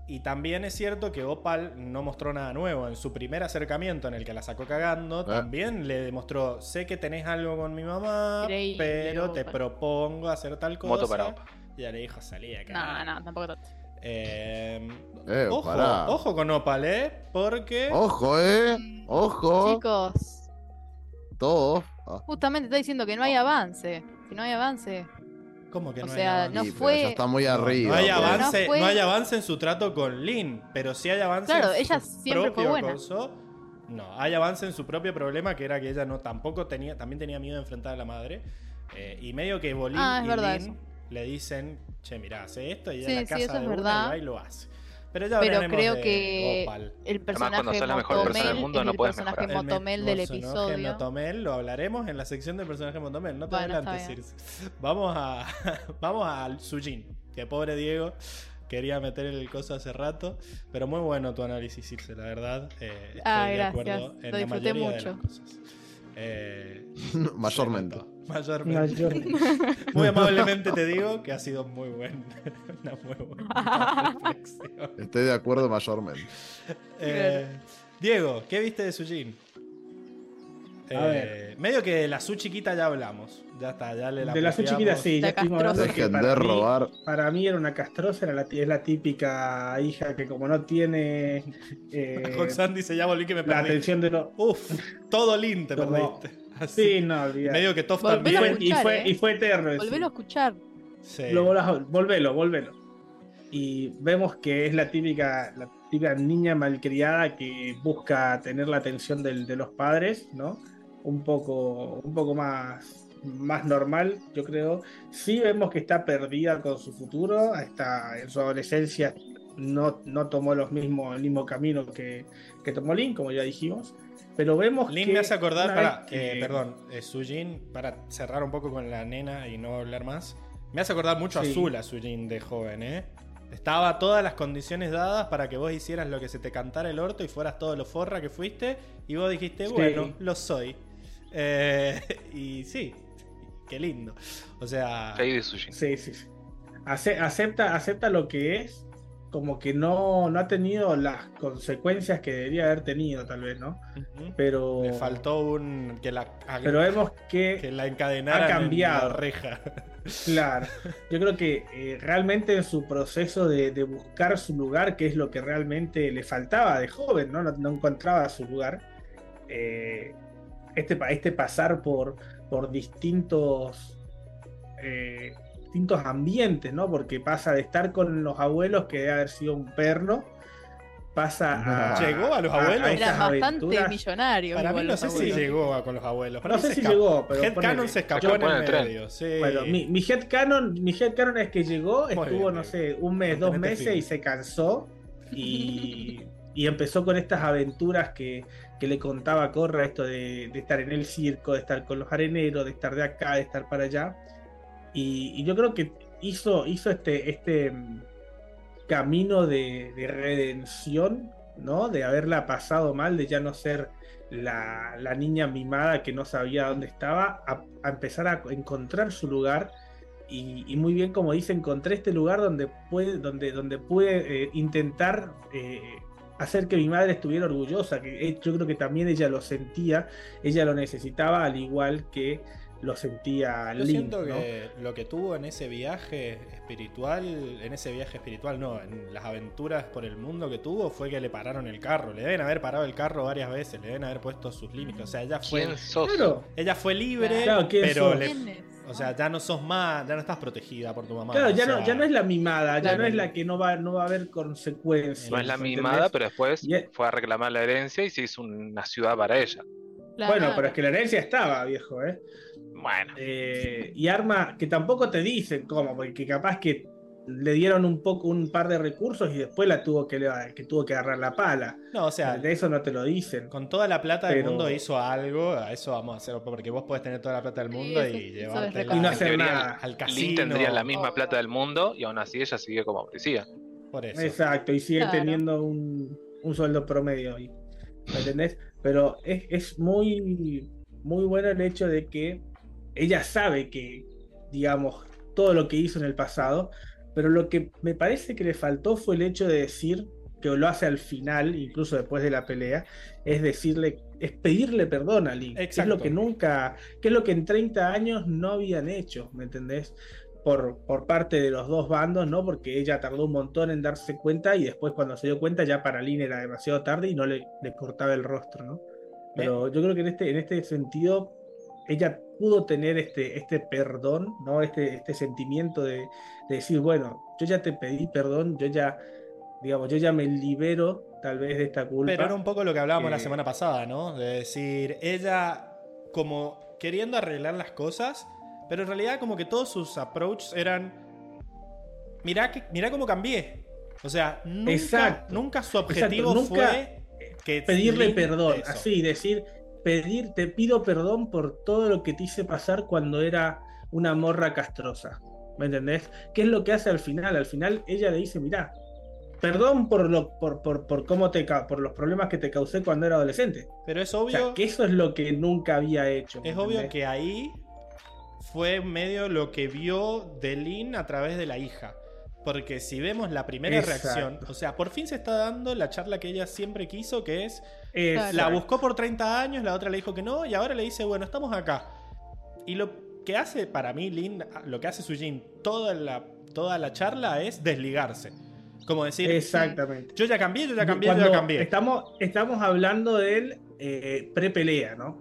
Y también es cierto que Opal no mostró nada nuevo. En su primer acercamiento en el que la sacó cagando, ¿Eh? también le demostró, sé que tenés algo con mi mamá, Increíble, pero te Opal. propongo hacer tal cosa. Moto para Opa. Y ya le dijo, salí de acá. No, no, tampoco tanto. Eh, Eh, ojo, pará. ojo con Opal, ¿eh? Porque... Ojo, eh. Ojo. Chicos, Todo. Ah. justamente está diciendo que no hay avance. Que no hay avance. ¿Cómo que O no sea, hay avance? no Sí, pero fue- ya está muy No, arriba. no hay pues. avance, No fue- no hay avance en su trato con Lin, pero sí hay avance Claro, en ella su siempre fue propio buena. coso. No, hay avance en su propio problema, que era que ella no tampoco tenía, también tenía miedo de enfrentar a la madre. Eh, y medio que Bolín Ah, es y verdad Lin eso. le dicen, che, mirá, hace esto y ella Sí, en la sí, casa eso de es una verdad. y va y lo hace. Pero ya Pero hablaremos creo de que Opal. el Además, personaje cuando sos la mejor persona del Motomel mundo, es no el puedes personaje mejorar. El Motomel me- del personaje episodio. Motomel lo hablaremos en la sección del personaje Motomel. No te Bueno, está adelantes, bien. Circe. Vamos a vamos al Sujin. Que pobre Diego quería meter el coso hace rato. Pero muy bueno tu análisis, Circe, la verdad. Eh, estoy Ah, de gracias. acuerdo en Lo la disfruté mayoría de mucho. las cosas. Eh, Mayormente. se notó. Mayormente. Mayormente. Muy amablemente te digo que ha sido muy buen, una muy buena reflexión. Estoy de acuerdo mayormente. Eh, Diego, ¿qué viste de Sujin? Eh, A ver. Medio que de la Su chiquita ya hablamos. Ya está, ya le la De la su puteamos. chiquita sí, ya La estuvimos hablando castrosa. que Dejen para de mí, robar. para mí era una castrosa, era la, es la típica hija que como no tiene eh, Roxanne dice, ya volví que me la perdí. atención de los... Uf, todo Lin te Como- perdiste. Así. Sí, no, olvidate. Medio que Toff Volvelo a también. y, fue, y, escuchar, fue, eh. y fue eterno. eso. Volvelo a escuchar. Sí. Lo volás- volvelo, volvelo. Y vemos que es la típica, la típica niña malcriada que busca tener la atención del- de los padres, ¿no? Un poco, un poco más, más normal, yo creo. Sí vemos que está perdida con su futuro, está en su adolescencia no, no tomó los mismos, el mismo camino que, que tomó Lin, como ya dijimos. Pero vemos Lin que me hace acordar, una para, vez que- perdón, eh, Sujin, para cerrar un poco con la nena y no hablar más, me hace acordar mucho Sí. a Azul, a Sujin de joven, ¿eh? Estaba todas las condiciones dadas para que vos hicieras lo que se te cantara el orto y fueras todo lo forra que fuiste, y vos dijiste, Sí. bueno, lo soy. Eh, y sí, qué lindo. O sea, Shady Sushi. Sí, sí, sí. Ace- acepta, acepta lo que es, como que no, no ha tenido las consecuencias que debería haber tenido, tal vez, ¿no? ujú. Pero, Le faltó un. que la, pero vemos que, que la encadenaran ha cambiado. en la reja. claro, yo creo que eh, realmente en su proceso de, de buscar su lugar, que es lo que realmente le faltaba de joven, ¿no? No, no encontraba su lugar. eh, este, pa- este pasar por, por distintos, eh, distintos ambientes, ¿no? Porque pasa de estar con los abuelos, que debe haber sido un perno, pasa a... ¿Llegó a los abuelos? estas Era bastante aventuras. millonario. Para mí igual no los sé si abuelos. llegó a- con los abuelos. Para No mí sé se si escapó. llegó, pero Headcanon ponele. se escapó Yo- en en el el tren. medio. Sí. Bueno, mi, mi headcanon, mi headcanon es que llegó, Muy estuvo, bien, no Diego. sé, un mes, dos Mantenete meses firme. y se cansó. Y, y empezó con estas aventuras que, que le contaba Corra, esto de, de estar en el circo, de estar con los areneros, de estar de acá, de estar para allá. Y, y yo creo que hizo, hizo este, este mm, camino de, de redención, ¿no? De haberla pasado mal, de ya no ser la, la niña mimada que no sabía dónde estaba, a, a empezar a encontrar su lugar. Y, y muy bien, como dice, encontré este lugar donde puede, donde, donde pude eh, intentar eh, hacer que mi madre estuviera orgullosa, que eh, yo creo que también ella lo sentía, ella lo necesitaba, al igual que lo sentía Yo Lin, siento ¿no? que lo que tuvo en ese viaje espiritual, en ese viaje espiritual no, en las aventuras por el mundo que tuvo, fue que le pararon el carro. Le deben haber parado el carro varias veces, le deben haber puesto sus límites. O sea, ella fue, ¿Quién sos? Claro, ella fue libre, Claro, ¿quién pero sos? le- ¿Quién es? o sea, ya no sos más, ya no estás protegida por tu mamá. claro, o ya, sea, no, ya no es la mimada, ya Claro. no es la que no va, no va a haber consecuencias. No es la ¿entendés? mimada, pero después Y es- fue a reclamar la herencia y se hizo una ciudad para ella. Claro. Bueno, pero es que la herencia estaba, viejo, ¿eh? Bueno, Eh, y arma que tampoco te dicen cómo, porque capaz que le dieron un poco un par de recursos y después la tuvo que, que tuvo que agarrar la pala. No, o sea, De eso no te lo dicen. con toda la plata del Pero- mundo hizo algo, a eso vamos a hacerlo, porque vos podés tener toda la plata del Sí, mundo eso- y eso es llevártela Y no en hacer teoría, nada. al Lin casino. tendría la misma Oh. plata del mundo y aún así ella sigue como policía. Por eso. Exacto, y sigue Claro. teniendo un, un sueldo promedio ahí. ¿Me entendés? Pero es, es muy, muy bueno el hecho de que ella sabe que, digamos, todo lo que hizo en el pasado, Pero lo que me parece que le faltó fue el hecho de decir, que lo hace al final, incluso después de la pelea, es decirle, es pedirle perdón a Lin. Que es lo que nunca, que es lo que en treinta años no habían hecho, ¿me entendés? Por, por parte de los dos bandos, ¿no? Porque ella tardó un montón en darse cuenta y después cuando se dio cuenta ya para Lin era demasiado tarde y no le, le cortaba el rostro, ¿no? Pero yo creo que en este, en este sentido ella pudo tener este, este perdón, ¿no? Este, este sentimiento de, de decir, bueno, yo ya te pedí perdón, yo ya, digamos, yo ya me libero tal vez de esta culpa. Pero era un poco lo que hablábamos eh, la semana pasada, ¿no? De decir, ella como queriendo arreglar las cosas, pero en realidad como que todos sus approaches eran, mirá, que, mirá cómo cambié. O sea, nunca, exacto, nunca su objetivo exacto, nunca fue que pedirle perdón, eso. así, decir, pedir, te pido perdón por todo lo que te hice pasar cuando era una morra castrosa, ¿me entendés? ¿Qué es lo que hace al final? Al final ella le dice, mirá, perdón por lo, por, por, por cómo te por los problemas que te causé cuando era adolescente. Pero es obvio, o sea, que eso es lo que nunca había hecho. Es obvio que ahí fue medio lo que vio de Lin a través de la hija. Porque si vemos la primera exacto. reacción, o sea, por fin se está dando la charla que ella siempre quiso, que es, exacto. la buscó por treinta años, la otra le dijo que no, y ahora le dice, bueno, estamos acá. Y lo que hace para mí Lin, lo que hace Sujin toda la, toda la charla es desligarse. Como decir, exactamente. Yo ya cambié, yo ya cambié, Cuando yo ya cambié. Estamos, estamos hablando del eh, pre-pelea, ¿no?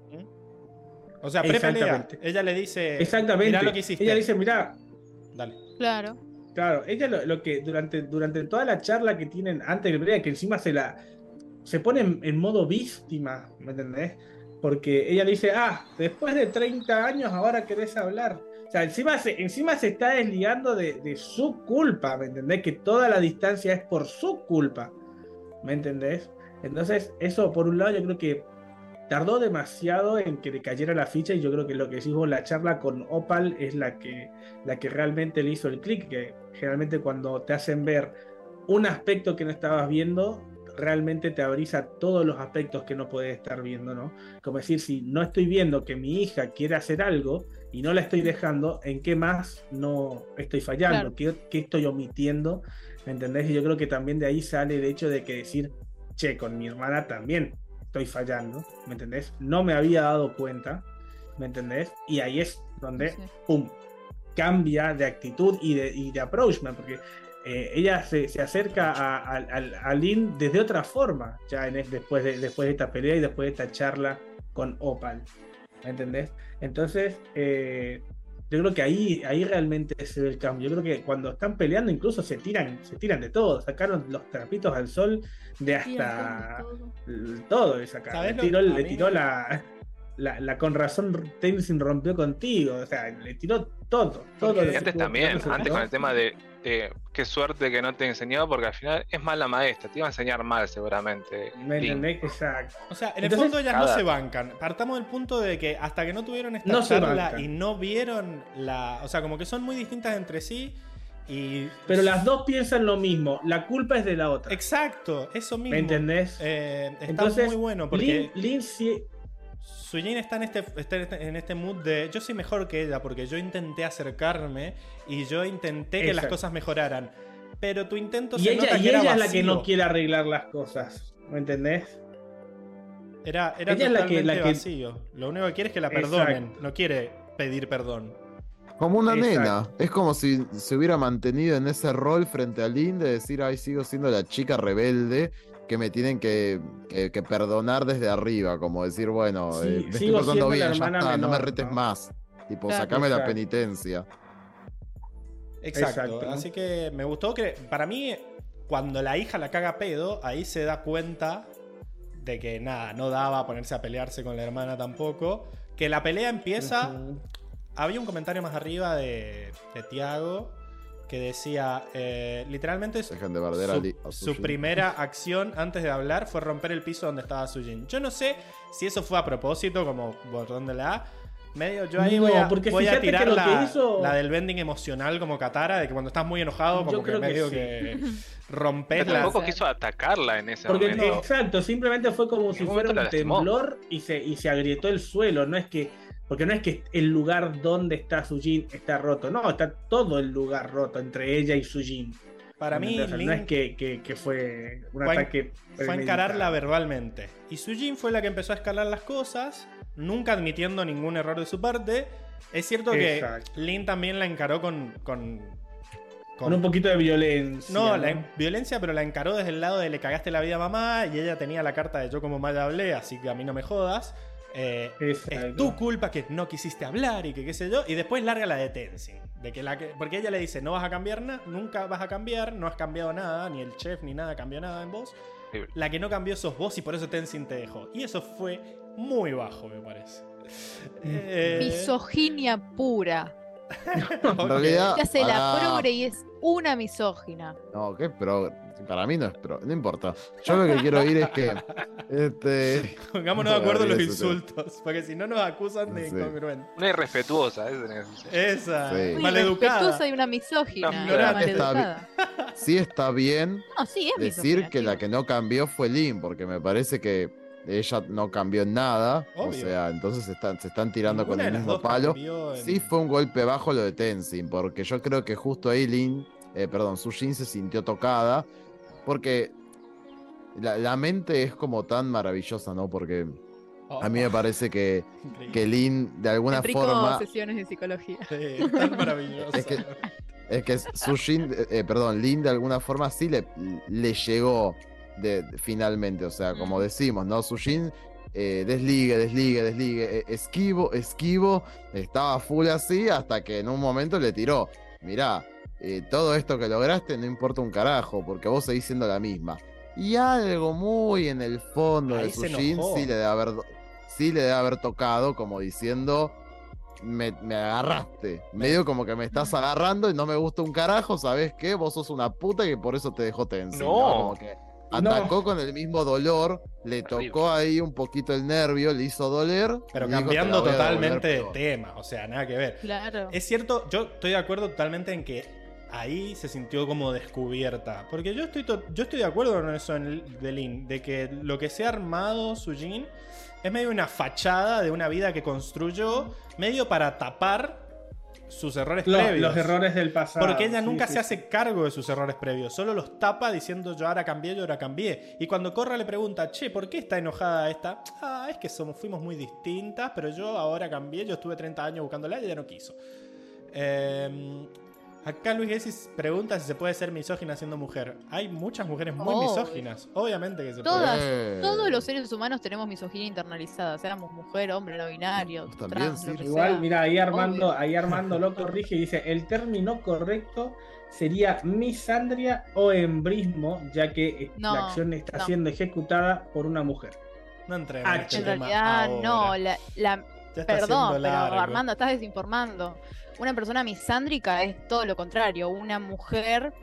O sea, pre-pelea. Ella le dice, exactamente. Mirá lo que hiciste. Ella le dice, mirá. Dale. Claro. Claro, ella lo, lo que durante, durante toda la charla que tienen antes de la pelea, que encima se la se pone en, en modo víctima, ¿me entendés? Porque ella le dice, ah, después de treinta años ahora querés hablar. O sea, encima se, encima se está desligando de, de su culpa, ¿me entendés? Que toda la distancia es por su culpa, ¿me entendés? Entonces, eso por un lado yo creo que tardó demasiado en que le cayera la ficha, y yo creo que lo que decís vos, la charla con Opal es la que, la que realmente le hizo el clic, que generalmente cuando te hacen ver un aspecto que no estabas viendo, realmente te abrís a todos los aspectos que no puedes estar viendo, ¿no? Como decir, si no estoy viendo que mi hija quiere hacer algo y no la estoy dejando, ¿en qué más no estoy fallando? Claro. ¿Qué, qué estoy omitiendo? ¿Me entendés? Y yo creo que también de ahí sale el hecho de que decir, che, con mi hermana también estoy fallando, ¿me entendés? No me había dado cuenta, ¿me entendés? Y ahí es donde, sí. pum, cambia de actitud y de, y de approach, man, porque eh, ella se, se acerca a, a, a, a Lin desde otra forma, ya en, después, de, después de esta pelea y después de esta charla con Opal, ¿me entendés? Entonces, eh, yo creo que ahí, ahí realmente se ve el cambio. Yo creo que cuando están peleando incluso se tiran, se tiran de todo, sacaron los trapitos al sol de hasta todo, todo le sacaron. Le tiró, le tiró la, la, la con razón Tenzin rompió contigo, o sea, le tiró todo. todo y antes también, antes con el tema de, de qué suerte que no te enseñó, porque al final es mala maestra, te iba a enseñar mal seguramente. ¿Me entendés? Exacto. O sea, en Entonces, el fondo ellas cada... no se bancan. Partamos del punto de que hasta que no tuvieron esta no charla y no vieron la... O sea, como que son muy distintas entre sí y... Pero las dos piensan lo mismo, la culpa es de la otra. Exacto, eso mismo. ¿Me entendés? Eh, está Entonces, muy bueno porque... Lin, Lin sí... Sujin está en este, está en este mood de yo soy mejor que ella porque yo intenté acercarme y yo intenté que Exacto. las cosas mejoraran. Pero tu intento y se ella, nota y que era ella es vacío. la que no quiere arreglar las cosas, ¿me entendés? Era, era ella totalmente es la que, la que... vacío. Lo único que quiere es que la perdonen. Exacto. No quiere pedir perdón. Como una Exacto. nena. Es como si se hubiera mantenido en ese rol frente a Lin de decir, ay, sigo siendo la chica rebelde que me tienen que, que, que perdonar desde arriba. Como decir, bueno, Sí, eh, me estoy sigo portando siendo la bien, ya hermana está, no me menor, retes ¿no? más. Tipo, Claro. sacame la Exacto. penitencia. Exacto. Exacto, ¿no? Así que me gustó que para mí, cuando la hija la caga a pedo, ahí se da cuenta de que nada, no daba a ponerse a pelearse con la hermana tampoco. Que la pelea empieza. Uh-huh. Había un comentario más arriba de, de Tiago que decía, eh, literalmente Dejen de bardear a su, Li- a su Sujin. primera acción antes de hablar fue romper el piso donde estaba Sujin. Yo no sé si eso fue a propósito, como botón de la A. Medio, yo ahí No, voy a, porque voy a fíjate tirar que lo la, que hizo- la del bending emocional como Katara, de que cuando estás muy enojado, Yo como que creo que medio sí. que rompes Pero la... tampoco quiso atacarla en ese Porque momento. exacto, simplemente fue como si un fuera momento la un lastimó. temblor y se, y se agrietó el suelo, no es que Porque no es que el lugar donde está Sujin está roto, no, está todo el lugar roto entre ella y Sujin. Para mí, O sea, Lin no es que, que, que fue un fue, ataque. fue a encararla verbalmente. Y Sujin fue la que empezó a escalar las cosas, nunca admitiendo ningún error de su parte. Es cierto Exacto. que Lin también la encaró con... con Con un poquito de violencia. No, ¿no? la en- violencia, pero la encaró desde el lado de le cagaste la vida a mamá y ella tenía la carta de yo como mal hablé, así que a mí no me jodas. Eh, Exacto. es tu culpa que no quisiste hablar y que qué sé yo. Y después larga la de Tenzin. De que la que, porque ella le dice, no vas a cambiar nada, nunca vas a cambiar, no has cambiado nada, ni el chef ni nada cambió nada en vos. Horrible. La que no cambió sos vos y por eso Tenzin te dejó. Y eso fue muy bajo, me parece. Eh, Misoginia pura. ok. En realidad, Se hace la pará. progre y es una misógina. No, ¿qué? Pero para mí no es pro, no importa. Yo lo que quiero oír es que. Este. Pongámonos de No, acuerdo en los olvídate, eso. insultos, porque si no nos acusan de Sí. incongruente. Una irrespetuosa, esa tenés que decir. Esa, Sí. Muy maleducada. irrespetuosa y una misógina. No, una ignorante. maleducada. Sí está bien No, sí, es decir misógina, que la chicos. que no cambió fue Lin, porque me parece que ella no cambió en nada. O Obvio. sea, entonces se están, se están tirando Ninguna con el de las mismo dos palo. cambió en- Sí fue un golpe bajo lo de Tenzin, porque yo creo que justo ahí Lin, eh, perdón, Sujin se sintió tocada, porque la, la mente es como tan maravillosa, ¿no? Porque Oh, a mí me parece que, increíble. que Lin de alguna Enrico, forma... sesiones de psicología. Sí, tan maravilloso. Es que- Es que Sujin, eh, eh, perdón, Lin de alguna forma sí le, le llegó de, de- finalmente, o sea, como Mm. decimos, ¿no? Sujin eh, desligue, desligue, desligue, eh, esquivo, esquivo, estaba full así hasta que en un momento le tiró, mirá, eh, todo esto que lograste no importa un carajo, porque vos seguís siendo la misma. Y algo muy en el fondo Ahí de se Sujin enojó. sí le debe haber, sí le debe haber tocado, como diciendo... Me, me agarraste, medio como que me estás agarrando y no me gusta un carajo, ¿sabes qué? Vos sos una puta y por eso te dejó Tenzin. No. Como que atacó con el mismo dolor, le Terrible. tocó ahí un poquito el nervio, le hizo doler. Pero y dijo, "Te la cambiando voy a devolver totalmente de peor". tema, o sea, nada que ver. Claro. Es cierto, yo estoy de acuerdo totalmente en que ahí se sintió como descubierta. Porque yo estoy, to- yo estoy de acuerdo con eso en, de Lin, de que lo que se ha armado Sujin es medio una fachada de una vida que construyó, medio para tapar sus errores Los, previos. los errores del pasado. Porque ella sí, nunca sí, se sí. hace cargo de sus errores previos, solo los tapa diciendo yo ahora cambié, yo ahora cambié. Y cuando Korra le pregunta, che, ¿por qué está enojada esta? Ah, es que somos, fuimos muy distintas, pero yo ahora cambié, yo estuve treinta años buscándola y ella no quiso. Eh, acá Luis Gessis pregunta si se puede ser misógina siendo mujer. Hay muchas mujeres muy Obvio. misóginas, obviamente que se Todas, Eh. todos los seres humanos tenemos misoginia internalizada, seamos mujer, hombre, no binario, Vos también, trans, lo sí. que Igual, sea. mira, ahí Armando, Obvio. ahí Armando lo corrige y dice, el término correcto sería misandria o embrismo, ya que eh, No, la acción está no. siendo ejecutada por una mujer. No entremos Ah, en este En tema realidad, ahora. no, la, la- Ya está perdón, siendo pero largo. Armando, estás desinformando. Una persona misándrica es todo lo contrario, una mujer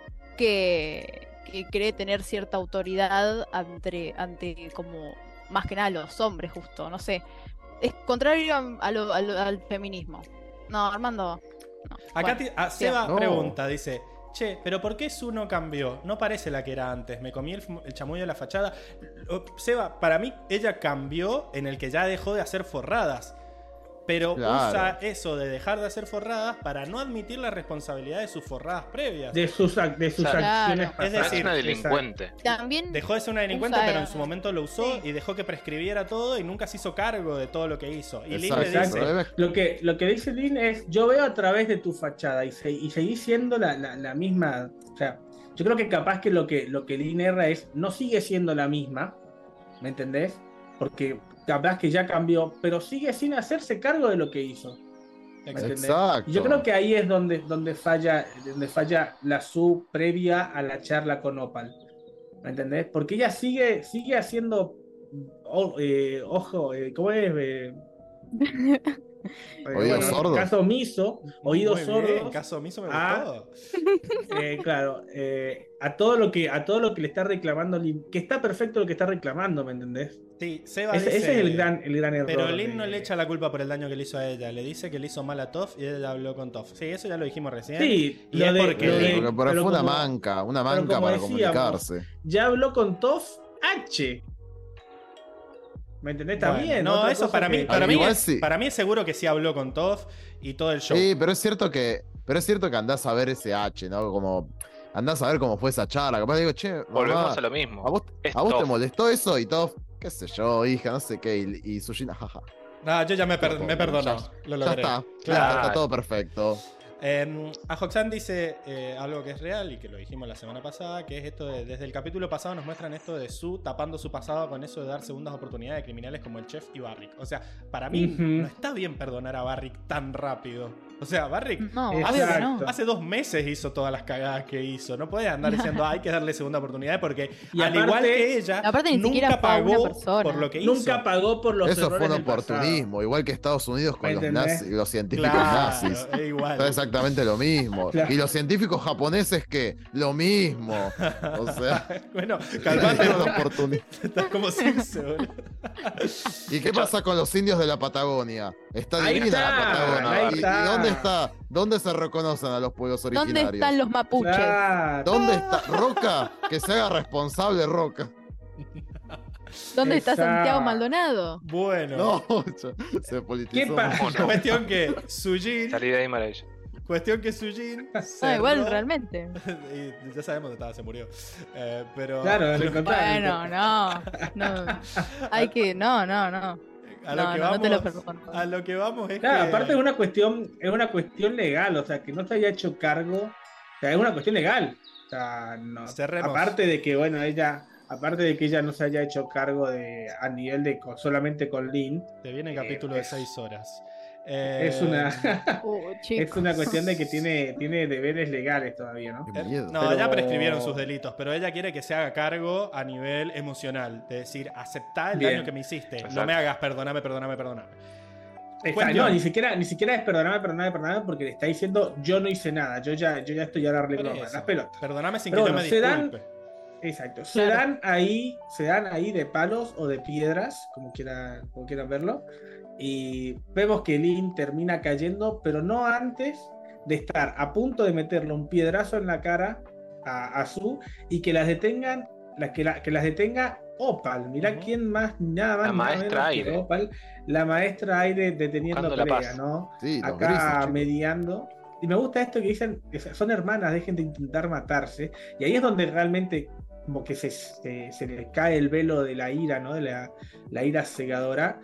que, que cree tener cierta autoridad ante, ante como más que nada los hombres, justo, no sé. Es contrario a- a lo- a lo- al feminismo. No, Armando. no. Acá Bueno, ti- a Seba No. pregunta, dice, che, pero ¿por qué Su no cambió? No parece la que era antes, me comí el, fu- el chamullo de la fachada. O- Seba, para mí ella cambió en el que ya dejó de hacer forradas. Pero Claro. usa eso de dejar de hacer forradas para no admitir la responsabilidad de sus forradas previas. De sus, ac- de sus Claro. acciones Es pasadas. Es decir, una delincuente. También Dejó de ser una delincuente, Usa, pero en eh, su momento lo usó sí. y dejó que prescribiera todo y nunca se hizo cargo de todo lo que hizo. Y Lin Exacto, le el dice, problema es- Lo que, lo que dice Lin es, yo veo a través de tu fachada y, se, y seguís siendo la, la, la misma, o sea, yo creo que capaz que lo que, lo que Lin erra es, no sigue siendo la misma, ¿me entendés? Porque capaz que ya cambió, pero sigue sin hacerse cargo de lo que hizo. ¿me entendés? Exacto. Y yo creo que ahí es donde, donde, falla, donde falla la sub previa a la charla con Opal, ¿me entendés? Porque ella sigue, sigue haciendo, o- eh, ojo, eh, ¿cómo es? Eh, Oídos sordos. Caso omiso, oídos muy bien, sordos. caso omiso me Ah. gustó. eh, claro, eh, a todo lo que a todo lo que le está reclamando Lin, que está perfecto lo que está reclamando, ¿me entendés? Sí, Seba Ese, dice, ese es el gran, el gran error. pero Lin no de- le echa la culpa por el daño que le hizo a ella. Le dice que le hizo mal a Toff y ella habló con Toff. Sí, eso ya lo dijimos recién. Sí, Y lo es de- porque lo Sí, de- Lin- porque pero pero fue una como- manca, una pero manca como para decíamos, comunicarse. ya habló con Toff H. ¿Me entendés? Bueno, También. no, otra eso cosa para mí, que- para, mí Igual es, sí. para mí es seguro que sí habló con Toph y todo el show. Sí, pero es cierto que, pero es cierto que andás a ver ese H, ¿no? Como andás a ver cómo fue esa charla. Capaz digo, che, mamá, Volvemos a lo mismo. ¿a vos, Es a vos te Toph. molestó eso? Y todo, qué sé yo, hija, no sé qué. Y, y Sujin, jaja. No, yo ya me, per- Ya, me perdono. ya- Lo Ya logré. está, Claro. ya está todo perfecto. Eh, Ajoxan dice eh, algo que es real y que lo dijimos la semana pasada, que es esto de, desde el capítulo pasado nos muestran esto de Su tapando su pasado con eso de dar segundas oportunidades a criminales como el chef y Barrick. O sea, para mí Ujú. no está bien perdonar a Barrick tan rápido. O sea, Barrick No, Exacto. obvio que no. hace dos meses hizo todas las cagadas que hizo. No puedes andar diciendo, "Ah, hay que darle segunda oportunidad", porque Y al aparte- igual que ella, aparte ni siquiera nunca fue a una pagó persona. por lo que hizo. Nunca pagó por los Eso errores fue un del pasado. oportunismo, igual que Estados Unidos con ¿Me los, entendés? nazis, los científicos Claro, nazis. es igual. Fue exactamente lo mismo. Claro. Y los científicos japoneses, ¿qué? Lo mismo. O sea, Bueno, calmate, dieron oportuni- estás como Circe, boludo. ¿Y qué pasa con los indios de la Patagonia? Está Ahí divina la está, Patagonia. ahí ¿Y, y está. dónde está? ¿Dónde se reconocen a los pueblos originarios? ¿Dónde están los mapuches? Claro. ¿Dónde está Roca? Que se haga responsable Roca. ¿Dónde está Exacto. Santiago Maldonado? Bueno, No, se politizó. ¿Qué pasa? mucho. cuestión que Sujin, Salí de ahí, maravilla. cuestión que Sujin Ah, igual cerró- realmente. y ya sabemos que estaba, se murió. Eh, pero Claro, lo encontraron. Bueno, no. No. Hay que. No, no, no. a lo No, que no, no te lo vamos, perdono. a lo que vamos es Claro, que aparte es una cuestión, es una cuestión legal, o sea, que no se haya hecho cargo, o sea, es una cuestión legal. O sea, no, Cerremos. aparte de que, bueno, ella, aparte de que ella no se haya hecho cargo de a nivel de co- solamente con Lynn, te viene el eh, capítulo de es- seis horas. Eh, es una Uh, es chicos. una cuestión de que tiene, tiene deberes legales todavía, ¿no? Qué miedo. No, Pero- ya prescribieron sus delitos, pero ella quiere que se haga cargo a nivel emocional. De decir, aceptá el Bien. daño que me hiciste. No Exacto. me hagas perdoname, perdoname, perdoname. Exacto, Cuestión. no, ni siquiera, ni siquiera es perdoname, perdoname, perdoname, porque le está diciendo yo no hice nada, yo ya, yo ya estoy ya la Por arreglo eso. las pelotas. Perdoname sin Pero que bueno, yo se me dan- disculpe. Exacto. Se Claro. dan ahí, se dan ahí de palos o de piedras, como quieran, como quieran verlo. Y vemos que Lynn termina cayendo, pero no antes de estar a punto de meterle un piedrazo en la cara a, a Sue y que las detengan, la, que, la- que las detenga Opal. Mirá Ujú. quién más, nada más, La nada maestra menos que aire. Opal, la maestra aire deteniendo Buscando la pelea, paz. ¿no? Sí, los Acá grises, chicos. mediando. Y me gusta esto que dicen, que son hermanas, dejen de intentar matarse. Y ahí es donde realmente como que se, se, se les cae el velo de la ira, ¿no? De la, la ira cegadora.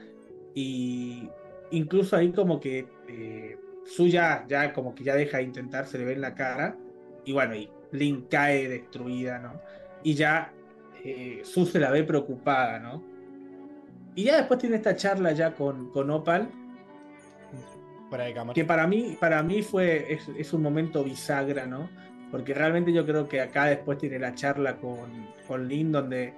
Y incluso ahí como que eh, Suya ya como que ya deja de intentar, se le ve en la cara. Y bueno, y Lynn cae destruida, ¿no? Y ya eh, Su se la ve preocupada, ¿no? Y ya después tiene esta charla ya con, con Opal, Fuera de cámara. que para mí, para mí fue, es, es un momento bisagra, ¿no? Porque realmente yo creo que acá después tiene la charla con, con Lynn donde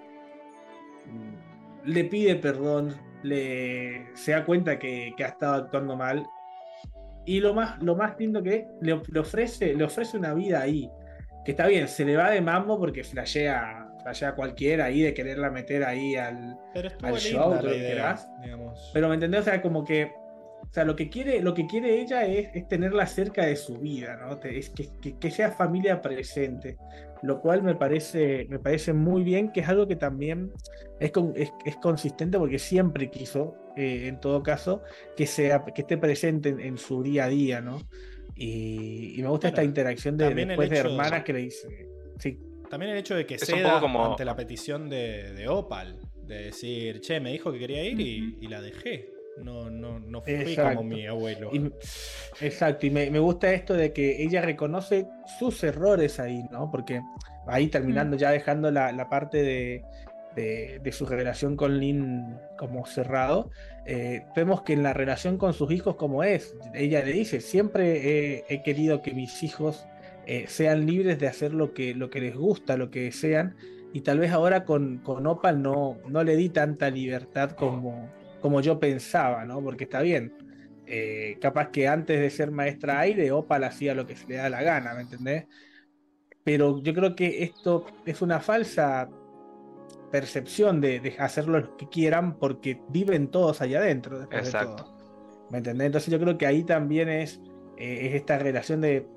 mm, le pide perdón, le, se da cuenta que, que ha estado actuando mal. Y lo más, lo más lindo que es, le, le ofrece, le ofrece una vida ahí. Que está bien, se le va de mambo porque flashea, flashea cualquiera ahí de quererla meter ahí al, Pero estuvo al linda show, la todo lo que idea, querás. digamos. pero me entendés, o sea, como que, o sea, lo que quiere, lo que quiere ella es, es tenerla cerca de su vida, ¿no? Te- Es que, que, que sea familia presente, lo cual me parece, me parece muy bien, que es algo que también es, con- es, es consistente porque siempre quiso, eh, en todo caso, que sea, que esté presente en, en su día a día, ¿no? Y, y me gusta Bueno, esta interacción de también el después de hecho- hermanas que le dice, sí, También el hecho de que Es un ceda poco como- ante la petición de, de Opal. De decir, che, me dijo que quería ir y, y la dejé. No, no, no fui Exacto. como mi abuelo. Y- exacto, y me, me gusta esto de que ella reconoce sus errores ahí, ¿no? Porque ahí terminando ya dejando la, la parte de, de, de su relación con Lynn como cerrado, eh, vemos que en la relación con sus hijos como es, ella le dice, siempre he, he querido que mis hijos eh, sean libres de hacer lo que, lo que les gusta, lo que desean, y tal vez ahora con, con Opal no, no le di tanta libertad como, como yo pensaba, ¿no? Porque está bien. Eh, capaz que antes de ser maestra aire, Opal hacía lo que se le da la gana, ¿me entendés? Pero yo creo que esto es una falsa percepción de, de hacerlo lo que quieran porque viven todos allá adentro, después de Exacto. todo. ¿Me entendés? Entonces yo creo que ahí también es, eh, es esta relación de,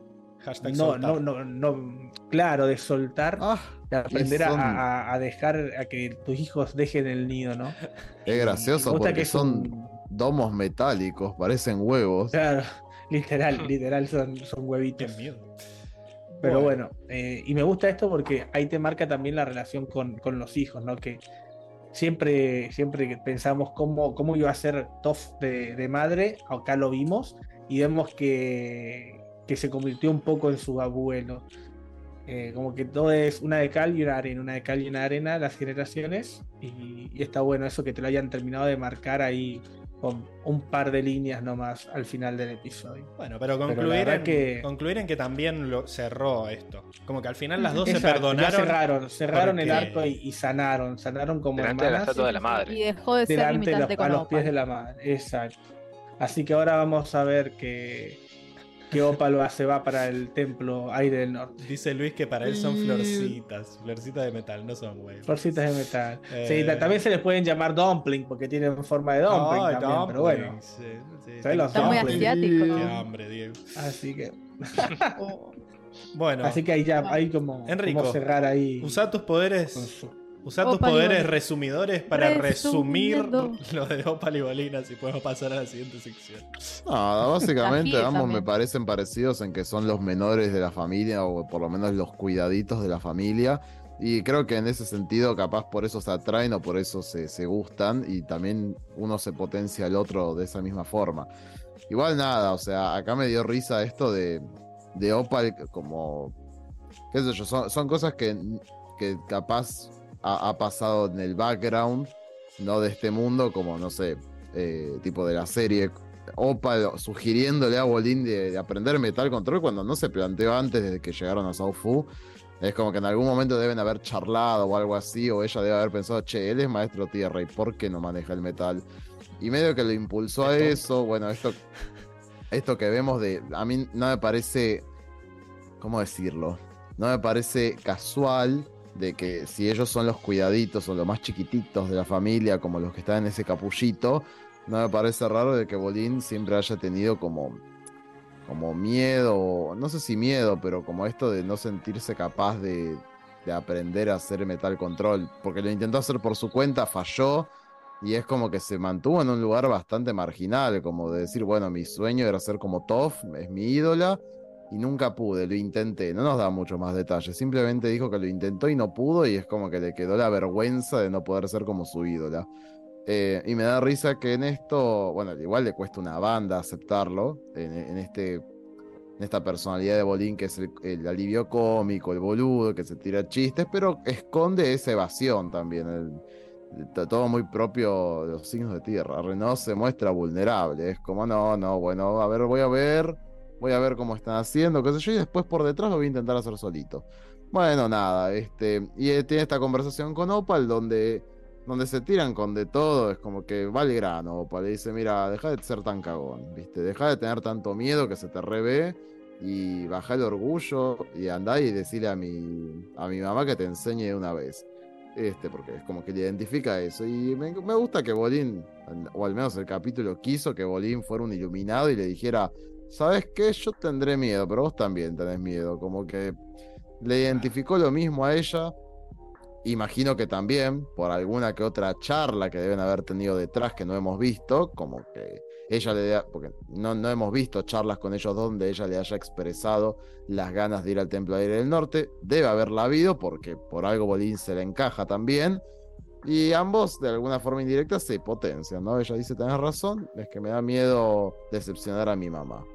Hashtag no, soltar. no, no, no, claro, de soltar, Ah, de aprender a, son- a- a dejar a que tus hijos dejen el nido, ¿no? es Y gracioso me gusta porque que es son un- domos metálicos, parecen huevos. Claro, literal, literal son, son Qué huevitos. miedo. Pero bueno, eh, y me gusta esto porque ahí te marca también la relación con, con los hijos, ¿no? Que siempre, siempre que pensamos cómo, cómo iba a ser Toph de, de madre, acá lo vimos y vemos que, que se convirtió un poco en su abuelo. Eh, como que todo es una de cal y una arena, una de cal y una arena, las generaciones, y, y está bueno eso que te lo hayan terminado de marcar ahí con un par de líneas nomás al final del episodio. Bueno, pero la concluir, verdad en, que- concluir en que también lo cerró esto. Como que al final las dos se Exacto, perdonaron. ya cerraron, cerraron el porque- arco y, y sanaron, sanaron como Delante de la hermanas estatua de la madre. Y dejó de ser delante de los- limitante a con los pies Opal. de la madre. Exacto. Así que ahora vamos a ver que, que Opal va- se va para el templo Aire del Norte. Dice Luis que para él son Sí. florcitas. Florcitas de metal, no son huevos. Florcitas de metal. Eh. Sí, ta- también se les pueden llamar dumpling porque tienen forma de dumpling Ay, también, pero bueno. dumplings, sí, sí. ¿Sabes los Está muy dumplings? asiático. Qué hambre, Diego. Así que, Bueno, así que ahí ya hay como, Enrico, como cerrar ahí. usa tus con poderes. su- Usa tus Opal y poderes Bolín. resumidores para resumir Resumiendo. lo de Opal y Bolín, así podemos pasar a la siguiente sección. Nada, básicamente Tají ambos también. me parecen parecidos en que son los menores de la familia, o por lo menos los cuidaditos de la familia. Y creo que en ese sentido, capaz por eso se atraen o por eso se, se gustan. Y también uno se potencia al otro de esa misma forma. Igual nada, o sea, acá me dio risa esto de, de Opal, como. ¿Qué sé yo? Son, son cosas que, que capaz ha, ha pasado en el background, no de este mundo, como no sé, eh, tipo de la serie. Opal sugiriéndole a Bolín de, de aprender Metal Control cuando no se planteó antes de que llegaron a Sao Fu. Es como que en algún momento deben haber charlado o algo así, o ella debe haber pensado, che, él es maestro tierra, ¿y por qué no maneja el metal? Y medio que lo impulsó a eso. Bueno, esto, esto que vemos de. A mí no me parece. ¿Cómo decirlo? No me parece casual de que si ellos son los cuidaditos o los más chiquititos de la familia, como los que están en ese capullito, no me parece raro de que Bolín siempre haya tenido como, como miedo, no sé si miedo, pero como esto de no sentirse capaz de, de aprender a hacer Metal Control, porque lo intentó hacer por su cuenta, falló, y es como que se mantuvo en un lugar bastante marginal, como de decir, bueno, mi sueño era ser como Toph, es mi ídola, y nunca pude, lo intenté. No nos da mucho más detalles, simplemente dijo que lo intentó y no pudo, y es como que le quedó la vergüenza de no poder ser como su ídola. Eh, y me da risa que en esto, bueno, igual le cuesta una banda aceptarlo, en, en este, en esta personalidad de Bolín, que es el, el alivio cómico, el boludo, que se tira chistes, pero esconde esa evasión también, el, t- todo muy propio de los signos de tierra. Renault se muestra vulnerable, es como, no, no, bueno, a ver, voy a ver, voy a ver cómo están haciendo, qué sé yo, y después por detrás lo voy a intentar hacer solito. Bueno, nada, este, y eh, tiene esta conversación con Opal donde, donde se tiran con de todo, es como que va al grano. Opal le dice, mira, deja de ser tan cagón, ¿viste? Deja de tener tanto miedo que se te revé y baja el orgullo y andá y decirle a mi, a mi mamá que te enseñe de una vez. Este, porque es como que le identifica eso. Y me, me gusta que Bolín, o al menos el capítulo quiso que Bolín fuera un iluminado y le dijera, ¿sabes qué? Yo tendré miedo, pero vos también tenés miedo. Como que le identificó lo mismo a ella. Imagino que también por alguna que otra charla que deben haber tenido detrás que no hemos visto, como que ella le da, porque no, no hemos visto charlas con ellos donde ella le haya expresado las ganas de ir al Templo Aire del Norte. Debe haberla habido porque por algo Bolín se le encaja también. Y ambos, de alguna forma indirecta, se potencian, ¿no? Ella dice, tenés razón, es que me da miedo decepcionar a mi mamá.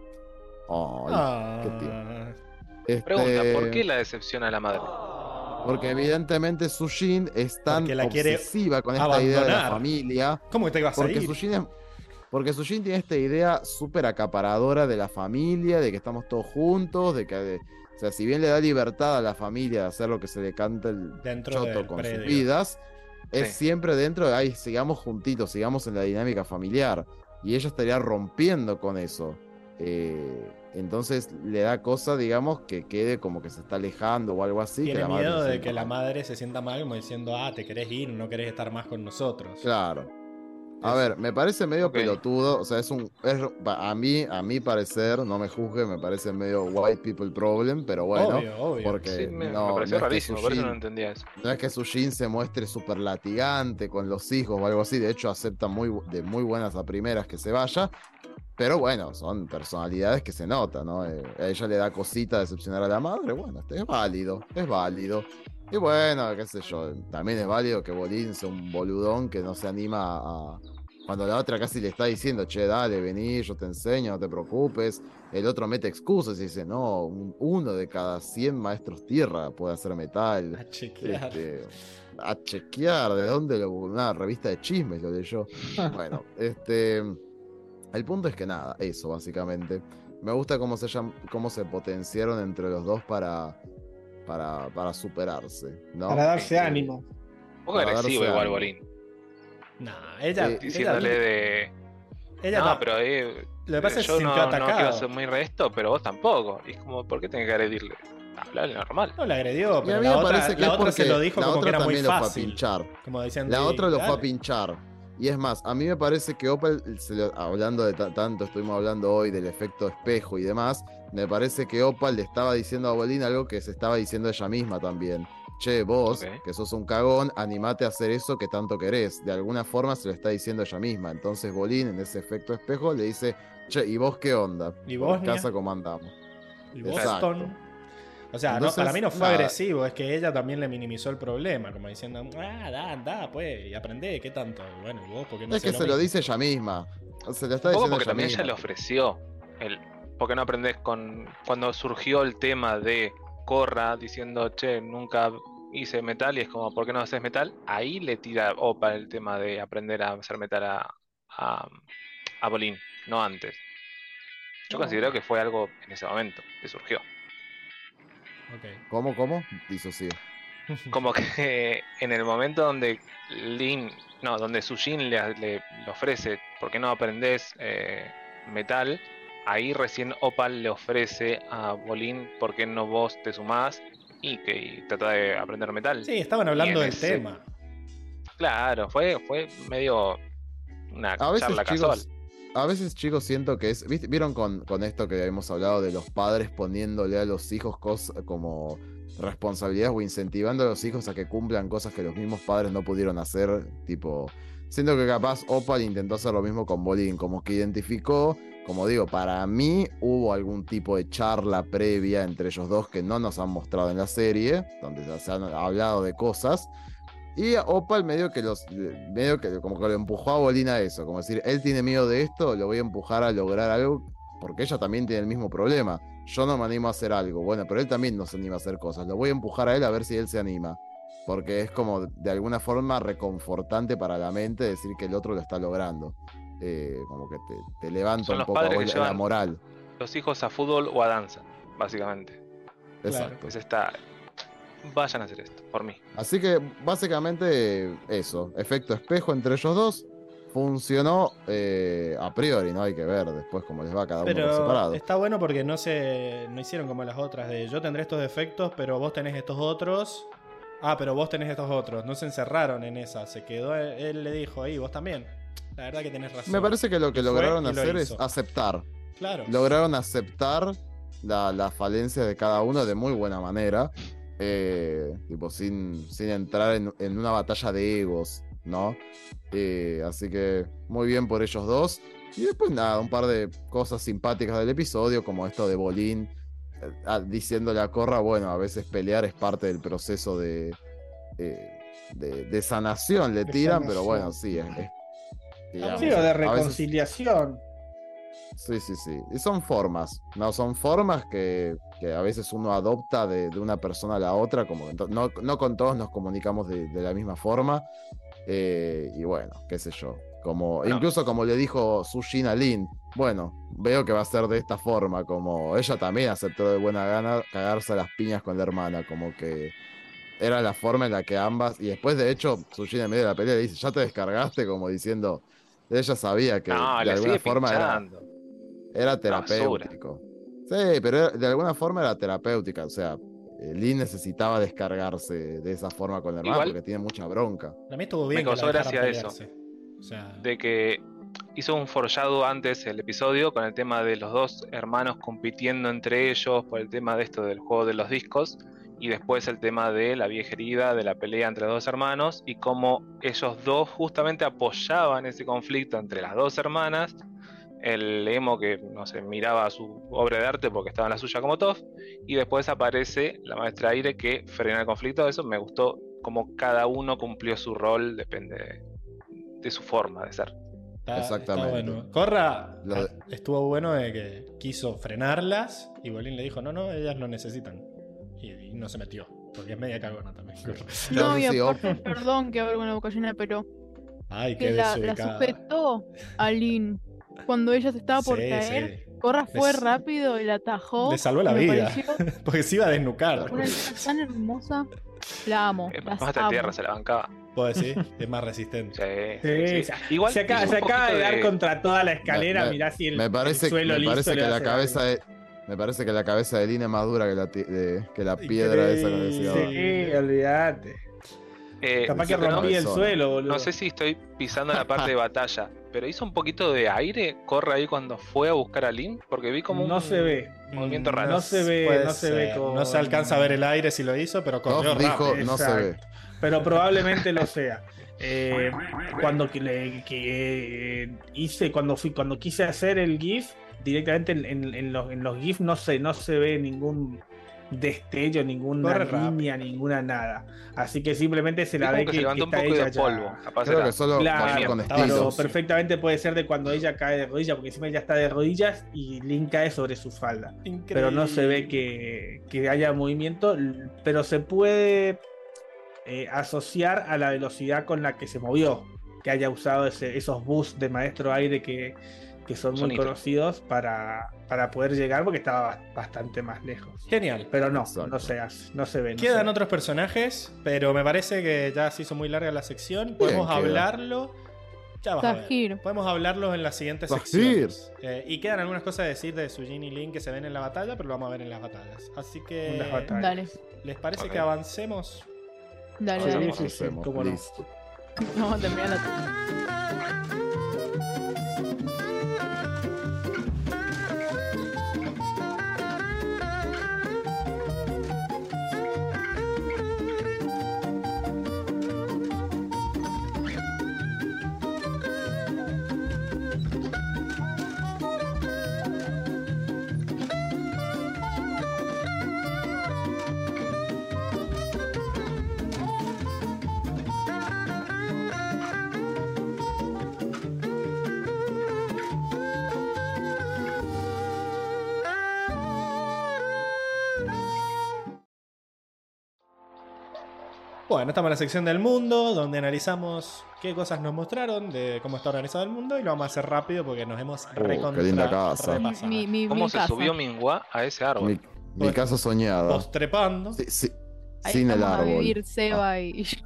Ay, qué tío. Ah, Este, Pregunta, ¿por qué la decepciona a la madre? Porque evidentemente Sujin es tan Porque la quiere obsesiva con esta idea de la abandonar. familia. ¿Cómo que te vas a Porque ir? Sujin es- porque Sujin tiene esta idea súper acaparadora de la familia, de que estamos todos juntos, de que, de- o sea, si bien le da libertad a la familia de hacer lo que se le canta el Dentro choto del con predio. sus vidas, es Sí. siempre dentro de, ay, sigamos juntitos, sigamos en la dinámica familiar. Y ella estaría rompiendo con eso. Eh, entonces le da cosa, digamos, que quede como que se está alejando o algo así. Tiene que la madre miedo se de sienta que la mal. madre se sienta mal como diciendo, ah, te querés ir, no querés estar más con nosotros. Claro. A ver, me parece medio Ok. pelotudo, o sea, es un, es- a mí, a mi parecer, no me juzgue, me parece medio white people problem, pero bueno, Obvio, obvio. porque Sí, me, me no, no pareció es que rarísimo, por eso no Sujin, entendía eso. no es que Sujin se muestre súper latigante con los hijos o algo así, de hecho acepta muy, bu- de muy buenas a primeras que se vaya, pero bueno, son personalidades que se notan, ¿no? Eh, a ella le da cosita decepcionar a la madre, bueno, este es válido, es válido. Y bueno, qué sé yo, también es válido que Bolín sea un boludón que no se anima a... Cuando la otra casi le está diciendo, che, dale, vení, yo te enseño, no te preocupes. El otro mete excusas y dice, no, un- uno de cada cien maestros tierra puede hacer metal. A chequear. Este, a chequear, ¿de dónde lo? Una revista de chismes lo leyó. Bueno, este... El punto es que nada, eso básicamente. Me gusta cómo se, llam- cómo se potenciaron entre los dos para, para, para superarse, ¿no? Para darse Eh, ánimo. Un poco para agresivo darse igual, ánimo. Bolín. Nah, ella. Eh, Diciéndole ella, de. ella No, ta- pero eh, Lo que pasa es que yo se no, sintió no quiero atacado. ser muy resto, pero vos tampoco. Y es como, ¿por qué tenés que agredirle? Hablarle normal. No la agredió, Y pero a mí la me otra, parece que la es otra se porque lo dijo la como que otra era muy también lo fue a fácil. pinchar. Como diciendo, La "Ey, otra lo fue a dale". pinchar. Y es más, a mí me parece que Opal, se lo- hablando de ta- tanto, estuvimos hablando hoy del efecto espejo y demás, me parece que Opal le estaba diciendo a Bolín algo que se estaba diciendo ella misma también. Che, vos, Ok. que sos un cagón, animate a hacer eso que tanto querés. De alguna forma se lo está diciendo ella misma. Entonces Bolín, en ese efecto espejo, le dice, che, ¿y vos qué onda? ¿Y Por Bosnia? casa cómo andamos. Y Exacto. Boston. O sea, no, Entonces, para mí no fue nada. agresivo, es que ella también le minimizó el problema, como diciendo, ah, da, anda, pues, y aprendé, ¿qué tanto? Y bueno, y vos, ¿por qué no Es que hacés se lo mismo? dice ella misma. Se lo está Un poco diciendo porque ella también misma. ella le ofreció el. ¿Por qué no aprendés con. Cuando surgió el tema de Korra diciendo, che, nunca hice metal, y es como, ¿por qué no haces metal? Ahí le tira Opa el tema de aprender a hacer metal a, a, a Bolín, no antes. Yo No. considero que fue algo en ese momento que surgió. Ok. ¿Cómo, cómo? Disocio. Como que en el momento donde Lin, no, donde Sujin le, le- le ofrece, ¿por qué no aprendés eh, metal? Ahí recién Opal le ofrece a Bolín, ¿por qué no vos te sumás y que y trata de aprender metal? Sí, estaban Y hablando en del ese- tema. Claro, fue, fue medio una A veces, charla casual. chicos, a veces, chicos, siento que es. ¿viste- ¿Vieron con, con esto que hemos hablado de los padres poniéndole a los hijos cosas como responsabilidades o incentivando a los hijos a que cumplan cosas que los mismos padres no pudieron hacer? Tipo, siento que capaz Opal intentó hacer lo mismo con Bolín, como que identificó, como digo, para mí hubo algún tipo de charla previa entre ellos dos que no nos han mostrado en la serie, donde se han hablado de cosas. Y Opal medio que los medio que como que lo empujó a Bolín a eso, como decir, él tiene miedo de esto, lo voy a empujar a lograr algo, porque ella también tiene el mismo problema. Yo no me animo a hacer algo, bueno, pero él también no se anima a hacer cosas. Lo voy a empujar a él a ver si él se anima, porque es como de alguna forma reconfortante para la mente decir que el otro lo está logrando. Eh, como que te, te levanta Son un los poco a padres vos que la llevan- moral. Los hijos a fútbol o a danza, básicamente. Exacto. Es esta. Vayan a hacer esto, por mí. Así que básicamente eso, efecto espejo entre ellos dos, funcionó eh, a priori, no hay que ver después cómo les va a cada uno por Pero separado. está bueno porque no se no hicieron como las otras de yo tendré estos defectos, pero vos tenés estos otros. Ah, pero vos tenés estos otros. No se encerraron en esa. Se quedó, él le dijo ahí, vos también. La verdad que tenés razón. Me parece que lo que Y fue lograron y lo hacer es hizo. aceptar. Claro. Lograron aceptar la, la falencia de cada uno de muy buena manera. eh, tipo, sin, sin entrar en, en una batalla de egos, ¿no? Eh, así que muy bien por ellos dos. Y después nada, un par de cosas simpáticas del episodio, como esto de Bolín eh, ah, diciéndole a Korra, bueno, a veces pelear es parte del proceso de, eh, de, de sanación, le De tiran, sanación. pero bueno, sí, es, es- digamos, Sí, o de a veces- reconciliación. Sí, sí, sí. Y son formas, ¿no? Son formas que, que a veces uno adopta de, de una persona a la otra, como que to- no, no con todos nos comunicamos de, de la misma forma. eh, y bueno, qué sé yo. Como, Bueno. incluso como le dijo Sujin a Lin, bueno, veo que va a ser de esta forma, como ella también aceptó de buena gana cagarse a las piñas con la hermana, como que era la forma en la que ambas, y después de hecho, Sujin en medio de la pelea le dice, ya te descargaste, como diciendo, ella sabía que No, de le alguna sigue forma era, pinchando. era basura. terapéutico. Sí, pero era- de alguna forma era terapéutica. O sea, eh, Lee necesitaba descargarse de esa forma con el hermano Igual- porque tiene mucha bronca. A mí estuvo Me bien que causó la dejaran gracia eso. pelearse. O sea, de que hizo un foreshadow antes el episodio con el tema de los dos hermanos compitiendo entre ellos por el tema de esto del juego de los discos, y después el tema de la vieja herida, de la pelea entre los dos hermanos, y cómo ellos dos justamente apoyaban ese conflicto entre las dos hermanas. El emo que, no sé, miraba su obra de arte porque estaba en la suya como Toph, y después aparece la maestra Aire que frena el conflicto. Eso me gustó, como cada uno cumplió su rol, depende de, de su forma de ser. está, Exactamente. está bueno. Corra Lo de- estuvo bueno de que quiso frenarlas y Bolín le dijo, no, no, ellas lo necesitan. Y, y no se metió, porque es media cagona también. Corra. Yo No, sé y si aparte, Op- perdón que abro con la boca llena, pero Ay, qué que la, la desubicada. sujetó a Lin cuando ella se estaba por Sí, caer. sí. Corra fue Les- rápido y la atajó. Le salvó la Me vida, pareció porque se iba a desnucar. una escena tan hermosa. La amo. Eh, las Más de amo. tierra se la bancaba. Puedo decir, es más resistente. Sí, Sí, sí, sí. se- Igual se acaba, hizo se un acaba de poquito dar de- contra toda la escalera. Me- Mirá si el, Me parece, el suelo me liso parece le que la hace cabeza daño. de, me parece que la cabeza de Lina es más dura que la, ti- de- que la piedra esa que decía. Increíble. Sí, olvídate. Eh, Capaz que lo que no- rompí el Cabezón. suelo, boludo. No sé si estoy pisando la parte de batalla, pero hizo un poquito de aire, corre ahí cuando fue a buscar a Lin, porque vi como un No se ve. movimiento raro. No se ve, Puede no se ve ser. con- No se alcanza a ver el aire si lo hizo, pero corrió Toph dijo, rápido. no se Exacto. ve. Pero probablemente lo sea. Eh, cuando que le- que, eh, hice, cuando fui, cuando quise hacer el GIF, directamente en, en- en los, en los GIF no se, no se ve ningún destello, ninguna Corre rápido. Eh, línea, ninguna nada. Así que simplemente se Vi la como ve que que, se levantó que un está poco ella de ya- polvo. Capaz Creo era- que solo Claro, movimiento con estaba Pero estilo. sucio. perfectamente puede ser de cuando ella cae de rodillas, porque encima ella está de rodillas y Link cae sobre su falda. Increíble. Pero no se ve que, que haya movimiento, l- pero se puede eh, asociar a la velocidad con la que se movió, que haya usado ese- esos boosts de maestro aire que, que son muy Sonito. conocidos para, para poder llegar, porque estaba ba- bastante más lejos. Genial. Pero no, Exacto. no se hace, no se ve. no se Quedan ve. otros personajes, pero me parece que ya se hizo muy larga la sección. Podemos queda. hablarlo. Ya vas a ver. Sahir. Podemos hablarlo en las siguientes Sahir. secciones. Eh, y quedan algunas cosas a decir de Sujin y Lin que se ven en la batalla, pero lo vamos a ver en las batallas. Así que, En las batallas. Dale, ¿les parece Ok. que avancemos? dale, Sí, dale. sí, sí, Hacemos, cómo no. listo. Vamos a terminar la. Bueno, estamos en la sección del mundo, donde analizamos qué cosas nos mostraron de cómo está organizado el mundo, y lo vamos a hacer rápido porque nos hemos recontra Uh, qué linda casa. repasado. Mi, mi, ¿Cómo mi se casa. subió Minghua a ese árbol? Mi, mi Bueno. caso soñado. Postrepando. Sí, sí, Ahí sin el estamos a árbol. vivir Seba y yo.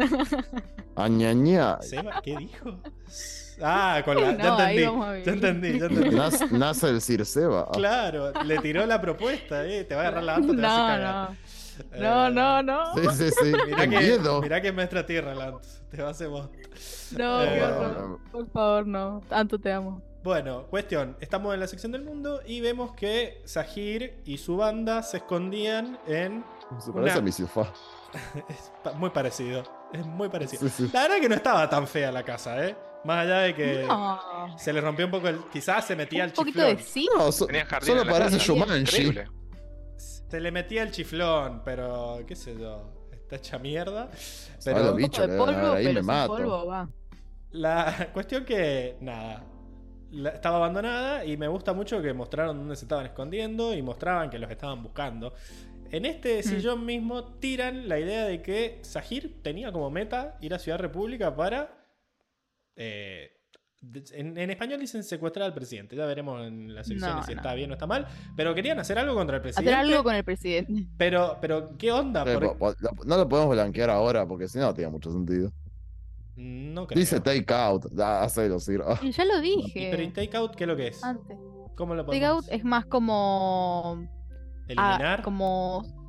Añañá. Seba, ¿qué dijo? Ah, con la. No, ya ahí entendí. vamos a vivir. Ya entendí, ya entendí. Nace, nace el Cirseba. Claro, le tiró la propuesta, eh. Te va a agarrar la anta, te vas a No, cagar. no. No, Eh, no, no. Sí, sí, sí. Mirá Qué que, miedo. mirá que es maestra tierra, Lant. Te va a hacer vos. No, Eh, qué No, horror. no, Por favor, no. Tanto te amo. Bueno, cuestión. Estamos en la sección del mundo y vemos que Sahir y su banda se escondían en. no. Se parece Una- a mi sofá. Es pa- muy parecido. Es muy parecido. Sí, sí. La verdad que no estaba tan fea la casa, ¿eh? Más allá de que No. se le rompió un poco el. Quizás se metía el Un poquito chiflón. de sí. No, so- Tenía jardín solo en la parece casa. Shumanji. Increíble. Se le metía el chiflón, pero. qué sé yo. Está hecha mierda. A los Pero Un bichos poco de que deben polvo, haber ahí pero me sin mato. polvo va. la cuestión que. Nada. la- estaba abandonada y me gusta mucho que mostraron dónde se estaban escondiendo y mostraban que los estaban buscando. En este sillón mismo tiran la idea de que Sahir tenía como meta ir a Ciudad República para. eh, de- en, en español dicen secuestrar al presidente. Ya veremos en las secciones No, si no. está bien o está mal. Pero querían hacer algo contra el presidente. Hacer algo con el presidente. Pero, pero, ¿qué onda? Eh, Por- po- po- lo- No lo podemos blanquear ahora porque si no, no tiene mucho sentido. No creo. Dice take out. Ah, hacelo, sí. Ah. Y ya lo Y, pero ¿y dije. take out qué es lo que es? Antes. ¿Cómo lo Take podemos out es más como. eliminar? Ah, como.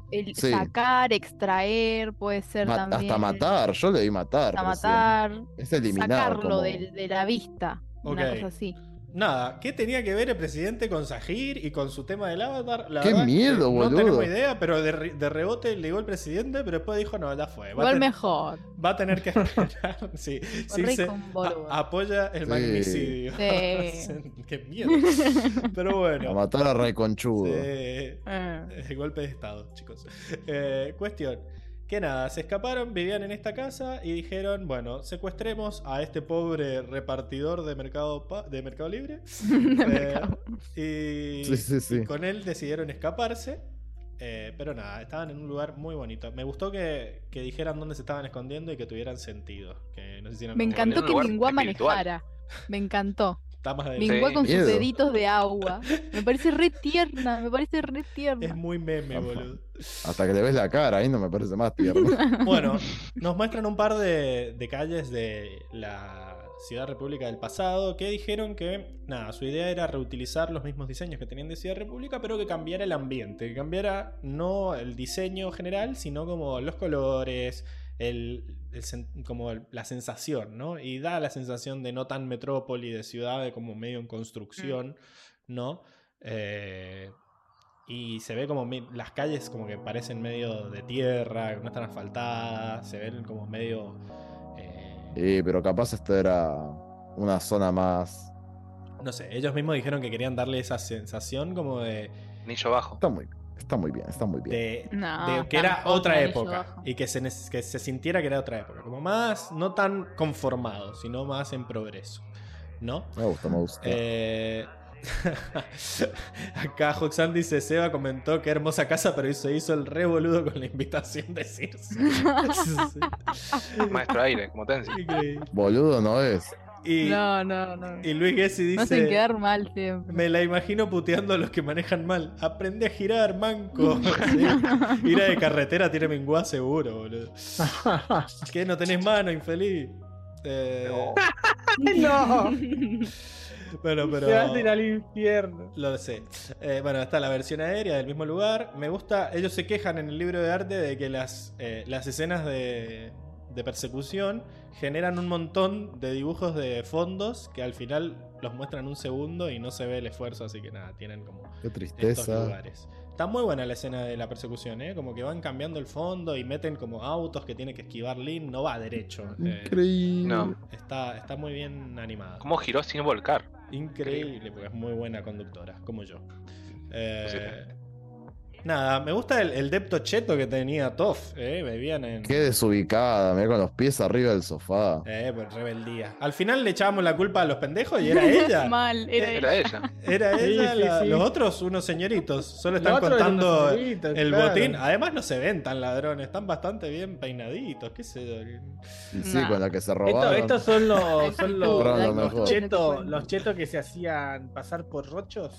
El Sí. sacar, extraer, puede ser Ma- también. hasta matar, yo leí matar. Hasta recién. matar. Es eliminar. Sacarlo como- del- de, la vista. Una Ok. cosa así. Nada, ¿qué tenía que ver el presidente con Sahir y con su tema del avatar? La ¡Qué verdad que miedo, No boludo! tenemos idea, pero de, re- de rebote le llegó el presidente, pero después dijo, no, ya fue. Va, a, Igual ten- mejor. va a tener que esperar. Sí, sí, Re se con boludo. a- apoya el Sí. magnicidio. Sí. Qué miedo. Pero bueno. A matar a Ray Conchudo. Sí. Eh. Eh, golpe de estado, chicos. Eh, cuestión. Que nada, se escaparon, vivían en esta casa y dijeron, bueno, secuestremos a este pobre repartidor de Mercado, Pa- de mercado Libre. De Eh, mercado. y, Sí, sí, sí. y con él decidieron escaparse. eh, pero nada, estaban en un lugar muy bonito. Me gustó que, que dijeran dónde se estaban escondiendo y que tuvieran sentido. Que no se hicieran Me como- encantó un que lugar Mingua espiritual. manejara. Me encantó. Está más de- Mingua Sí. con sus Miedo. deditos de agua. Me parece re tierna. Me parece re Es tierna. muy meme, Ajá. boludo. Hasta que le ves la cara, ahí no me parece más tierno. Bueno, nos muestran un par de, de calles de la Ciudad República del pasado que dijeron que, nada, su idea era reutilizar los mismos diseños que tenían de Ciudad República, pero que cambiara el ambiente, que cambiara no el diseño general, sino como los colores, el, el sen- como el- la sensación, ¿no? Y da la sensación de no tan metrópoli, de ciudad, de como medio en construcción, ¿no? Eh, y se ve como mi- las calles como que parecen medio de tierra, que no están asfaltadas, se ven como medio... eh, Sí, pero capaz esto era una zona más. no sé, ellos mismos dijeron que querían darle esa sensación como de, Anillo bajo. Está muy, está muy bien, está muy bien. de, No, de que era tampoco otra anillo época bajo. y que se, nes- que se sintiera que era otra época, como más, no tan conformado, sino más en progreso, ¿no? Me gusta, me gusta. Eh, Acá Hoxan dice, Seba comentó que hermosa casa, pero se hizo el re boludo con la invitación de Circe. Sí. Maestro aire, como Tensi. Increíble. Boludo no es. Y, No, no, no. y Luis Gessi Me hacen dice, quedar mal siempre. me la imagino puteando a los que manejan mal. Aprende a girar, manco. Sí. Ir de carretera tiene menguá seguro, boludo. ¿Qué? ¿No tenés mano, infeliz? Eh, no, Bueno, pero... se vas a ir al infierno. Lo sé. Eh, bueno, está la versión aérea del mismo lugar. Me gusta, ellos se quejan en el libro de arte de que las, eh, las escenas de, de persecución generan un montón de dibujos de fondos que al final los muestran un segundo y no se ve el esfuerzo, así que nada, tienen como Qué estos tristeza. lugares. Está muy buena la escena de la persecución, ¿eh? Como que van cambiando el fondo y meten como autos que tiene que esquivar Lin, no va derecho. Eh, Increíble. No. está, está muy bien animada. ¿Cómo giró sin volcar? Increíble, porque es muy buena conductora, como yo. Eh, Posible. nada, me gusta el, el depto cheto que tenía Toff, eh, vivían en... Qué desubicada, mira con los pies arriba del sofá. Eh, pues rebeldía. Al final le echábamos la culpa a los pendejos y era ella. Mal, era Era él. ella. Era Sí, ella, sí, la- sí. los otros unos señoritos. Solo están Lo otro eran contando unos señoritos, el claro. botín. Además no se ven tan ladrones, están bastante bien peinaditos, qué sé yo. Y sí, Nah. con la que se Esto- robaron. estos son los, son los, Compraron lo los mejor. chetos, los chetos que se hacían pasar por rochos.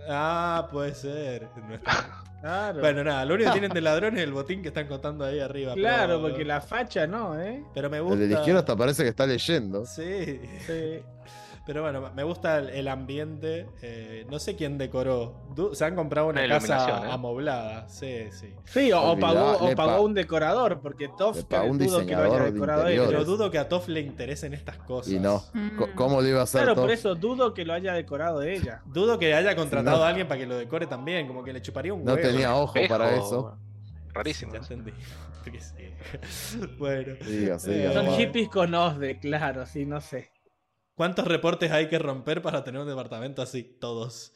Ah, puede ser. No está- Claro, Bueno, nada, lo único que tienen de ladrones es el botín que están contando ahí arriba. claro, pero- porque la facha no, ¿eh? Pero me gusta... El de la izquierda hasta parece que está leyendo. Sí. Sí. Pero bueno, me gusta el, el ambiente. eh, no sé quién decoró. Du- se han comprado una, Una casa iluminación, ¿eh? amoblada. Sí, sí. Sí, o, o Olvidá, pagó, o le pagó pa- un decorador, porque Toff le pagó un dudo que lo diseñador haya de decorado él. interiores. Pero dudo que a Toff le interesen estas cosas. Y no. Mm. Co- ¿Cómo le iba a hacer Claro, todo? por eso dudo que lo haya decorado ella. Dudo que haya contratado Sí, no. a alguien para que lo decore también. Como que le chuparía un No huevo. tenía ojo Espejo. para eso. Rarísimo. Ya entendí. Porque sí. Bueno. Diga, siga, Eh, Son nomás. hippies con Osde, claro, sí, no sé. ¿Cuántos reportes hay que romper para tener un departamento así? Todos.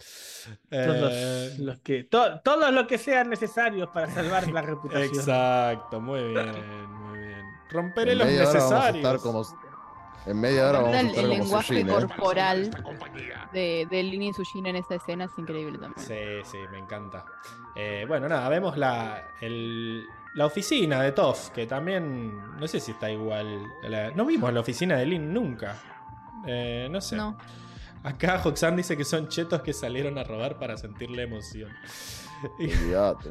Todos Eh, los que, to- todos los que sean necesarios para salvar la reputación. Exacto, muy bien, muy bien. Romperé En los media hora vamos a necesarios. estar como. En media hora vamos a el, estar el como lenguaje Sujin, ¿eh? corporal de, de Lin y Sujin en esa escena es increíble también. Sí, sí, me encanta. Eh, bueno, nada, vemos la, el- la oficina de Toff, que también, no sé si está igual. a la- no vimos la oficina de Lin nunca. Eh, no sé. No. Acá Hoxan dice que son chetos que salieron a robar para sentir la emoción. Y, Olvídate.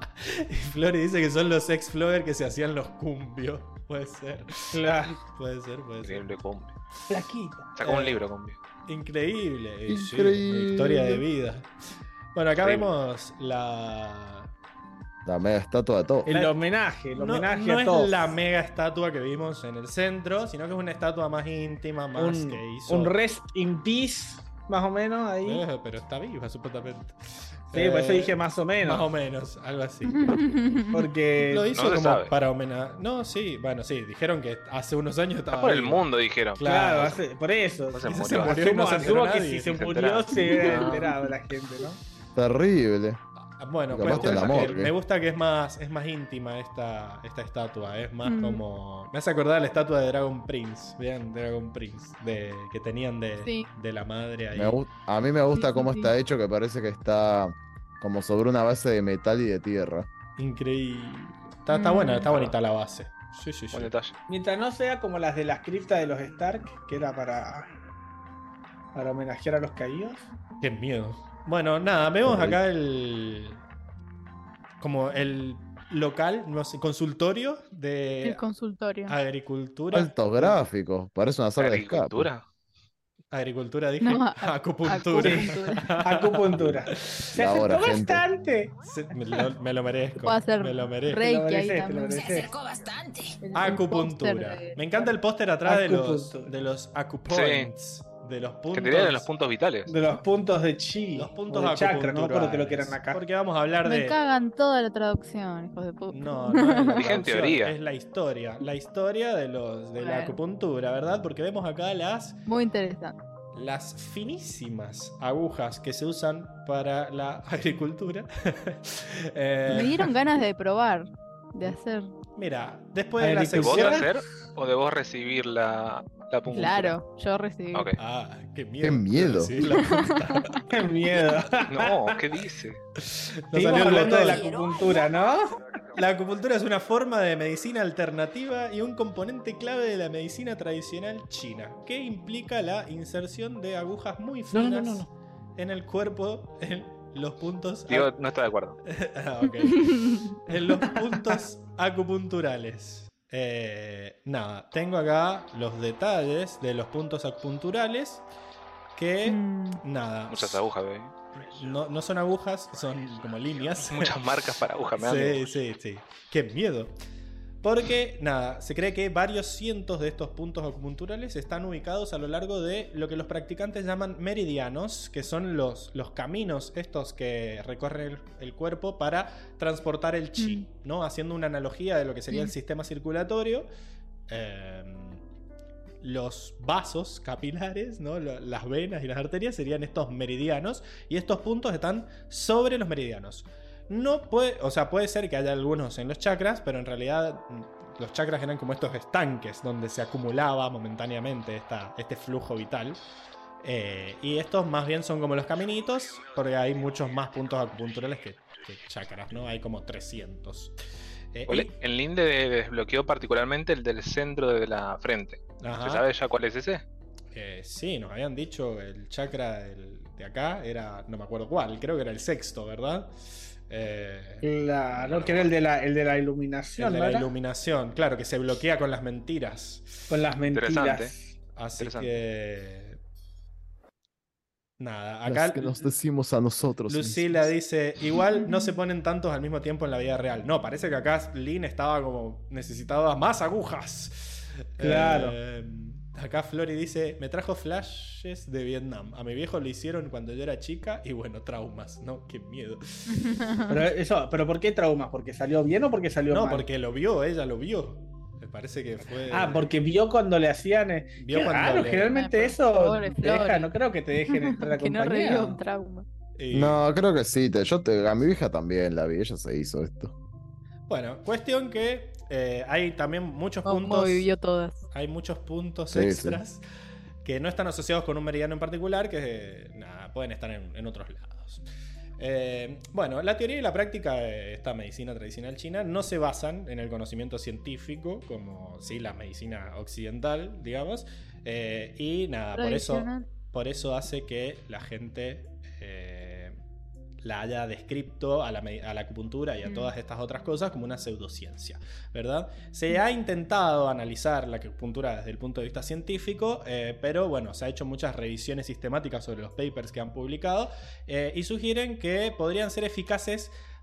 y Flori dice que son los ex-flogger que se hacían los cumbios. Puede ser. Claro. Puede ser, puede ser. Increíble cumbia. Flaquita. Sacó Eh, un libro cumbia. Increíble. y sí, Increíble. una historia de vida. Bueno, acá Increíble. vemos la, La mega estatua de todo. El La- homenaje, el No, homenaje no a es todos. la mega estatua que vimos en el centro, sino que es una estatua más íntima, más un, que hizo. un rest in peace, más o menos, ahí. Eh, pero está viva, supuestamente. Sí, por eso Eh, dije más o menos. Más o menos, algo así. Porque Lo hizo No se como sabe. para homenajear. No, sí, bueno, sí, dijeron que hace unos años estaba. Está por el viva. mundo, dijeron. Claro. Claro, hace- por eso. No se Quizás murió. se murió y no Asumo, se enteró asumo que nadie. si se Se murió enteraron. se hubiera No. enterado la gente, ¿no? Terrible. Ah, Bueno, Capaz cuestión está es en la que morgue. me gusta que es más, es más íntima esta, esta estatua. Es más Mm. como. Me hace acordar la estatua de Dragon Prince. Vean, Dragon Prince. De, que tenían de, Sí. de la madre ahí. Me gu- a mí me gusta Sí, sí, cómo sí. está hecho, que parece que está como sobre una base de metal y de tierra. Increíble. Está, está Mm. buena, está bonita la base. Sí, sí, sí. Buen detalle. Mientras no sea como las de las criptas de los Stark, que era para, para homenajear a los caídos. Qué miedo. Bueno, nada, vemos Ok. acá el. Como el local, no sé, consultorio El de consultorio. agricultura. Altos gráficos, parece una sala de escape. ¿Agricultura? Agricultura, dije. No, a- acupuntura. acupuntura. Acupuntura. Se La hora, acercó gente. bastante. Se- me, lo, me lo merezco. Puedo hacer Me lo merezco. Reiki Te lo ahí mereces, te lo también. Se mereces. acercó bastante. El- el Acupuntura. póster de- Me encanta el póster atrás de los, Acupuntura. de los acupoints. De los puntos. Que te dieron los puntos vitales. De los puntos de chi. Los puntos o de chakra, no me acuerdo que lo que eran acupunturales. acá. Porque vamos a hablar Me de. cagan toda la traducción, hijos de puta. No, no es la Dije en traducción, teoría. es la historia. La historia de los de la Bueno. acupuntura, ¿verdad? Porque vemos acá las, Muy interesante. las finísimas agujas que se usan para la agricultura. Eh, Me dieron ganas de probar, de hacer. Mira, después de la ¿De vos sección. hacer o de vos recibir la, la acupuntura? Claro, yo recibí. Ok. Ah, qué miedo. Qué miedo. Sí, la puta. Qué miedo. No, ¿qué dice? Nos Seguimos salió hablando de la todo. acupuntura, ¿no? La acupuntura es una forma de medicina alternativa y un componente clave de la medicina tradicional china, que implica la inserción de agujas muy No, finas no, no, no, en el cuerpo, en los puntos. Digo, no está de acuerdo. Ah, ok. En los puntos acupunturales. Eh, nada, tengo acá los detalles de los puntos acupunturales que, Mm, nada, Muchas agujas, bebé. no, no son agujas, son como líneas. Muchas marcas para agujas, me da Sí, miedo. sí, sí. Qué miedo. Porque, nada, se cree que varios cientos de estos puntos acupunturales están ubicados a lo largo de lo que los practicantes llaman meridianos, que son los, los caminos estos que recorren el, el cuerpo para transportar el chi, ¿no? Haciendo una analogía de lo que sería el Mm. sistema circulatorio. eh, los vasos capilares, ¿no? Lo- Las venas y las arterias serían estos meridianos, y estos puntos están sobre los meridianos. No puede, o sea, puede ser que haya algunos en los chakras, pero en realidad mm, los chakras eran como estos estanques donde se acumulaba momentáneamente esta, este flujo vital. Eh, y estos más bien son como los caminitos, porque hay muchos más puntos acupunturales que, que chakras, ¿no? Hay como trescientos. Eh, Ole, y- En Linde desbloqueó particularmente el del centro de la frente. Ajá. ¿Se sabe ya cuál es ese? Eh, sí, nos habían dicho el chakra del- de acá era, no me acuerdo cuál, creo que era el sexto, ¿verdad? Eh, Claro, que era el de la, el de la el iluminación, de ¿no la era? iluminación, claro, que se bloquea con las mentiras. Con las Interesante. mentiras. Así Interesante. que... Nada, Las acá que nos decimos a nosotros. Lucila mismos. dice, igual no se ponen tantos al mismo tiempo en la vida real. No, parece que acá Lynn estaba como necesitaba más agujas. Claro. Eh, acá Flori dice, me trajo flashes de Vietnam. A mi viejo lo hicieron cuando yo era chica y bueno, traumas, ¿no? Qué miedo. Pero eso, pero ¿por qué traumas? ¿Porque salió bien o porque salió No, mal? porque lo vio, ella lo vio. Me parece que fue... Ah, porque vio cuando le hacían. eh, Vio qué cuando raro, le- generalmente Ay, por eso favor, te deja, Flori. no creo que te dejen entrar que no reviva un acompañado. trauma. y- No, creo que sí. Te, yo te, a mi vieja también la vi. Ella se hizo esto. Bueno, cuestión que eh, hay también muchos Como puntos... vivió todas. Hay muchos puntos Sí, sí. extras que no están asociados con un meridiano en particular, que nada, pueden estar en, en otros lados. Eh, bueno, la teoría y la práctica de esta medicina tradicional china no se basan en el conocimiento científico, como sí, la medicina occidental, digamos. Eh, y nada, por eso, Tradicional. por eso hace que la gente eh, la haya descrito a la, me- a la acupuntura y a Mm. todas estas otras cosas como una pseudociencia, ¿verdad? Se ha intentado analizar la acupuntura desde el punto de vista científico, eh, pero bueno, se ha hecho muchas revisiones sistemáticas sobre los papers que han publicado eh, y sugieren que podrían ser eficaces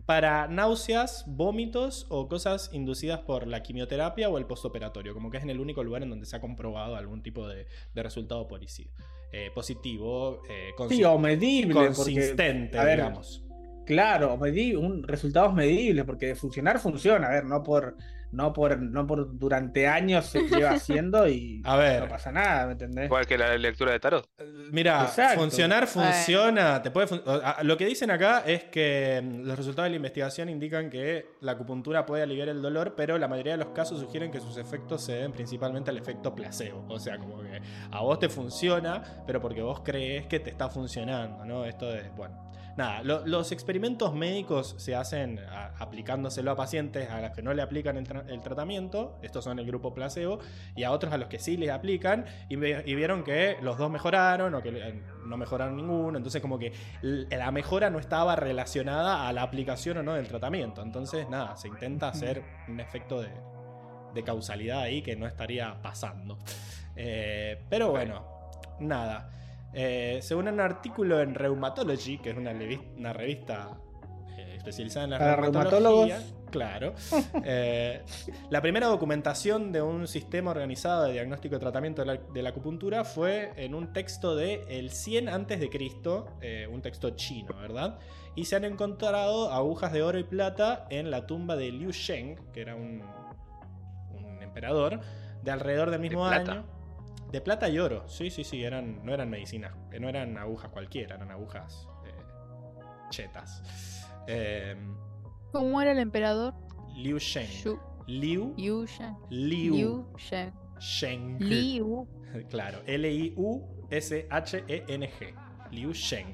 para náuseas, vómitos o cosas inducidas por la quimioterapia o el postoperatorio, como que es en el único lugar en donde se ha comprobado algún tipo de, de resultado policido, eh, positivo, eh, consi- Sí, o medible, consistente, porque, a ver, digamos. Claro, medi un, resultados medibles, porque de funcionar funciona, a ver, no por, no por, no por durante años se lleva haciendo y A ver. no pasa nada, ¿me entendés? Igual que la lectura de tarot. Mira, Exacto. funcionar funciona. Te puede fun- o- a- lo que dicen acá es que mm, los resultados de la investigación indican que la acupuntura puede aliviar el dolor, pero la mayoría de los casos sugieren que sus efectos se deben principalmente al efecto placebo. O sea, como que a vos te funciona, pero porque vos crees que te está funcionando, ¿no? Esto de, bueno. Nada, lo- los experimentos médicos se hacen a- aplicándoselo a pacientes a los que no le aplican el, tra- el tratamiento, estos son el grupo placebo, y a otros a los que sí les aplican, y, ve- y vieron que los dos mejoraron o que eh, no mejoraron ninguno, entonces como que l- la mejora no estaba relacionada a la aplicación o no del tratamiento, entonces nada, se intenta hacer un efecto de, de causalidad ahí que no estaría pasando. Eh, pero bueno, nada. Eh, según un artículo en Rheumatology, que es una, levi- una revista eh, especializada en la Para reumatología, reumatólogos. claro, eh, la primera documentación de un sistema organizado de diagnóstico y tratamiento de la, de la acupuntura fue en un texto de el cien antes de Cristo, eh, un texto chino, ¿verdad? Y se han encontrado agujas de oro y plata en la tumba de Liu Sheng, que era un, un emperador de alrededor del mismo plata? año. De plata y oro, sí, sí, sí, eran, no eran medicinas, no eran agujas cualquiera, eran agujas eh, chetas. Eh, ¿Cómo era el emperador? Liu Sheng. Shu- Liu, Liu Shen. Liu Liu Shen. Sheng. Liu. Claro, L I U S H E N G. Liu Sheng.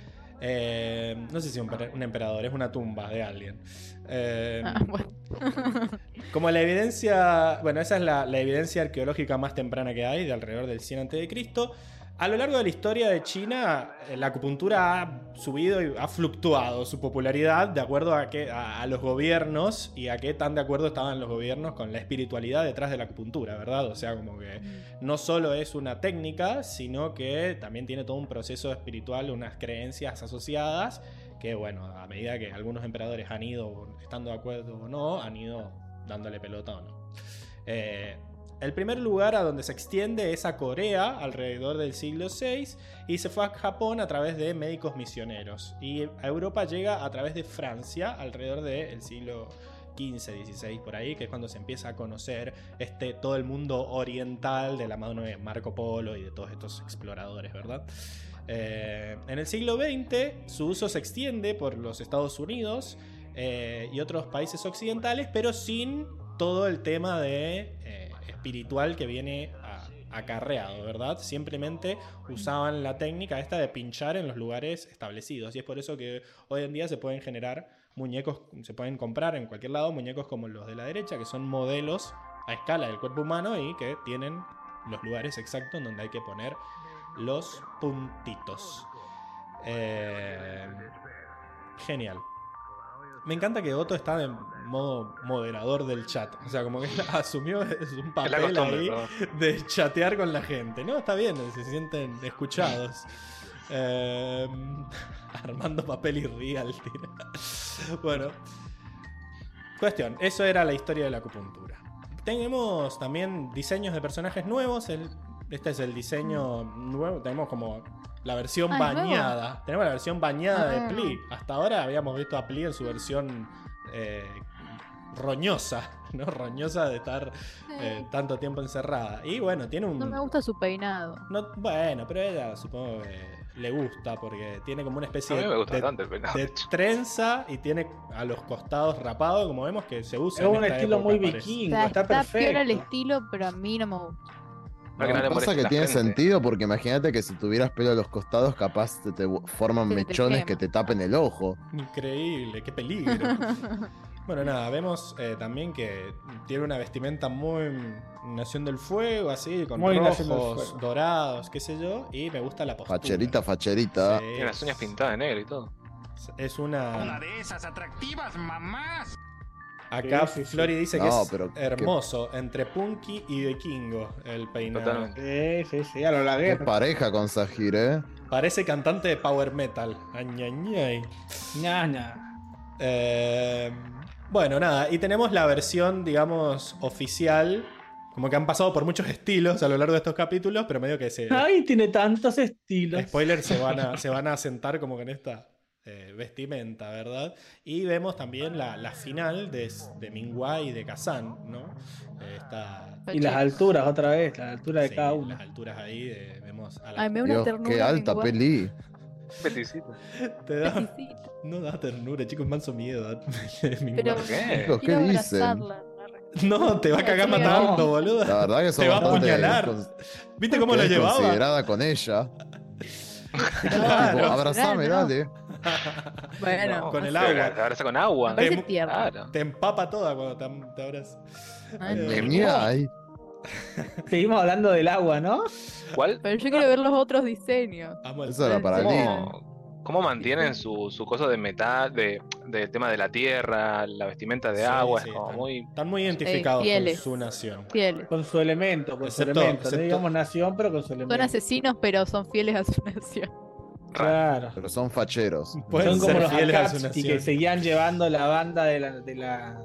Eh, no sé si un, un emperador, es una tumba de alguien. Eh, Ah, bueno. Como la evidencia, bueno, esa es la, la evidencia arqueológica más temprana que hay, de alrededor del cien antes de Cristo. A lo largo de la historia de China, eh, la acupuntura ha subido y ha fluctuado su popularidad de acuerdo a, que, a, a los gobiernos y a qué tan de acuerdo estaban los gobiernos con la espiritualidad detrás de la acupuntura, ¿verdad? O sea, como que no solo es una técnica, sino que también tiene todo un proceso espiritual, unas creencias asociadas que, bueno, a medida que algunos emperadores han ido, estando de acuerdo o no, han ido dándole pelota o no. Eh, el primer lugar a donde se extiende es a Corea, alrededor del siglo seis, y se fue a Japón a través de médicos misioneros. Y a Europa llega a través de Francia, alrededor del siglo quince, dieciséis, por ahí, que es cuando se empieza a conocer este, todo el mundo oriental de la mano de Marco Polo y de todos estos exploradores, ¿verdad? Eh, en el siglo veinte su uso se extiende por los Estados Unidos eh, y otros países occidentales, pero sin todo el tema de eh, espiritual que viene a, acarreado, ¿verdad? Simplemente usaban la técnica esta de pinchar en los lugares establecidos, y es por eso que hoy en día se pueden generar muñecos, se pueden comprar en cualquier lado muñecos como los de la derecha, que son modelos a escala del cuerpo humano y que tienen los lugares exactos en donde hay que poner los puntitos. Eh, genial. Me encanta que Otto está en modo moderador del chat. O sea, como que asumió es un Es la papel costumbre, ahí ¿no? de chatear con la gente. No, está bien, se sienten escuchados. Eh, armando papel y real, tira. Bueno. Cuestión, eso era la historia de la acupuntura. Tenemos también diseños de personajes nuevos. El, este es el diseño nuevo. Tenemos como la versión Ah, ¿es nuevo? bañada. Tenemos la versión bañada Ah. de Pli. Hasta ahora habíamos visto a Pli en su versión eh, roñosa, ¿no? Roñosa de estar eh, tanto tiempo encerrada. Y bueno, tiene un... No me gusta su peinado. no- bueno, pero a ella supongo que le gusta porque tiene como una especie A mí me gusta de, bastante el peinado, de de hecho. trenza y tiene a los costados rapado, como vemos que se usa. Es en un esta estilo época, muy parece. O vikingo, sea, está está piola el perfecto. estilo, pero a mí no me gusta. Para que no le Pasa moleste que la tiene gente. sentido porque imagínate que si tuvieras pelo a los costados, capaz te, te forman Se te mechones quema. que te tapen el ojo. Increíble, qué peligro. Bueno, nada, vemos eh, también que tiene una vestimenta muy Nación del Fuego, así, con Muy Nación del rojos, Fuego. dorados, qué sé yo, y me gusta la postura. Facherita, facherita. Sí, Tiene las uñas pintadas de negro y todo. es una... Una de esas atractivas mamás. Acá Sí, sí, sí. Flori dice que No, es pero qué- hermoso, entre punky y vikingo el peinado. Totalmente. Sí, sí, sí, a lo Qué laguer. pareja con Sahir, ¿eh? Parece cantante de power metal. Añañay. Ña, ña. Eh, bueno, nada. Y tenemos la versión, digamos, oficial. Como que han pasado por muchos estilos a lo largo de estos capítulos, pero medio que se... Ay, tiene tantos estilos. Spoiler, se van a, se van a sentar como con esta eh, vestimenta, ¿verdad? Y vemos también la, la final de, de Minghua y de Kazan, ¿no? Eh, esta, Y las alturas, otra vez, la altura de sí, cada uno. las alturas ahí, de- vemos a la... Ay, me da una Dios, ternura. qué alta Minghua. peli. Peticito. Te da, Peticito. no da ternura, chicos, manso miedo. Minghua. Pero ¿Por qué? Chicos, ¿qué quiero dicen? abrazarla. No, te va a cagar No. matando, boludo. La verdad que son Te va a bastante apuñalar. cons- ¿Viste cómo lo que llevaba? desconsiderada con ella. Claro. Tipo, abrazame, no. dale. Bueno, Con el Se agua. la abraza con agua. Me parece Te- tierno. Claro. Te empapa toda cuando te, te abrazas. Ay, Eh, no. Genial. Seguimos hablando del agua, ¿no? ¿Cuál? Pero yo quiero ver los otros diseños. Amo el Eso era para ¿Cómo? Lin. ¿Cómo, cómo mantienen su, su cosa de metal, de, del tema de la tierra, la vestimenta de Sí, agua? sí, es como están, muy. están muy identificados con fieles. su nación. Fieles. Con su elemento, con Excepto- su elemento. excepto- No digamos nación, pero con su Son elemento. asesinos, pero son fieles a su nación. Claro. Pero son facheros. Pueden Son como ser los fieles a su Akatsuki nación. que seguían llevando la banda de la, de la,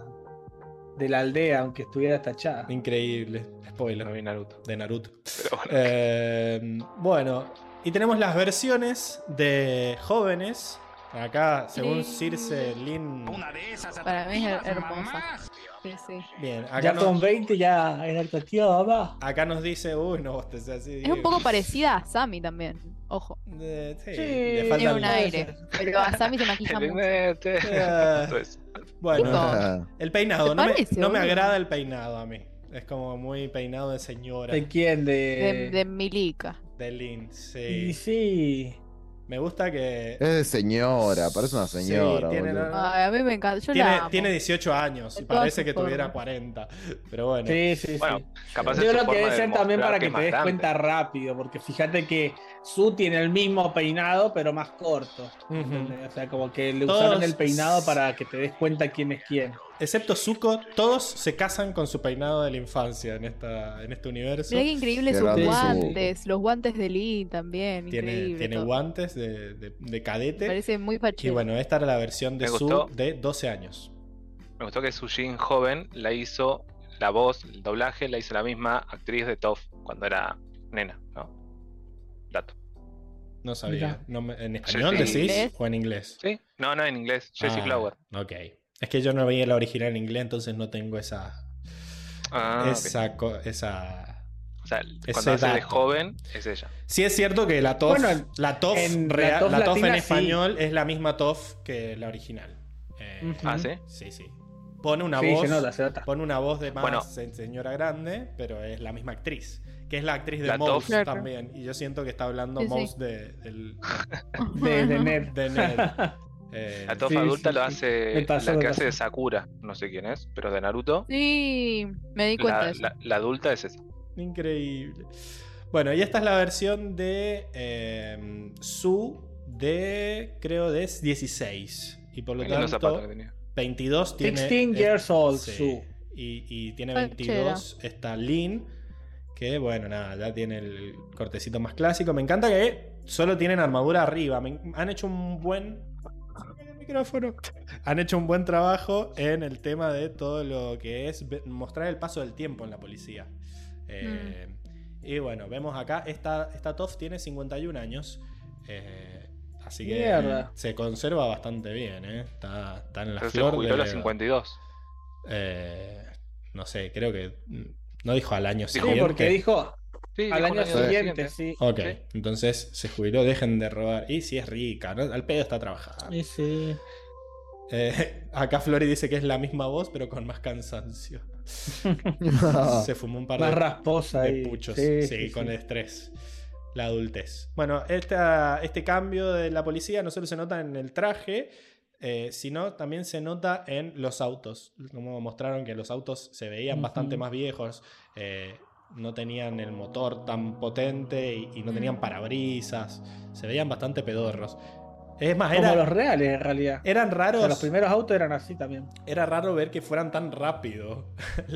de la aldea, aunque estuviera tachada. Increíble. No Spoiler vi Naruto. de Naruto. Pero bueno. Eh, bueno, y tenemos las versiones de jóvenes. Acá, según Sí. Circe Lin. Una de esas Para mí es her- atractivas hermosa. mamás. Sí, sí. Bien, acá Ya con nos, veinte ya era tachada, va. acá nos dice. Uy, no, vos te seas así. Es un poco parecida a Sammy también. Ojo. Eh, sí, Sí, le Tiene falta un el- aire. Pero a Sammy se maquilla El mucho. mete. Eh, Eso es. Bueno, Chico. el peinado. ¿Te No, me, parece, no me boludo? agrada el peinado a mí. Es como muy peinado de señora. ¿De quién? De, De. de Milica. De Lin, Y sí. sí. Me gusta que. Es de señora, parece una señora. Sí, tiene- boludo. no- Ay, a mí me encanta. Yo Tiene, la amo. tiene dieciocho años y De todas parece sus que tuviera formas. cuarenta. Pero bueno. Sí, sí, Bueno, sí. capaz Yo es su creo que forma debe de ser también demostrar para que es te más des grande. cuenta rápido, porque fíjate que Su tiene el mismo peinado, pero más corto. Ujú. ¿Entendés? O sea, como que le Todos- usaron el peinado para que te des cuenta quién es quién. Excepto Zuko, todos se casan con su peinado de la infancia en, esta, en este universo. Mirá qué increíble Qué sus grande guantes. Los guantes de Lee también. Tiene, Increíble. tiene todo. guantes de, de- de cadete. Parece muy Y fachero. bueno, esta era la versión de Me Su gustó. de doce años. Me gustó que Sujin joven la hizo, la voz, el doblaje, la hizo la misma actriz de Toph cuando era nena, ¿no? Dato. No sabía. Mira. No me- ¿En español Sí, sí. decís? ¿Inglés? ¿O en inglés? ¿Sí? No, no, en inglés. Jessie Ah, Flower. Ok. Es que yo no veía la original en inglés, entonces no tengo esa. Ah, ok. esa, co- esa. O sea, ese cuando hace de dato. joven, es ella. Sí es cierto que la TOF, Bueno, en- la TOF, en la rea- TOF la TOF en latina, español es la misma TOF que la original. Eh, Ujú. Ah, ¿sí? Sí, sí. Pone una Sí, voz. se nota, se nota. Pone una voz de más Bueno. se- señora grande, pero es la misma actriz. Que es la actriz de La Mouse Toph. Claro. también. Y yo siento que está hablando Sí, sí. Mouse de, del- De, de Ned. de Ned. Eh, La Toph Sí, adulta sí, lo sí. hace Me pasó, la me que pasó. hace de Sakura, no sé quién es, pero de Naruto. Sí, me di cuenta La, de eso. la- la adulta es esa. Increíble. Bueno, y esta es la versión de eh, Su de, creo, de dieciséis. Y por lo Qué lindo zapato que tanto, tenía. veintidós tiene... sixteen eh, years old, sí. Su. Y, y tiene Fachera. veintidós está Lin, que bueno, nada, ya tiene el cortecito más clásico. Me encanta que solo tienen armadura arriba. Me- han hecho un buen... el micrófono. Han hecho un buen trabajo en el tema de todo lo que es ve- mostrar el paso del tiempo en la policía. Eh, Y bueno, vemos acá, esta, esta Toph tiene cincuenta y un años. eh, así que Mierda. se conserva bastante bien, ¿eh? Está, está en la Pero se flor jubiló a de los la edad. cincuenta y dos. Eh, no sé, creo que mm, no dijo al año Sí, siguiente. porque dijo Sí, al dijo año un siguiente, sí. Ok, Sí. entonces se jubiló, dejen de robar. Y si es rica, ¿no? Al pedo está trabajando. Sí, sí. Eh, acá Flori dice que es la misma voz, pero con más cansancio. Se fumó un par Más de, rasposa de ahí. puchos. Sí, Sí, sí, con sí. el estrés. La adultez. Bueno, esta, este cambio de la policía no solo se nota en el traje, eh, sino también se nota en los autos. Como mostraron que los autos se veían Ujú. bastante más viejos. eh, no tenían el motor tan potente y, y no tenían parabrisas. Se veían bastante pedorros. Es más, Como era- los reales, en realidad. eran O raros. sea, los primeros autos eran así también. Era raro ver que fueran tan rápido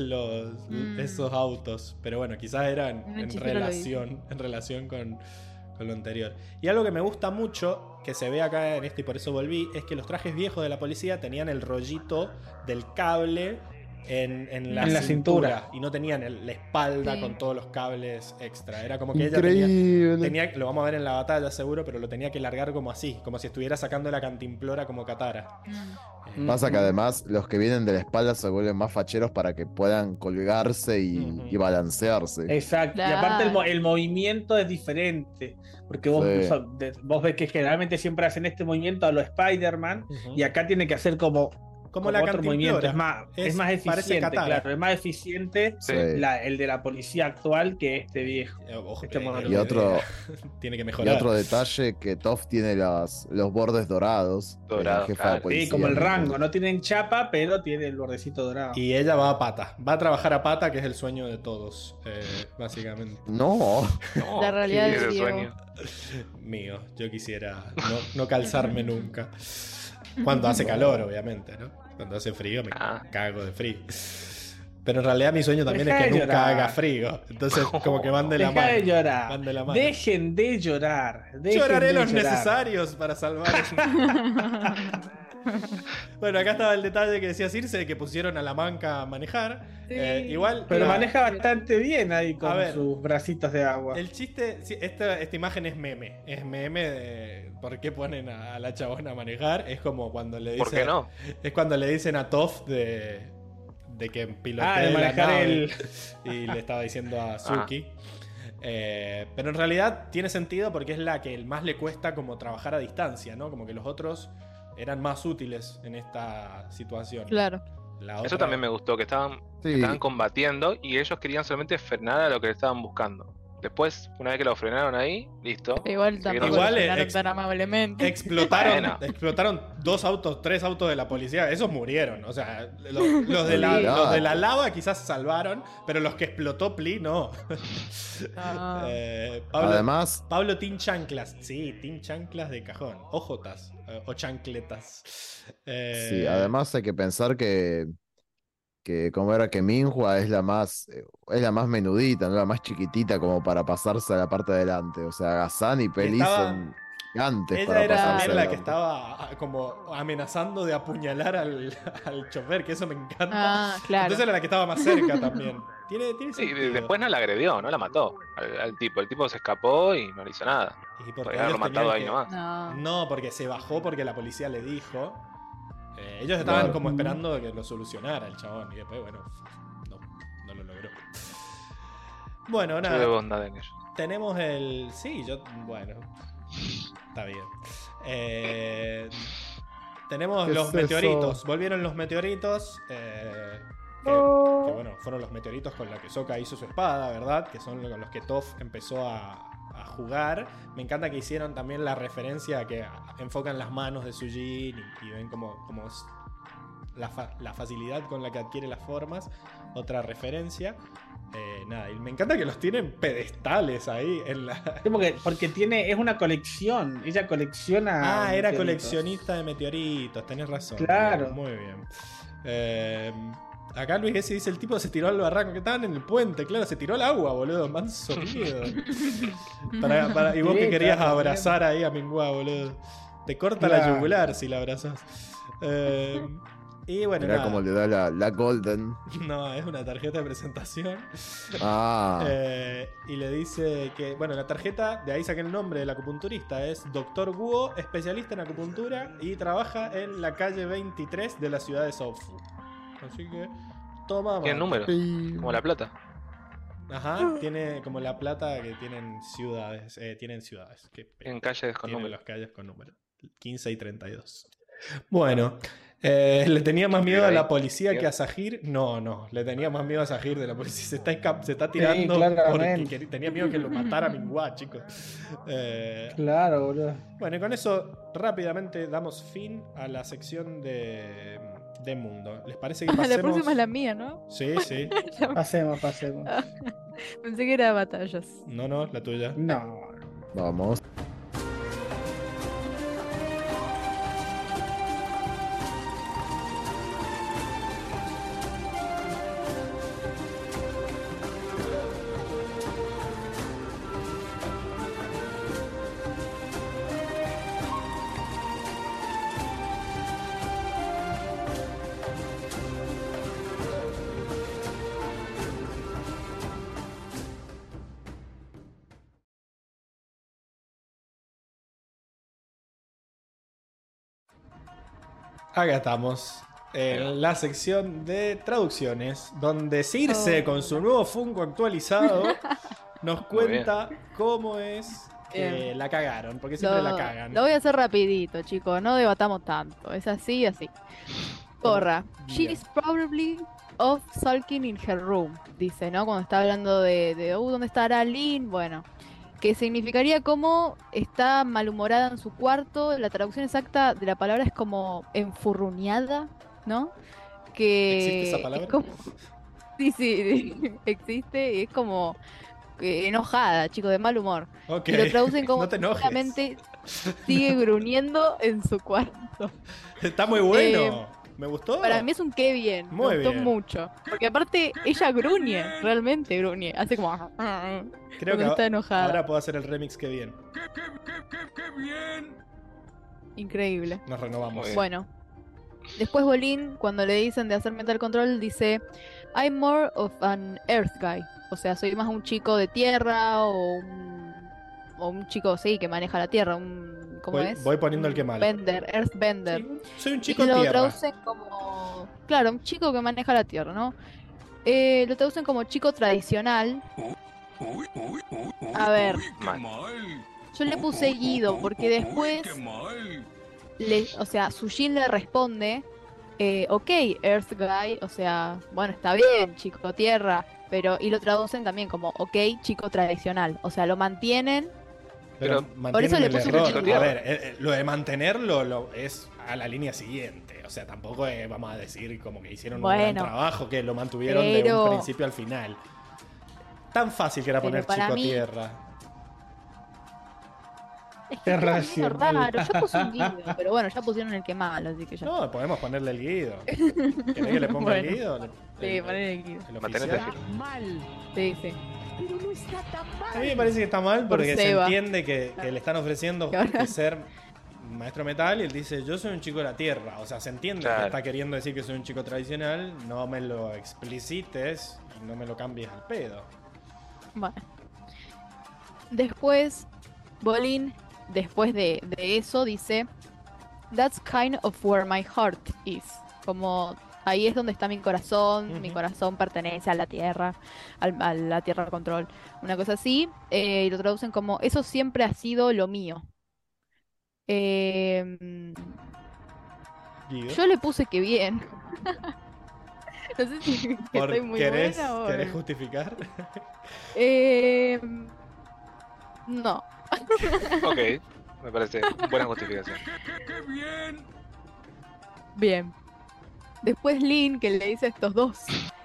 los, Mm. esos autos. Pero bueno, quizás eran Un en hechicero lo relación, en relación con, con lo anterior. Y algo que me gusta mucho, que se ve acá en este y por eso volví, es que los trajes viejos de la policía tenían el rollito del cable en, en, la, En la cintura, cintura. y no tenían el- la espalda Sí. con todos los cables extra. Era como que ella tenía, Increíble. tenía, lo vamos a ver en la batalla seguro, pero lo tenía que largar como así, como si estuviera sacando la cantimplora como Katara. Mm. Eh, Pasa que además los que vienen de la espalda se vuelven más facheros para que puedan colgarse y, Ujú. y balancearse. Exacto. Y Claro. aparte el, mo- el movimiento es diferente. Porque vos, Sí. so- de- vos ves que generalmente siempre hacen este movimiento a lo Spider-Man. ujú. Y acá tiene que hacer como, como como la otro movimiento. cantimplora. Es más, Es- es, más parece eficiente, Katara. claro. Es más eficiente Sí. Sí. la- el de la policía actual que este viejo. Eh, ojo, Este eh, modelo. Y otro, tiene que y mejorar. otro detalle que Toph tiene las, los bordes dorados. el Dorados, jefe de claro. la policía, Sí, como el ¿no? rango. No tienen chapa, pero tiene el bordecito dorado. Y ella va a pata. Va a trabajar a pata, que es el sueño de todos, eh, básicamente. No, No, La realidad sí, de ese Diego. sueño. Mío, yo quisiera no, no calzarme nunca. Cuando hace calor, obviamente, ¿no? Cuando hace frío me Ah. cago de frío. Pero en realidad mi sueño también Dejá es que de nunca llorar. haga frío. Entonces, como que van de la Deja mano. de llorar. Van de la mano. Dejen de llorar. Dejen Lloraré de los llorar. necesarios para salvar. Bueno, acá estaba el detalle que decía Circe, que pusieron a la manca a manejar. Sí. Eh, igual. Pero la- maneja bastante bien ahí con A ver. sus bracitos de agua. El chiste, sí, esta, esta imagen es meme. Es meme de por qué ponen a, a la chabona a manejar. Es como cuando le dicen. ¿Por qué no? Es cuando le dicen a Toph de, de que pilotee Ah, de la manejar nave. el- Y le estaba diciendo a Suki. Eh, pero en realidad tiene sentido porque es la que más le cuesta como trabajar a distancia, ¿no? Como que los otros eran más útiles en esta situación. Claro. La Eso otra- también me gustó, que estaban, Sí. estaban combatiendo y ellos querían solamente frenar a lo que le estaban buscando. Después, una vez que lo frenaron ahí, listo. Igual tampoco Igual, lo eh, frenaron ex- tan amablemente. Explotaron, Bueno. explotaron dos autos, tres autos de la policía. Esos murieron. O sea, lo- los, de la, Olvidate. los de la lava quizás se salvaron, pero los que explotó Pli no. Ah. Eh, Pablo, además, Pablo Team Chanclas. Sí, Team Chanclas de cajón. Ojotas. eh, o chancletas. Eh, sí, además hay que pensar que, que como era que Minhua es la más, eh, es la más menudita, ¿no? La más chiquitita como para pasarse a la parte de adelante. O sea, Gazán y Peli estaba- son gigantes Ella para era pasarse también la que adelante. estaba ah, como amenazando de apuñalar al, al chofer, que eso me encanta. Ah, claro. Entonces era la que estaba más cerca también. Tiene, tiene Sí, sentido. después no la agredió, no la mató al, al tipo. El tipo se escapó y no le hizo nada. Y porque Podría haberlo ellos matado tenían ahí que- nomás. No. No, porque se bajó porque la policía le dijo. Eh, ellos estaban Claro. como esperando que lo solucionara el chabón. Y después, bueno, no, no lo logró. Bueno, Yo de nada. bondad en ellos. Tenemos el. Sí, yo. Bueno. Está bien. Eh, tenemos ¿Qué los es meteoritos. eso? Volvieron los meteoritos. eh, que, Oh. que, bueno, fueron los meteoritos con los que Sokka hizo su espada, ¿verdad? Que son con los que Toph empezó a, a jugar. Me encanta que hicieron también la referencia a que enfocan las manos de Sujin y, y ven como, como es la, fa- la facilidad con la que adquiere las formas. Otra referencia. Eh, nada, y me encanta que los tienen pedestales ahí en la. Sí, porque, porque tiene, es una colección. Ella colecciona. Ah, era meteoritos. coleccionista de meteoritos, tenés razón. Claro. Muy bien. Eh, acá Luis Gessi dice: el tipo se tiró al barranco, que estaban en el puente, claro, se tiró al agua, boludo. Manso miedo. Para- para- y vos Sí, que querías claro, abrazar ahí a Minghua, boludo. Te corta la Claro. yugular si la abrazás. Eh, y bueno, Mirá nada. cómo le da la, la Golden. No, es una tarjeta de presentación. Ah, Eh, y le dice que, bueno, la tarjeta, de ahí saqué el nombre del acupunturista, es doctor Guo, especialista en acupuntura y trabaja en la calle veintitrés de la ciudad de Sofu. Así que, toma. Tiene mano. números, sí. como la plata. Ajá, tiene como la plata que tienen ciudades, eh, tienen ciudades. Que En calles con tienen números. las calles con números. quince y treinta y dos. Bueno, eh, ¿le tenía más miedo a la policía que a Sahir? No, no, le tenía más miedo a Sahir de la policía. Se está, esca- se está tirando porque claramente. quer- tenía miedo que lo matara Minghua, chicos. Eh, Claro, boludo. bueno, y con eso rápidamente damos fin a la sección de, de mundo. ¿Les parece que Ah, pasemos? la próxima es la mía, ¿no? Sí, sí. Pasemos, pasemos. Pensé que era batallas. No, no, la tuya. No. Vamos. Acá estamos. En la sección de traducciones, donde Circe, Oh. con su nuevo Funko actualizado, nos Muy bien. cuenta cómo es que Bien. la cagaron, porque siempre Lo, la cagan. lo voy a hacer rapidito, chicos. No debatamos tanto. Es así, así. Corra. She Bien. is probably off sulking in her room. Dice, ¿no? Cuando está hablando de, de uh, ¿dónde estará Lynn? Bueno. Que significaría como está malhumorada en su cuarto. La traducción exacta de la palabra es como enfurruñada, ¿no? Que ¿Existe esa es palabra? como- Sí, sí, existe y es como eh, enojada, chicos, de mal humor. Ok. Y lo traducen como No te enojes. seguramente sigue gruñendo en su cuarto. Está muy bueno. Eh, Me gustó. Para mí es un qué bien, Muy me gustó bien. mucho. Porque aparte ella gruñe, realmente gruñe. Hace como... Creo cuando que está a- enojada. ahora puedo hacer el remix que bien. ¡Qué, qué, qué, qué, qué bien! Nos Increíble. Muy renovamos. bien. Bueno. Después Bolin, cuando le dicen de hacer Mental Control, dice I'm more of an earth guy. O sea, soy más un chico de tierra o un, o un chico, sí, que maneja la tierra. Un, ¿Cómo Voy- es? voy poniendo el Un que mal. Bender, earthbender. Sí, soy un Y chico lo tierra. traducen como... Claro, un chico que maneja la tierra, ¿no? Eh, lo traducen como chico tradicional. Uy, uy, uy, uy, A ver. uy, qué Mal. mal. Yo le puse Guido porque Uy, después, qué mal. le, o sea, Sujin le responde, eh, ok, Earth Guy, o sea, bueno, está bien, chico tierra, pero y lo traducen también como, ok, chico tradicional, o sea, lo mantienen. Pero Pero mantienen por eso le el puse error. chico A tierra. ver, eh, eh, lo de mantenerlo lo, es a la línea siguiente. O sea, tampoco es, vamos a decir como que hicieron un Bueno, gran trabajo, que lo mantuvieron de pero- un principio al final. Tan fácil que era Pero poner para chico mí- tierra. Es que Qué queda medio racional. raro, yo puse un Guido, pero bueno, ya pusieron el que mal, así que ya. No, podemos ponerle el guido. ¿Querés que le ponga el Bueno. guido? Le- Sí, el- poner el Guido. el Mantenete oficial. firme. Sí, sí. A mí me parece que está mal Por porque se Seba. entiende que, que le están ofreciendo Que ahora- que ser maestro metal y él dice, yo soy un chico de la tierra. O sea, se entiende Claro. que está queriendo decir que soy un chico tradicional, no me lo explicites y no me lo cambies al pedo. Bueno. Después, Bolin, después de, de eso, dice: That's kind of where my heart is. Como ahí es donde está mi corazón. Mi Ujú. corazón pertenece a la tierra, al- a la tierra control. Una cosa así. eh, y lo traducen como: Eso siempre ha sido lo mío. Eh, Guido. yo le puse que bien. No sé si que Por- estoy muy ¿querés, buena o... ¿Querés justificar? Eh, no. Ok, me parece buena justificación. ¡Qué, qué, qué bien! Bien. Después Lynn, que le dice a estos dos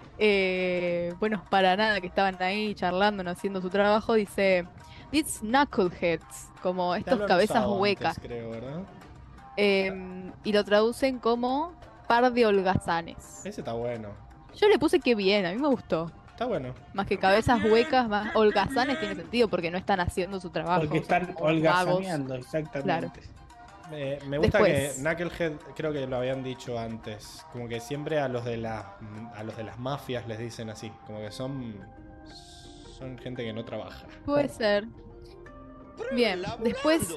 eh, buenos para nada que estaban ahí charlando, no haciendo su trabajo, dice: These knuckleheads, como Ya estos lo han cabezas usado huecas. antes, creo, ¿verdad? Eh, y lo traducen como par de holgazanes. Ese está bueno. Yo le puse que bien, a mí me gustó. Está bueno. Más que cabezas huecas, más holgazanes tiene sentido porque no están haciendo su trabajo. Porque son están como magos. holgazaneando, exactamente. Me, me gusta Después. que Knucklehead, creo que lo habían dicho antes, como que siempre a los de las a los de las mafias les dicen así, como que son son gente que no trabaja. Puede ser. Bien, después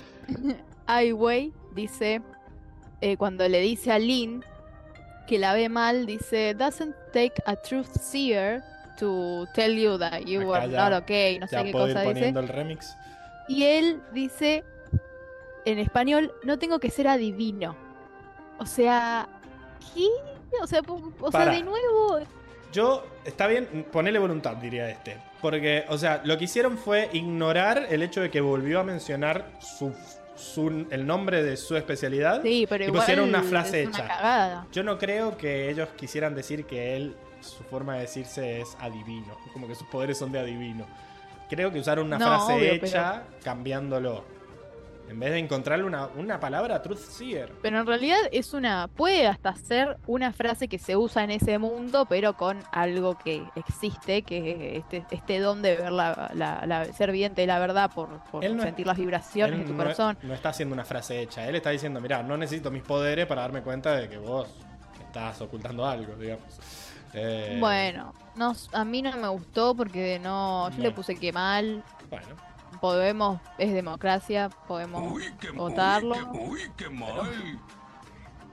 Ai Wei dice, eh, cuando le dice a Lin que la ve mal, dice: Doesn't take a truth seer to tell you that you Acá are ya- not okay, no sé Ya qué puedo ir cosa dice. poniendo el remix. Y él dice en español: no tengo que ser adivino. O sea, ¿qué? O sea, po- o sea, Pará. de nuevo. Yo, está bien, ponele voluntad, diría este. Porque, o sea, lo que hicieron fue ignorar el hecho de que volvió a mencionar su, su- el nombre de su especialidad. Sí, pero Y igual pusieron una frase es hecha. una cagada. Yo no creo que ellos quisieran decir que él, su forma de decirse es adivino. Como que sus poderes son de adivino. Creo que usaron una No, frase obvio, hecha cambiándolo. En vez de encontrarle una, una palabra truth seer. Pero en realidad es una, puede hasta ser una frase que se usa en ese mundo, pero con algo que existe, que este, este don de ver la, la- la- ser vidente de la verdad por, por Él no es- sentir las vibraciones Él de tu no- corazón. No está haciendo una frase hecha. Él está diciendo, mira, no necesito mis poderes para darme cuenta de que vos estás ocultando algo, digamos. Eh, Bueno, no, s- a mí no me gustó porque no, yo le Bueno. puse que mal. Bueno, Podemos, es democracia, podemos Uy, qué, votarlo. uy, qué, uy, qué mal.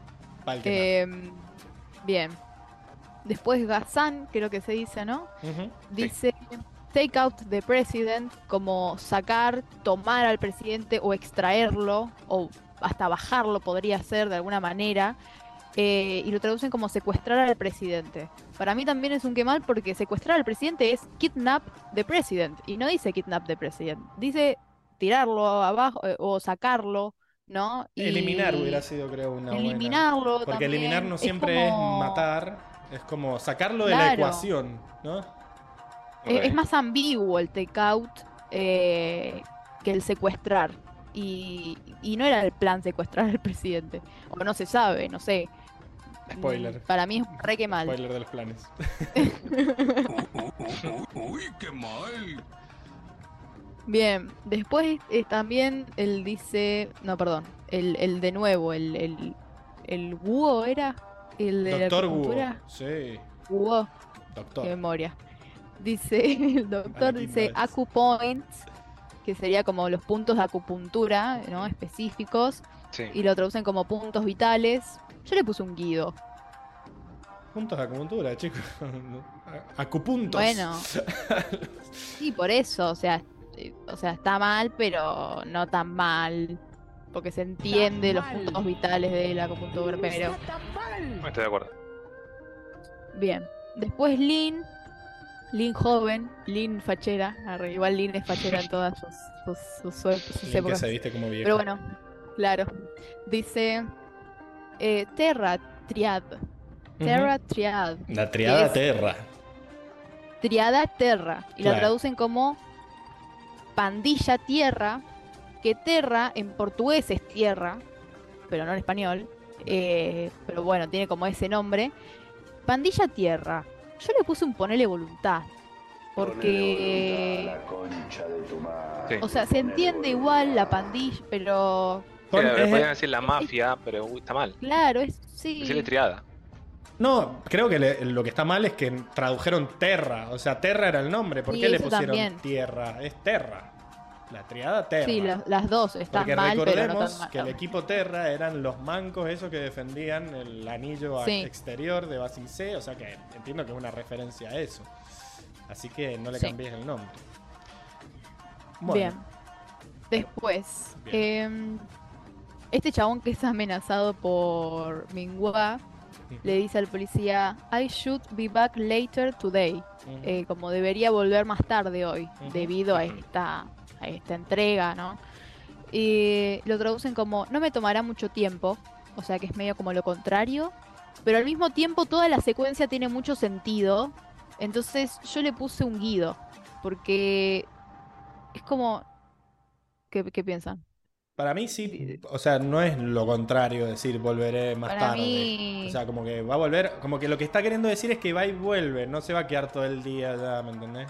Pa'l que Eh, bien. Después Ghazan, creo que se dice, ¿no? Ujú. Dice take out the president, como sacar, tomar al presidente o extraerlo, o hasta bajarlo podría ser de alguna manera, eh, y lo traducen como secuestrar al presidente. Para mí también es un qué mal porque secuestrar al presidente es kidnap the president, y no dice kidnap the president, dice tirarlo abajo eh, o sacarlo, ¿no? Y Eliminar hubiera sido, creo, una buena. eliminarlo Porque también. eliminar no Es siempre es, como- matar, es como sacarlo de la Claro. ecuación, ¿no? Es, Ok. es más ambiguo el take out eh, que el secuestrar. Y, y no era el plan secuestrar al presidente. O no se sabe, no sé. Spoiler. Mm, Para mí es re que mal. Spoiler de los planes. Uh, uh, uh, uh, uy, qué mal. Bien, después eh, también él dice. No, perdón. El, el de nuevo, el, el, el Guo era. El de la Doctor Wu. acupuntura. Sí, Guo, doctor. qué memoria. Dice, el doctor Anakin dice Knight. acupoints, que sería como los puntos de acupuntura, ¿no? Específicos, Sí. y lo traducen como puntos vitales. Yo le puse un guido. Puntos de acupuntura, chicos. Acupuntos. Bueno. Sí, por eso, o sea, eh, o sea, está mal, pero no tan mal. Porque se entiende los puntos vitales de la acupuntura, pero Estoy de acuerdo. bien. Después Lin, Lin joven, Lin fachera. Arre, igual Lin es fachera en todas sus, sus, sus, sus- sus Link que épocas. se viste como viejo. Pero bueno, claro. Dice eh, Terra Triad. Terra Triad. La triada es- Terra. Triada Terra. Y la Claro. traducen como pandilla tierra. Que terra en portugués es tierra, pero no en español. eh, pero bueno, tiene como ese nombre. Pandilla tierra. Yo le puse un ponele voluntad. Porque. Sí. O sea, se entiende igual la pandilla, pero. Pon- Sí, le es- podrían decir la mafia, pero uy, está mal. Claro, es. Sí. Decirle triada. No, creo que le- lo que está mal es que tradujeron Terra. O sea, Terra era el nombre. ¿Por Sí, qué le eso pusieron también. Tierra? Es Terra. La triada Terra. Sí, la- las dos están Porque mal, pero no recordemos tan mal. que el equipo Terra eran los mancos esos que defendían el anillo a- Sí. exterior de Basil C. O sea que entiendo que es una referencia a eso. Así que no le Sí. cambies el nombre. Bien. Después, Bien. em, este chabón que es amenazado por Minghua le dice al policía: I should be back later today. Ujú. Eh, como debería volver más tarde hoy, Ujú. debido a esta, a esta entrega, ¿no? Y lo traducen como no me tomará mucho tiempo, o sea que es medio como lo contrario, pero al mismo tiempo toda la secuencia tiene mucho sentido, entonces yo le puse un guido, porque es como... ¿Qué, qué piensan? Para mí sí, o sea, no es lo contrario decir volveré más Para tarde. mí- O sea, como que va a volver, como que lo que está queriendo decir es que va y vuelve, no se va a quedar todo el día ya, ¿me entendés?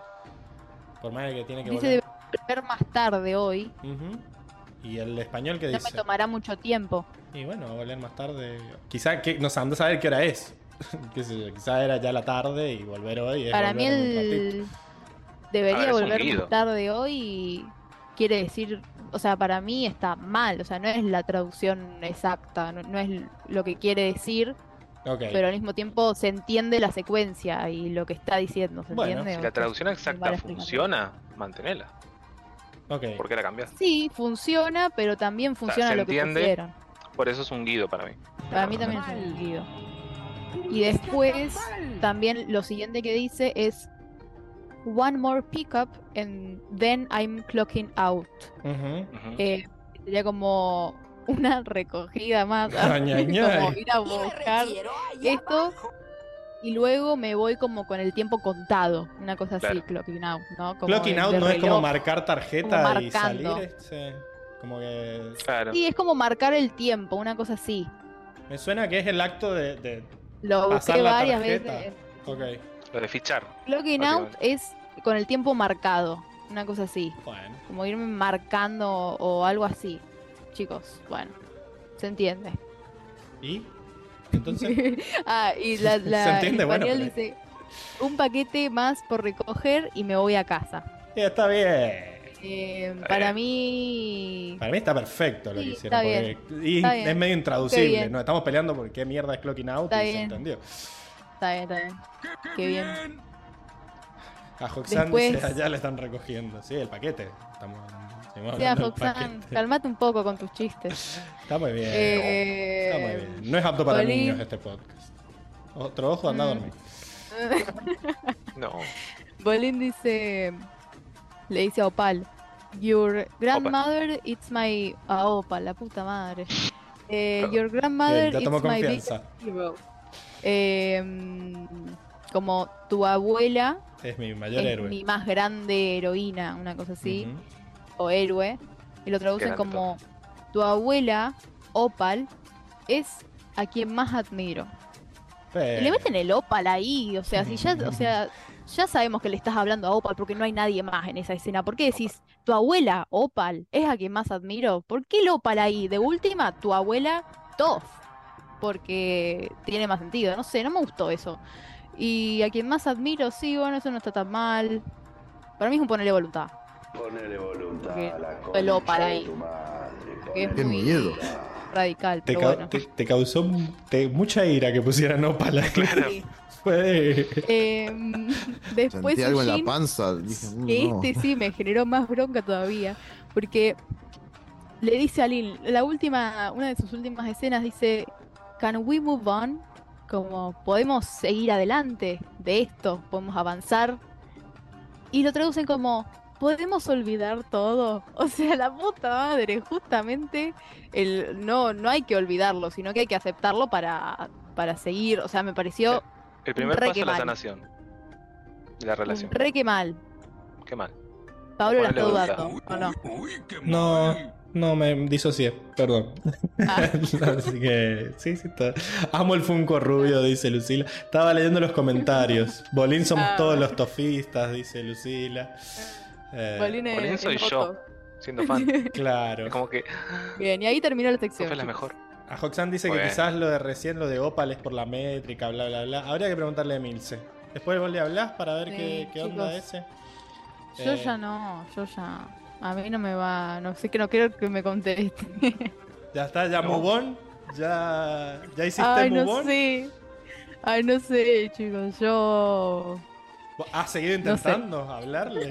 Por más de que tiene que Dice volver. de volver más tarde hoy, Ujú. Y el español que no me dice. tomará mucho tiempo. Y bueno, va a volver más tarde. Quizá que no sé, anda a saber qué hora es. Qué sé yo, quizá era ya la tarde y volver hoy es Para mí volver en un ratito. el A debería ver, es un volver guido. más tarde hoy y quiere decir, o sea, para mí está mal, o sea, no es la traducción exacta, no, no es lo que quiere decir, Ok. pero al mismo tiempo se entiende la secuencia y lo que está diciendo, ¿se Bueno, entiende? Si O la sea, traducción es exacta mala explicación. funciona, mantenela. Ok. ¿Por qué la cambias? Sí, funciona, pero también funciona se lo que entiende. pusieron. Por eso es un guido para mí. Para mí también es un guido. Y después, también lo siguiente que dice es one more pickup and then I'm clocking out. Ujú. Ujú. Eh, sería como una recogida más, Ay, ay, como ay. ir a buscar esto y luego me voy como con el tiempo contado, una cosa así, Claro. clocking out, ¿no? Como Clocking de- out de no es como reloj. marcar tarjeta Como y salir. marcando. Sí. Como que. Claro. Sí, es como marcar el tiempo, una cosa así. Me suena que es el acto de, de Lo pasar busqué la varias tarjeta. veces. Ok. Lo de fichar. Clocking out Básicamente. es con el tiempo marcado, una cosa así. Bueno. Como irme marcando o algo así. Chicos, bueno, se entiende. ¿Y? Entonces. Ah, y la, la Se entiende, en bueno, español pero- dice un paquete más por recoger y me voy a casa. Sí, está bien. Eh, para mí. Para mí está perfecto lo Sí, que hicieron. está bien, porque- y está bien. es medio intraducible. Qué bien. No estamos peleando por qué mierda es clocking out Está y se bien. entendió. Está bien, está bien. Qué bien. A Hoxan Después- dice, allá le están recogiendo. Sí, el paquete. Estamos, seguimos Sí, hablando del Foxan, paquete. calmate un poco con tus chistes. Está muy bien. Eh, Está muy bien. No es apto para Bolín. niños este podcast. Otro ojo, anda a Mm. dormir. No. Bolín dice. Le dice a Opal. Your grandmother, it's my. A Opal, la puta madre. Eh, Perdón. your grandmother, Bien, ya it's tomó my confianza. big hero. Eh, mm, como tu abuela Es mi mayor es héroe. mi más grande heroína, una cosa así. Ujú. O héroe. Y lo traducen Grande como tu abuela, Opal, es a quien más admiro. Pero- Y le meten el Opal ahí, o sea, si ya, o sea, ya sabemos que le estás hablando a Opal porque no hay nadie más en esa escena. ¿Por qué decís tu abuela, Opal, es a quien más admiro? ¿Por qué el Opal ahí? De última, tu abuela, Toph. Porque tiene más sentido, no sé, no me gustó eso. Y a quien más admiro, sí, bueno, eso no está tan mal. Para mí es un ponerle voluntad. Ponele voluntad Porque a la el Opal concha de ahí. tu madre, Porque es Qué muy miedo. radical, Te, pero ca- bueno. te- te causó te- mucha ira que pusieran Opal. Claro. Sí. Fue. Em, después Sentí algo en la Eugene, panza. Dije, "Mm, que no". este sí me generó más bronca todavía, porque le dice a Lynn, la última, una de sus últimas escenas dice, Can we move on? Como, podemos seguir adelante de esto, podemos avanzar. Y lo traducen como, podemos olvidar todo. O sea, la puta madre, justamente, el, no, no hay que olvidarlo, sino que hay que aceptarlo para, para seguir. O sea, me pareció El primer Re paso que es la mal. sanación de la relación. un re que mal. Qué mal. Pablo la está Ponele voluntad. dudando, ¿o no? Uy, qué No, mal. no, me disocié, perdón. Ah. Así que, sí, sí, está. Amo el Funko rubio, dice Lucila. Estaba leyendo los comentarios. Bolín somos Ah. todos los tofistas, dice Lucila. Eh, Bolín es- Bolín es soy yo. roto. Siendo fan. Claro. Es como que Bien, y ahí terminó la no sección. fue la chicos. mejor. A Hoxan dice que Bueno. quizás lo de recién, lo de Opal es por la métrica, bla, bla, bla. Habría que preguntarle a Milce. Después vos le hablás para ver Sí, qué, qué onda chicos. ese. Yo Eh, ya no, yo ya. A mí no me va, no sé que no quiero que me conteste. Ya está, ya No. move on. Ya, ya hiciste Ay, move no on. sé. Ay, no sé, chicos. Yo. ¿Has seguido No sé. intentando hablarle?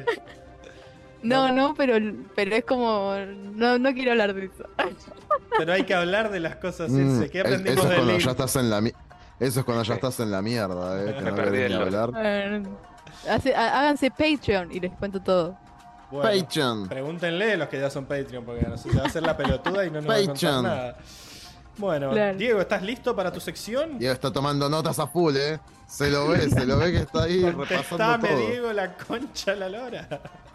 No, no, pero, pero es como. No, no quiero hablar de eso. Pero hay que hablar de las cosas. Mm, Ilse. ¿Qué es- aprendimos eso es de cuando Link? ya estás en la mi- Eso es cuando ya Sí. estás en la mierda, eh, que Me no perdí querés ni el lore. hablar. Eh, hace- há- háganse Patreon y les cuento todo. Bueno, Patreon. pregúntenle los que ya son Patreon, porque no sé, se va a hacer la pelotuda y no nos va a contar Patreon. nada. Bueno, Claro. Diego, ¿estás listo para tu sección? Diego está tomando notas a full, eh. Se lo ve, se lo ve que está ahí repasando Contestame, todo. Diego, la concha de la lora.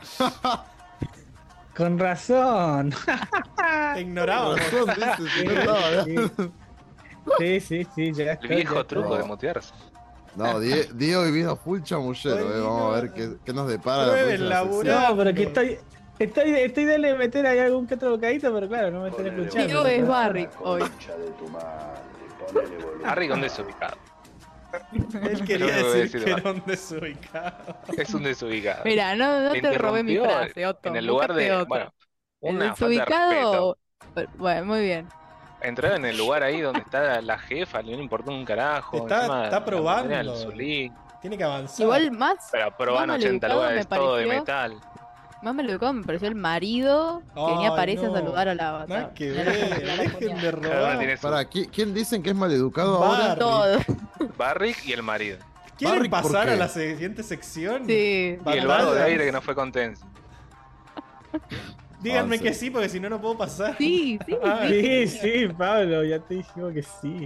Con razón. Te ignorábamos. Razón, dice, si no estaba, Sí, ¿eh? sí, sí, sí, ya El estoy, ya viejo estoy. truco de mutearse. No, Die- Diego hoy vino full chamullero, Hoy eh. Vamos a ver vino- qué, qué nos depara la Prueben próxima laburar. sección. No, pero que estoy. Estoy, estoy de meter ahí algún que otro bocadito, pero claro, no me están Ponele escuchando. Diego es Barry hoy. concha de tu madre, ponele voluntad. Harry con desubicado. Él quería Yo no voy a decir decir que más. era un desubicado. Es un desubicado. Mira, no, no Me te robé mi interrumpió frase, Otto. En el lugar búscate de. otro. Bueno, El una falta de respeto. desubicado. Bueno, muy bien. Entrar en el lugar ahí donde está la jefa, no le importó un carajo. Está- encima está la probando. manera del Zulín. Tiene que avanzar. Igual más, Pero proban Más ochenta maleducado lugares, me todo de pareció. metal. más maleducado me pareció el marido que Ay, ni aparece no. a saludar a la Nada avatar. que Era como ver, que la dejen ponía. de Cada uno robar. tiene su Pará, ¿qui- ¿quién dicen que es maleducado ahora? Barry. Todo. Barrick y el marido. ¿Quieren Barry, ¿por pasar qué? a la siguiente sección? Sí. Y el Batallas. bardo de aire que no fue con Tensi. Díganme Avance. que sí, porque si no, no puedo pasar. Sí, sí, Ay. Sí, sí, Pablo, ya te dijimos que sí.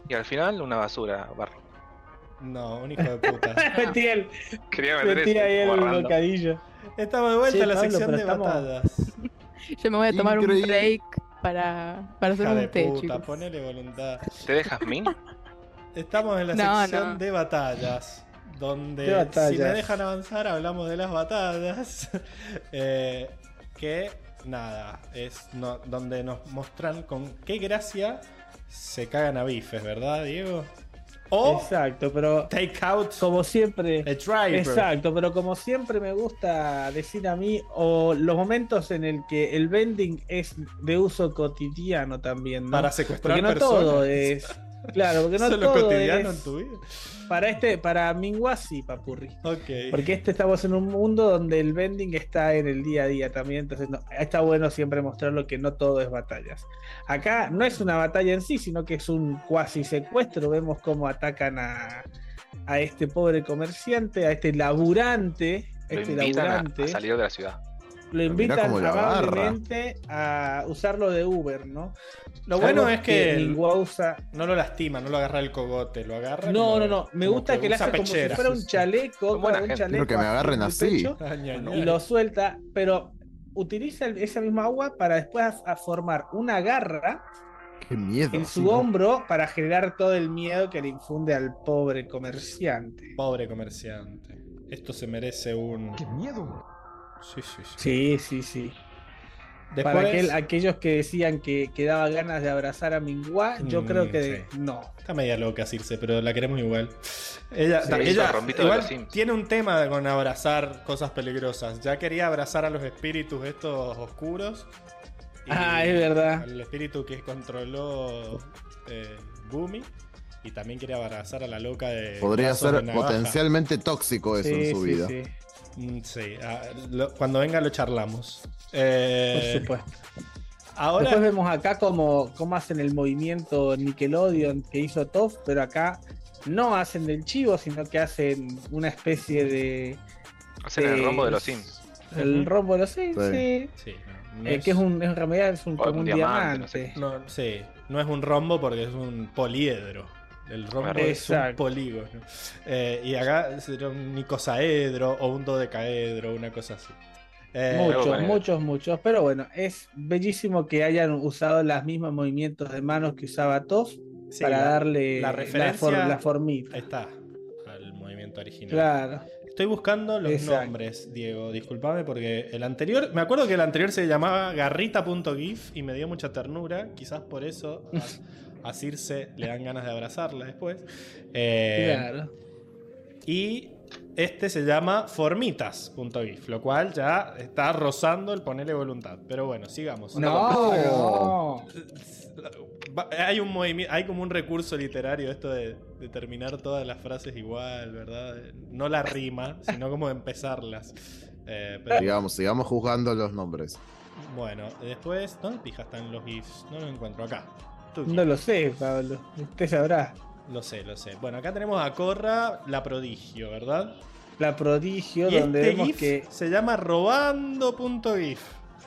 Y al final, una basura, Barry. No, un hijo de puta. Metí el, Quería meter metí eso ahí el como random. bocadillo. Estamos de vuelta Che, en la Pablo, sección pero de estamos- batadas. Yo me voy a tomar Increíble. un break para, para hacer Hija de un té, puta, chicos. ponele voluntad. ¿Te dejas mí? Estamos en la No, sección no. de batallas. Donde, ¿Qué batallas? si me dejan avanzar, hablamos de las batallas. Eh, que, nada, es no- donde nos muestran con qué gracia se cagan a bifes, ¿verdad, Diego? O Exacto, pero take out como siempre. a driver. Exacto, pero como siempre me gusta decir a mí, o los momentos en el que el vending es de uso cotidiano también, ¿no? Para secuestrar Porque no personas. todo es. Claro, porque no Eso es lo todo cotidiano es en tu vida. para este, para Minguasi, papurri. Ok. Porque este estamos en un mundo donde el vending está en el día a día también, entonces no, está bueno siempre mostrarlo que no todo es batallas. Acá no es una batalla en sí, sino que es un cuasi secuestro. Vemos cómo atacan a, a este pobre comerciante, a este laburante, Lo este invitan a, laburante. a salir de la ciudad. Lo Mirá invitan cómo lo agarra. amablemente a usarlo de Uber, ¿no? Lo bueno Algo es que el- Minghua usa. no lo lastima, no lo agarra el cogote, lo agarra. No, como- no, no. Me como gusta que le usa hace como si pechera. fuera un chaleco, Son buena claro, un gente. chaleco Quiero que me agarren en el así. pecho, Ah, ña, ña. y lo suelta, pero utiliza el- esa misma agua para después a, a formar una garra Qué miedo. en así, su ¿no? hombro para generar todo el miedo que le infunde al pobre comerciante. Pobre comerciante. Esto se merece un. ¡Qué miedo! Sí, sí, sí. Sí, sí, sí. Después, Para aquel- aquellos que decían que, que daba ganas de abrazar a Minghua, yo Mm, creo que sí. no. está media loca Circe, pero la queremos igual. Ella, Sí, ta- hizo ella el rombito de igual los Sims. tiene un tema con abrazar cosas peligrosas. Ya quería abrazar a los espíritus estos oscuros. y Ah, es verdad. Al espíritu que controló eh, Gumi. Y también quería abrazar a la loca de. Podría brazos ser de navaja. potencialmente tóxico eso Sí, en su sí, vida. sí, Mm, Sí, ah, lo- cuando venga lo charlamos. Eh, por supuesto. ahora. Después vemos acá cómo, cómo hacen el movimiento Nickelodeon que hizo Toph, pero acá no hacen del chivo, sino que hacen una especie de. Hacen de- el rombo de los Sims. El Ujú. rombo de los Sims, Sí. sí. Sí, no, no Eh, que es un, en realidad es un, O como un un diamante, no diamante. sé. No, sí, no es un rombo porque es un poliedro. El rombo es un Exacto. polígono. Eh, y acá sería un icosaedro o un dodecaedro, una cosa así. Eh, Muchos, bueno. muchos, muchos. Pero bueno, es bellísimo que hayan usado los mismos movimientos de manos que usaba Toph sí, para la- darle la la, referencia- for- la formita. Ahí está, al movimiento original. Claro. Estoy buscando los Exacto. nombres, Diego. Disculpame porque el anterior. Me acuerdo que el anterior se llamaba garrita.gif y me dio mucha ternura. Quizás por eso a, a Circe le dan ganas de abrazarla después. Eh, Claro. Y este se llama formitas.gif, lo cual ya está rozando el ponerle voluntad. Pero bueno, sigamos. No, no. Va- Hay un movimiento, hay como un recurso literario esto de, de terminar todas las frases igual, ¿verdad? No la rima, sino como empezarlas. Eh, pero, Sigamos, sigamos juzgando los nombres. bueno, después, ¿dónde pija están los GIFs? No los encuentro acá. Tuki. No lo sé, Pablo. Usted sabrá. Lo sé, lo sé. Bueno, acá tenemos a Corra, la prodigio, ¿verdad? La prodigio, Y donde este vemos GIF que. se llama robando.gif.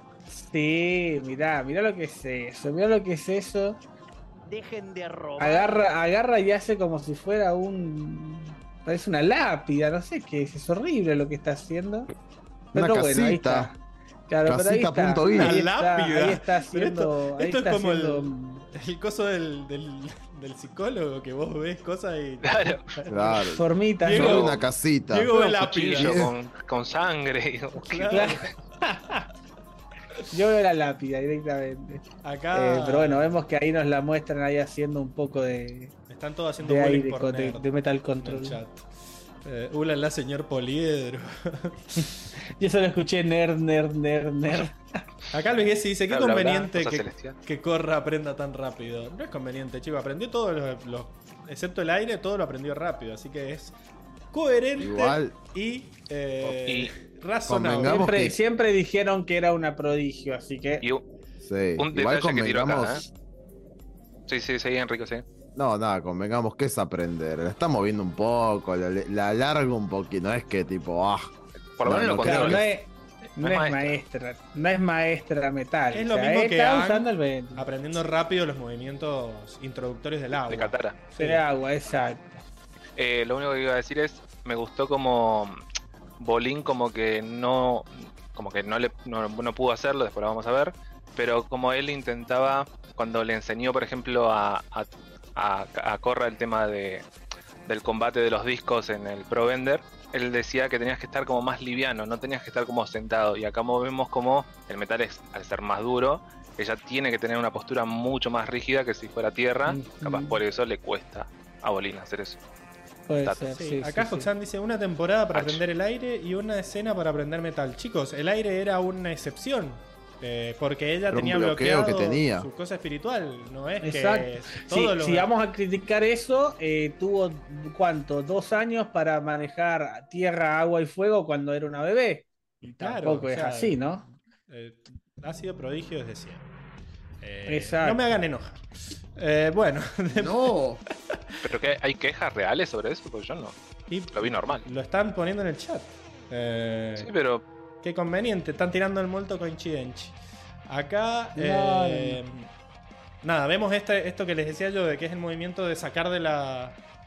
Sí, mirá, mirá lo que es eso. Mirá lo que es eso. Dejen de robar. Agarra, agarra y hace como si fuera un. Parece una lápida, no sé qué es. Es horrible lo que está haciendo. Una Pero bueno, ahí casita. está. Claro, pero ahí está. Casita.gif. Ahí Una está, lápida. ahí está Pero haciendo. esto, ahí esto está es como haciendo- el, el coso del, del, del psicólogo, que vos ves cosas y... Claro. Claro. Formitas. Diego- Solo ¿no? una casita. Diego ve Un lápida. cuchillo con, con sangre. Claro. Claro. Yo veo la lápida directamente. Acá Eh, pero bueno, vemos que ahí nos la muestran ahí haciendo un poco de, están todos haciendo de bullying aire, por con- de, nerd de Metal en el Control. chat. Eh, ulala, señor Poliedro. Yo solo escuché nerd, nerd, nerd, nerd. Acá Luis Gessi dice, qué Bla, bla, bla, conveniente cosa que, celestial. que Corra aprenda tan rápido. No es conveniente, chico. Aprendió todo, lo, lo- excepto el aire, todo lo aprendió rápido. Así que es coherente Igual, y, eh, razonable. Convengamos Siempre, que- siempre dijeron que era una prodigio, así que. Y un, sí. un Igual detalle que tiro acá, convengamos. ¿eh? Sí, sí, seguí Enrico, sí. No, nada, convengamos que es aprender. La está moviendo un poco, la, la alarga un poquito. No es que tipo, ah. Por lo No, menos no lo creo Claro, controlo. no es, No, No es es maestra. no es maestra metal. Es o lo sea, mismo que está Aang usando el venti. aprendiendo rápido los movimientos introductorios del agua. De Katara. Sí. De agua, exacto. Eh, lo único que iba a decir es, me gustó como Bolín como que no, como que no le no, no pudo hacerlo, después lo vamos a ver, pero como él intentaba, cuando le enseñó, por ejemplo, a, a, a, a Korra el tema de, del combate de los discos en el Pro Bender, él decía que tenías que estar como más liviano, no tenías que estar como sentado, y acá vemos como el metal es, al ser más duro, ella tiene que tener una postura mucho más rígida que si fuera tierra, Ujú. capaz por eso le cuesta a Bolín hacer eso. Puede Datos. ser. Sí, Sí, acá sí, sí. Hoxan dice una temporada para H. aprender el aire y una escena para aprender metal. Chicos, el aire era una excepción. eh, porque ella Era un tenía bloqueo bloqueado que tenía. su cosa espiritual. No es Exacto. que Sí, todos los- si vamos a criticar eso, eh, tuvo, ¿cuánto? Dos años para manejar tierra, agua y fuego cuando era una bebé. Y Claro, tampoco o es sea, así, ¿no? eh, ha sido prodigio desde siempre. Eh, Exacto. no me hagan enojar. Eh, bueno, No. ¿Pero que hay quejas reales sobre eso? Porque yo no. y Lo vi normal. lo están poniendo en el chat. Eh, Sí, pero Qué conveniente, están tirando el molto coincidenci. Acá, No, eh, nada, vemos este, esto que les decía yo, de que es el movimiento de sacar de la.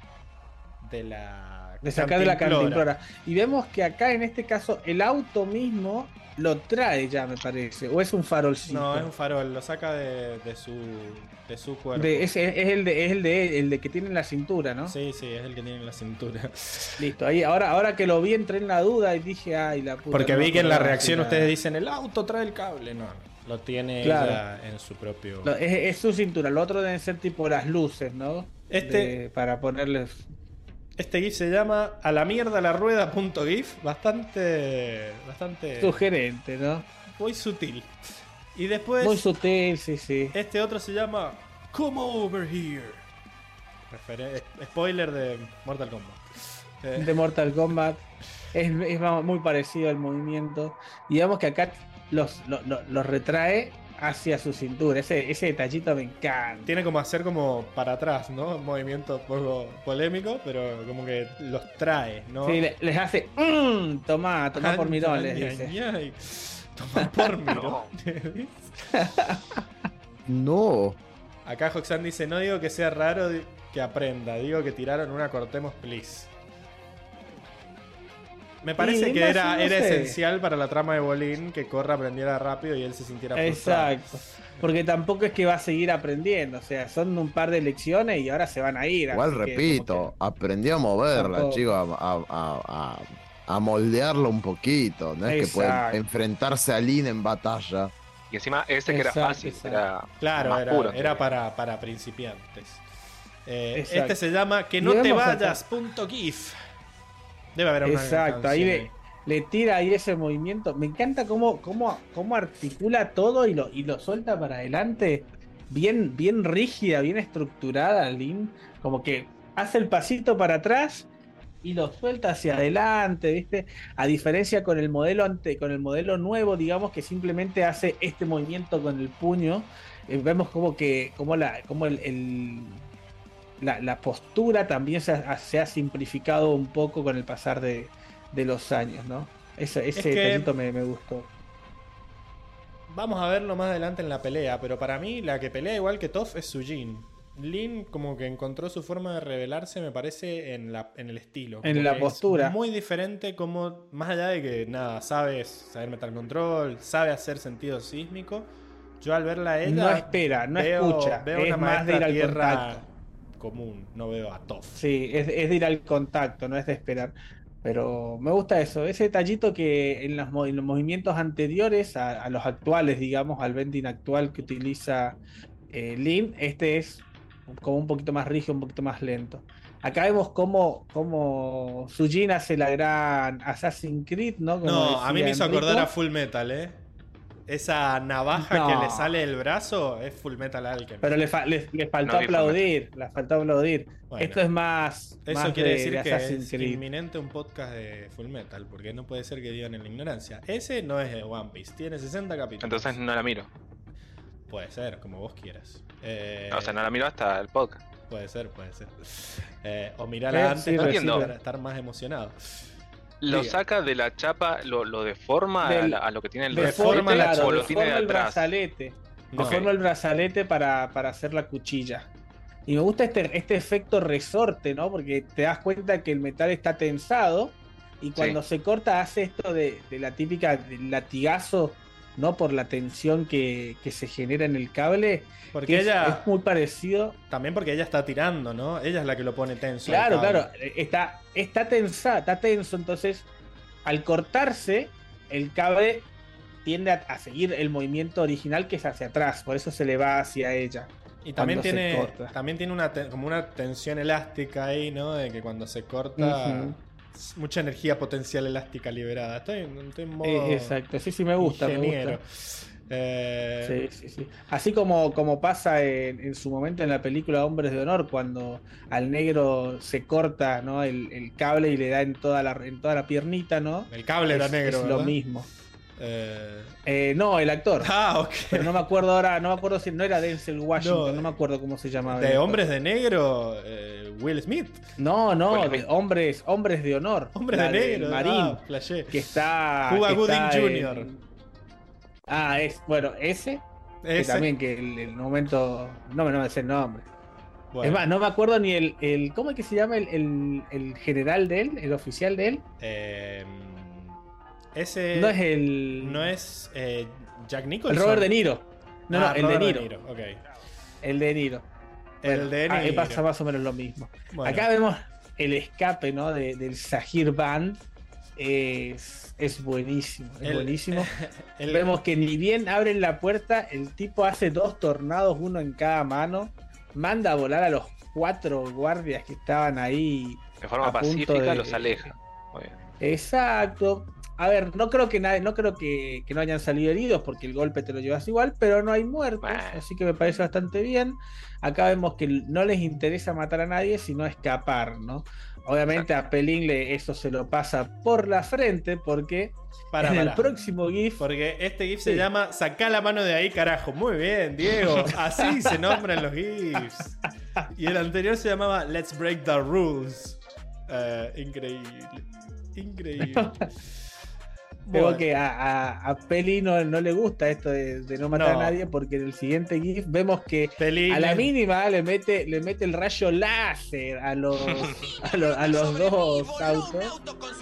de la. De sacar de la cantimplora. cantimplora. Y vemos que acá en este caso el auto mismo lo trae ya, me parece. O es un farolcito. No, es un farol, lo saca de, de su. de su cuerpo. De- es, es el de, es el de el de que tiene en la cintura, ¿no? Sí, sí, es el que tiene en la cintura. Listo. Ahí, ahora, ahora que lo vi entré en la duda y dije, ay, la puta. Porque no vi que en la acordaba, reacción sí, ustedes dicen, el auto trae el cable. No, no, lo tiene Claro. ella en su propio. Lo- es, es su cintura. Lo otro deben ser tipo las luces, ¿no? Este- De- para ponerles. Este GIF se llama a la mierda la rueda punto gif. Bastante. Bastante. Sugerente, ¿no? Muy sutil. Y después. Muy sutil, sí, sí. Este otro se llama Come Over Here. Referen- spoiler de Mortal Kombat. Eh, De Mortal Kombat. Es, es muy parecido al movimiento. Y digamos que acá los, los, los- los retrae hacia su cintura. Ese, ese detallito me encanta. tiene como hacer como para atrás, ¿no? Un movimiento un poco polémico, pero como que los trae, ¿no? Sí, le- les hace. Mmm, tomá, tomá por mirón, les Ay, dice. ay, ay. Toma por mirón. No. No. Acá Hoxan dice, no digo que sea raro di- que aprenda, digo que tiraron una cortemos please. Me parece Y que más era, o no era sé. esencial para la trama de Bolín que Korra aprendiera rápido y él se sintiera frustrado. Exacto. Porque tampoco es que va a seguir aprendiendo. O sea, son un par de lecciones y ahora se van a ir. Igual así que repito, como aprendió a moverla, Tampoco. chico, a, a, a, a- a moldearlo un poquito. No es que puede Exacto. enfrentarse a Lin en batalla. y encima ese que era Exacto, fácil, exacto. era Claro, más era, puro. era para, para principiantes. Eh, Exacto. este se llama Que no Y te vemos acá- vayas punto gif. Debe haber que- una Exacto, ahí canción le, le tira ahí ese movimiento. Me encanta cómo, cómo, cómo articula todo y lo, y lo suelta para adelante. Bien, bien rígida, bien estructurada, Lin. Como que hace el pasito para atrás y lo suelta hacia adelante, ¿viste? A diferencia con el modelo ante, con el modelo nuevo, digamos, que simplemente hace este movimiento con el puño. Eh, vemos como que, como la, como el, el- la, la postura también se ha, se ha simplificado un poco con el pasar de, de los años, ¿no? Ese, ese que- detallito me, me gustó. Vamos a verlo más adelante en la pelea, pero para mí la que pelea igual que Toph es Sujin. Lin como que encontró su forma de revelarse, me parece, en, la, en el estilo. En Como la que es postura. muy diferente, como más allá de que nada, sabe saber metal control, sabe hacer sentido sísmico. Yo al verla a ella. No espera, no veo- escucha, Veo es una más de ir maestra al tierra contacto. común, no veo a Toph. Sí, es, es de ir al contacto, no es de esperar. Pero me gusta eso, ese detallito que en los, mo- en los movimientos anteriores a, a los actuales, digamos, al bending actual que utiliza eh, Lin, este es como un poquito más rígido, un poquito más lento. Acá vemos cómo, cómo Sujin hace la gran Assassin's Creed, ¿no? Como No, a mí me decía hizo acordar Enrico. a Full Metal, ¿eh? Esa navaja No. que le sale del brazo es Full Metal Alchemist. Pero le, fa- le- le faltó No vi aplaudir, le faltó aplaudir. Bueno. Esto es más, Eso más quiere de- decir de que Assassin's es Creed. inminente un podcast de Full Metal, porque no puede ser que digan en la ignorancia. Ese no es de One Piece, tiene sesenta capítulos. Entonces no la miro. Puede ser, como vos quieras. Eh, O sea, no la miro hasta el podcast. Puede ser, puede ser. Eh, o mirarla Sí, antes sí, para, entiendo. para estar más emocionado. lo Diga. saca de la chapa, lo, lo deforma Del- a, la- a lo que tiene el deforma brazalete, la claro, o lo tiene de deforma el atrás. brazalete. No. Deforma el brazalete para, para hacer la cuchilla. Y me gusta este, este efecto resorte, ¿no? Porque te das cuenta que el metal está tensado y cuando se corta hace esto de, de la típica del latigazo, ¿no? Por la tensión que, que se genera en el cable. Porque que es, ella. es muy parecido. También porque ella está tirando, ¿no? Ella es la que lo pone tenso. al Claro, cable. claro. Está, está tensa, está tenso. Entonces, al cortarse, el cable tiende a, a seguir el movimiento original que es hacia atrás. Por eso se le va hacia ella. Y también cuando se tiene, corta. también tiene una te- como una tensión elástica ahí, ¿no? De que cuando se corta, Ujú. es mucha energía potencial elástica liberada. Estoy, estoy en modo Eh, exacto, sí, sí, me gusta, me ingeniero. gusta. Eh, Sí, sí, sí. Así como, como pasa en, en su momento en la película Hombres de Honor, cuando al negro se corta, ¿no? el, el cable y le da en toda la, en toda la piernita, ¿no? El cable era Es- negro, es lo ¿verdad? mismo. Eh, Eh, no, el actor. Ah, ok. Pero no me acuerdo ahora, no me acuerdo si no era Denzel Washington, No, no, me acuerdo cómo se llamaba. el De actor. hombres de negro, eh, Will Smith. No, no, Bueno, de hombres, hombres de honor. Hombres la de del negro. Marín, Ah, flashé. que está. Cuba que Gooding está en- junior Ah, es, bueno, ese. Que Ese. también que el, el momento. No me no me sé el nombre. Bueno, Es más, no me acuerdo ni el. el ¿Cómo es que se llama el, el, el general de él? El oficial de él. eh, ese no es el. no es eh, Jack El Nicholson. Robert De Niro. No, Ah, no, el Robert De Niro. ok. El De Niro. El Bueno, de ahí Niro. pasa más o menos lo mismo. Bueno, Acá vemos el escape, ¿no? De, del Sahir Band. Es, es buenísimo. Es el- buenísimo. el- Vemos que ni bien abren la puerta, el tipo hace dos tornados, uno en cada mano. Manda a volar a los cuatro guardias que estaban ahí. De forma a punto pacífica de- los aleja. Muy bien. Exacto. A ver, no creo que nadie, no creo que, que no hayan salido heridos porque el golpe te lo llevas igual, pero no hay muertos, Bueno. así que me parece bastante bien. Acá vemos que no les interesa matar a nadie, sino escapar, ¿no? Obviamente a Pelín le, eso se lo pasa por la frente porque Para, en para. el próximo GIF. Porque este GIF se Sí. llama Sacá la mano de ahí, carajo. Muy bien, Diego. Así se nombran los GIFs. Y el anterior se llamaba Let's Break the Rules. Eh, increíble. Increíble. Veo Bueno, que a, a, a Peli no, no le gusta esto de, de no matar No. a nadie porque en el siguiente GIF vemos que Pelín a la es- mínima le mete, le mete el rayo láser a los, a los, a los dos autos.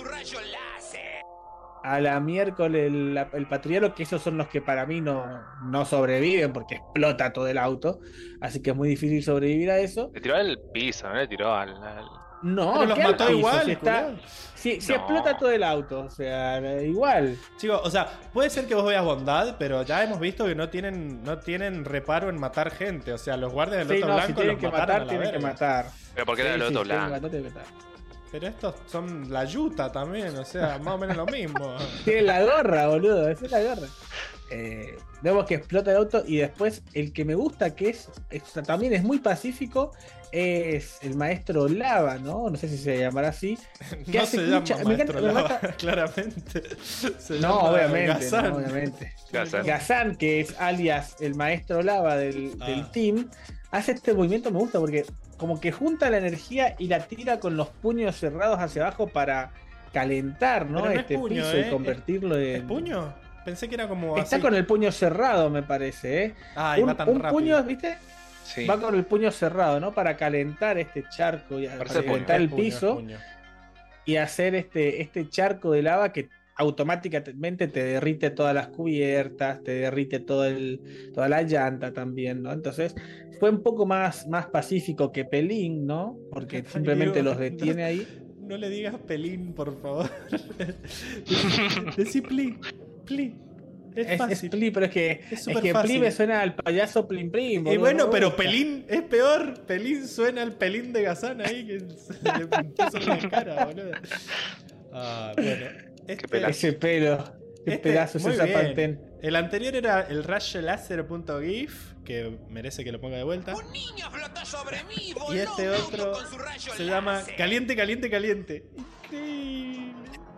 A la miércoles el, el patrullero, que esos son los que para mí no, no sobreviven porque explota todo el auto. Así que es muy difícil sobrevivir a eso. Le tiró al piso, no le tiró al. al- No, Pero los ¿qué mató al piso? igual, Si, está, culiao. si, si No. explota todo el auto, o sea, igual. Chicos, o sea, puede ser que vos veas bondad, pero ya hemos visto que no tienen, no tienen reparo en matar gente. O sea, los guardias del Sí, otro no, si blanco tienen los que mataron a matar, la tienen que verga. matar. Pero porque era Sí, el sí, otro tienen que blanco. matar, tienen que matar. Pero estos son la yuta también, o sea, más o menos lo mismo. Tiene la gorra, boludo, esa es la gorra. Eh, vemos que explota el auto y después el que me gusta, que es, es- también es muy pacífico, es el maestro Lava, ¿no? No sé si se llamará así. Que No hace se llama mucha- me Maestro encanta- me Lava, mata- claramente. Se No, llama obviamente, Gazán. no, obviamente. Gazán. Gazán, que es alias el maestro Lava del, Ah. del team, hace este movimiento, me gusta porque como que junta la energía y la tira con los puños cerrados hacia abajo para calentar, ¿no? Pero no es este puño, piso ¿eh? y convertirlo en. ¿Es puño? Pensé que era como Está así. con el puño cerrado, me parece, ¿eh? Ay, un va tan un rápido. puño, ¿viste? Sí. Va con el puño cerrado, ¿no? Para calentar este charco y para Parece puño, calentar el Es puño, es piso puño. y hacer este, este charco de lava que automáticamente te derrite todas las cubiertas, te derrite todo el, toda la llanta también, ¿no? Entonces fue un poco más, más pacífico que Pelín, ¿no? Porque Ay, simplemente Diego, los detiene ahí. No le digas Pelín, por favor. Decí Pli. Pli. Es, Es, es fácil. Pli, pero es que, Es es súper que fácil. Pli me suena al payaso Plin Plin. Y boludo, bueno, no me pero gusta. Pelín es peor. Pelín suena al Pelín de Gazán ahí que se le puso en la cara, boludo. Ah, bueno. Este, pelazo. Ese pelo, qué Este, pedazo es muy esa bien. pantén. El anterior era el rayo láser.gif, que merece que lo ponga de vuelta. Un niño flotó sobre mí, Y este voló un otro auto con su rayo se llama láser. Caliente, Caliente, Caliente. Increíble.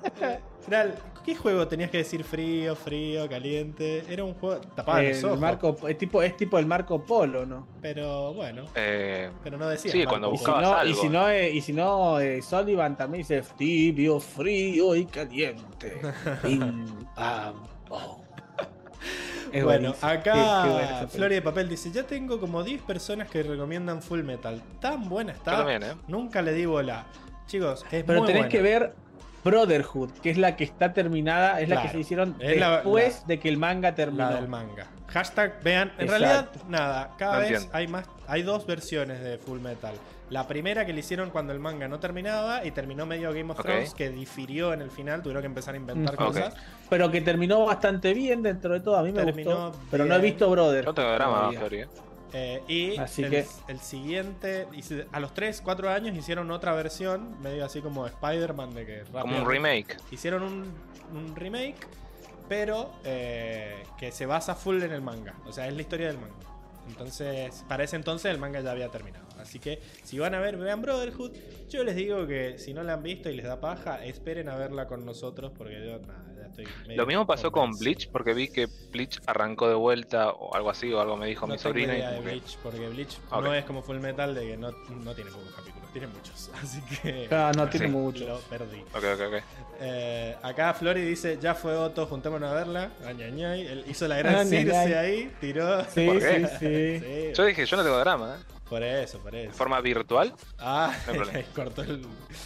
Final, ¿qué juego tenías que decir frío, frío, caliente? Era un juego. Tapaba los El ojos. Marco, es, tipo, es tipo el Marco Polo, ¿no? Pero bueno. Eh, Pero no decía. sí, Marco cuando Y si Polo. buscabas no, y algo. si no, eh, y si no eh, Sullivan también dice tibio, frío y caliente. Pim, pam, pum. Es Bueno, buenísimo. acá Qué- qué buena esa Flori de Papel dice: ya tengo como diez personas que recomiendan Full Metal. Tan buena está. Yo también, ¿eh? Nunca le di bola. Chicos, es Pero muy tenés buena. que ver Brotherhood, que es la que está terminada, es la Claro, que se hicieron es la- después la- de que el manga terminó. La del manga. Hashtag vean. En Exacto. realidad, nada. Cada No vez entiendo. hay más. Hay dos versiones de Full Metal. La primera que le hicieron cuando el manga no terminaba y terminó medio Game of Ok. Thrones, que difirió en el final, tuvieron que empezar a inventar Ujú. cosas. Pero que terminó bastante bien dentro de todo. A mí me Terminó gustó. Pero no he bien. visto Brotherhood. Yo tengo drama, todavía. Flori. ¿eh? Eh, y Así el, que- el siguiente, hice- a los tres cuatro años hicieron otra versión, medio así como Spider-Man, de que Como rápido- un remake. Hicieron un, un remake, pero eh, que se basa full en el manga. O sea, es la historia del manga. Entonces, para ese entonces el manga ya había terminado. Así que, si van a ver, vean Brotherhood. Yo les digo que si no la han visto y les da paja, esperen a verla con nosotros, porque yo, nada, ya estoy medio Lo mismo pasó con convencido. Bleach, porque vi que Bleach arrancó de vuelta o algo así, o algo me dijo No mi tengo sobrina. y idea de como que- Bleach, porque Bleach Ok. no es como Full Metal de que no, no tiene pocos capítulos, tiene muchos. Así que Ah, no tiene Sí. mucho. lo perdí. Ok, ok, ok. Eh, acá Flori dice, ya fue Otto, juntémonos a verla. Añañay. Él hizo la gran Añañay. Circe ahí, tiró. Sí, ¿Por sí, qué? sí. Sí, Yo dije, yo no tengo drama, ¿eh? por eso, por De eso. forma virtual. Ah, No hay problema. cortó el...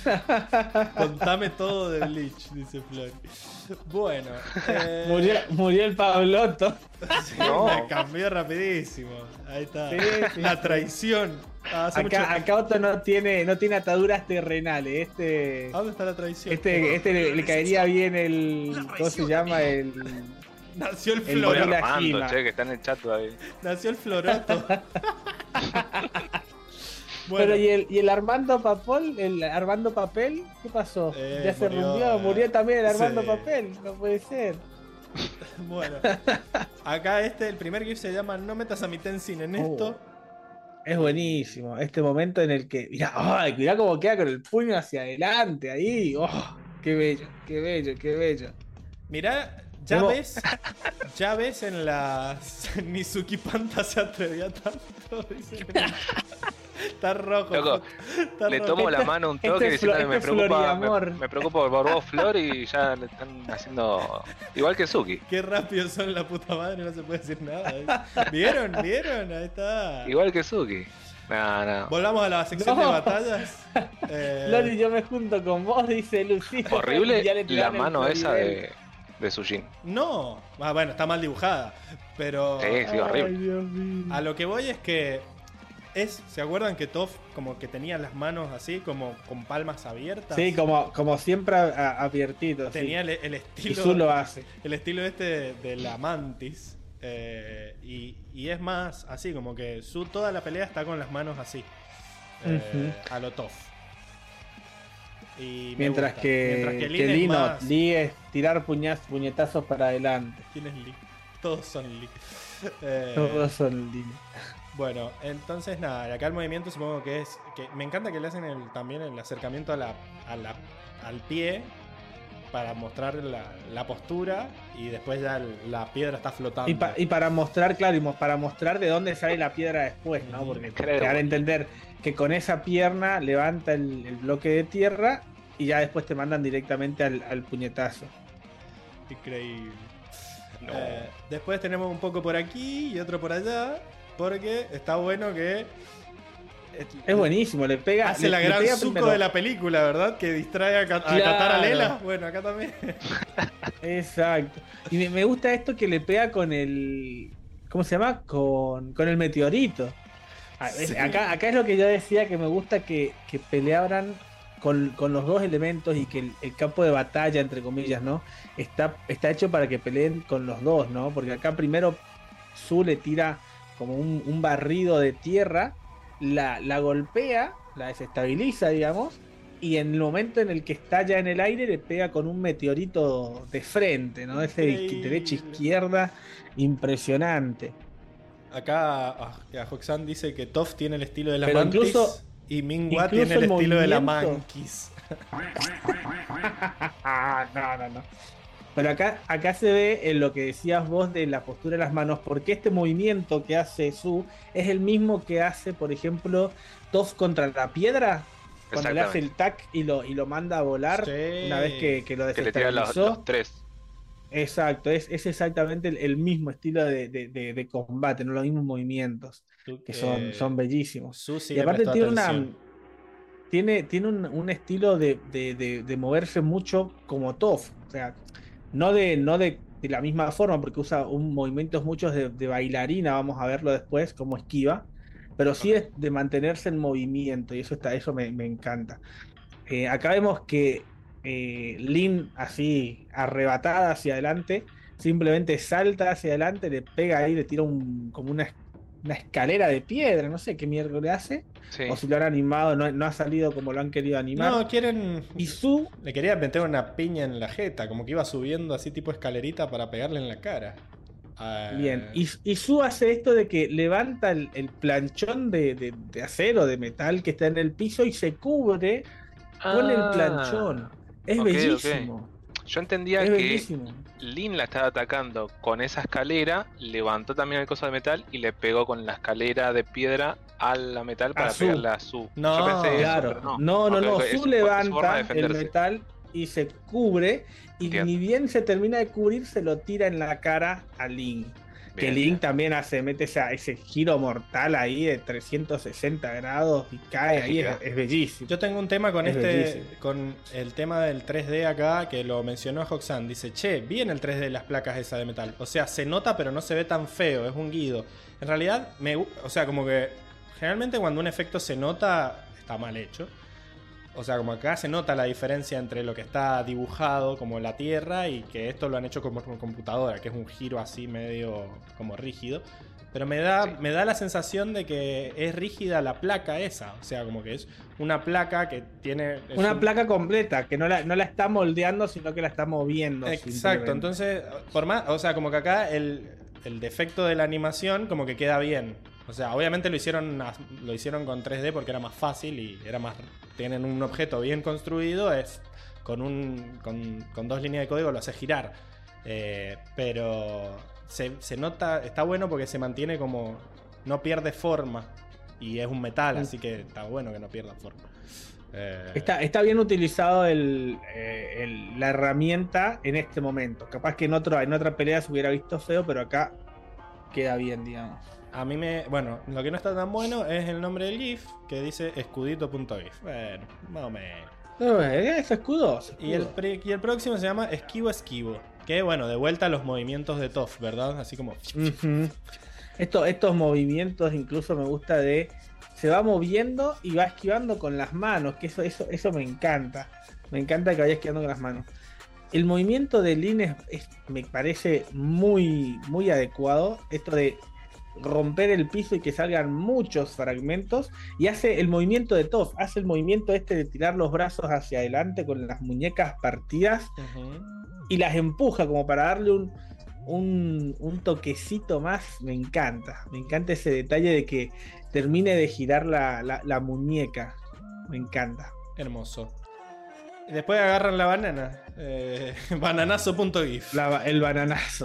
Contame todo de Bleach, dice Flori. Bueno. eh, Murió, murió el Pablotto. sí, No. me cambió rapidísimo. Ahí está. Sí, sí, la sí. traición. Ah, hace Acá, mucho- acá Otto no tiene, no tiene ataduras terrenales. Este, ¿A ¿Dónde está la traición? este, este le, le caería bien el. ¿Cómo se llama? El. Nació el el Oye, Gorila floroto. Armando, Gima. che, que está en el chat todavía. Nació el floroto. Pero ¿y el, y el Armando Papol? ¿El Armando Papel? ¿Qué pasó? Eh, ya se murió, rompió, eh. murió también el Armando Sí. Papel. No puede ser. Bueno, acá este, el primer GIF se llama No metas a mi Tenzin en esto. Es buenísimo. Este momento en el que. Mirá, ay, mirá cómo queda con el puño hacia adelante ahí. Oh, qué bello, qué bello, qué bello. Mirá, ya Luego- ves, ya ves en las Nizuki Panta se atrevía tanto. Dice. Está rojo. Loco, está Le rojo. tomo la mano un este toque es diciendo Flo- que me este es preocupa, Floriamor. me, me preocupa por vos, Flor, y ya le están haciendo igual que Suki. Qué rápido son la puta madre, no se puede decir nada. ¿eh? ¿Vieron? ¿Vieron? Ahí está. Igual que Suki. No, no. Volvamos a la sección No. de batallas. Eh, Lori, yo me junto con vos, dice Lucía. Horrible Ya le la tiraron el mano esa Floribel. de, de Sujin. No. Ah, bueno, está mal dibujada. Pero Sí, sí, horrible. Ay, Dios mío. a lo que voy es que es, ¿se acuerdan que Toph como que tenía las manos así, como con palmas abiertas? Sí, como, como siempre a- a- abiertito. sí. Tenía el, el Y estilo Zu lo hace. el estilo este de, de la mantis. eh, y, y es más así, como que su toda la pelea está con las manos así. eh, A lo Toph. Y me Mientras gusta. que, Mientras que que Lin es Lino, más- Lee es tirar puñaz, puñetazos para adelante. ¿Quién es Lee? Todos son Lee. Eh, Todos son Lino. Bueno, entonces nada, y acá el movimiento supongo que es. Que me encanta que le hacen el, también el acercamiento a la, a la- al pie para mostrar la, la postura y después ya el- la piedra está flotando. Y, pa- y para mostrar, claro, y mo- para mostrar de dónde sale la piedra después, ¿no? Porque te Creo. dan a entender que con esa pierna levanta el, el bloque de tierra y ya después te mandan directamente al, al puñetazo. Increíble. No. Eh, después tenemos un poco por aquí y otro por allá. Porque está bueno que. Es buenísimo, le pega. Hace le- la le gran pega suco primero- de la película, ¿verdad? Que distrae a, Ca- a Claro. Katara Lela. Bueno, acá también. Exacto. Y me, me gusta esto que le pega con el. ¿Cómo se llama? Con, con el meteorito. A- es- Sí. Acá, acá es lo que yo decía, que me gusta que, que pelearan con, con los dos elementos y que el, el campo de batalla, entre comillas, ¿no? Está, está hecho para que peleen con los dos, ¿no? Porque acá primero Zu le tira como un, un barrido de tierra, la, la golpea, la desestabiliza, digamos, y en el momento en el que está ya en el aire le pega con un meteorito de frente, ¿no? Ese Increíble. derecha-izquierda impresionante. Acá ah, Hoxan dice que Toph tiene el estilo de las Pero mantis incluso- Y Mingua Incluso tiene el, el estilo de la movimiento. Manquis. no, no, no. Pero acá, acá se ve en lo que decías vos de la postura de las manos, porque este movimiento que hace Su es el mismo que hace, por ejemplo, Toph contra la piedra, cuando le hace el tac y lo, y lo manda a volar, Sí. una vez que, que lo Que le tiran los, desestabilizó. los tres. Exacto, es, es exactamente el, el mismo estilo de, de, de, de combate, no los mismos movimientos, Tú que son, que- son bellísimos. Su sí Y le aparte prestó tiene una atención. tiene, tiene un, un estilo de, de, de, de moverse mucho como Toph, o sea, no de, no de, de la misma forma, porque usa un movimientos muchos de, de bailarina, vamos a verlo después, como esquiva, pero sí Ok. es de mantenerse en movimiento, y eso está, eso me, me encanta. Eh, acá vemos que eh, Lin, así arrebatada hacia adelante, simplemente salta hacia adelante, le pega ahí, le tira un, como una, una escalera de piedra, no sé qué mierda le hace, Sí. o si lo han animado, no, no ha salido como lo han querido animar. No, quieren. Y Su, Le quería meter una piña en la jeta, como que iba subiendo así tipo escalerita para pegarle en la cara. Ah, bien, y, y Su hace esto de que levanta el, el planchón de, de, de acero, de metal que está en el piso y se cubre con el Ah, planchón. Es ok, bellísimo. Yo entendía Es que bellísimo. Lin la estaba atacando con esa escalera, levantó también el coso de metal y le pegó con la escalera de piedra a la metal para A Su. pegarle a Su. No, Yo pensé eso, Claro, pero no. no, no, Ok, no. ok, es- Su es su forma levanta de el defenderse. metal y se cubre. Y Entiendo. ni bien se termina de cubrir, se lo tira en la cara a Link. Que Bien, Link bien. también hace, mete esa- ese giro mortal ahí de trescientos sesenta grados y cae ahí. Es, Épica. es bellísimo. Yo tengo un tema con Es este, bellísimo. con el tema del tres D acá, que lo mencionó Hoxan. Dice, che, vi en el tres D las placas esa de metal. O sea, se nota pero no se ve tan feo, es un guido. En realidad, me, gu- o sea, como que generalmente cuando un efecto se nota, está mal hecho. O sea, como acá se nota la diferencia entre lo que está dibujado como la Tierra y que esto lo han hecho como con computadora, que es un giro así medio como rígido. Pero me da, Sí. me da la sensación de que es rígida la placa esa. O sea, como que es una placa que tiene... es Una un- placa completa, que no la, no la está moldeando, sino que la está moviendo. Exacto, simplemente. entonces, por más, o sea, como que acá el, el defecto de la animación como que queda bien. O sea, obviamente lo hicieron as- lo hicieron con tres D porque era más fácil y era más tienen un objeto bien construido, es con un con, con dos líneas de código lo hace girar. Eh, pero se, se nota, está bueno porque se mantiene como no pierde forma y es un metal, Mm. así que está bueno que no pierda forma. Eh, Está, está bien utilizado el, eh, el- la herramienta en este momento. Capaz que en, otro, en otra pelea se hubiera visto feo, pero acá queda bien, digamos. A mí me. Bueno, lo que no está tan bueno es el nombre del GIF que dice escudito.gif. Bueno, más o menos. No, eh, es escudo. es Y el, escudo. pre- y el próximo se llama Esquivo Esquivo. Que bueno, de vuelta a los movimientos de Toph, ¿verdad? Así como. Ujú. Esto- estos movimientos incluso me gusta de... Se va moviendo y va esquivando con las manos, que eso, eso, eso me encanta. Me encanta que vaya esquivando con las manos. El movimiento de Lin es, es- me parece muy, muy adecuado. Esto de romper el piso y que salgan muchos fragmentos. Y hace el movimiento de Toph. Hace el movimiento este de tirar los brazos hacia adelante con las muñecas partidas. Ujú. Y las empuja como para darle un, un, un toquecito más. Me encanta. Me encanta ese detalle de que termine de girar la, la, la muñeca. Me encanta. Hermoso. Y después agarran la banana. Eh, bananazo.gif. La- el bananazo.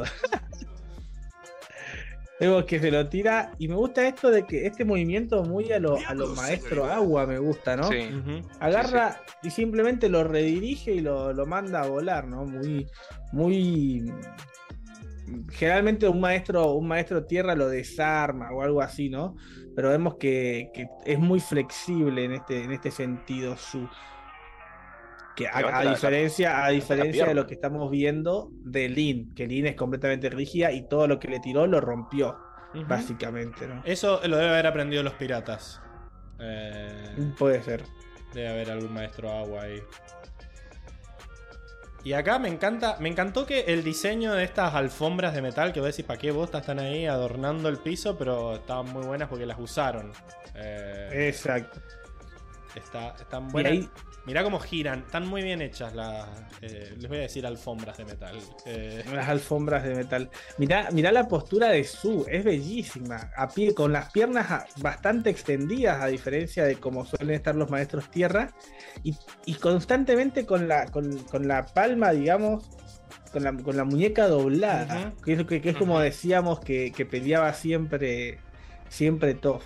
Vemos que se lo tira. Y me gusta esto de que este movimiento muy a lo, a lo maestro agua me gusta, ¿no? Sí. Ujú. Agarra y simplemente lo redirige y lo, lo manda a volar, ¿no? Muy, muy. Generalmente un maestro, un maestro tierra lo desarma o algo así, ¿no? Pero vemos que, que es muy flexible en este, en este sentido. Su, que a, Levanta a la- diferencia, a diferencia de pierna. lo que estamos viendo de Lin, que Lin es completamente rígida y todo lo que le tiró lo rompió, Ujú. básicamente, ¿no? Eso lo debe haber aprendido los piratas. Eh, Puede ser. Debe haber algún maestro agua ahí. Y acá me encanta, me encantó que el diseño de estas alfombras de metal, que vos decís, ¿para qué botas están ahí adornando el piso? Pero estaban muy buenas porque las usaron. Eh, Exacto. está, están Y buenas. ahí Mirá cómo giran, están muy bien hechas las, eh, les voy a decir alfombras de metal. Eh, Las alfombras de metal. Mirá, mirá la postura de Su, es bellísima. A pie, con las piernas a- bastante extendidas, a diferencia de como suelen estar los maestros tierra. Y, y constantemente con la, con, con la palma, digamos, con la, con la muñeca doblada. Ujú. Que es, que, que es como Ujú. decíamos que, que peleaba siempre, siempre Toph.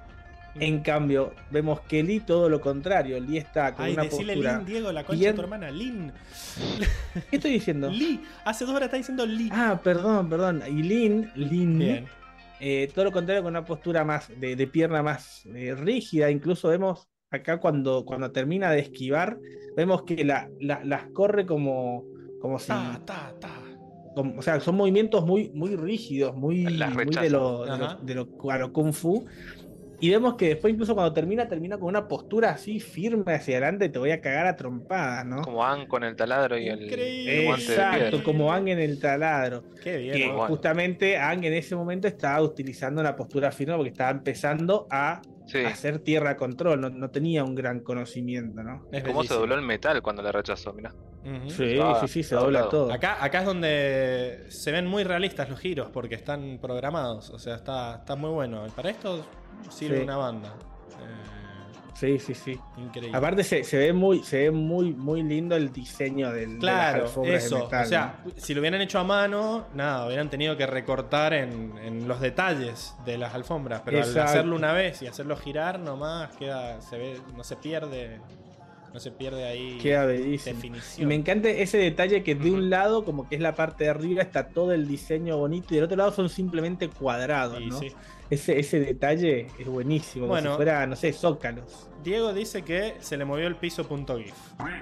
En cambio, vemos que Lee todo lo contrario. Lee está con Ay, una decile postura. Lin, Diego, la concha bien- de tu hermana, Lin. ¿Qué estoy diciendo? Lee, hace dos horas está diciendo Lee. Ah, perdón, perdón. Y Lin, Lin Bien. eh, todo lo contrario, con una postura más de, de pierna más eh, rígida. Incluso vemos acá cuando, cuando termina de esquivar, vemos que la, la- las corre como, como si. Ta, ta, ta. como- o sea, son movimientos muy, muy rígidos, muy, Las muy rechaza. de lo, de, Ajá. lo, de lo- a lo Kung Fu. Y vemos que después, incluso cuando termina, termina con una postura así firme hacia adelante, te voy a cagar a trompadas, ¿no? Como Ann con el taladro y el, Increíble. el guante de Exacto, piedra. como Aang en el taladro. Qué bien. Que ¿no? bueno. justamente Aang en ese momento estaba utilizando la postura firme porque estaba empezando a Sí. hacer tierra control, no, no tenía un gran conocimiento, ¿no? Es ¿Cómo se bellísimo. dobló el metal cuando le rechazó? Mirá. Ujú. Sí, Ah, sí, sí, se está dobla doblado. todo. Acá, acá es donde se ven muy realistas los giros porque están programados. O sea, está, está muy bueno. Y para esto sirve Sí. una banda. Eh, Sí, sí, sí. increíble. Aparte se, se ve muy, se ve muy, muy lindo el diseño del, de las Claro, alfombras eso. de metal. o sea, ¿no? si lo hubieran hecho a mano, nada, hubieran tenido que recortar en, en los detalles de las alfombras. Pero Exacto. al hacerlo una vez y hacerlo girar nomás, queda, se ve, no se pierde, no se pierde ahí Queda bellísimo. Y definición. me encanta ese detalle que de Ujú. un lado, como que es la parte de arriba, está todo el diseño bonito y del otro lado son simplemente cuadrados, Y ¿no? sí. Ese, ese detalle es buenísimo, como Bueno. si fuera, no sé, zócalos. Diego dice que se le movió el piso punto gif.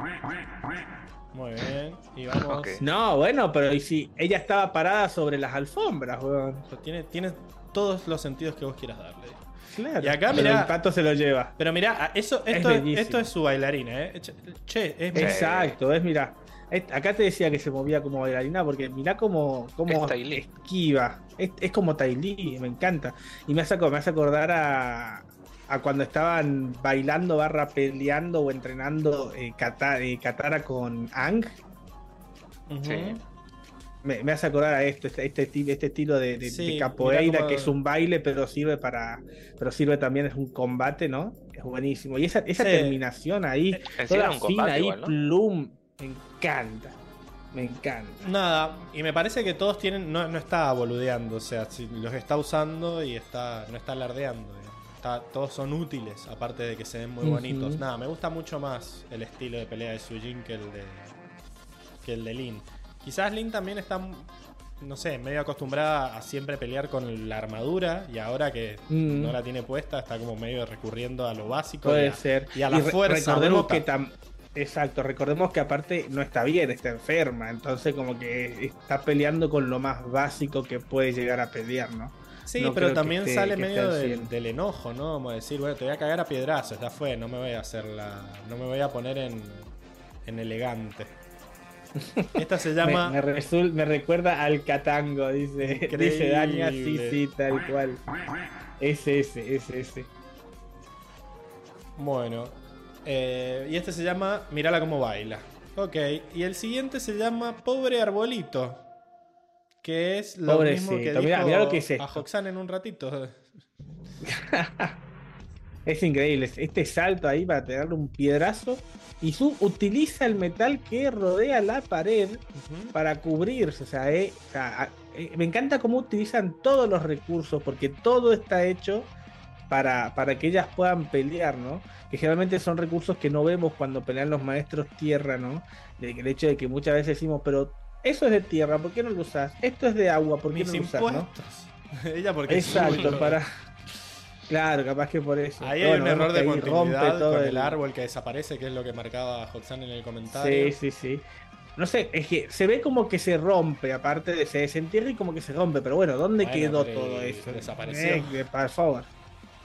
Muy bien. Y vamos. Ok. No, bueno, pero ¿y si ella estaba parada sobre las alfombras, weón? Tiene, tiene todos los sentidos que vos quieras darle. Claro. Y acá, pero mirá- el pato se lo lleva. Pero mirá, eso, Es esto, bellísimo. esto es su bailarina, ¿eh? Che, che, es Exacto, ves, mirá. est- Acá te decía que se movía como bailarina porque mirá cómo, cómo Es Tai Li. esquiva. Es, es como Tai Li, me encanta. Y me hace, aco- me hace acordar a, a cuando estaban bailando barra peleando o entrenando eh, Kata- eh, Katara con Aang. Ujú. Sí. Me, me hace acordar a esto, este, este, esti- este estilo de, de- Sí, de mirá capoeira, cómo- que es un baile, pero sirve para. Pero sirve también, es un combate, ¿no? Es buenísimo. Y esa, esa Sí. terminación ahí, Encima toda era un fina combate ahí, igual, ¿no? plum, me encanta. Me encanta. Nada, y me parece que todos tienen. No, no está boludeando, o sea, si los está usando y está no está alardeando. digamos. Está, todos son útiles, aparte de que se ven muy Ujú. bonitos. Nada, me gusta mucho más el estilo de pelea de Sujin que el de. que el de Lin. Quizás Lin también está. No sé, medio acostumbrada a siempre pelear con la armadura y ahora que Mm. no la tiene puesta está como medio recurriendo a lo básico. y Puede a- ser. y a la re- fuerza Recordemos bruta. que tam- Exacto, recordemos que aparte no está bien, está enferma, entonces como que está peleando con lo más básico que puede llegar a pelear, ¿no? Sí, No pero creo que también esté- sale que esté medio al del, cien. del enojo, ¿no? Como decir, bueno, te voy a cagar a piedrazos, ya fue, no me voy a hacer la. No me voy a poner en, en elegante. Esta se llama. Me, me resul- me recuerda al Catango, dice, Increíble. dice Dania, sí, sí, tal cual. Ese, ese, ese, ese. Bueno. eh, y este se llama Mirala cómo baila. Ok. Y el siguiente se llama Pobre Arbolito. Que es lo mismo que Pobrecito, mirá- dijo mirá lo que es a esto. Hoxan en un ratito. Es increíble, este salto ahí para pegarle un piedrazo. Y Su utiliza el metal que rodea la pared Ujú. para cubrirse. O sea, eh, o sea, a- eh, me encanta cómo utilizan todos los recursos, porque todo está hecho para, para que ellas puedan pelear, ¿no? Que generalmente son recursos que no vemos cuando pelean los maestros tierra, ¿no? De- El hecho de que muchas veces decimos, pero eso es de tierra, ¿por qué no lo usas? Esto es de agua, ¿por qué Mis no lo usas? ¿no? impuestos. Ella porque es Exacto, suyo. para. Claro, capaz que por eso. Ahí Pero hay bueno, un error vemos de que ahí continuidad todo con el árbol que desaparece, que es lo que marcaba Hoxan en el comentario. Sí, sí, sí. No sé, es que se ve como que se rompe, aparte de se desentierra y como que se rompe, pero bueno, ¿dónde Bueno, quedó pero todo y eso? desapareció. Eh, que, por favor.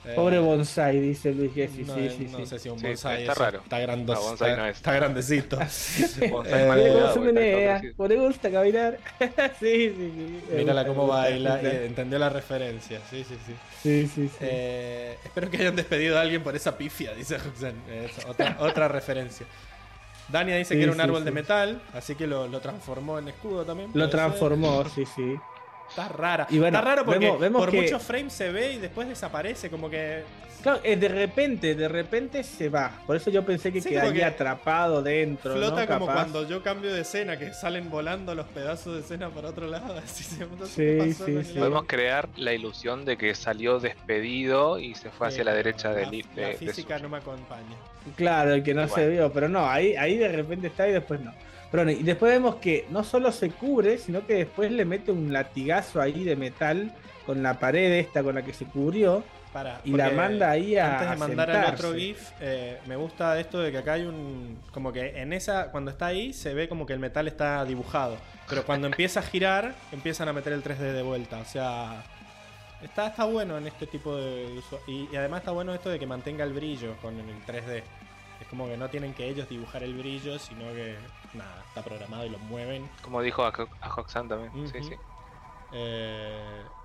Pobre Eh, bonsai, dice Luis Gessi. no, sí, eh, sí, no sí. sé si un Sí, bonsai está es- raro. está, grande, No, bonsai está, no es. está grandecito. Bonsai Eh, mal Mira cuidado, cómo se porque está menea, todo ¿cómo le gusta caminar? sí, sí, sí. me Mírala gusta, cómo me gusta, baila, sí, y entendió la referencia. Sí, sí, sí. Sí, sí, sí. Eh, espero que hayan despedido a alguien por esa pifia, dice Roxanne. Es otra, otra referencia. Dania dice Sí, que era un sí, árbol sí. de metal, así que lo, lo transformó en escudo también. Lo puede ser. transformó, sí, sí. Está rara. Y bueno, Está raro porque vemos- vemos por que- muchos frames se ve y después desaparece, como que. Claro, eh, de repente, de repente se va. Por eso yo pensé que Sí, como quedaría que atrapado dentro. Flota ¿no? como Capaz. cuando yo cambio de escena, que salen volando los pedazos de escena para otro lado. Así se no sé Sí, qué pasó sí, con sí. el Podemos árbol. crear la ilusión de que salió despedido y se fue hacia la Pero derecha la, del de, la de física Sushi. no me acompaña. Claro, el que no Igual. se vio, pero no, ahí, ahí de repente está y después no. Pero bueno, y después vemos que no solo se cubre, sino que después le mete un latigazo ahí de metal con la pared esta con la que se cubrió. Para, Y la porque manda ahí a- Antes de a mandar al sentarse. otro GIF, eh, me gusta esto de que acá hay un. Como que en esa, cuando está ahí, se ve como que el metal está dibujado. Pero cuando empieza a girar, empiezan a meter el tres D de vuelta. O sea. Está, está bueno en este tipo de uso. Y, y además está bueno esto de que mantenga el brillo con el tres D. Es como que no tienen que ellos dibujar el brillo, sino que. Nada, está programado y lo mueven. Como dijo a, Ho- a Hoxan también. Sí, Ujú. sí. Eh,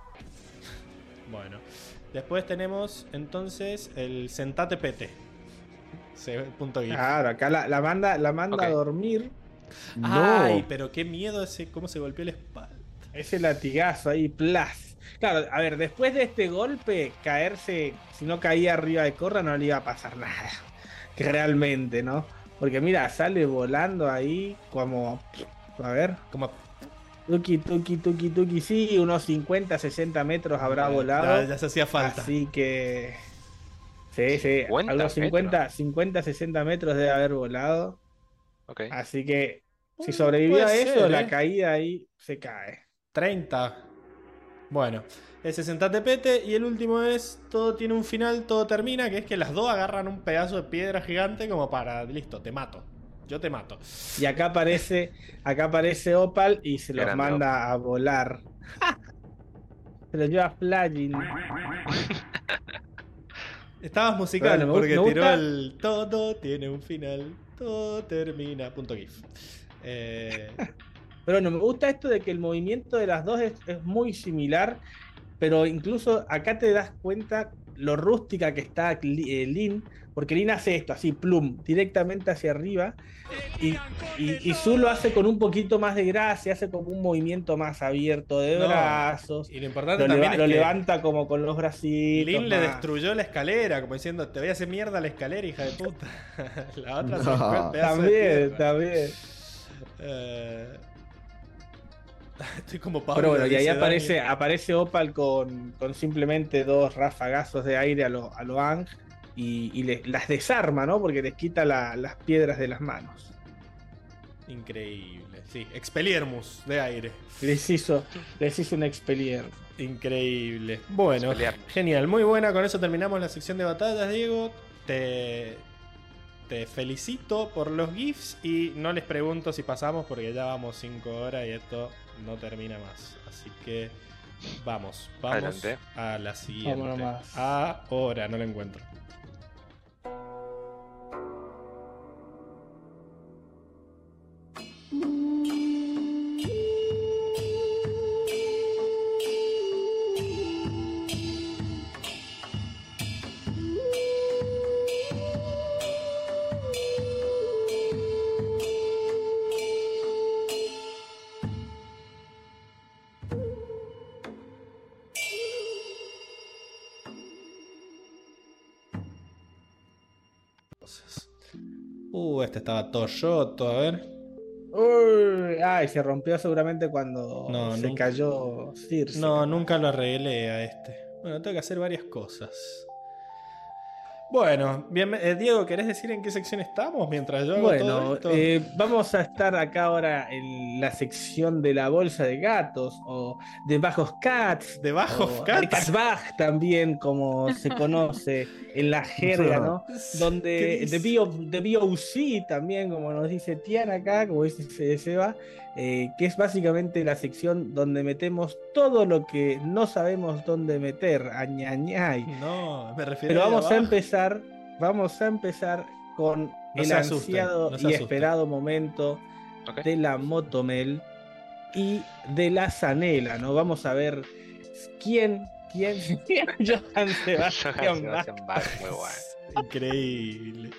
Bueno. Después tenemos entonces el Sentate P T. Se- punto gif. Claro, acá la, la manda, la manda Ok. a dormir. Ay, pero qué miedo ese, cómo se golpeó la espalda. Ese latigazo ahí, plas. Claro, a ver, después de este golpe, caerse, si no caía arriba de Korra, no le iba a pasar nada. Que realmente, ¿no? Porque mira, sale volando ahí como. A ver. Como Tuki, tuki, tuki, tuki. Sí, unos cincuenta, sesenta metros habrá ya, volado. Ya, ya se hacía falta. Así que. Sí, sí. cincuenta Algunos cincuenta, cincuenta, sesenta metros debe haber volado. Ok. Así que. Si Mm, sobrevivió puede a eso, ser, la ¿eh? caída ahí se cae. treinta. Bueno, ese Sentate P T. Y el último es: todo tiene un final, todo termina. Que es que las dos agarran un pedazo de piedra gigante como para. Listo, te mato. Yo te mato. Y acá aparece, acá aparece Opal y se los Grande manda a volar. Se los lleva flying. Estabas musical Bueno, me gu- porque me tiró gusta- el todo tiene un final, todo termina. Punto gif. Eh, Pero bueno, me gusta esto de que el movimiento de las dos es, es muy similar, pero incluso acá te das cuenta lo rústica que está Li- eh, Lin, porque Lin hace esto, así, plum, directamente hacia arriba, y, y, y Zu lo hace con un poquito más de gracia, hace como un movimiento más abierto de No, brazos, y lo importante lo, también leva- es lo que levanta como con los bracitos. Lin le más. destruyó la escalera, como diciendo, te voy a hacer mierda la escalera, hija de puta. La otra se No. fue el pedazo de También, tierra. también. Eh, Estoy como Pablo. Pero bueno, y ahí dice aparece, Dani. aparece Opal con, con simplemente dos ráfagazos de aire a lo, a lo Aang y, y le- las desarma, ¿no? Porque les quita la- las piedras de las manos. Increíble. Sí, Expelliarmus de aire. Les hizo, les hizo un expelier. Increíble. Bueno, Expelliarmus. genial, muy buena. Con eso terminamos la sección de batallas, Diego. Te, te felicito por los GIFs y no les pregunto si pasamos porque ya vamos cinco horas y esto no termina más. Así que vamos, vamos Adelante. a la siguiente. Vamos nomás. Ahora, no la encuentro. Entonces. Uh, este estaba todo roto, a ver. Uy, ay, se rompió seguramente cuando No, se nunca- cayó Circe. No, nunca lo arreglé a este. Bueno, tengo que hacer varias cosas. Bueno, bien, eh, Diego, ¿querés decir en qué sección estamos mientras yo hago todo Bueno, esto? eh, vamos a estar acá ahora en la sección de la bolsa de gatos o de bajos cats. De bajos o cats. de Catsbach también, como se conoce en la jerga, ¿no? ¿Qué Donde dice? The, B O The B O C también, como nos dice Tiana acá, como dice Seba, eh, que es básicamente la sección donde metemos todo lo que no sabemos dónde meter, añañay. No, me refiero Pero a vamos a abajo. empezar, vamos a empezar con No el se asusten, ansiado no se y asusten. esperado momento Ok. de la Motomel y de la Zanela, ¿no? Vamos a ver quién, quién, quién Johann Sebastian Bach. Sebastian Bach, muy bueno. Increíble.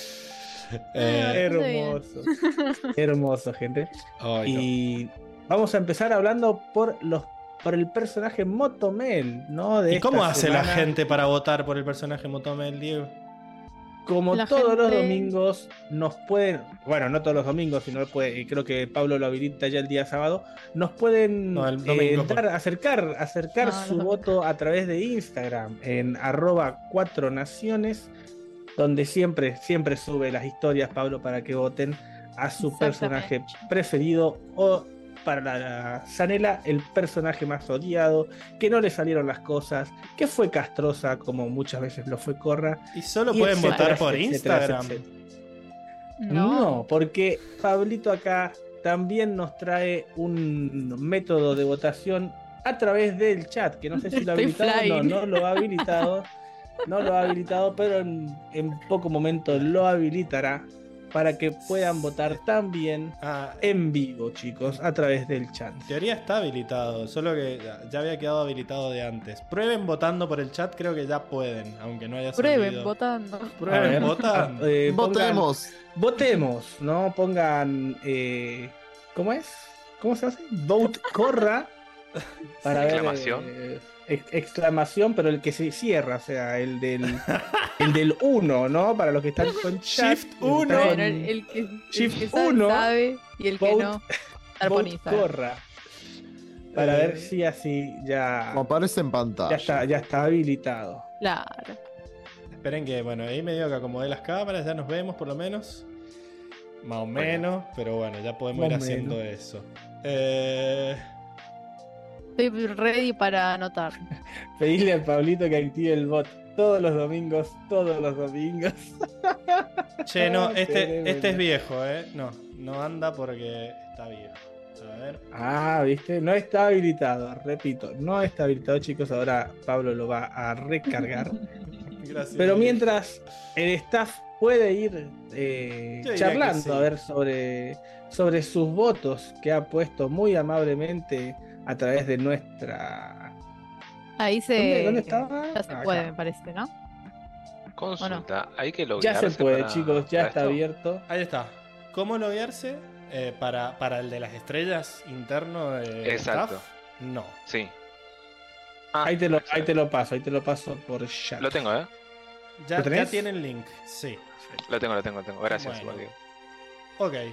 Ah, Eh, Hermoso, hermoso, gente. ay, no. Y vamos a empezar hablando por los por el personaje Motomel, ¿no? De ¿Y cómo esta hace la semana. gente para votar por el personaje Motomel, Diego? Como La todos los gente- domingos nos pueden, bueno, no todos los domingos, sino puede, creo que Pablo lo habilita ya el día sábado, nos pueden No, el eh, domingo, dar- acercar, acercar No, su los voto a través de Instagram en arroba cuatro naciones, donde siempre, siempre sube las historias, Pablo, para que voten a su Exactamente. personaje preferido o para la Zanela el personaje más odiado, que no le salieron las cosas, que fue castrosa como muchas veces lo fue Corra. Y solo Y pueden etcétera, votar por etcétera, Instagram. etcétera. No. No, porque Pablito acá también nos trae un método de votación a través del chat, que no sé si lo ha Estoy habilitado o no, flying. no lo ha habilitado, no lo ha habilitado, pero en, en poco momento lo habilitará para que puedan votar también Ah, en vivo, chicos, a través del chat. en teoría está habilitado, solo que ya- ya había quedado habilitado de antes. Prueben votando por el chat, creo que ya pueden, aunque no haya Prueben salido. votando. A Prueben ver, votando. ah, eh, pongan- Votemos. Votemos, ¿no? Pongan. Eh, ¿Cómo es? ¿Cómo se hace? Vote Corra. Para ver. Exclamación. eh, ex- exclamación, pero el que se cierra, o sea, el del. El del uno, ¿no? Para los que están con chat. Shift los que uno. están Bueno, con el, el que, el Shift que sabe, uno, sabe, y el que vote- no, estar por Vote Instagram. Corra. Para Eh, ver si así ya. Como aparece en pantalla. Ya está, ya está habilitado. Claro. Esperen que, bueno, ahí medio que acomodé las cámaras, ya nos vemos por lo menos. Más o menos, pero bueno, ya podemos Más ir o haciendo menos. eso. Eh, Estoy ready para anotar. Pedirle a Pablito que active el bot todos los domingos, todos los domingos. che, no, Ah, este, tremendo. este es viejo, ¿eh? No, no anda porque está viejo. A ver. Ah, viste, no está habilitado, repito, no está habilitado, chicos. Ahora Pablo lo va a recargar. Gracias. Pero mientras el staff puede ir eh, Yo diría que charlando sí. a ver sobre, sobre sus votos que ha puesto muy amablemente a través de nuestra. Ahí se. ¿Dónde, dónde estaba? Ya se Acá. puede, me parece, ¿no? Consulta, hay que Ya loguearse se puede, para- chicos, ya para está esto? abierto. Ahí está. ¿Cómo loguearse? Eh, para, para el de las estrellas interno de Exacto. staff, no. Sí. Ah, Ahí te, lo, ahí excelente. te lo paso, ahí te lo paso por chat. Lo tengo, ¿eh? Ya, ¿Lo tenés? ya tienen link, sí. Lo tengo, lo tengo, lo tengo. Gracias, Bueno. igual, Diego. Ok.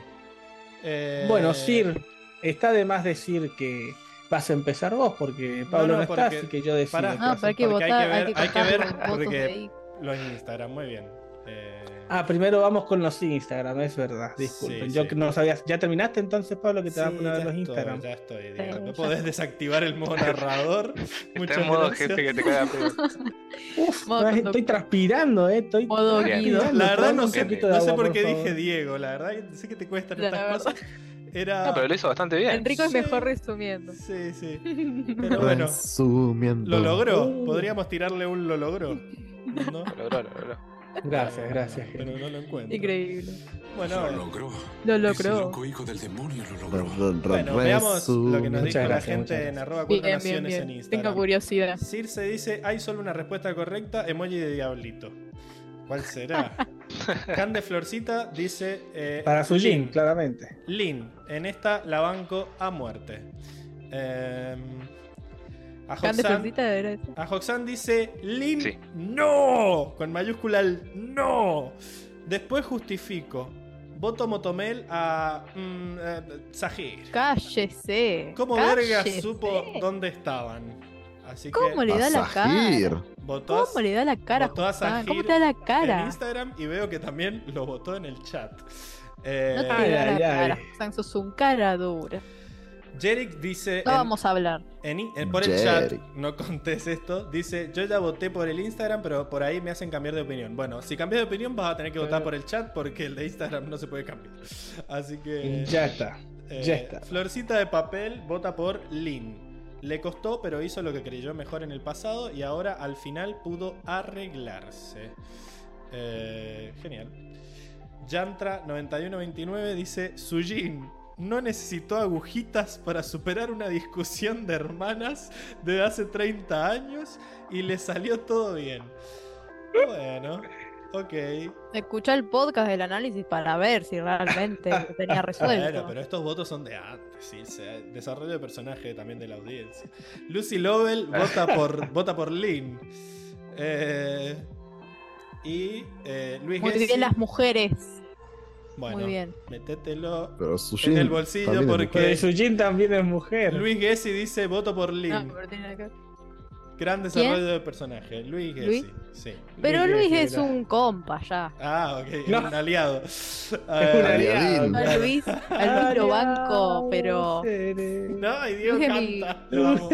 Eh, Bueno, Sir, está de más decir que vas a empezar vos, porque Pablo no, no, está, porque- así que yo decido. pará. qué Ah, hacer. pero hay que porque hay votar, que hay ver- que hay que contar ver los votos porque- de ahí. Los Instagram, muy bien. Eh, Ah, primero vamos con los Instagram, es verdad. Disculpen. Sí, Yo sí. que no sabía. ¿Ya terminaste entonces, Pablo, que te va a sí, poner ya los estoy, Instagram? ya estoy, Diego. Sí, ¿Me ya podés está. desactivar el modo narrador? Está Muchas en modo gracias. gente que te caga pedo. Uf, Modo no, conductor. estoy transpirando, eh. Estoy Modo transpirando. guido. La verdad no Toma sé, un poquito de no sé agua, por qué favor. dije Diego, la verdad que sé que te cuestan La estas verdad. cosas. Era... No, pero lo hizo bastante bien. Enrico es Sí. mejor resumiendo. Sí, sí. Pero bueno, Resumiendo. lo logró. Uh. Podríamos tirarle un lo logró. ¿No? Lo logró, lo logró. Gracias, gracias, Pero gente. no lo encuentro. Increíble. Bueno, Lo logró. Lo Ese logró. loco hijo del demonio lo Re- logró. re- bueno veamos lo que nos Muchas dijo la gracias, gente muchas en gracias. arroba Bien, cuatro bien, naciones en bien. Instagram. Tengo curiosidad. Circe dice, hay solo una respuesta correcta, emoji de diablito. ¿Cuál será? Can de Florcita dice... eh, Para su Lin. jean, claramente. Lin, en esta la banco a muerte. Eh, a Can de Hoxan, Florcita era eso. a Hoxan dice, Lin, Sí. no, con mayúscula el no. Después justifico. Voto Motomel a mm, eh, Sahir. Cállese. ¿Cómo verga cállese. supo dónde estaban? Así ¿Cómo que le da la Pasajir. cara? votó a- ¿Cómo le da la cara? votó a Juan? Sahir ¿Cómo te da la en cara? Instagram y veo que también lo votó en el chat. Eh, No te Ay, da la ay, cara, ay. Juan, sos un cara dura. Jerick dice No en- vamos a hablar. en in- en- por el chat, Jerick. no contés esto, dice, yo ya voté por el Instagram, pero por ahí me hacen cambiar de opinión. Bueno, si cambias de opinión vas a tener que votar por el chat porque el de Instagram no se puede cambiar. Así que... Ya está. eh, ya está. Florcita de papel vota por Lin. le costó, pero hizo lo que creyó mejor en el pasado y ahora al final pudo arreglarse. Eh, genial. Yantra noventa y uno veintinueve dice: Sujin no necesitó agujitas para superar una discusión de hermanas de hace treinta años y le salió todo bien. Bueno, ok. Escuchá el podcast del análisis para ver si realmente lo tenía resuelto. Bueno, pero estos votos son de antes, sí, o sea, desarrollo de personaje también de la audiencia. Lucy Lovell vota por, vota por Lynn. Eh, y eh, Luis Muy Gessi, bien las mujeres. bueno, Muy bien. Métetelo Pero Sujin en el bolsillo también es porque Porque Sujin también es mujer. Luis Gessi dice voto por Lynn. No, pero tiene nada que ver. Gran desarrollo de personaje. Luis Gessi. ¿Luis? Sí. Pero Luis Luis Gessi, es mira. un compa ya. Ah, ok, No. un aliado. Es un Eh, aliado. A Luis, a Luis lo banco, pero. no, y Diego Luis es mi- canta. Lo amo.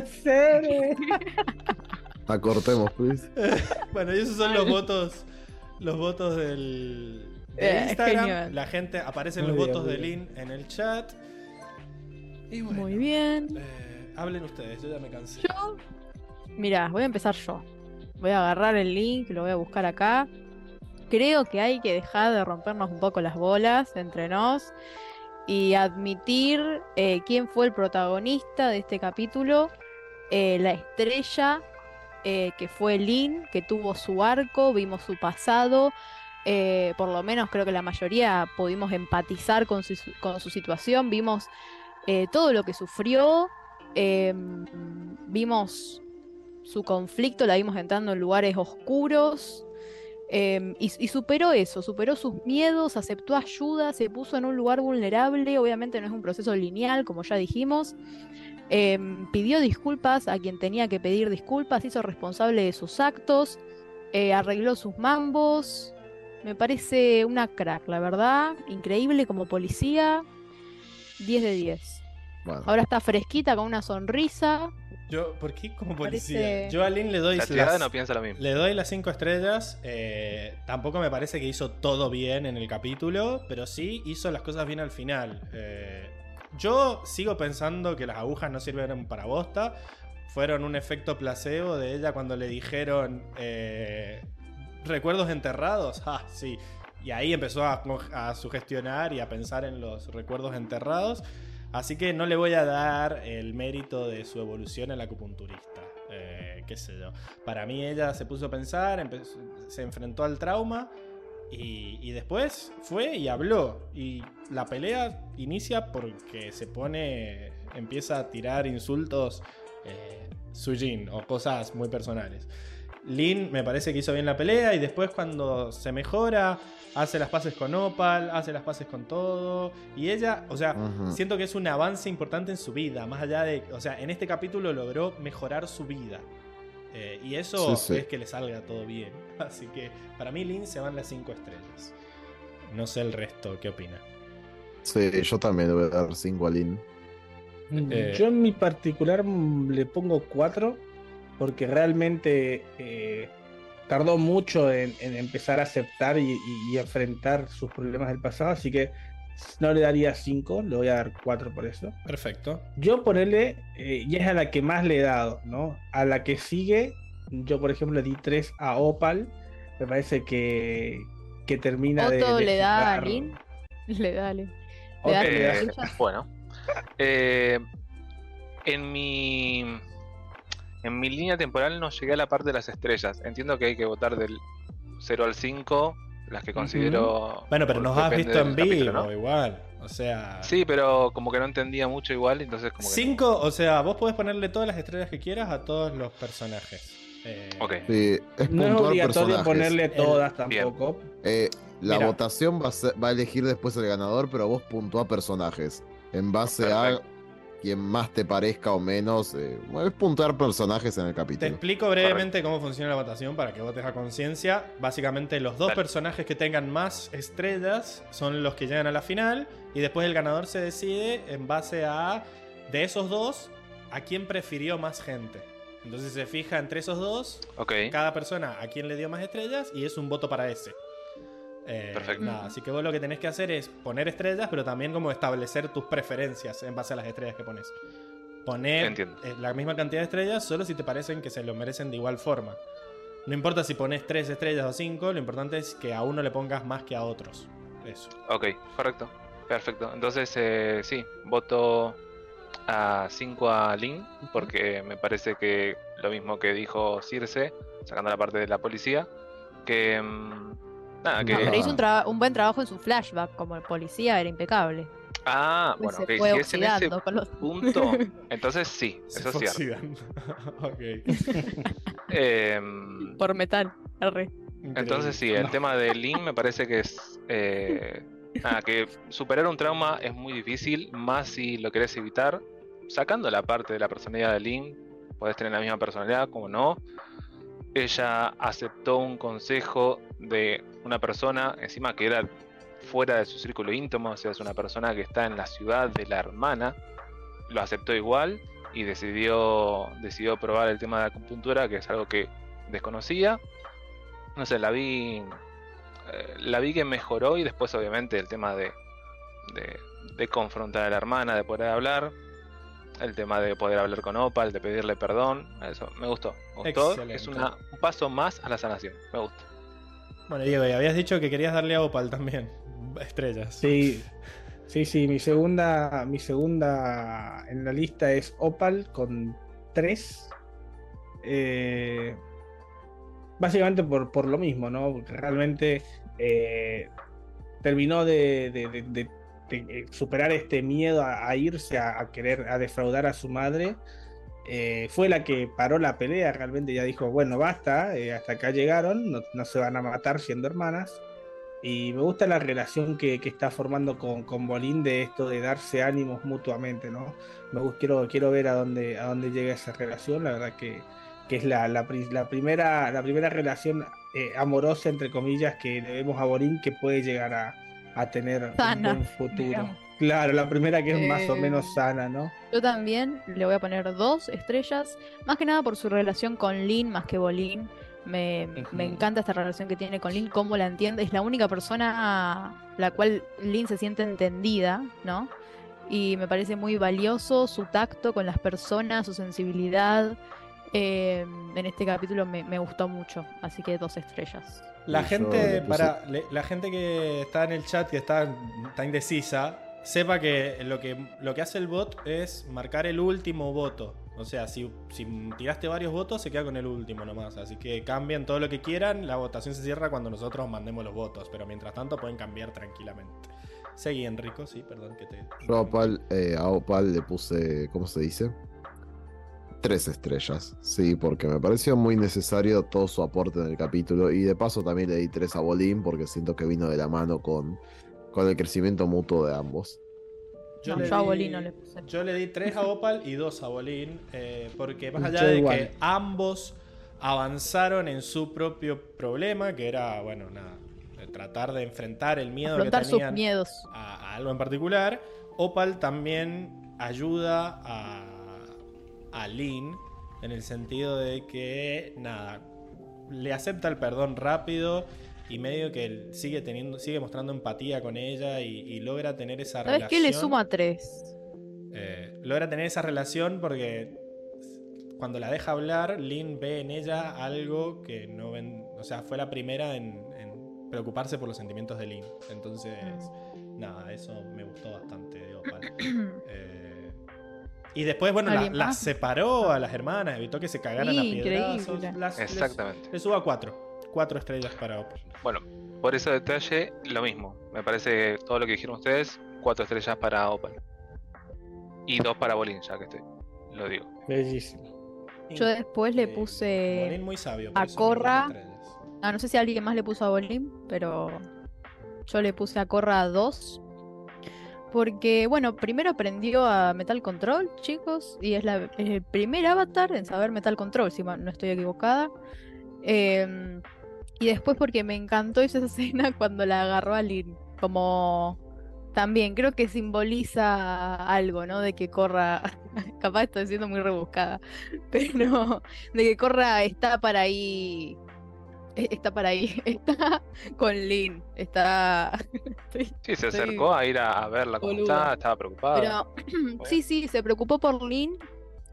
Acortemos, please. Bueno, y esos son los votos. Los votos del de Eh, Instagram. genial. La gente, aparecen Muy los bien, votos muy de bien. Lynn en el chat. Y bueno, Muy bien. eh, hablen ustedes, yo ya me cansé. Yo. Mirá, voy a empezar yo. Voy a agarrar el link, lo voy a buscar acá. Creo que hay que dejar de rompernos un poco las bolas entre nos y admitir eh, quién fue el protagonista de este capítulo. Eh, la estrella eh, que fue Lynn, que tuvo su arco, vimos su pasado. Eh, por lo menos creo que la mayoría pudimos empatizar con su, con su situación. Vimos eh, todo lo que sufrió. eh, vimos su conflicto, la vimos entrando en lugares oscuros. eh, y, y superó eso, superó sus miedos, aceptó ayuda, se puso en un lugar vulnerable. Obviamente no es un proceso lineal, como ya dijimos. Eh, pidió disculpas a quien tenía que pedir disculpas, hizo responsable de sus actos, eh, arregló sus mambos. Me parece una crack, la verdad. Increíble como policía. diez de diez. Bueno, Ahora está fresquita con una sonrisa. Yo, ¿por qué como policía? Parece- Yo a Lynn le doy La triada las- no piensa lo mismo. Le doy las cinco estrellas. eh, tampoco me parece que hizo todo bien en el capítulo, pero sí hizo las cosas bien al final. Eh, yo sigo pensando que las agujas no sirvieron para bosta. Fueron un efecto placebo de ella cuando le dijeron eh, recuerdos enterrados. Ah, sí. Y ahí empezó a, a sugestionar y a pensar en los recuerdos enterrados. Así que no le voy a dar el mérito de su evolución al acupunturista. Eh, qué sé yo. Para mí ella se puso a pensar, empezó- se enfrentó al trauma y, y después fue y habló. Y la pelea inicia porque se pone, empieza a tirar insultos eh, Sujin o cosas muy personales. Lynn me parece que hizo bien la pelea y después cuando se mejora hace las paces con Opal, hace las paces con todo y ella, o sea, Ujú. siento que es un avance importante en su vida, más allá de, o sea, en este capítulo logró mejorar su vida. Eh, y eso Sí, sí. es que le salga todo bien. Así que para mí Lynn se van las cinco estrellas. No sé el resto, ¿qué opina? sí, yo también le voy a dar cinco a Lynn. Eh, Yo en mi particular mm, le pongo cuatro porque realmente eh, tardó mucho en, en empezar a aceptar y, y- y enfrentar sus problemas del pasado, así que no le daría cinco, le voy a dar cuatro por eso. Perfecto. Yo ponerle, eh, y es a la que más le he dado, ¿no? A la que sigue, yo por ejemplo le di tres a Opal, me parece que, que termina de... Otto de le da a cerrar. Lynn. Le da a Lynn. Otto Le da le da- Eh, estrellas. bueno. Eh, en mi. En mi línea temporal no llegué a la parte de las estrellas. Entiendo que hay que votar del cero al cinco, las que considero. Bueno, pero nos has depende visto en del capítulo, vivo ¿no? igual. O sea... Sí, pero como que no entendía mucho igual, entonces como que. Cinco, o sea, vos podés ponerle todas las estrellas que quieras a todos los personajes. Eh, Ok. Sí, es No es puntuar obligatorio personajes. ponerle El- todas Bien. tampoco. Eh, la Mira. votación va a, ser- va a elegir después el ganador, pero vos puntúa personajes. En base Perfecto. a quien más te parezca o menos. Eh, bueno, es puntuar personajes en el Te capítulo. explico brevemente cómo funciona la votación para que votes a conciencia. Básicamente, los dos Dale. personajes que tengan más estrellas son los que llegan a la final. Y después el ganador se decide en base a, de esos dos, a quién prefirió más gente. Entonces se fija entre esos dos, Ok. cada persona a quién le dio más estrellas y es un voto para ese. Eh, Perfecto. nada, así que vos lo que tenés que hacer es poner estrellas, pero también como establecer tus preferencias en base a las estrellas que pones. poner Entiendo. eh, la misma cantidad de estrellas solo si te parecen que se lo merecen de igual forma. No importa si pones tres estrellas o cinco, lo importante es que a uno le pongas más que a otros. Eso. Ok, correcto. Perfecto. Entonces, eh, sí, voto a cinco a Lin, porque me parece que lo mismo que dijo Circe, sacando la parte de la policía, que... mm, nada, que... No, pero hizo un, traba- un buen trabajo en su flashback, como el policía era impecable. Ah, Después bueno, se ok, fue si es en ese oxidando con los- punto, entonces sí, Se eso es fue cierto. oxidando. Ok. Em, Por metal. Arre. Entonces sí, el tema de Lin me parece que es... eh, nada, que superar un trauma es muy difícil, más si lo querés evitar. Sacando la parte de la personalidad de Lin, podés tener la misma personalidad, como no. Ella aceptó un consejo de una persona, encima que era fuera de su círculo íntimo, o sea, es una persona que está en la ciudad de la hermana. Lo aceptó igual y decidió, decidió probar el tema de la acupuntura, que es algo que desconocía. No sé, la vi eh, la vi que mejoró, y después obviamente el tema de, de, de confrontar a la hermana, de poder hablar, el tema de poder hablar con Opal, de pedirle perdón, eso me gustó, me gustó. Excelente. Es una, un paso más a la sanación, me gusta. Bueno, Diego, y habías dicho que querías darle a Opal también estrellas. Sí, sí, sí. Mi segunda, mi segunda en la lista es Opal con tres. Eh, básicamente por, por lo mismo, ¿no? Porque realmente eh, terminó de, de- de- de- de superar este miedo a, a irse a, a querer, a defraudar a su madre. Eh, fue la que paró la pelea, realmente ya dijo, bueno, basta, eh, hasta acá llegaron, no, no se van a matar siendo hermanas. Y me gusta la relación que, que está formando con, con Bolín, de esto de darse ánimos mutuamente, ¿no? Me gu- quiero, quiero ver a dónde, a dónde llega esa relación. La verdad que, que es la, la, pri- la primera, la primera relación eh, amorosa, entre comillas, que le vemos a Bolín, que puede llegar a, a tener Sana, un buen futuro. digamos. Claro, la primera que es más o Eh, menos sana, ¿no? Yo también le voy a poner dos estrellas, más que nada por su relación con Lin más que Bolin. Me, Ujú. me encanta esta relación que tiene con Lin, cómo la entiende. Es la única persona la cual Lin se siente entendida, ¿no? Y me parece muy valioso su tacto con las personas, su sensibilidad. Eh, en este capítulo me, me gustó mucho, así que dos estrellas. La Y yo gente, le puse- para, le- la gente que está en el chat, que está, está indecisa, sepa que lo, que lo que hace el bot es marcar el último voto. O sea, si, si tiraste varios votos, se queda con el último nomás. Así que cambien todo lo que quieran. La votación se cierra cuando nosotros mandemos los votos. Pero mientras tanto pueden cambiar tranquilamente. Seguí, Enrico, sí, perdón que te... Yo a Opal, eh, a Opal le puse, ¿cómo se dice? Tres estrellas, sí, porque me pareció muy necesario todo su aporte en el capítulo, y de paso también le di tres a Bolín porque siento que vino de la mano con, con el crecimiento mutuo de ambos. No, le yo a di- Bolín no le puse. Yo le di tres a Opal y dos a Bolín, eh, porque más Yo allá de igual. que ambos avanzaron en su propio problema, que era, bueno, nada, de tratar de enfrentar el miedo Afrontar que sus tenían miedos. a, a algo en particular, Opal también ayuda a, a Lin en el sentido de que, nada, le acepta el perdón rápido y medio que él sigue teniendo, sigue mostrando empatía con ella y, y logra tener esa ¿Sabes relación. qué? Le suma tres. Eh, logra tener esa relación porque cuando la deja hablar, Lin ve en ella algo que no ven, o sea, fue la primera en, en preocuparse por los sentimientos de Lin. Entonces, nada, eso me gustó bastante de Opal. Eh, y después, bueno, la- ¿Alguien las más? separó a las hermanas, evitó que se cagaran a Sí, piedrazos. increíble. Las- les- Exactamente. Le subo a cuatro. Cuatro estrellas para Opal. Bueno, por ese detalle, lo mismo. Me parece que todo lo que dijeron ustedes, cuatro estrellas para Opal. Y dos para Bolín, ya que estoy. Lo digo. Bellísimo. Yo después le Increíble. puse Bolín muy sabio. por a eso Corra. me dio tres estrellas. Ah, no sé si alguien más le puso a Bolín, pero yo le puse a Corra dos. Porque, bueno, primero aprendió a Metal Control, chicos, y es, la, es el primer avatar en saber Metal Control, si ma- no estoy equivocada. Eh, y después porque me encantó esa escena cuando la agarró a Lin. Como también creo que simboliza algo, ¿no? De que Corra, capaz estoy siendo muy rebuscada, pero de que Corra está para ahí. Está para ahí, está con Lin, está... estoy- Sí, se estoy- acercó a ir a, a verla como boluda. está, estaba preocupada. Pero sí, sí, se preocupó por Lin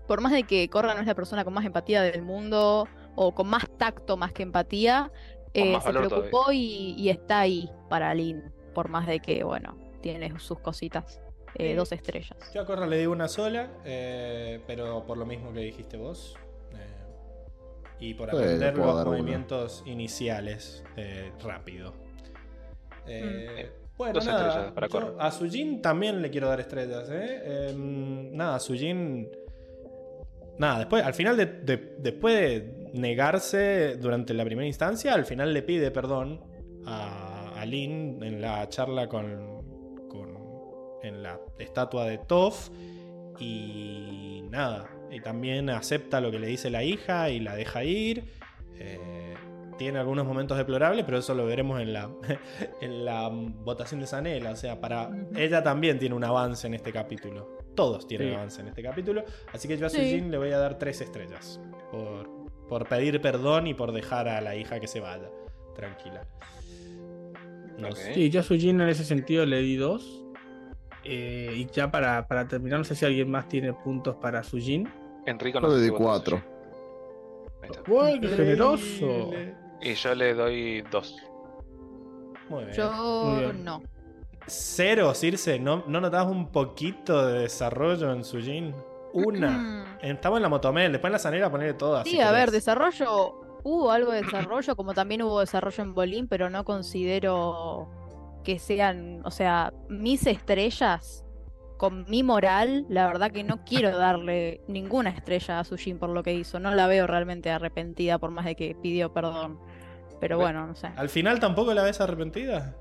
por más de que Korra no es la persona con más empatía del mundo, o con más tacto más que empatía, eh, más se valor preocupó y, y está ahí para Lin, por más de que, bueno, tiene sus cositas. Eh, Sí. Dos estrellas. Yo a Korra le digo una sola, eh, pero por lo mismo que dijiste vos. eh, y por Sí, aprender le puedo los dar una. movimientos iniciales eh, rápido. Eh, Bueno, Dos nada, estrellas para yo Korra. a Sujin también le quiero dar estrellas. ¿eh? Eh, nada, Sujin. Nada, después, al final, de, de- después de negarse durante la primera instancia, al final le pide perdón a, a Lin en la charla con, con- en la estatua de Toph. Y nada, y también acepta lo que le dice la hija y la deja ir. Eh, tiene algunos momentos deplorables, pero eso lo veremos en la, en la votación de Sanela. O sea, para Ujú. ella también tiene un avance en este capítulo. Todos tienen Sí. avance en este capítulo. Así que yo a Sí. Sujin le voy a dar tres estrellas. Por, por pedir perdón y por dejar a la hija que se vaya. Tranquila. No Ok. sé. Sí, yo a Sujin en ese sentido le di dos. Eh, y ya para, para terminar, no sé si alguien más tiene puntos para Sujin. Enrico Yo no le sé di si votó cuatro. Sushi. Ahí está. ¡Uy, qué generoso! Increíble. Y yo le doy dos. Muy bien. Muy Yo bien. no. Cero, Circe. ¿No, ¿No notabas un poquito de desarrollo en Sujin? Una. Estamos en la Motomel. Después en la Sanera ponerle todas. Sí, si a ver, querés. desarrollo. Hubo algo de desarrollo, como también hubo desarrollo en Bolín, pero no considero que sean, o sea, mis estrellas, con mi moral, la verdad que no quiero darle ninguna estrella a Sujin por lo que hizo. No la veo realmente arrepentida por más de que pidió perdón. Pero Ok. bueno, no sé. ¿Al final tampoco la ves arrepentida?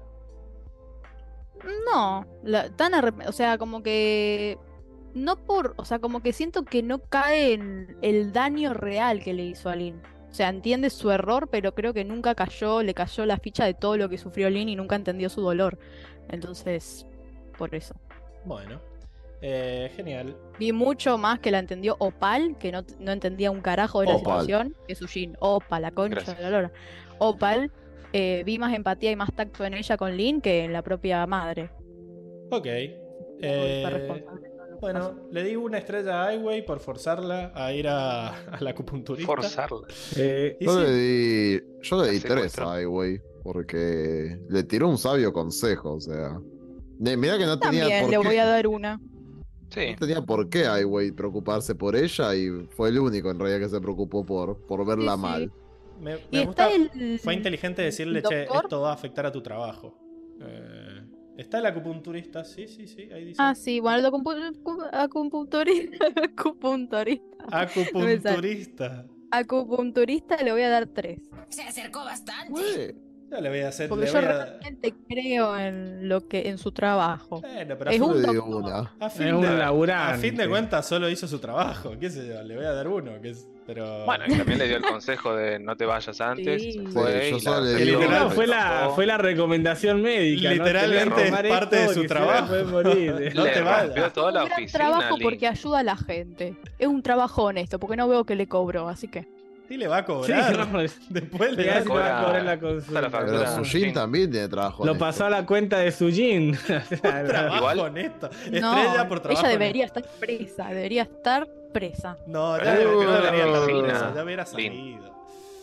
No, la- tan arrep- o sea, como que no por, o sea, como que siento que no cae en el daño real que le hizo a Lin. O sea, entiende su error, pero creo que nunca cayó, le cayó la ficha de todo lo que sufrió Lin y nunca entendió su dolor. Entonces, por eso. Bueno. Eh, genial. Vi mucho más que la entendió Opal, que no, no entendía un carajo de la Opal. situación, que Sujin. Opal, la concha Gracias. de la lora. Opal, eh, vi más empatía y más tacto en ella con Lin que en la propia madre. Ok. Fue Eh, responsable de todo lo que pasó. bueno, le di una estrella a Highway por forzarla a ir a, a la acupunturista. Forzarla. Eh, Y Yo sí, le di, yo le La di tres secuestró. a güey, porque le tiró un sabio consejo, o sea. De- mirá que no tenía También por le qué, voy a dar una. Sí. no tenía por qué a güey preocuparse por ella y fue el único en realidad que se preocupó por, por verla Sí, sí. mal. me, Y me está gusta. el. Fue inteligente decirle, el che, doctor. esto va a afectar a tu trabajo. Eh, está el acupunturista, sí, sí, sí, ahí dice. Ah, sí, bueno, el acumpu- cu- acupunturista. Acupunturista. Acupunturista. Acupunturista le voy a dar tres. Se acercó bastante. Güey, Yo le voy a hacer. Porque le yo voy a... realmente creo en lo que, en su trabajo. Bueno, pero a Es fin, yo un le di doctor. una. a fin Es un de, laburante. a fin de cuentas solo hizo su trabajo. ¿Qué sé yo? Le voy a dar uno. Que es, pero... Bueno, y también le dio el consejo de no te vayas antes. Sí. Se fue Sí, yo y solo la le siguió, digo- no, Literal, fue se la, enojó. fue la recomendación médica. ¿no? Literalmente Tenés que es tomar parte de esto, su que si no trabajo. puedes morir. No Le te vayas. rompió toda Es la un gran oficina, trabajo Lin. porque ayuda a la gente. Es un trabajo honesto, porque no veo que le cobró, así que. Sí, le va a Sí, cobrar. no, Después le le va a va a cobrar. cobrar la Está la consulta. factura. Pero Factura, Sujin sí. también tiene trabajo. Lo honesto. pasó a la cuenta de Sujin. Trabajo Igual- honesto. No, Estrella por trabajo. ella debería estar presa, debería estar presa. No, ya Pero no es debería estar oficina, presa, ya hubiera Lin. salido.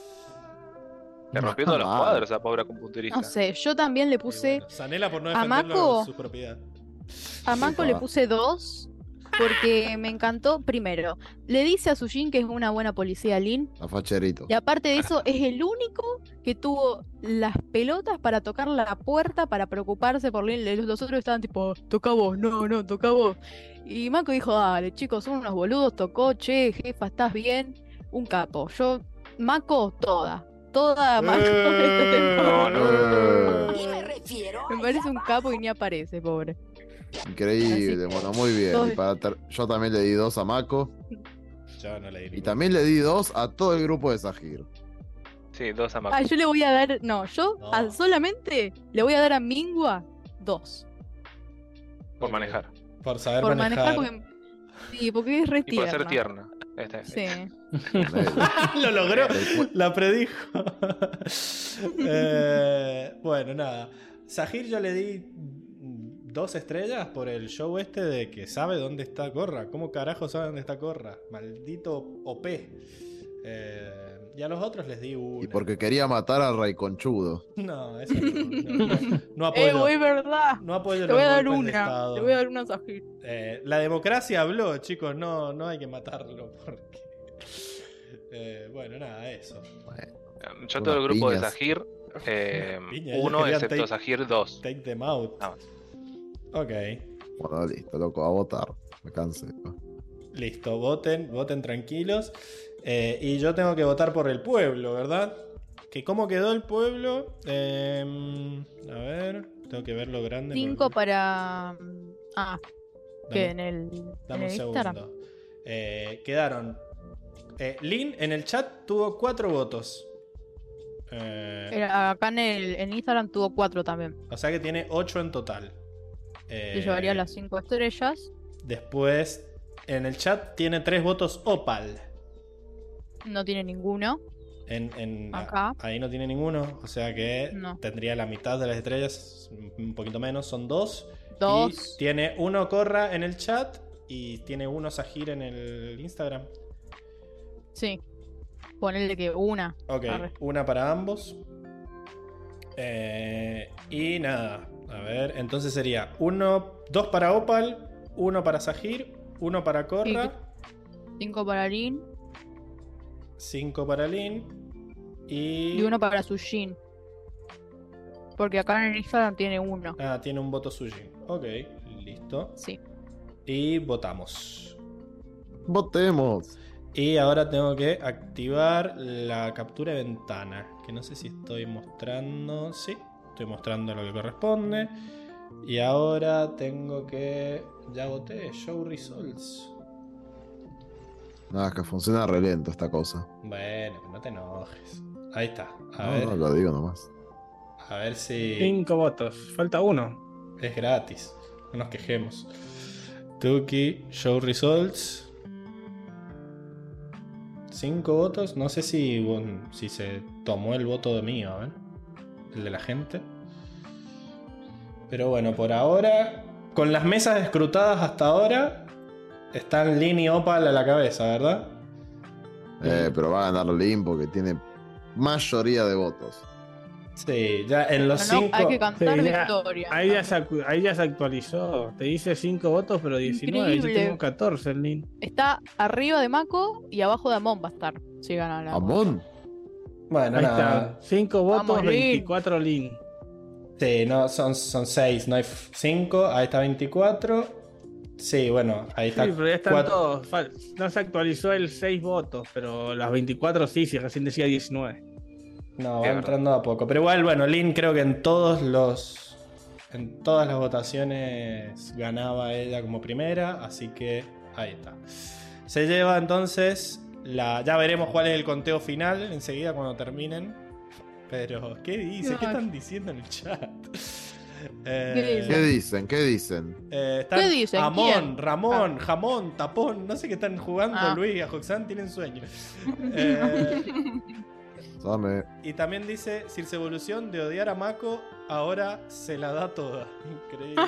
Le rompió todos los Ah. cuadros a pobre acupunturista. No sé, yo también le Y puse. bueno, Sanela por no a defenderlo Mako- su propiedad. A Mako le puse dos. Porque me encantó. Primero, le dice a Sujin que es una buena policía, Lin. A facherito. Y aparte de eso, es el único que tuvo las pelotas para tocar la puerta para preocuparse por Lin. Los otros estaban tipo, toca vos, no, no, toca vos. Y Mako dijo, dale, chicos, son unos boludos, tocó, che, jefa, ¿estás bien? Un capo. Yo, Mako, toda. Toda Mako esta temporada. Y me refiero a Me parece un capo y ni aparece, pobre. Increíble, Así- bueno, muy bien. Dos- Y para ter- yo también le di dos a Mako. Yo no le di Y ningún- también le di dos a todo el grupo de Sahir. Sí, dos a Mako. Ah, yo le voy a dar, no, yo No. a- solamente le voy a dar a Mingua dos. Por manejar. Por saber Por manejar. manejar, porque. Sí, porque es re Y por ser tierna. tierna. Esta- Sí. Lo logró, Del- la predijo. Eh, bueno, nada. Sahir yo le di dos estrellas por el show este de que sabe dónde está Korra. ¿Cómo carajo sabe dónde está Korra? Maldito O P. Eh, y a los otros les di una. Y porque quería matar al Rey Conchudo. No, eso no, no, no, no apoyo. Eh, güey, verdad. No apoyo Te voy los a dar golpes de una. estado. Te voy a dar una Sahir. Eh, la democracia habló, chicos. No, no hay que matarlo. Porque... Eh, bueno, nada, eso. Bueno, Yo todo el unas grupo de piñas. Sahir, eh, Piña, ellos uno querían excepto take- Sahir dos. Take them out. Nada más. Ok. bueno, listo, loco, a votar. Me cansé. ¿no? Listo, voten, voten tranquilos. Eh, y yo tengo que votar por el pueblo, ¿verdad? ¿Que ¿Cómo quedó el pueblo? Eh, a ver, tengo que ver lo grande. Cinco porque- para. Ah, que Dame- en el, en Dame el un Instagram. segundo. Eh, quedaron. Eh, Lin en el chat tuvo cuatro votos. Eh, Era- acá en el en Instagram tuvo cuatro también. o sea que tiene ocho en total. Te Eh, llevaría las cinco estrellas. Después, en el chat tiene tres votos Opal. No tiene ninguno. En, en- Acá. Ahí no tiene ninguno. O sea que No. tendría la mitad de las estrellas. Un poquito menos, son dos. Dos. Y tiene uno Korra en el chat. Y tiene uno Sahir en el Instagram. Sí. Ponerle que una. Ok, Arre. una para ambos. Eh, y nada. A ver, entonces sería uno, dos para Opal, uno para Sahir, uno para Korra, Cinco para Lin cinco para Lin y... y uno para Sushin. Porque acá en el Instagram tiene uno. Ah, tiene un voto Sujin. Ok, listo. Sí. Y votamos. Votemos. Y ahora tengo que activar la captura de ventana. Que no sé si estoy mostrando. Sí, estoy mostrando lo que corresponde. Y ahora tengo que... Ya voté, Show Results. Nada, es que funciona re lento esta cosa. Bueno, no te enojes. Ahí está. A No, ver, no, lo digo nomás. a ver si Cinco votos. Falta uno. es gratis. No nos quejemos. Tuki, Show Results. Cinco votos. No sé si, bueno, si se tomó el voto de mío, ¿eh? El de la gente. Pero bueno, por ahora, con las mesas escrutadas hasta ahora, están Lin y Opal a la cabeza, ¿verdad? Eh, pero va a ganar Lin porque tiene mayoría de votos. Sí, ya en los Pero no, cinco. hay que cantar Sí, ya- victoria. Ahí ya, se, acu- ahí ya se actualizó. Te dice cinco votos, pero diecinueve. Yo Increíble. tengo catorce el link. Está arriba de Mako y abajo de Amon va a estar. Si gana la. Amon. Bueno, Ahí nada. está. cinco Vamos, votos, Lin. veinticuatro link. Sí, no, son, son seis, no hay cinco. Ahí está veinticuatro. Sí, bueno, ahí está. Sí, pero ya están cuatro. todos. Fal- No se actualizó el seis votos, pero las veinticuatro sí, si recién decía diecinueve. No, va Es verdad. entrando a poco. Pero igual, bueno, Lin creo que en todos los. En todas las votaciones ganaba ella como primera. Así que ahí está. Se lleva entonces la. Ya veremos cuál es el conteo final enseguida cuando terminen. Pero, ¿qué dice? ¿Qué Ay. están diciendo en el chat? ¿Qué Eh, ¿Qué dicen? ¿Qué dicen? Eh, están ¿Qué dicen? Amón, ¿Quién? Ramón, Jamón, Tapón, no sé qué están jugando. Ah. Luis y Ajoxán tienen sueño. Eh, Dame. y también dice: Circe Evolución de odiar a Mako, ahora se la da toda. Increíble.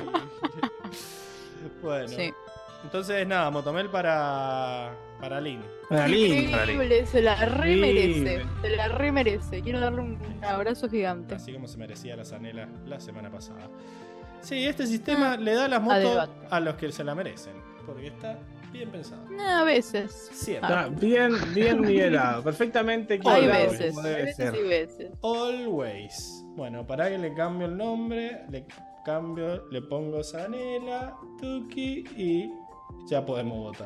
Bueno, Sí. entonces nada, Motomel para, para Lin. Para Lin. Increíble, se la re merece. Increíble. Se la re merece. Quiero darle un abrazo gigante. Así como se merecía la Zanela la semana pasada. Sí, este sistema le da las a motos debate. a los que se la merecen. Porque está bien pensado. A veces. Siempre. Está bien, bien nivelado. Perfectamente Hay equilibrado, veces. como debe Veces ser. y veces. Always. Bueno, para que le cambio el nombre, le cambio, le pongo Zanela, Tuki y ya podemos votar.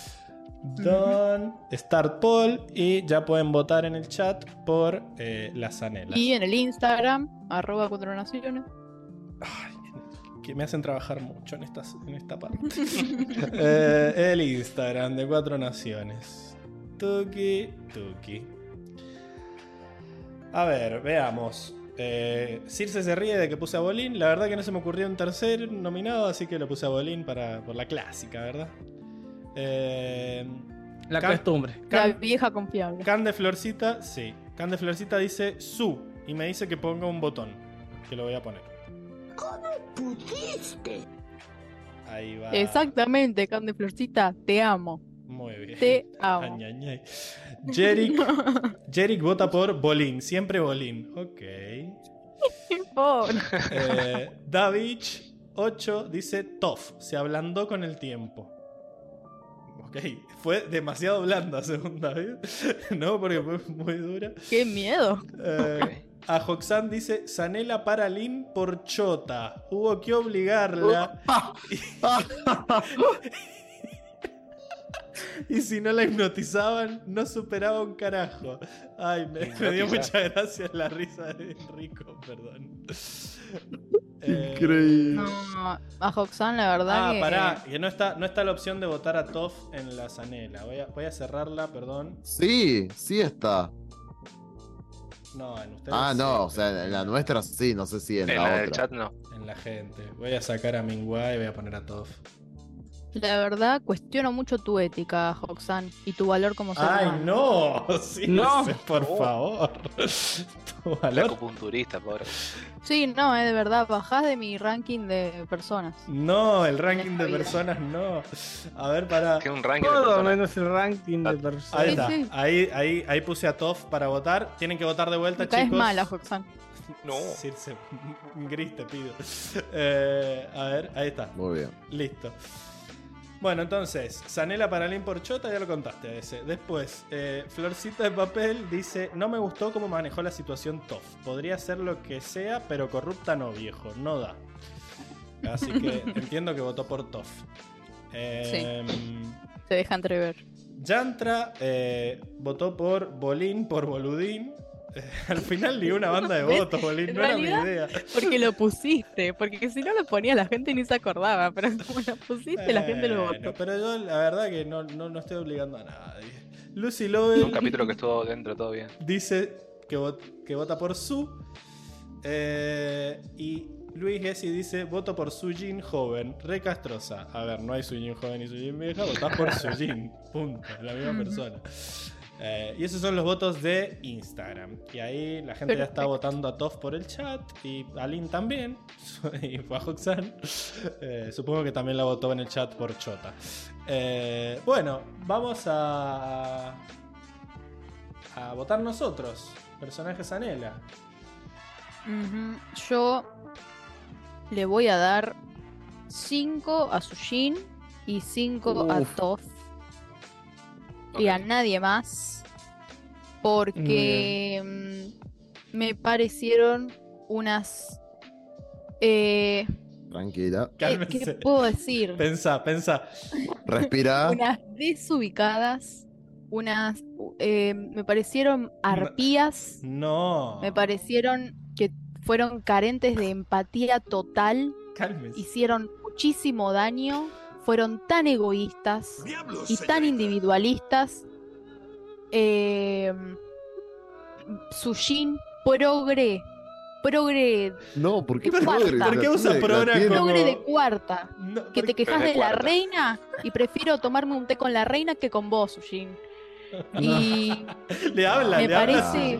Don Start Poll y ya pueden votar en el chat por eh, la Zanela. Y en el Instagram, arroba cuatro naciones. Ay, que me hacen trabajar mucho en esta, en esta parte. Eh, el Instagram de Cuatro Naciones. Tuki, Tuki. A ver, veamos. Eh, Circe se ríe de que puse a Bolín. La verdad que no se me ocurrió un tercer nominado, así que lo puse a Bolín para, por la clásica, ¿verdad? Eh, La Can- costumbre. La Can- vieja confiable. Can de Florcita, sí. Can de Florcita dice su y me dice que ponga un botón. Que lo voy a poner. ¿Cómo pudiste? Ahí va. Exactamente, Conde Florcita, te amo. Muy bien. Te amo. Añañay. Jerick, Jerick vota por Bolín, siempre Bolín. Ok. Pobre. Eh, Davich ocho dice Toff, se ablandó con el tiempo. Ok, fue demasiado blanda según David. No, porque fue muy dura. Qué miedo. Eh, Ok. A Hoxan dice Sanela para Lin por chota. Hubo que obligarla. Y si no la hipnotizaban, no superaba un carajo. Ay, me, me dio mucha gracia la risa de Enrico, perdón. Eh, Increíble. No, a Hoxan la verdad Ah, que... pará, que no está, no está la opción de votar a Toff en la Sanela. Voy a, voy a cerrarla, perdón. Sí, sí está. No, en ustedes. Ah, sí, no, o sea, pero en la nuestra sí, no sé si en En la la otra. del chat no. En la gente. Voy a sacar a Mingua y voy a poner a Toff. La verdad, cuestiono mucho tu ética, Hoxan, y tu valor como ser ¡Ay, humano. no! Sí, No. por favor. Tu La valor. acupunturista, pobre. Sí, no, es de verdad, bajás de mi ranking de personas. No, el ranking esta de vida. personas no. A ver, para. Tiene un ranking de Todo personas. menos el ranking de Ahí personas. está. Sí, sí. Ahí, ahí, ahí puse a Toff para votar. Tienen que votar de vuelta, Me caes chicos. mal a Hoxan. No. Circe, gris te pido. Eh, a ver, ahí está. Muy bien. Listo. Bueno, entonces, Sanela para Lin por chota, ya lo contaste a ese. Después, eh, Florcita de Papel dice: no me gustó cómo manejó la situación Toff. Podría ser lo que sea, pero corrupta no, viejo. No da. Así que entiendo que votó por Toff. Eh, Se deja entrever. Yantra eh, votó por Bolín por Boludín. Eh, al final ni una banda de ¿Ves? votos, Bolín. En No era mi realidad- idea. Porque lo pusiste, porque si no lo ponía la gente ni se acordaba, pero como lo pusiste la gente lo Bueno, votó. pero yo la verdad que no, no, no estoy obligando a nadie. Lucy Un Lowell capítulo que estuvo dentro todo bien. dice que, vot- que vota por Su. Eh, y Luis Gessi dice: voto por Sujin joven, re castrosa. A ver, no hay Sujin joven y Sujin vieja, votás por Sujin. Punto, la misma Ujú. persona. Eh, y esos son los votos de Instagram. Y ahí la gente ya está Perfecto. votando a Toff por el chat. Y a Lin también. Y fue a Hoxan. Eh, supongo que también la votó en el chat por Chota. Eh, bueno, vamos a. A votar nosotros. Personajes Anela. Ujú. Yo le voy a dar cinco a Sujin y cinco a Uf. Toff. Y a Ok. nadie más. Porque mm, me parecieron unas. Eh, Tranquila. ¿qué, Cálmense. qué puedo decir? Pensá, pensá. Respira. Unas desubicadas. Unas. eh, me parecieron arpías. No. Me parecieron que fueron carentes de empatía total. Cálmese. Hicieron muchísimo daño. Fueron tan egoístas ¡Diablos, y tan señorita! individualistas. Eh, Sujin, progre. Progre. No, ¿por qué ¿Por progre? qué La usa tiene- la progre tiene- como- Progre de cuarta. No, Que te porque- quejas de de la cuarta. reina y prefiero tomarme un té con la reina que con vos, Sujin. Y Le habla, me le habla. parece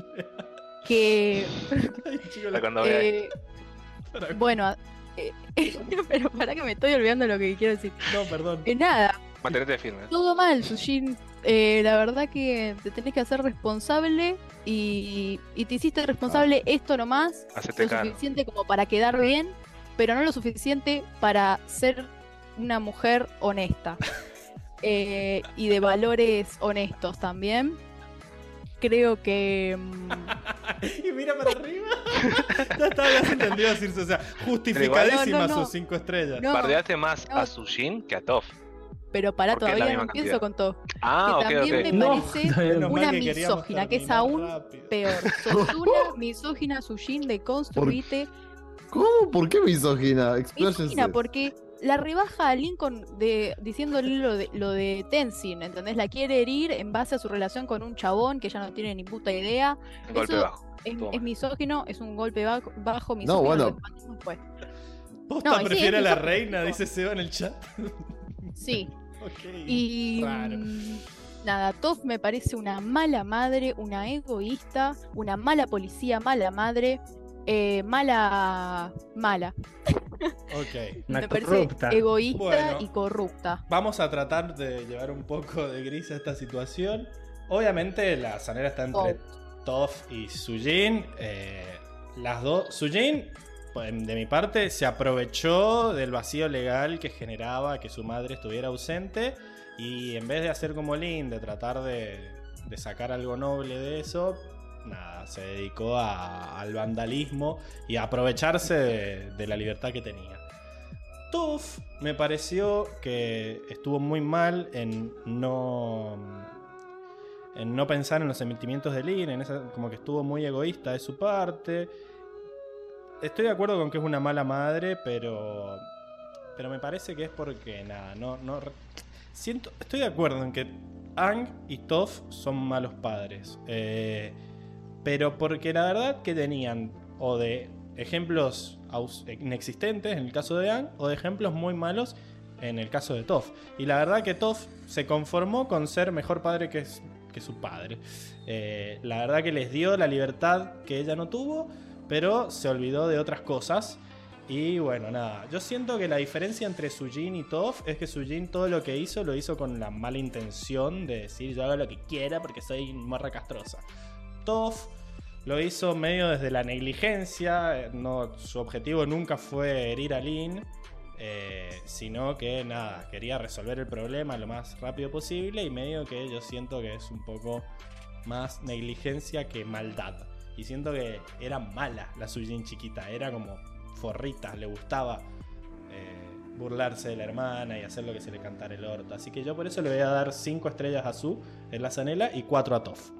que. Ay, chico, Para la- cuando vea. eh, para- bueno, eh, pero para que me estoy olvidando lo que quiero decir. No, perdón. Eh, nada, Mantenete firme. todo mal, Sujin. Eh, la verdad que te tenés que hacer responsable y, y te hiciste responsable esto nomás, Hacete lo cargo. suficiente como para quedar bien, pero no lo suficiente para ser una mujer honesta eh, y de valores honestos también. Creo que mm, Y mira para arriba. Ya está, habías entendido decirse. O sea, justificadísimas No, no, no. sus cinco estrellas. no, Bardeaste más no. a Sujin que a Toff. pero para porque es la todavía no misma empiezo cantidad. con todo. Ah, que ok, también ok. me No, parece Menos mal una que queríamos misógina, que es terminar aún rápido. peor. Sos una misógina, Sujin, de construite. ¿Cómo? ¿Por qué misógina? Expláyense. Misógina, porque la rebaja a Lincoln de, diciéndole lo de, lo de Tenzin, ¿entendés? La quiere herir en base a su relación con un chabón que ya no tiene ni puta idea. Un golpe Eso bajo. Es, Toma. es misógino, es un golpe bajo, bajo misógino. bueno. lo debatimos después. Posta No, y sí, prefiere a es la misógino. reina, dice Seba en el chat. Sí. Ok. Y Raro. mm, nada, Toph me parece una mala madre, una egoísta, una mala policía, mala madre. Eh, mala, mala. Ok. Una Me parece corrupta. egoísta Bueno. y corrupta. Vamos a tratar de llevar un poco de gris a esta situación. Obviamente la zanera está entre Toph y Sujin. Eh, las dos. Sujin, pues, de mi parte, se aprovechó del vacío legal que generaba que su madre estuviera ausente. Y en vez de hacer como Lin, de tratar de, de sacar algo noble de eso, nada, se dedicó a- al vandalismo y a aprovecharse de, de la libertad que tenía. Toph me pareció que estuvo muy mal en no en no pensar en los sentimientos de Lin, en esa, como que estuvo muy egoísta de su parte. Estoy de acuerdo con que es una mala madre, pero pero me parece que es porque nada, no no siento, estoy de acuerdo en que Aang y Toph son malos padres, eh, pero porque la verdad que tenían o de ejemplos aus- inexistentes en el caso de Aang o de ejemplos muy malos en el caso de Toph. Y la verdad que Toph se conformó con ser mejor padre que, s- que su padre. Eh, la verdad que les dio la libertad que ella no tuvo, pero se olvidó de otras cosas. Y bueno, nada, yo siento que la diferencia entre Sujin y Toph es que Sujin todo lo que hizo lo hizo con la mala intención de decir yo hago lo que quiera porque soy morra castrosa. Toph lo hizo medio desde la negligencia, eh, no, su objetivo nunca fue herir a Lin, eh, sino que nada, quería resolver el problema lo más rápido posible y medio que yo siento que es un poco más negligencia que maldad. Y siento que era mala la Sujin chiquita, era como forrita, le gustaba eh, burlarse de la hermana y hacer lo que se le cantara el orto. Así que yo por eso le voy a dar cinco estrellas a Su en la zanela y cuatro a Toph.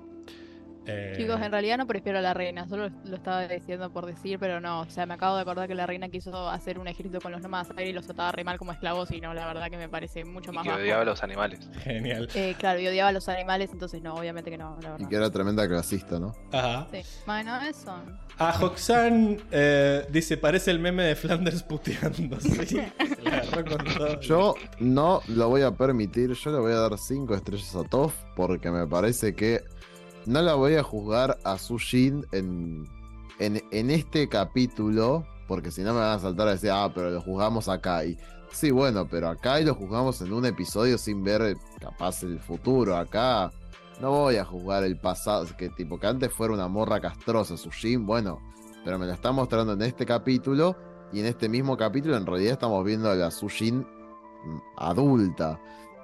Eh, Chicos, en realidad no prefiero a la reina, solo lo estaba diciendo por decir, pero no, o sea, me acabo de acordar que la reina quiso hacer un ejército con los nómadas aire y los trataba re mal como esclavos y no, la verdad que me parece mucho Y más que bajo. odiaba a los animales. Genial. Eh, claro, y odiaba a los animales, entonces no, obviamente que no, la Y verdad. que era tremenda clasista, ¿no? Ajá. Sí. Bueno, eso. A Hoxan eh, dice, parece el meme de Flanders puteando. Sí, se la agarró con todo. Yo no lo voy a permitir, yo le voy a dar cinco estrellas a Toph porque me parece que no la voy a juzgar a Sujin en, en, en este capítulo, porque si no me van a saltar a decir, ah, pero lo juzgamos a Kai. Sí, bueno, pero a Kai lo juzgamos en un episodio sin ver capaz el futuro. Acá no voy a juzgar el pasado, que tipo que antes fuera una morra castrosa, Sujin, bueno, pero me la está mostrando en este capítulo y en este mismo capítulo en realidad estamos viendo a la Sujin mm, adulta.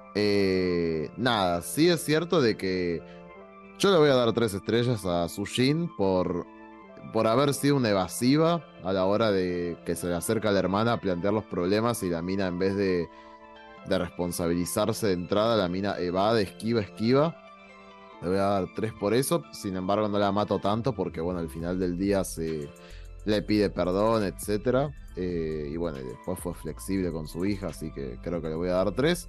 Eh, nada, sí es cierto de que yo le voy a dar tres estrellas a Sujin por, por haber sido una evasiva a la hora de que se le acerca a la hermana a plantear los problemas y la mina en vez de, de responsabilizarse de entrada, la mina evade, esquiva, esquiva. Le voy a dar tres por eso, sin embargo no la mato tanto porque bueno, al final del día se le pide perdón, etcétera. Eh, y bueno, y después fue flexible con su hija, así que creo que le voy a dar tres.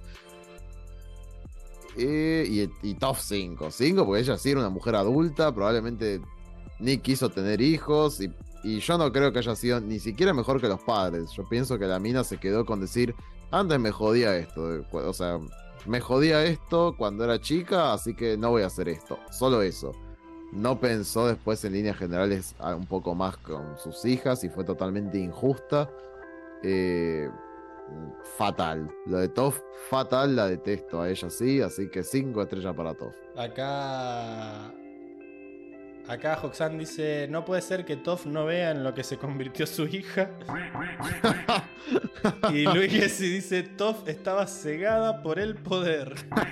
Eh, y, y Toph cinco. cinco porque ella sí era una mujer adulta, probablemente ni quiso tener hijos y, y yo no creo que haya sido ni siquiera mejor que los padres. Yo pienso que la mina se quedó con decir, antes me jodía esto, o sea, me jodía esto cuando era chica, así que no voy a hacer esto, solo eso. No pensó después en líneas generales un poco más con sus hijas y fue totalmente injusta. Eh... Fatal. Lo de Toph, fatal, la detesto a ella, sí, así que cinco estrellas para Toph. Acá. Acá Hoxan dice: no puede ser que Toph no vea en lo que se convirtió su hija. Y Luis Gessi dice: Toph estaba cegada por el poder.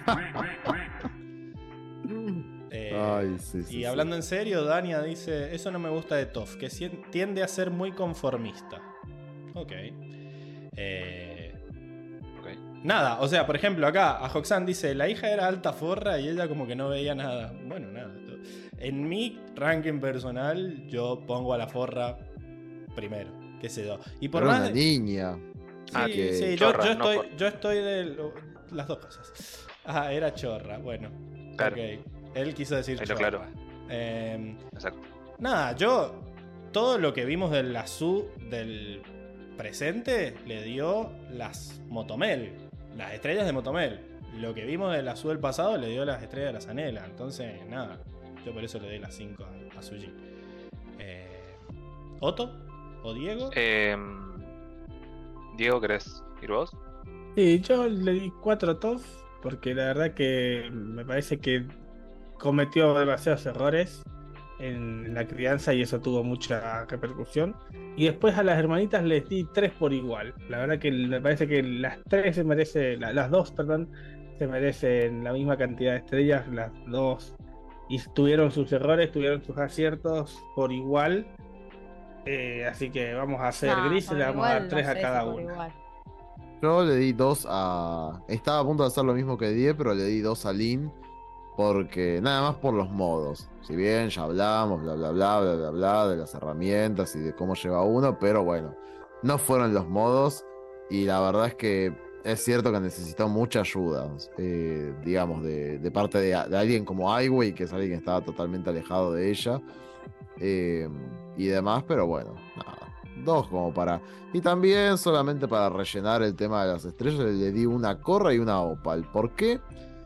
eh, Ay, sí, sí, y sí. hablando en serio, Dania dice: eso no me gusta de Toph, que sien- tiende a ser muy conformista. Ok. Eh, Ok. Nada, o sea, por ejemplo, acá a Hoxan dice: la hija era alta forra y ella como que no veía nada. Bueno, nada. En mi ranking personal, yo pongo a la forra primero, qué sé yo. Y por Era más una de- niña. Sí, Ah, sí, que yo, chorra, yo no estoy, for- yo estoy de lo- las dos cosas. Ah, era chorra, bueno. Claro. Ok. Él quiso decir Ahí lo chorra. claro. Eh, Exacto. Nada, yo todo lo que vimos del Azú del presente le dio las Motomel, las estrellas de Motomel. Lo que vimos del Azú del pasado le dio las estrellas de la Zanela. Entonces, nada, yo por eso le doy las cinco a, a Suji. Eh, ¿Otto? ¿O Diego? Eh, Diego, ¿querés ir vos? Sí, yo le di cuatro a Toph porque la verdad que me parece que cometió demasiados errores en la crianza y eso tuvo mucha repercusión. Y después a las hermanitas les di tres por igual. La verdad que me parece que las tres se merecen, la- las dos, perdón, se merecen la misma cantidad de estrellas, las dos. Y tuvieron sus errores, tuvieron sus aciertos por igual. Eh, así que vamos a hacer No, gris y por le vamos a dar igual, tres no a sé cada si por una. igual. Yo le di dos a. Estaba a punto de hacer lo mismo que Die, pero le di dos a Lin. Porque nada más por los modos. Si bien ya hablamos, bla, bla, bla, bla, bla, bla, de las herramientas y de cómo lleva uno, pero bueno, no fueron los modos. Y la verdad es que es cierto que necesitó mucha ayuda, eh, digamos, de, de parte de, de alguien como Aiwei, que es alguien que estaba totalmente alejado de ella. eh, y demás, pero bueno, nada. Dos como para. Y también solamente para rellenar el tema de las estrellas, le di una a Korra y una a Opal. ¿Por qué?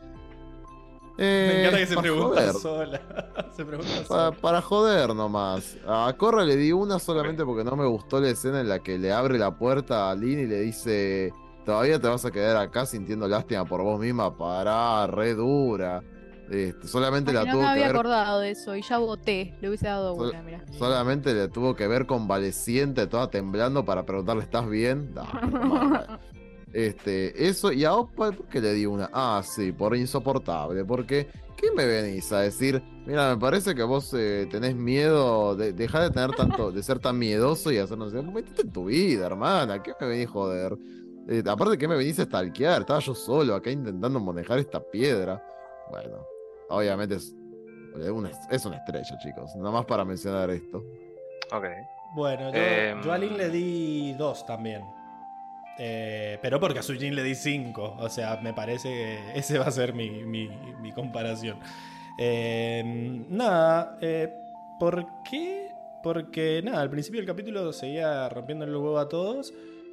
Me Eh, encanta que se para pregunta joder. sola. Se pregunta Para, sola. para joder nomás. A Korra le di una solamente porque no me gustó la escena en la que le abre la puerta a Lin y le dice: todavía te vas a quedar acá sintiendo lástima por vos misma. Pará, re dura. Este, solamente Ay, la no me tuvo que había ver. acordado de eso y ya voté. Le hubiese dado sol- una, mira. solamente le tuvo que ver convaleciente, toda temblando para preguntarle: ¿estás bien? Dale, tomá. Este, eso, y a Opal, ¿por qué le di una? Ah, sí, por insoportable, porque ¿qué me venís a decir? Mira, me parece que vos eh, tenés miedo, de, dejá de tener tanto, de ser tan miedoso y hacernos, metete en tu vida, hermana, ¿qué me venís a joder? Eh, aparte, ¿qué me venís a stalkear? Estaba yo solo acá intentando manejar esta piedra. Bueno, obviamente es una, es una estrella, chicos, nomás para mencionar esto. Ok. Bueno, yo, Em. yo a Lin le di dos también. Eh, pero porque a Sujin le di cinco. O sea, me parece que ese va a ser mi, mi, mi comparación. Eh, nada, eh, ¿por qué? Porque nada, al principio del capítulo seguía rompiendo el huevo a todos.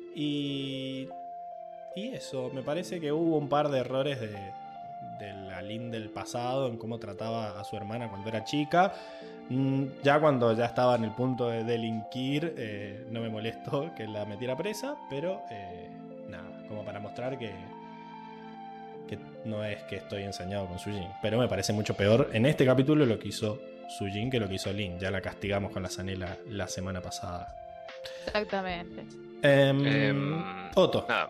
Y. Y eso, me parece que hubo un par de errores de, de la Lin del pasado en cómo trataba a su hermana cuando era chica. Mm, Ya cuando ya estaba en el punto de delinquir, eh, no me molestó que la metiera presa, pero eh, nada, como para mostrar que, que no es que estoy ensañado con Sujin. Pero me parece mucho peor en este capítulo lo que hizo Sujin que lo que hizo Lin. Ya la castigamos con la Sanela la semana pasada. Exactamente. Em, Em, Otto. Nada.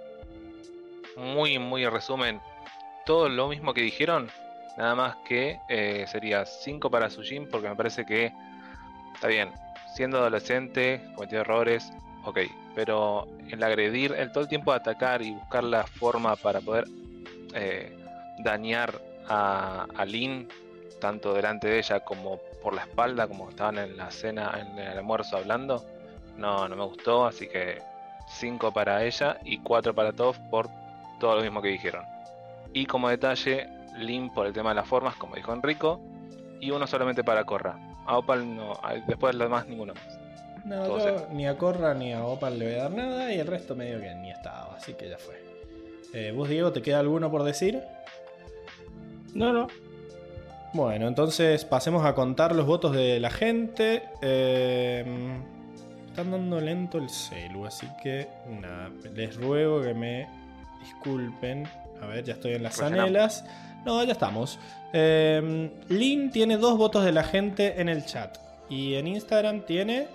Muy, muy en resumen. Todo lo mismo que dijeron. Nada más que eh, sería cinco para Sujin, porque me parece que está bien. Siendo adolescente, cometió errores, ok. Pero el agredir, el todo el tiempo atacar y buscar la forma para poder eh, dañar a, a Lin, tanto delante de ella como por la espalda, como estaban en la cena, en el almuerzo hablando, no, no me gustó. Así que cinco para ella y cuatro para Toph por todo lo mismo que dijeron. Y como detalle, Lin por el tema de las formas, como dijo Enrico, y uno solamente para Korra. A Opal no, a- después los demás ninguno más. No, Todo yo cero. ni a Korra ni a Opal le voy a dar nada y el resto medio que ni estaba, así que ya fue. Eh, ¿Vos, Diego, te queda alguno por decir? No, no. Bueno, entonces pasemos a contar los votos de la gente. Eh, están dando lento el celu, así que nada, les ruego que me disculpen. A ver, ya estoy en las Rellenamos. anelas. No, ya estamos. Eh, Lin tiene dos votos de la gente en el chat. Y en Instagram tiene...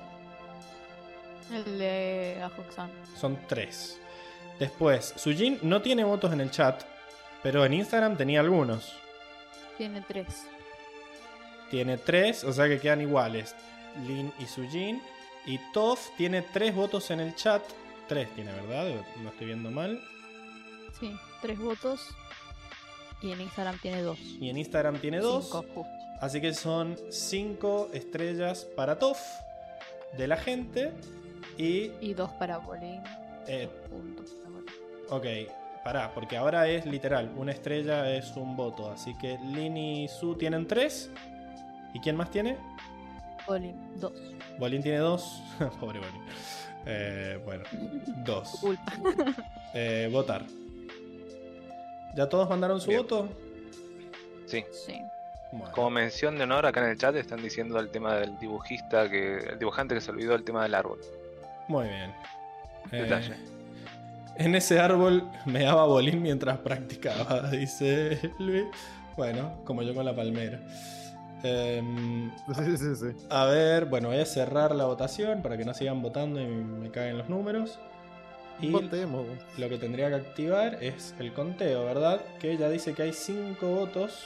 El de Ajoxan. Son tres. Después, Sujin no tiene votos en el chat, pero en Instagram tenía algunos. Tiene tres. Tiene tres, o sea que quedan iguales. Lin y Sujin. Y Toph tiene tres votos en el chat. Tres tiene, ¿verdad? No estoy viendo mal. Sí, tres votos. Y en Instagram tiene dos. Y en Instagram tiene dos. Cinco, justo. Así que son cinco estrellas para Toph de la gente. Y... Y dos para Bolín. Eh, Puntos para Bolín. ok, pará, porque ahora es literal. Una estrella es un voto. Así que Lin y Su tienen tres. ¿Y quién más tiene? Bolín, dos. Bolín tiene dos. Pobre Bolín. Eh, bueno, dos. Tu culpa. Eh, votar. ¿Ya todos mandaron su Bien. voto? Sí. Sí. Bueno, Como mención de honor, acá en el chat están diciendo el tema del dibujista, que el dibujante que se olvidó el tema del árbol. muy bien. Eh, Detalle. en ese árbol me daba bolín mientras practicaba, dice Luis. Bueno, como yo con la palmera. Em, Sí, sí, sí. a ver, bueno, voy a cerrar la votación para que no sigan votando y me caguen los números. Y Votemos. lo que tendría que activar es el conteo, ¿verdad? Que ya dice que hay cinco votos.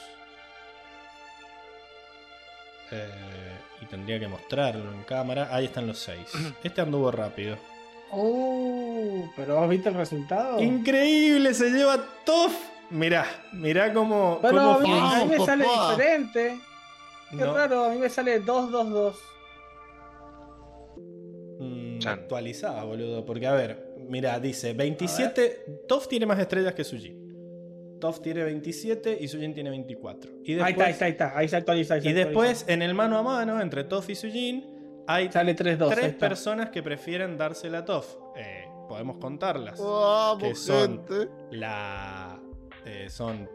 Eh, y tendría que mostrarlo en cámara. Ahí están los seis. Este anduvo rápido. Oh, pero ¿has visto el resultado? ¡Increíble! Se lleva Toff. Mirá, mirá cómo, Pero cómo a mí, fue. a mí me Vamos, sale papá. diferente. Qué No, raro, a mí me sale dos dos dos. mm, Chan. actualizada, boludo. Porque, a ver, mirá, dice veintisiete. Toff tiene más estrellas que Sujin. Toff tiene veintisiete y Sujin tiene veinticuatro. Y después, Ahí está, ahí está, ahí está. Ahí se actualiza. Ahí se y después, actualiza. en el mano a mano, entre Toff y Sujin, hay Sale tres dos. ahí tres está. personas que prefieren dársela a Toff. Eh, podemos contarlas. Vamos, Que son- gente. La eh, son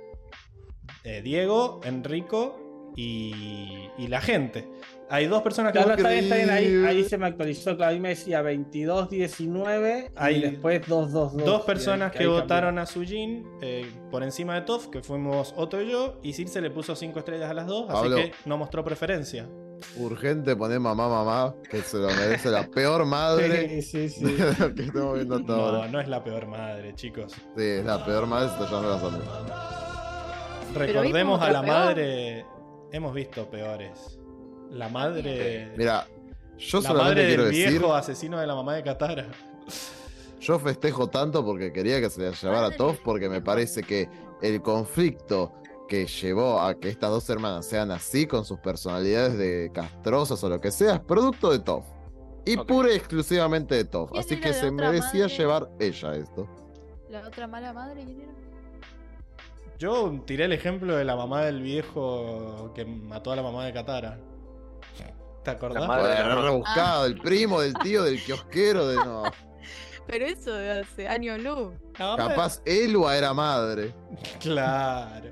eh, Diego, Enrico y, y la gente. Hay dos personas que Claro, votan- está bien, está bien. Ahí, Increíble. ahí se me actualizó. Claro, ahí me decía veintidós diecinueve Hay y después dos dos dos. dos Y personas ahí- que ahí votaron a Sujin eh, por encima de Toff, que fuimos Otto y yo, y Circe le puso cinco estrellas a las dos, así Pablo. que no mostró preferencia. Urgente poner mamá, mamá, que se lo merece la peor cambió. madre Sí, sí, sí. de lo que estamos viendo hasta No, ahora. no es la peor madre, chicos. Sí, es la peor madre, se está llevando la sangre. Recordemos vimos a la otra peor. madre. Hemos visto peores. La madre. Mira, yo la solamente madre quiero del decir, viejo asesino de la mamá de Katara. yo festejo tanto porque quería que se le llevara a Toph, porque me parece que el conflicto que llevó a que estas dos hermanas sean así, con sus personalidades de castrosas o lo que sea, es producto de Toph. Y Ok. pura y exclusivamente de Toph. ¿Quién Así era que la se otra merecía madre? llevar ella esto. La otra mala madre, ¿quién era? Yo tiré el ejemplo de la mamá del viejo que mató a la mamá de Katara. ¿Te acordás? La madre- Joder, de la- rebuscado, el primo, del tío, del kiosquero, de no. Pero eso de hace años luz. No, Capaz Elua era madre. Claro.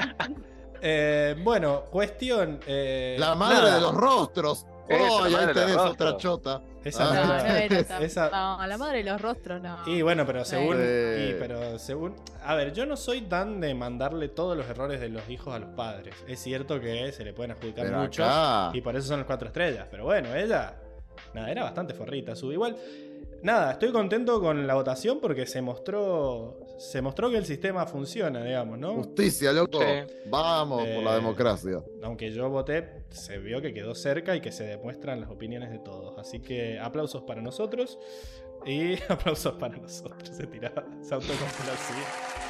Eh, bueno, cuestión. eh, La madre nada. de los rostros. Esa, Oh, la y ahí madre de los tenés otra rostros. chota. Esa Ah. No, no no era tan- Esa- No, la madre de los rostros no. Y bueno, pero según. Sí. y, pero según. A ver, yo no soy tan de mandarle todos los errores de los hijos a los padres. Es cierto que se le pueden adjudicar Pero muchos. acá. Y por eso son las cuatro estrellas. Pero bueno, ella. Nada, era bastante forrita. Su igual. Nada, estoy contento con la votación porque se mostró. Se mostró que el sistema funciona, digamos, ¿no? Justicia, loco. Sí. Vamos por la Eh, democracia. Aunque yo voté, se vio que quedó cerca y que se demuestran las opiniones de todos. Así que aplausos para nosotros. Y aplausos para nosotros. Se tiraba, se autocomplacía.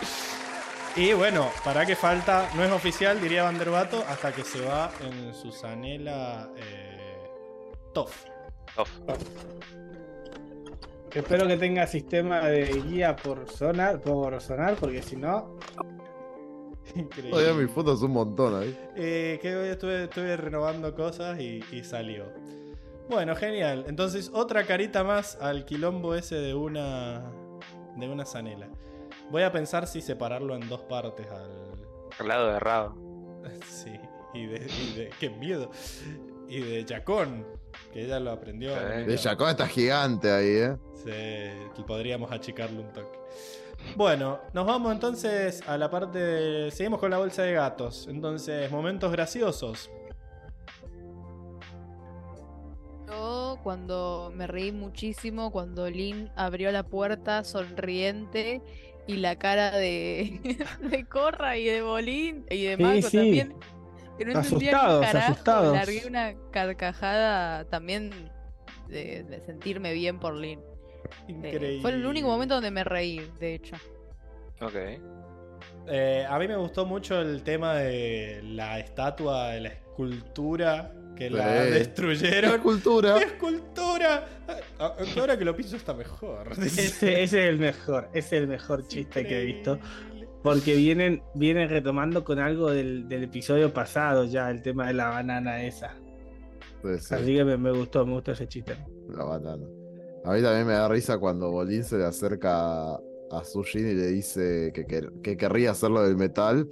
Y bueno, ¿para qué falta? No es oficial, diría Vanderbato, hasta que se va en Susanela eh, Toff. Off. Espero que tenga sistema de guía por sonar, por sonar, porque si no. Increíble. Todavía mis fotos un montón ahí. Eh, que hoy estuve, estuve renovando cosas y, y salió. Bueno, genial. Entonces, otra carita más al quilombo ese de una. de una zanela. Voy a pensar si separarlo en dos partes al. Al lado de Rado. Sí. Y de. y de- ¡Qué miedo! Y de Chacón. Que ella lo aprendió. Sí. De Chacón está gigante ahí, eh. Sí, podríamos achicarle un toque. Bueno, nos vamos entonces a la parte de... Seguimos con la bolsa de gatos. Entonces, momentos graciosos. Yo cuando me reí muchísimo cuando Lin abrió la puerta sonriente y la cara de, de Corra y de Bolín y de Sí, Mako sí. también. Que no entendía ni un Asustados, carajo, asustados. largué una carcajada también de, de sentirme bien por Lin. Eh, Increíble. fue el único momento donde me reí, de hecho. Ok. Eh, a mí me gustó mucho el tema de la estatua, de la escultura que la Sí. destruyeron. Cultura. ¡Qué escultura! Ah, ah, Ahora que lo pienso está mejor. Ese, ese es el mejor, ese es el mejor chiste que he visto. Porque vienen, vienen retomando con algo del, del episodio pasado ya, el tema de la banana esa. Sí, sí, Así que me, me gustó, me gustó ese chiste. la banana. A mí también me da risa cuando Bolín se le acerca a, a Sujin y le dice que, que, que querría hacerlo del metal.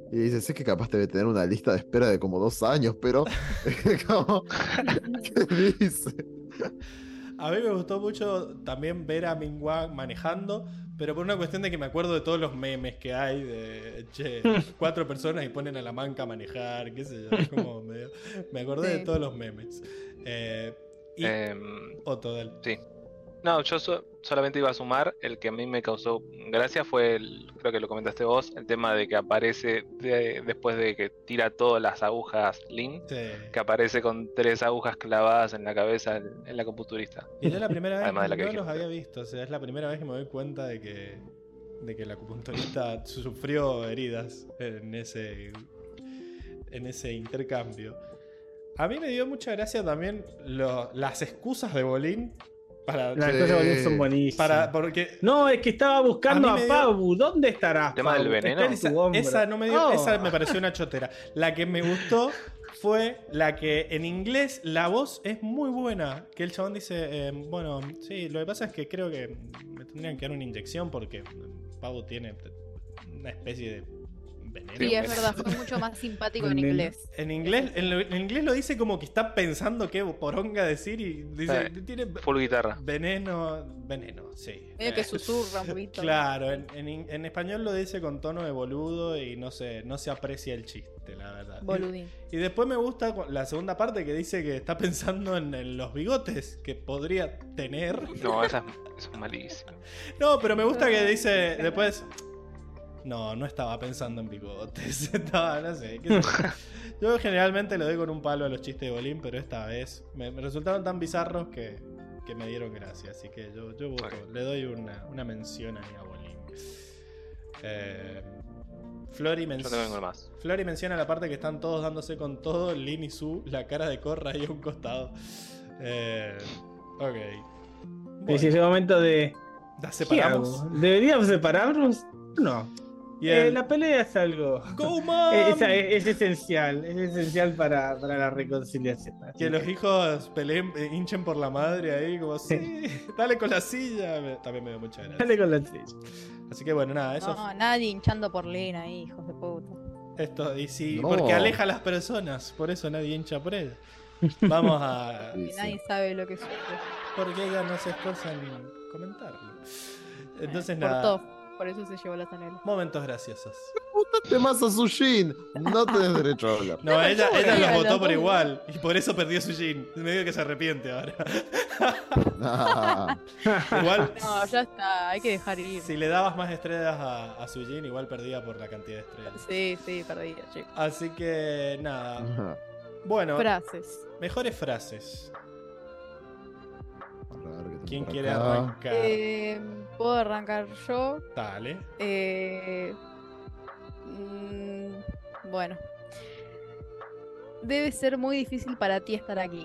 Y dice, sé que capaz debe tener una lista de espera de como dos años, pero... como, ¿qué dice? A mí me gustó mucho también ver a Minghua manejando, pero por una cuestión de que me acuerdo de todos los memes que hay de, che, cuatro personas y ponen a la manca a manejar, qué sé yo, es como medio- me acordé Sí. de todos los memes. Eh, y Em, Otto, dale. sí. No, yo so- solamente iba a sumar, el que a mí me causó gracia fue, el, creo que lo comentaste vos, el tema de que aparece de- después de que tira todas las agujas Lin, Sí. que aparece con tres agujas clavadas en la cabeza en, en la computurista. Y yo la primera vez Además de la que no los dijiste. había visto, o sea, es la primera vez que me doy cuenta de que, de que la acupunturista sufrió heridas en ese, en ese intercambio. A mí me dio mucha gracia también lo- las excusas de Bolín para, Las Sí. cosas de Bolín son buenísimas. para porque No, es que estaba buscando A a, mí me dio- Pabu. ¿Dónde estará? ¿El tema del Pabu? veneno? Está en esa, tu hombro. esa no me dio, Oh. esa me pareció una chotera. La que me gustó fue la que en inglés la voz es muy buena. Que el chabón dice, eh, bueno, sí, lo que pasa es que creo que me tendrían que dar una inyección porque Pau tiene una especie de veneno. Sí, es verdad, fue mucho más simpático en Veneno. inglés. En inglés, en, lo- en inglés lo dice como que está pensando qué poronga decir y dice, Eh, tiene Full guitarra. veneno, veneno, sí. Medio que Eh, susurra un poquito. Claro, en, en- en español lo dice con tono de boludo y no se, no se aprecia el chiste, la verdad. Boludín. Y después me gusta cu- la segunda parte que dice que está pensando en, en los bigotes que podría tener. No, esa es, eso es malísimo. No, pero me gusta que dice después... No, no estaba pensando en bigotes. Estaba, no sé. qué sé yo. Yo generalmente le doy con un palo a los chistes de Bolín, pero esta vez me, me resultaron tan bizarros que, que me dieron gracia. Así que yo, yo voto. Ok. Le doy una, una mención ahí a Bolín. Eh, Flori, men- Yo no vengo más. Flori menciona la parte que están todos dándose con todo. Lin y Su, la cara de Corra ahí a un costado. Eh, ok. Sí, sí, ese momento de. ¿La ¿Qué separamos? hago? ¿Deberíamos separarnos? No. Y Eh, el- la pelea es algo. ¡Go, mom! Eh, Es, es esencial, es esencial para, para la reconciliación. así Que los hijos peleen, eh, hinchen por la madre ahí, como sí, dale con la silla. Me- También me dio mucha gracia. Dale con la silla. Así que bueno, nada, eso. No, nadie hinchando por Lena ahí, hijos de puta. Esto, y sí, No. porque aleja a las personas, por eso nadie hincha por ella. Vamos a. Sí, Que sí. nadie sabe lo que sufre. Porque ella no se esfuerza en comentarlo. Entonces, Por nada. todo, por eso se llevó la zanela. Momentos graciosos. Te más a Sushin. No tenés derecho a hablar. No, ella, yo ella voy los a votó los por dos. igual. Y por eso perdió su jean. Me digo que se arrepiente ahora. Ah, Igual, No, ya está, hay que dejar ir. si le dabas más estrellas a, a su jean, igual perdía por la cantidad de estrellas. Sí, sí, perdí, chicos. Así que nada. Bueno, Frases. mejores frases. a ver, ¿qué tengo ¿Quién por quiere acá? arrancar? Eh, Puedo arrancar yo. Dale. Eh, mm, bueno. Debe ser muy difícil para ti estar aquí.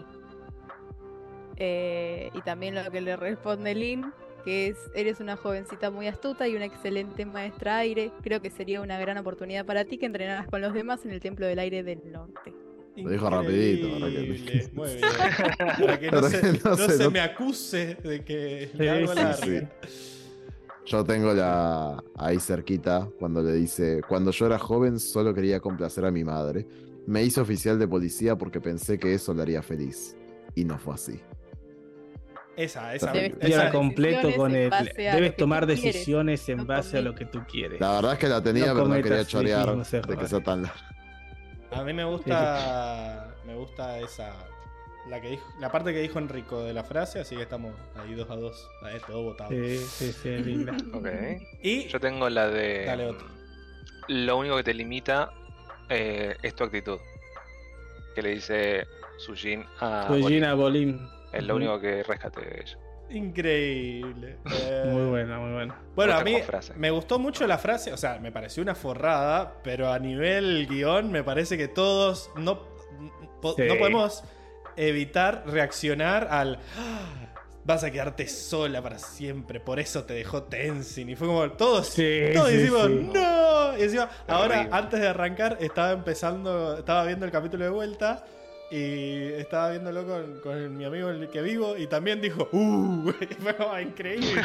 Eh, y también lo que le responde Lin, que es, eres una jovencita muy astuta y una excelente maestra aire. Creo que sería una gran oportunidad para ti que entrenaras con los demás en el Templo del Aire del Norte. Lo dijo rapidito, para que- Increíble. Muy bien. Para que no, Para se, que no no se se no- me acuse de que Sí, le hago sí, larga. sí. Yo tengo la ahí cerquita cuando le dice, cuando yo era joven solo quería complacer a mi madre. Me hice oficial de policía porque pensé que eso le haría feliz. Y no fue así. Esa, esa. Debes Y esa- ahora completo decisiones con en el. base a lo Debes que tomar tú quieres, decisiones en no base a conmigo. lo que tú quieres. La verdad es que la tenía, No pero no cometas quería los chorear mismos de que errores. sea tan largo. A mí me gusta. Me gusta esa. La, que dijo, la parte que dijo Enrico de la frase, así que estamos ahí dos a dos. Ahí todo votado. Sí, sí, sí, linda. Ok. Y. Yo tengo la de. Dale otro. Lo único que te limita eh, es tu actitud. Que le dice Sujin a Soy Bolin. Gina Bolín. Es lo único que rescate de ella. Increíble. Eh, Muy buena, muy buena. Bueno, No a mí tengo frase. me gustó mucho la frase, o sea, me pareció una forrada, pero a nivel guión me parece que todos no, po- Sí. no podemos evitar reaccionar al "Ah, vas a quedarte sola para siempre, por eso te dejó Tenzin", y fue como todos, Sí, todos sí, decimos sí. no, y encima, ahora Terrible. antes de arrancar estaba empezando, estaba viendo el capítulo de vuelta y estaba viéndolo con, con mi amigo en el que vivo y también dijo, ¡uh! Fue como increíble.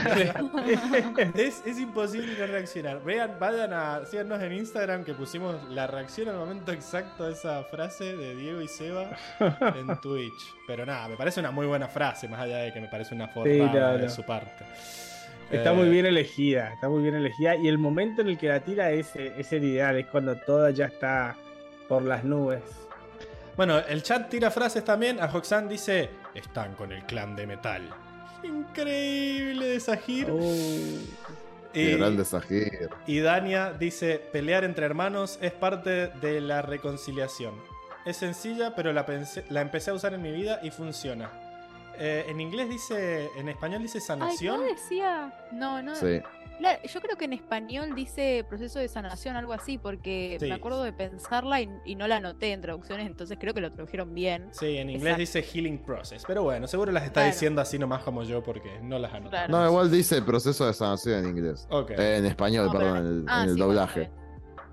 es, es imposible no reaccionar. Vean, vayan a, síganos en Instagram que pusimos la reacción al momento exacto de esa frase de Diego y Seba en Twitch. Pero nada, me parece una muy buena frase, más allá de que me parece una forma Sí, no, de no. su parte. Está Eh, muy bien elegida, está muy bien elegida. Y el momento en el que la tira es, es el ideal, es cuando todo ya está por las nubes. Bueno, el chat tira frases también. A Hoxan dice, están con el clan de metal. Increíble de Sahir. Oh. Qué Y- grande Sahir. Y Dania dice, pelear entre hermanos es parte de la reconciliación. Es sencilla, pero la, pensé- la empecé a usar en mi vida y funciona. Eh, en inglés dice, en español dice Ay, sanación. ¿no decía? No, no. Sí. Claro, yo creo que en español dice proceso de sanación, algo así, porque Sí. me acuerdo de pensarla y, y no la anoté en traducciones, entonces creo que lo tradujeron bien. Sí, en inglés Exacto. dice healing process. Pero bueno, seguro las está Claro. diciendo así nomás como yo porque no las anoté. Claro. No, igual dice proceso de sanación en inglés. Ok. Eh, en español, No, pero perdón, en el, ah, en el sí, bueno, doblaje. está bien.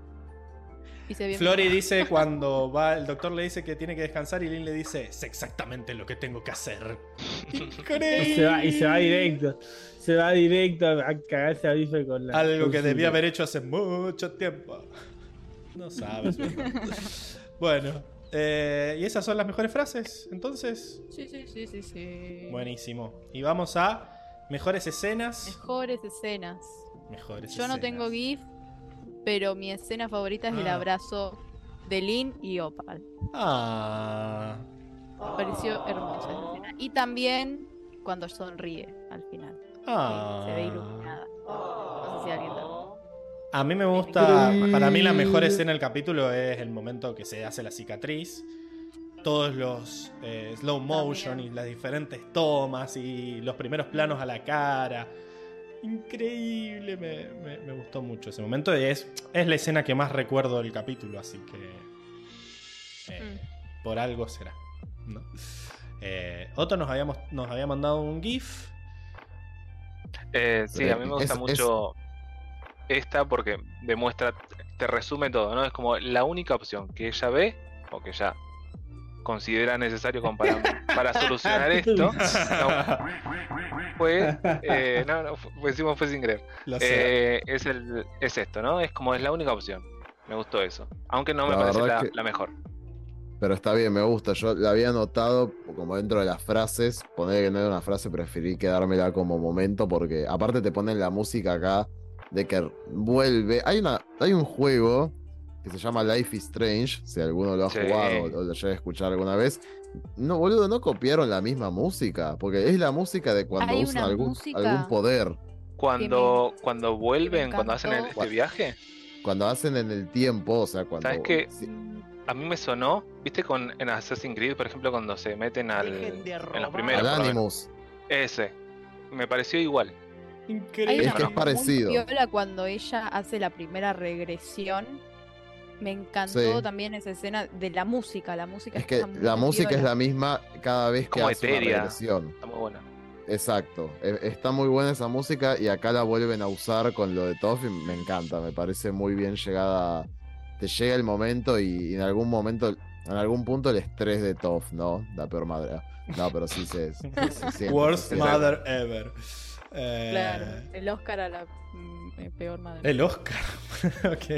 Dice bien. Flori dice cuando va, el doctor le dice que tiene que descansar y Lynn le dice, es exactamente lo que tengo que hacer. Increíble. Y se va, y se va directo. Se va directo a cagarse a bife con la. Algo con que su- debía haber hecho hace mucho tiempo. No sabes, ¿verdad? Bueno, eh, ¿y esas son las mejores frases? Entonces, Sí, sí, sí, sí, sí. buenísimo. Y vamos a mejores escenas. Mejores escenas. Mejores Yo no escenas. tengo GIF, pero mi escena favorita es el Ah. abrazo de Lynn y Opal. Ah. Me pareció hermosa esa escena. Y también cuando sonríe al final. Ah. Se ve iluminada. No sé si alguien lo... A mí me gusta, para mí la mejor escena del capítulo es el momento que se hace la cicatriz. Todos los eh, slow motion y las diferentes tomas y los primeros planos a la cara. Increíble, me, me- me gustó mucho ese momento. Y es, es la escena que más recuerdo del capítulo, así que eh, por algo será, ¿no? Eh, Otto nos, habíamos, nos había mandado un GIF. Eh, sí, a mí me gusta Es- mucho esta porque demuestra, te resume todo, ¿no? Es como la única opción que ella ve o que ella considera necesario como para, para solucionar esto. No, fue, eh, no, no, fue, fue, fue sin creer. Lo sé. Eh, es, el, es esto, ¿no? Es como es la única opción. Me gustó eso. Aunque no me La parece verdad la, que- la mejor. Pero está bien, me gusta. Yo la había notado como dentro de las frases. Poner que no era una frase, preferí quedármela como momento. Porque aparte te ponen la música acá de que vuelve. Hay una, hay un juego que se llama Life is Strange. Si alguno lo ha Sí. jugado o lo llega a escuchar alguna vez. No, boludo, no copiaron la misma música. Porque es la música de cuando Hay usan una algún, música- algún poder. Cuando, cuando vuelven, me cuando hacen el- encantó. este viaje, Cuando hacen en el tiempo, o sea, cuando. ¿sabes qué? sí, A mí me sonó, ¿viste? Con, en Assassin's Creed, por ejemplo, cuando se meten al, Dejen de en los robar. primeros. al por lo menos. Animus. Ese. Me pareció igual. Hay Increíble. Es que es una parecido. muy piola cuando ella hace la primera regresión. Me encantó Sí. también esa escena de la música. La música Es que está muy la música es piola. la misma cada vez que Como hace una etérea. regresión. Está muy buena. Exacto. E- Está muy buena esa música y acá la vuelven a usar con lo de Toph y me encanta. Me parece muy bien llegada. Te llega el momento y, y en algún momento, en algún punto el estrés de Toph, ¿no? La peor madre. No, pero sí se. se- se- se siente, Worst se siente. mother ever. Eh, Claro, el Oscar a la mm, eh, peor madre. El Oscar. Ok.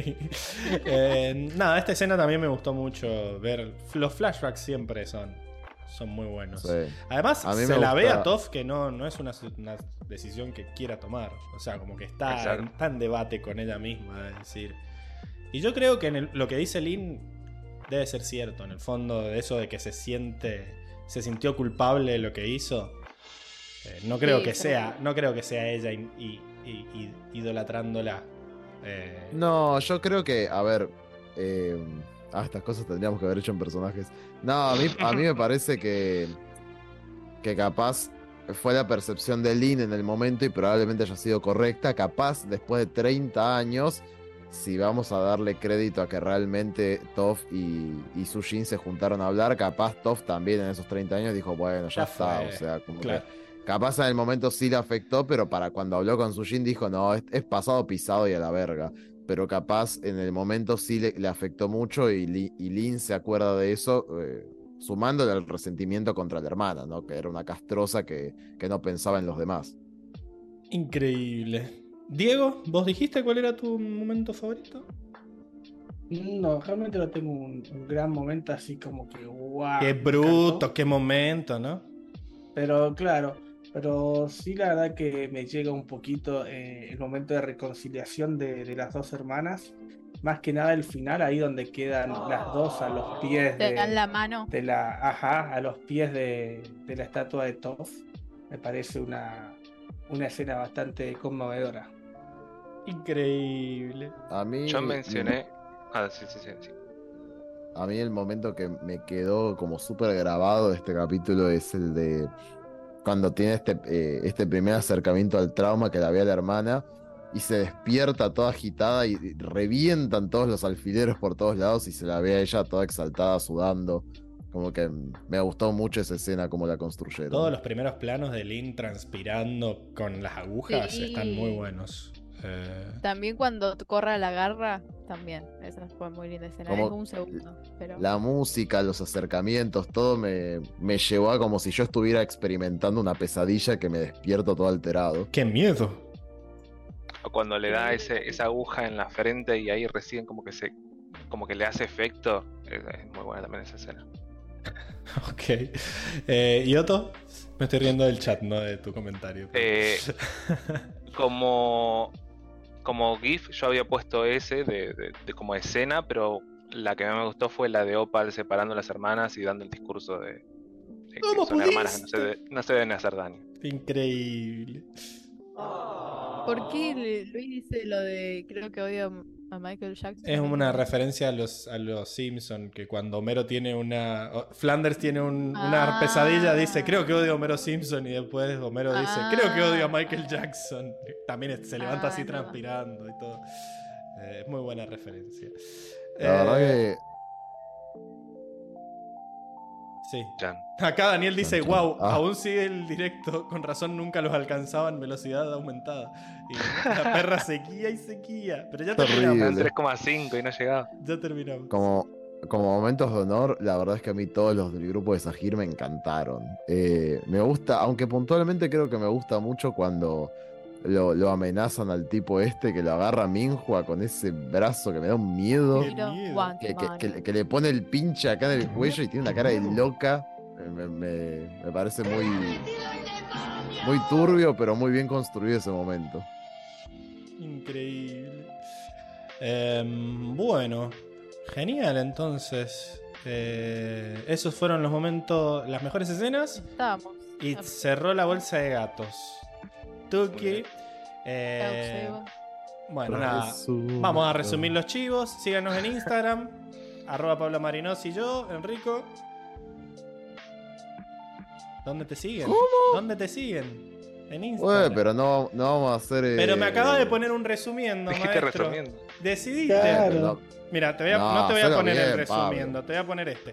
Eh, nada, esta escena también me gustó mucho ver. Los flashbacks siempre son, son muy buenos. Sí. Además, A mí se me la ve gusta- a Toph que no, no es una, una decisión que quiera tomar. O sea, como que está, Exacto. está en debate con ella misma. Es decir. Y yo creo que en el- lo que dice Lynn debe ser cierto. En el fondo, de eso de que se siente. Se sintió culpable de lo que hizo. Eh, no creo Sí, que se sea. nota. No creo que sea ella y, y- y- y- idolatrándola. Eh, No, yo creo que, a ver. eh, ah, estas cosas tendríamos que haber hecho en personajes. No, a mí, a mí me parece que. Que capaz fue la percepción de Lynn en el momento y probablemente haya sido correcta. Capaz después de treinta años, si vamos a darle crédito a que realmente Toph y, y Sujin se juntaron a hablar, capaz Toph también en esos treinta años dijo, bueno, ya, Ya está. fue, O sea, como claro. que capaz en el momento sí le afectó, pero para cuando habló con Sujin dijo, no, es, es pasado pisado y a la verga. Pero capaz en el momento sí le, le afectó mucho y, Li- y Lin se acuerda de eso. eh, sumándole el resentimiento contra la hermana, ¿no? Que era una castrosa que, que no pensaba en los demás. Increíble. Diego, ¿vos dijiste cuál era tu momento favorito? No, realmente no tengo un, un gran momento así como que wow. Qué bruto, qué momento, ¿no? Pero claro, pero sí la verdad que me llega un poquito eh, el momento de reconciliación de, de las dos hermanas. Más que nada el final, ahí donde quedan las dos a los pies Te dan de, la mano. de la, ajá, a los pies de, de la estatua de Toph. Me parece una, una escena bastante conmovedora. Increíble. A mí, Yo mencioné. Ah, sí, sí, sí. sí. A mí el momento que me quedó como súper grabado de este capítulo es el de cuando tiene este, eh, este primer acercamiento al trauma que la ve a la hermana y se despierta toda agitada y revientan todos los alfileres por todos lados y se la ve a ella toda exaltada, sudando. Como que me gustó mucho esa escena, como la construyeron. Todos los primeros planos de Lynn transpirando con las agujas Sí. están muy buenos. Eh, También cuando corra la garra, también. Esa fue muy linda escena. Como Es un segundo. Pero... La música, los acercamientos, todo me, me llevó a como si yo estuviera experimentando una pesadilla que me despierto todo alterado. ¡Qué miedo! O cuando le da ese, esa aguja en la frente y ahí recién como que se como que le hace efecto. Es, es muy buena también esa escena. Ok. Eh, ¿Y Otto? Me estoy riendo del chat, no de tu comentario. Eh, como, como GIF yo había puesto ese de, de, de como escena, pero la que más me gustó fue la de Opal separando a las hermanas y dando el discurso de, de que ¿Cómo son pudiste? hermanas que no se, de- no se deben hacer daño. Increíble. ¿Por qué le- Luis dice lo de creo que odio a Michael Jackson? Es una referencia a los, a los Simpson, que cuando Homero tiene una... o- Flanders tiene un- una Ah. pesadilla, dice, creo que odio a Homero Simpson, y después Homero dice, Ah. creo que odio a Michael Jackson. También es- se levanta Ah, así es verdad. transpirando y todo. Eh, es muy buena referencia. La verdad Eh, que... Sí. Chan. Acá Daniel dice, Chan, chan. wow, Ah. aún sigue el directo, con razón nunca los alcanzaban, velocidad aumentada. Y la perra sequía y sequía. Pero ya Terrible. terminamos, Eran tres coma cinco y no llegaba. ya terminamos. Como, como momentos de honor, la verdad es que a mí todos los del grupo de Sahir me encantaron. Eh, me gusta, aunque puntualmente creo que me gusta mucho cuando lo, lo amenazan al tipo este, que lo agarra Minhua con ese brazo que me da un miedo. Qué Pero, miedo. guante, Que, que- mano. que- que le pone el pinche acá en el cuello y tiene una cara de loca. Me, me- me parece muy, muy turbio, pero muy bien construido ese momento. Increíble. Em, bueno, genial entonces. Eh, esos fueron los momentos, las mejores escenas. Estábamos. Y Ah, cerró la bolsa de gatos. Tuki. bien. Eh, Seba. bueno, nada. Vamos a resumir los chivos. Síganos en Instagram. Arroba Pablo Marinos y yo, Enrico. ¿Dónde te siguen? ¿Dónde te siguen? En Instagram. Ué, pero no, no vamos a hacer. eh, Pero me acaba de poner un resumiendo, Dijiste maestro. resumiendo. Decidiste. Claro. No, Mira, te voy a- No, no, te voy a hacelo poner el bien, resumiendo, te voy a poner este.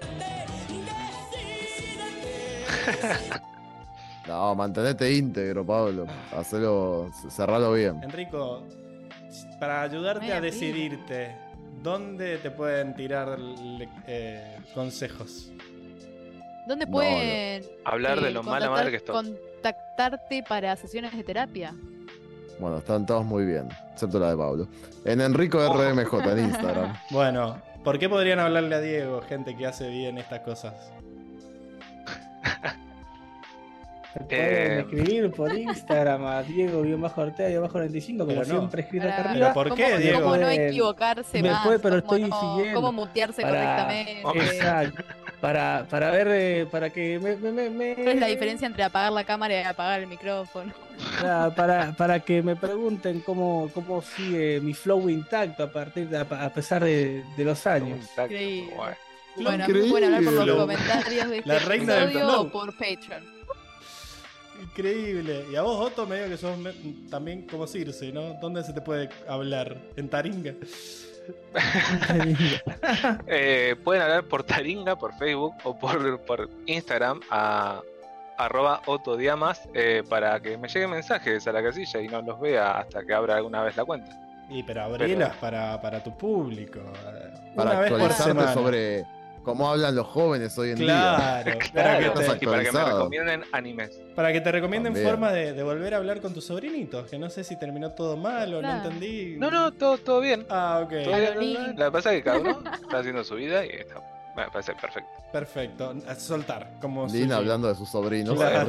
no, mantenete íntegro, Pablo. Hacelo, cerralo bien. Enrico, para ayudarte Ay, a amigo. decidirte, ¿dónde te pueden tirar le- eh, consejos? ¿Dónde No, pueden Hablar de eh, lo mala contactar- madre que estoy. contactarte para sesiones de terapia? Bueno, están todos muy bien, excepto la de Pablo. En Enrico R M J en Instagram. Bueno, ¿por qué podrían hablarle a Diego, gente que hace bien estas cosas? Pueden Eh, escribir por Instagram a Diego-Ortega-noventa y cinco, como Pero no. siempre escrito acá Para- arriba. ¿Pero por ¿Cómo- qué, Diego? ¿Cómo no Pueden- equivocarse me más? puede, pero ¿Cómo estoy no- siguiendo ¿Cómo mutearse para- correctamente? Exacto. Para, para ver, eh, para que me, me, me- me- ¿Cuál es la diferencia entre apagar la cámara y apagar el micrófono? Para, para, para que me pregunten cómo, cómo sigue mi flow intacto a partir de, a pesar de, de los años. Contacto, Increíble. bueno. Bueno, a mí me pueden hablar por los Increíble. comentarios de este La reina del episodio flow. o por Patreon. Increíble. Y a vos, Otto, medio que sos me- también como Circe, ¿no? ¿Dónde se te puede hablar? ¿En Taringa? Eh, pueden hablar por Taringa, por Facebook o por, por Instagram a arroba otodiamas eh, para que me lleguen mensajes a la casilla y no los vea hasta que abra alguna vez la cuenta. Y pero abrilas para, para tu público. eh, Para Una vez por actualizarte semana. sobre, cómo hablan los jóvenes hoy en día. Claro, Claro, para que y te, para que me actualizado. recomienden animes. para que te recomienden También. formas de, de volver a hablar con tus sobrinitos, que no sé si terminó todo mal o no Claro. entendí. No, no, todo, todo bien. Ah, ok. Todo bien. Lolín. Lo que pasa es que cada uno está haciendo su vida y está, me parece perfecto. Perfecto. A soltar, como Lin Sushi. hablando de sus sobrinos. Claro.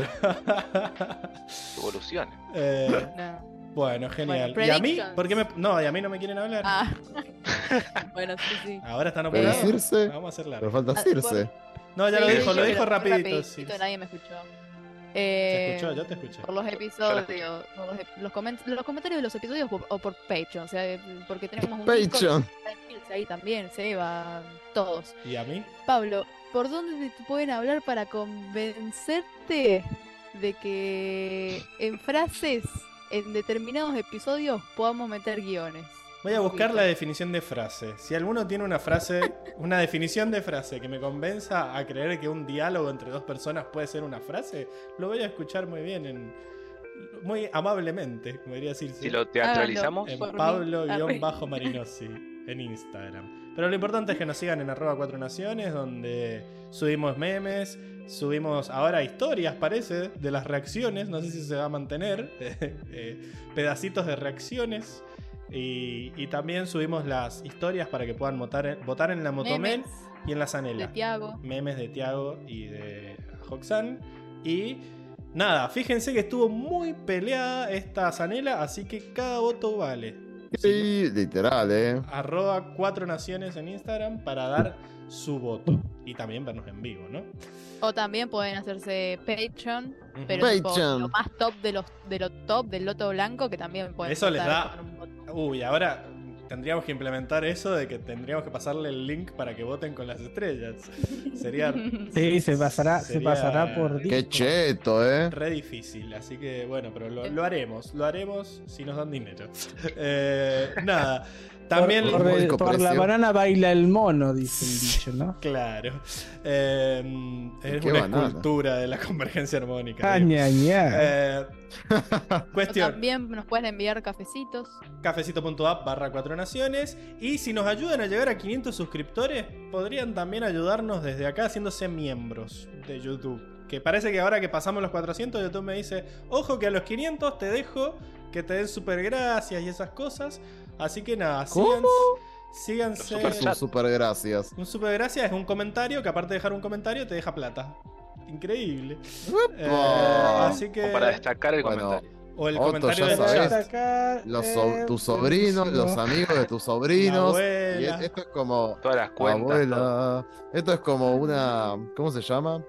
Evoluciones. Eh, No. bueno, genial. Bueno, ¿Y a mí? predictions. ¿Por qué me.? No, y a mí no me quieren hablar. Ah. Bueno, sí, sí. Ahora están Pero operados. Circe, Vamos a hacer pero largo. falta Ah, Circe. No, ya Sí, lo dijo, yo lo dijo pero fue rapidito. Sí. Nadie me escuchó. ¿Se Eh, escuchó? Yo te escuché. Por los episodios, por los, ep- los, coment- los comentarios de los episodios por- o por Patreon, o sea, eh, porque tenemos un Discord, Patreon. está Emilce ahí también, Seba, todos. ¿Y a mí? Pablo, ¿por dónde te pueden hablar para convencerte de que en frases, en determinados episodios, podamos meter guiones? Voy a buscar Poquito. la definición de frase. Si alguno tiene una frase, una definición de frase que me convenza a creer que un diálogo entre dos personas puede ser una frase, lo voy a escuchar muy bien, en, muy amablemente, como diría decir. Si lo teatralizamos, En por mí. Pablo-Marinosi en Instagram. Pero lo importante es que nos sigan en arroba cuatro naciones, donde subimos memes, subimos ahora historias, parece, de las reacciones. No sé si se va a mantener. eh, pedacitos de reacciones. Y, y también subimos las historias para que puedan votar, votar en la Motomel Memes y en la de Zanela. Tiago. Memes de Tiago y de Hoxan. Y nada, fíjense que estuvo muy peleada esta Zanela, así que cada voto vale. Sí, literal, eh. Arroba cuatro naciones en Instagram para dar su voto. Y también vernos en vivo, ¿no? O también pueden hacerse Patreon, Ujú. pero tipo, Patreon. lo más top de los de lo top del loto blanco que también pueden Eso les votar da- con un voto. Uy, ahora tendríamos que implementar eso de que tendríamos que pasarle el link para que voten con las estrellas. Sería Sí, se pasará, se Sería- pasará por Qué Discord. cheto, eh. re difícil, así que bueno, pero lo, lo haremos, lo haremos si nos dan dinero. Eh, nada, también... Por, Módico el- por la precio. banana baila el mono, dice el dicho, ¿no? Claro. Eh, es ¿Qué una banana? escultura de la convergencia armónica. Ah, digo. ña, ña. Eh, O cuestión, también nos pueden enviar cafecitos. cafecito.app barra cuatro naciones. Y si nos ayudan a llegar a quinientos suscriptores, podrían también ayudarnos desde acá haciéndose miembros de YouTube. Que parece que ahora que pasamos los cuatrocientos, YouTube me dice, ojo que a los quinientos te dejo que te den super gracias y esas cosas. Así que nada, síganse. síganse Los superchats. Super gracias. un super gracias es un comentario que aparte de dejar un comentario te deja plata. Increíble. Eh, así que... o para destacar el Bueno, comentario. o el Otto, comentario ya del sabes. chat. Acá, Los eh, so- tus sobrinos, buenísimo. los amigos de tus La sobrinos. abuela. Y es- esto es como. Todas las cuentas. todo. Abuela. Esto es como una. ¿Cómo se llama?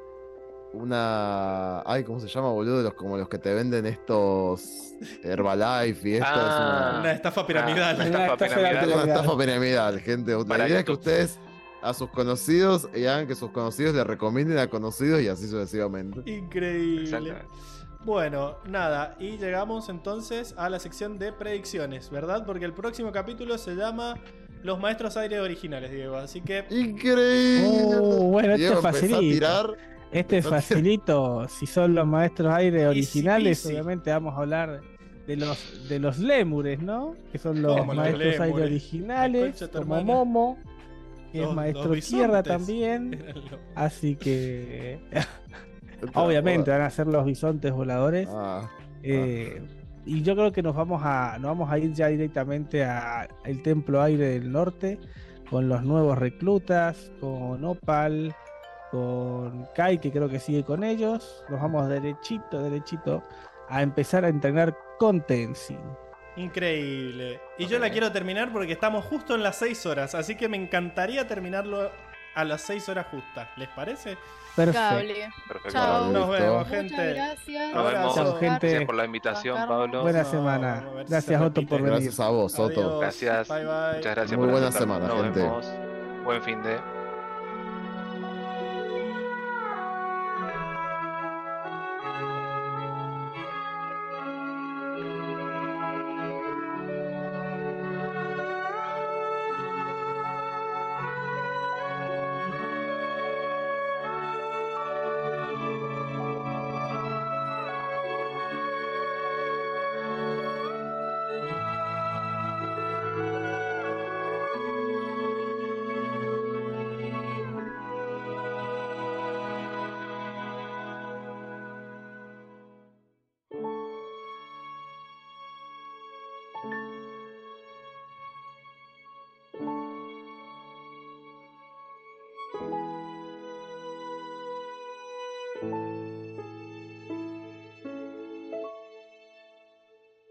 Una. Ay, ¿cómo se llama, boludo? Los, como los que te venden estos Herbalife y esto Ah. Una estafa piramidal. Una Una estafa estafa piramidal. es una, una estafa piramidal, gente. La Para idea es que YouTube. ustedes a sus conocidos y hagan que sus conocidos le recomienden a conocidos y así sucesivamente. Increíble. Exactamente. Bueno, nada, y llegamos entonces a la sección de predicciones, ¿verdad? Porque el próximo capítulo se llama Los Maestros Aire Originales, Diego. Así que Increíble. Oh, bueno, este Diego, es empezá a facilito. tirar. Este es facilito. Si son los maestros aire originales, Easy peasy. obviamente vamos a hablar de los de los lémures, ¿no? Que son los ¿Cómo los maestros aire lémures? La originales, concha de tu como hermana. Momo, que Los- es maestro los tierra bisontes. también. eran los- Así que obviamente van a ser los bisontes voladores. Ah, Eh, y yo creo que nos vamos a nos vamos a ir ya directamente a el Templo Aire del Norte con los nuevos reclutas, con Opal, con Kai, que creo que sigue con ellos. Nos vamos derechito, derechito a empezar a entrenar con Tenzin. Increíble. Y yo la quiero terminar porque estamos justo en las seis horas, así que me encantaría terminarlo a las seis horas justas. ¿Les parece? Perfecto. Cable. Perfecto. Chao. Nos vemos, Muchas gente. gracias. Nos vemos. Chao, gente. Gracias por la invitación, Juan Pablo. Buena No, semana. vamos a ver si Gracias, se Otto, por repite. venir. gracias a vos, Soto. Adiós. Gracias. Bye bye. Muchas gracias Muy por buena aceptar. semana, Nos gente. vemos. Buen fin de. Chau.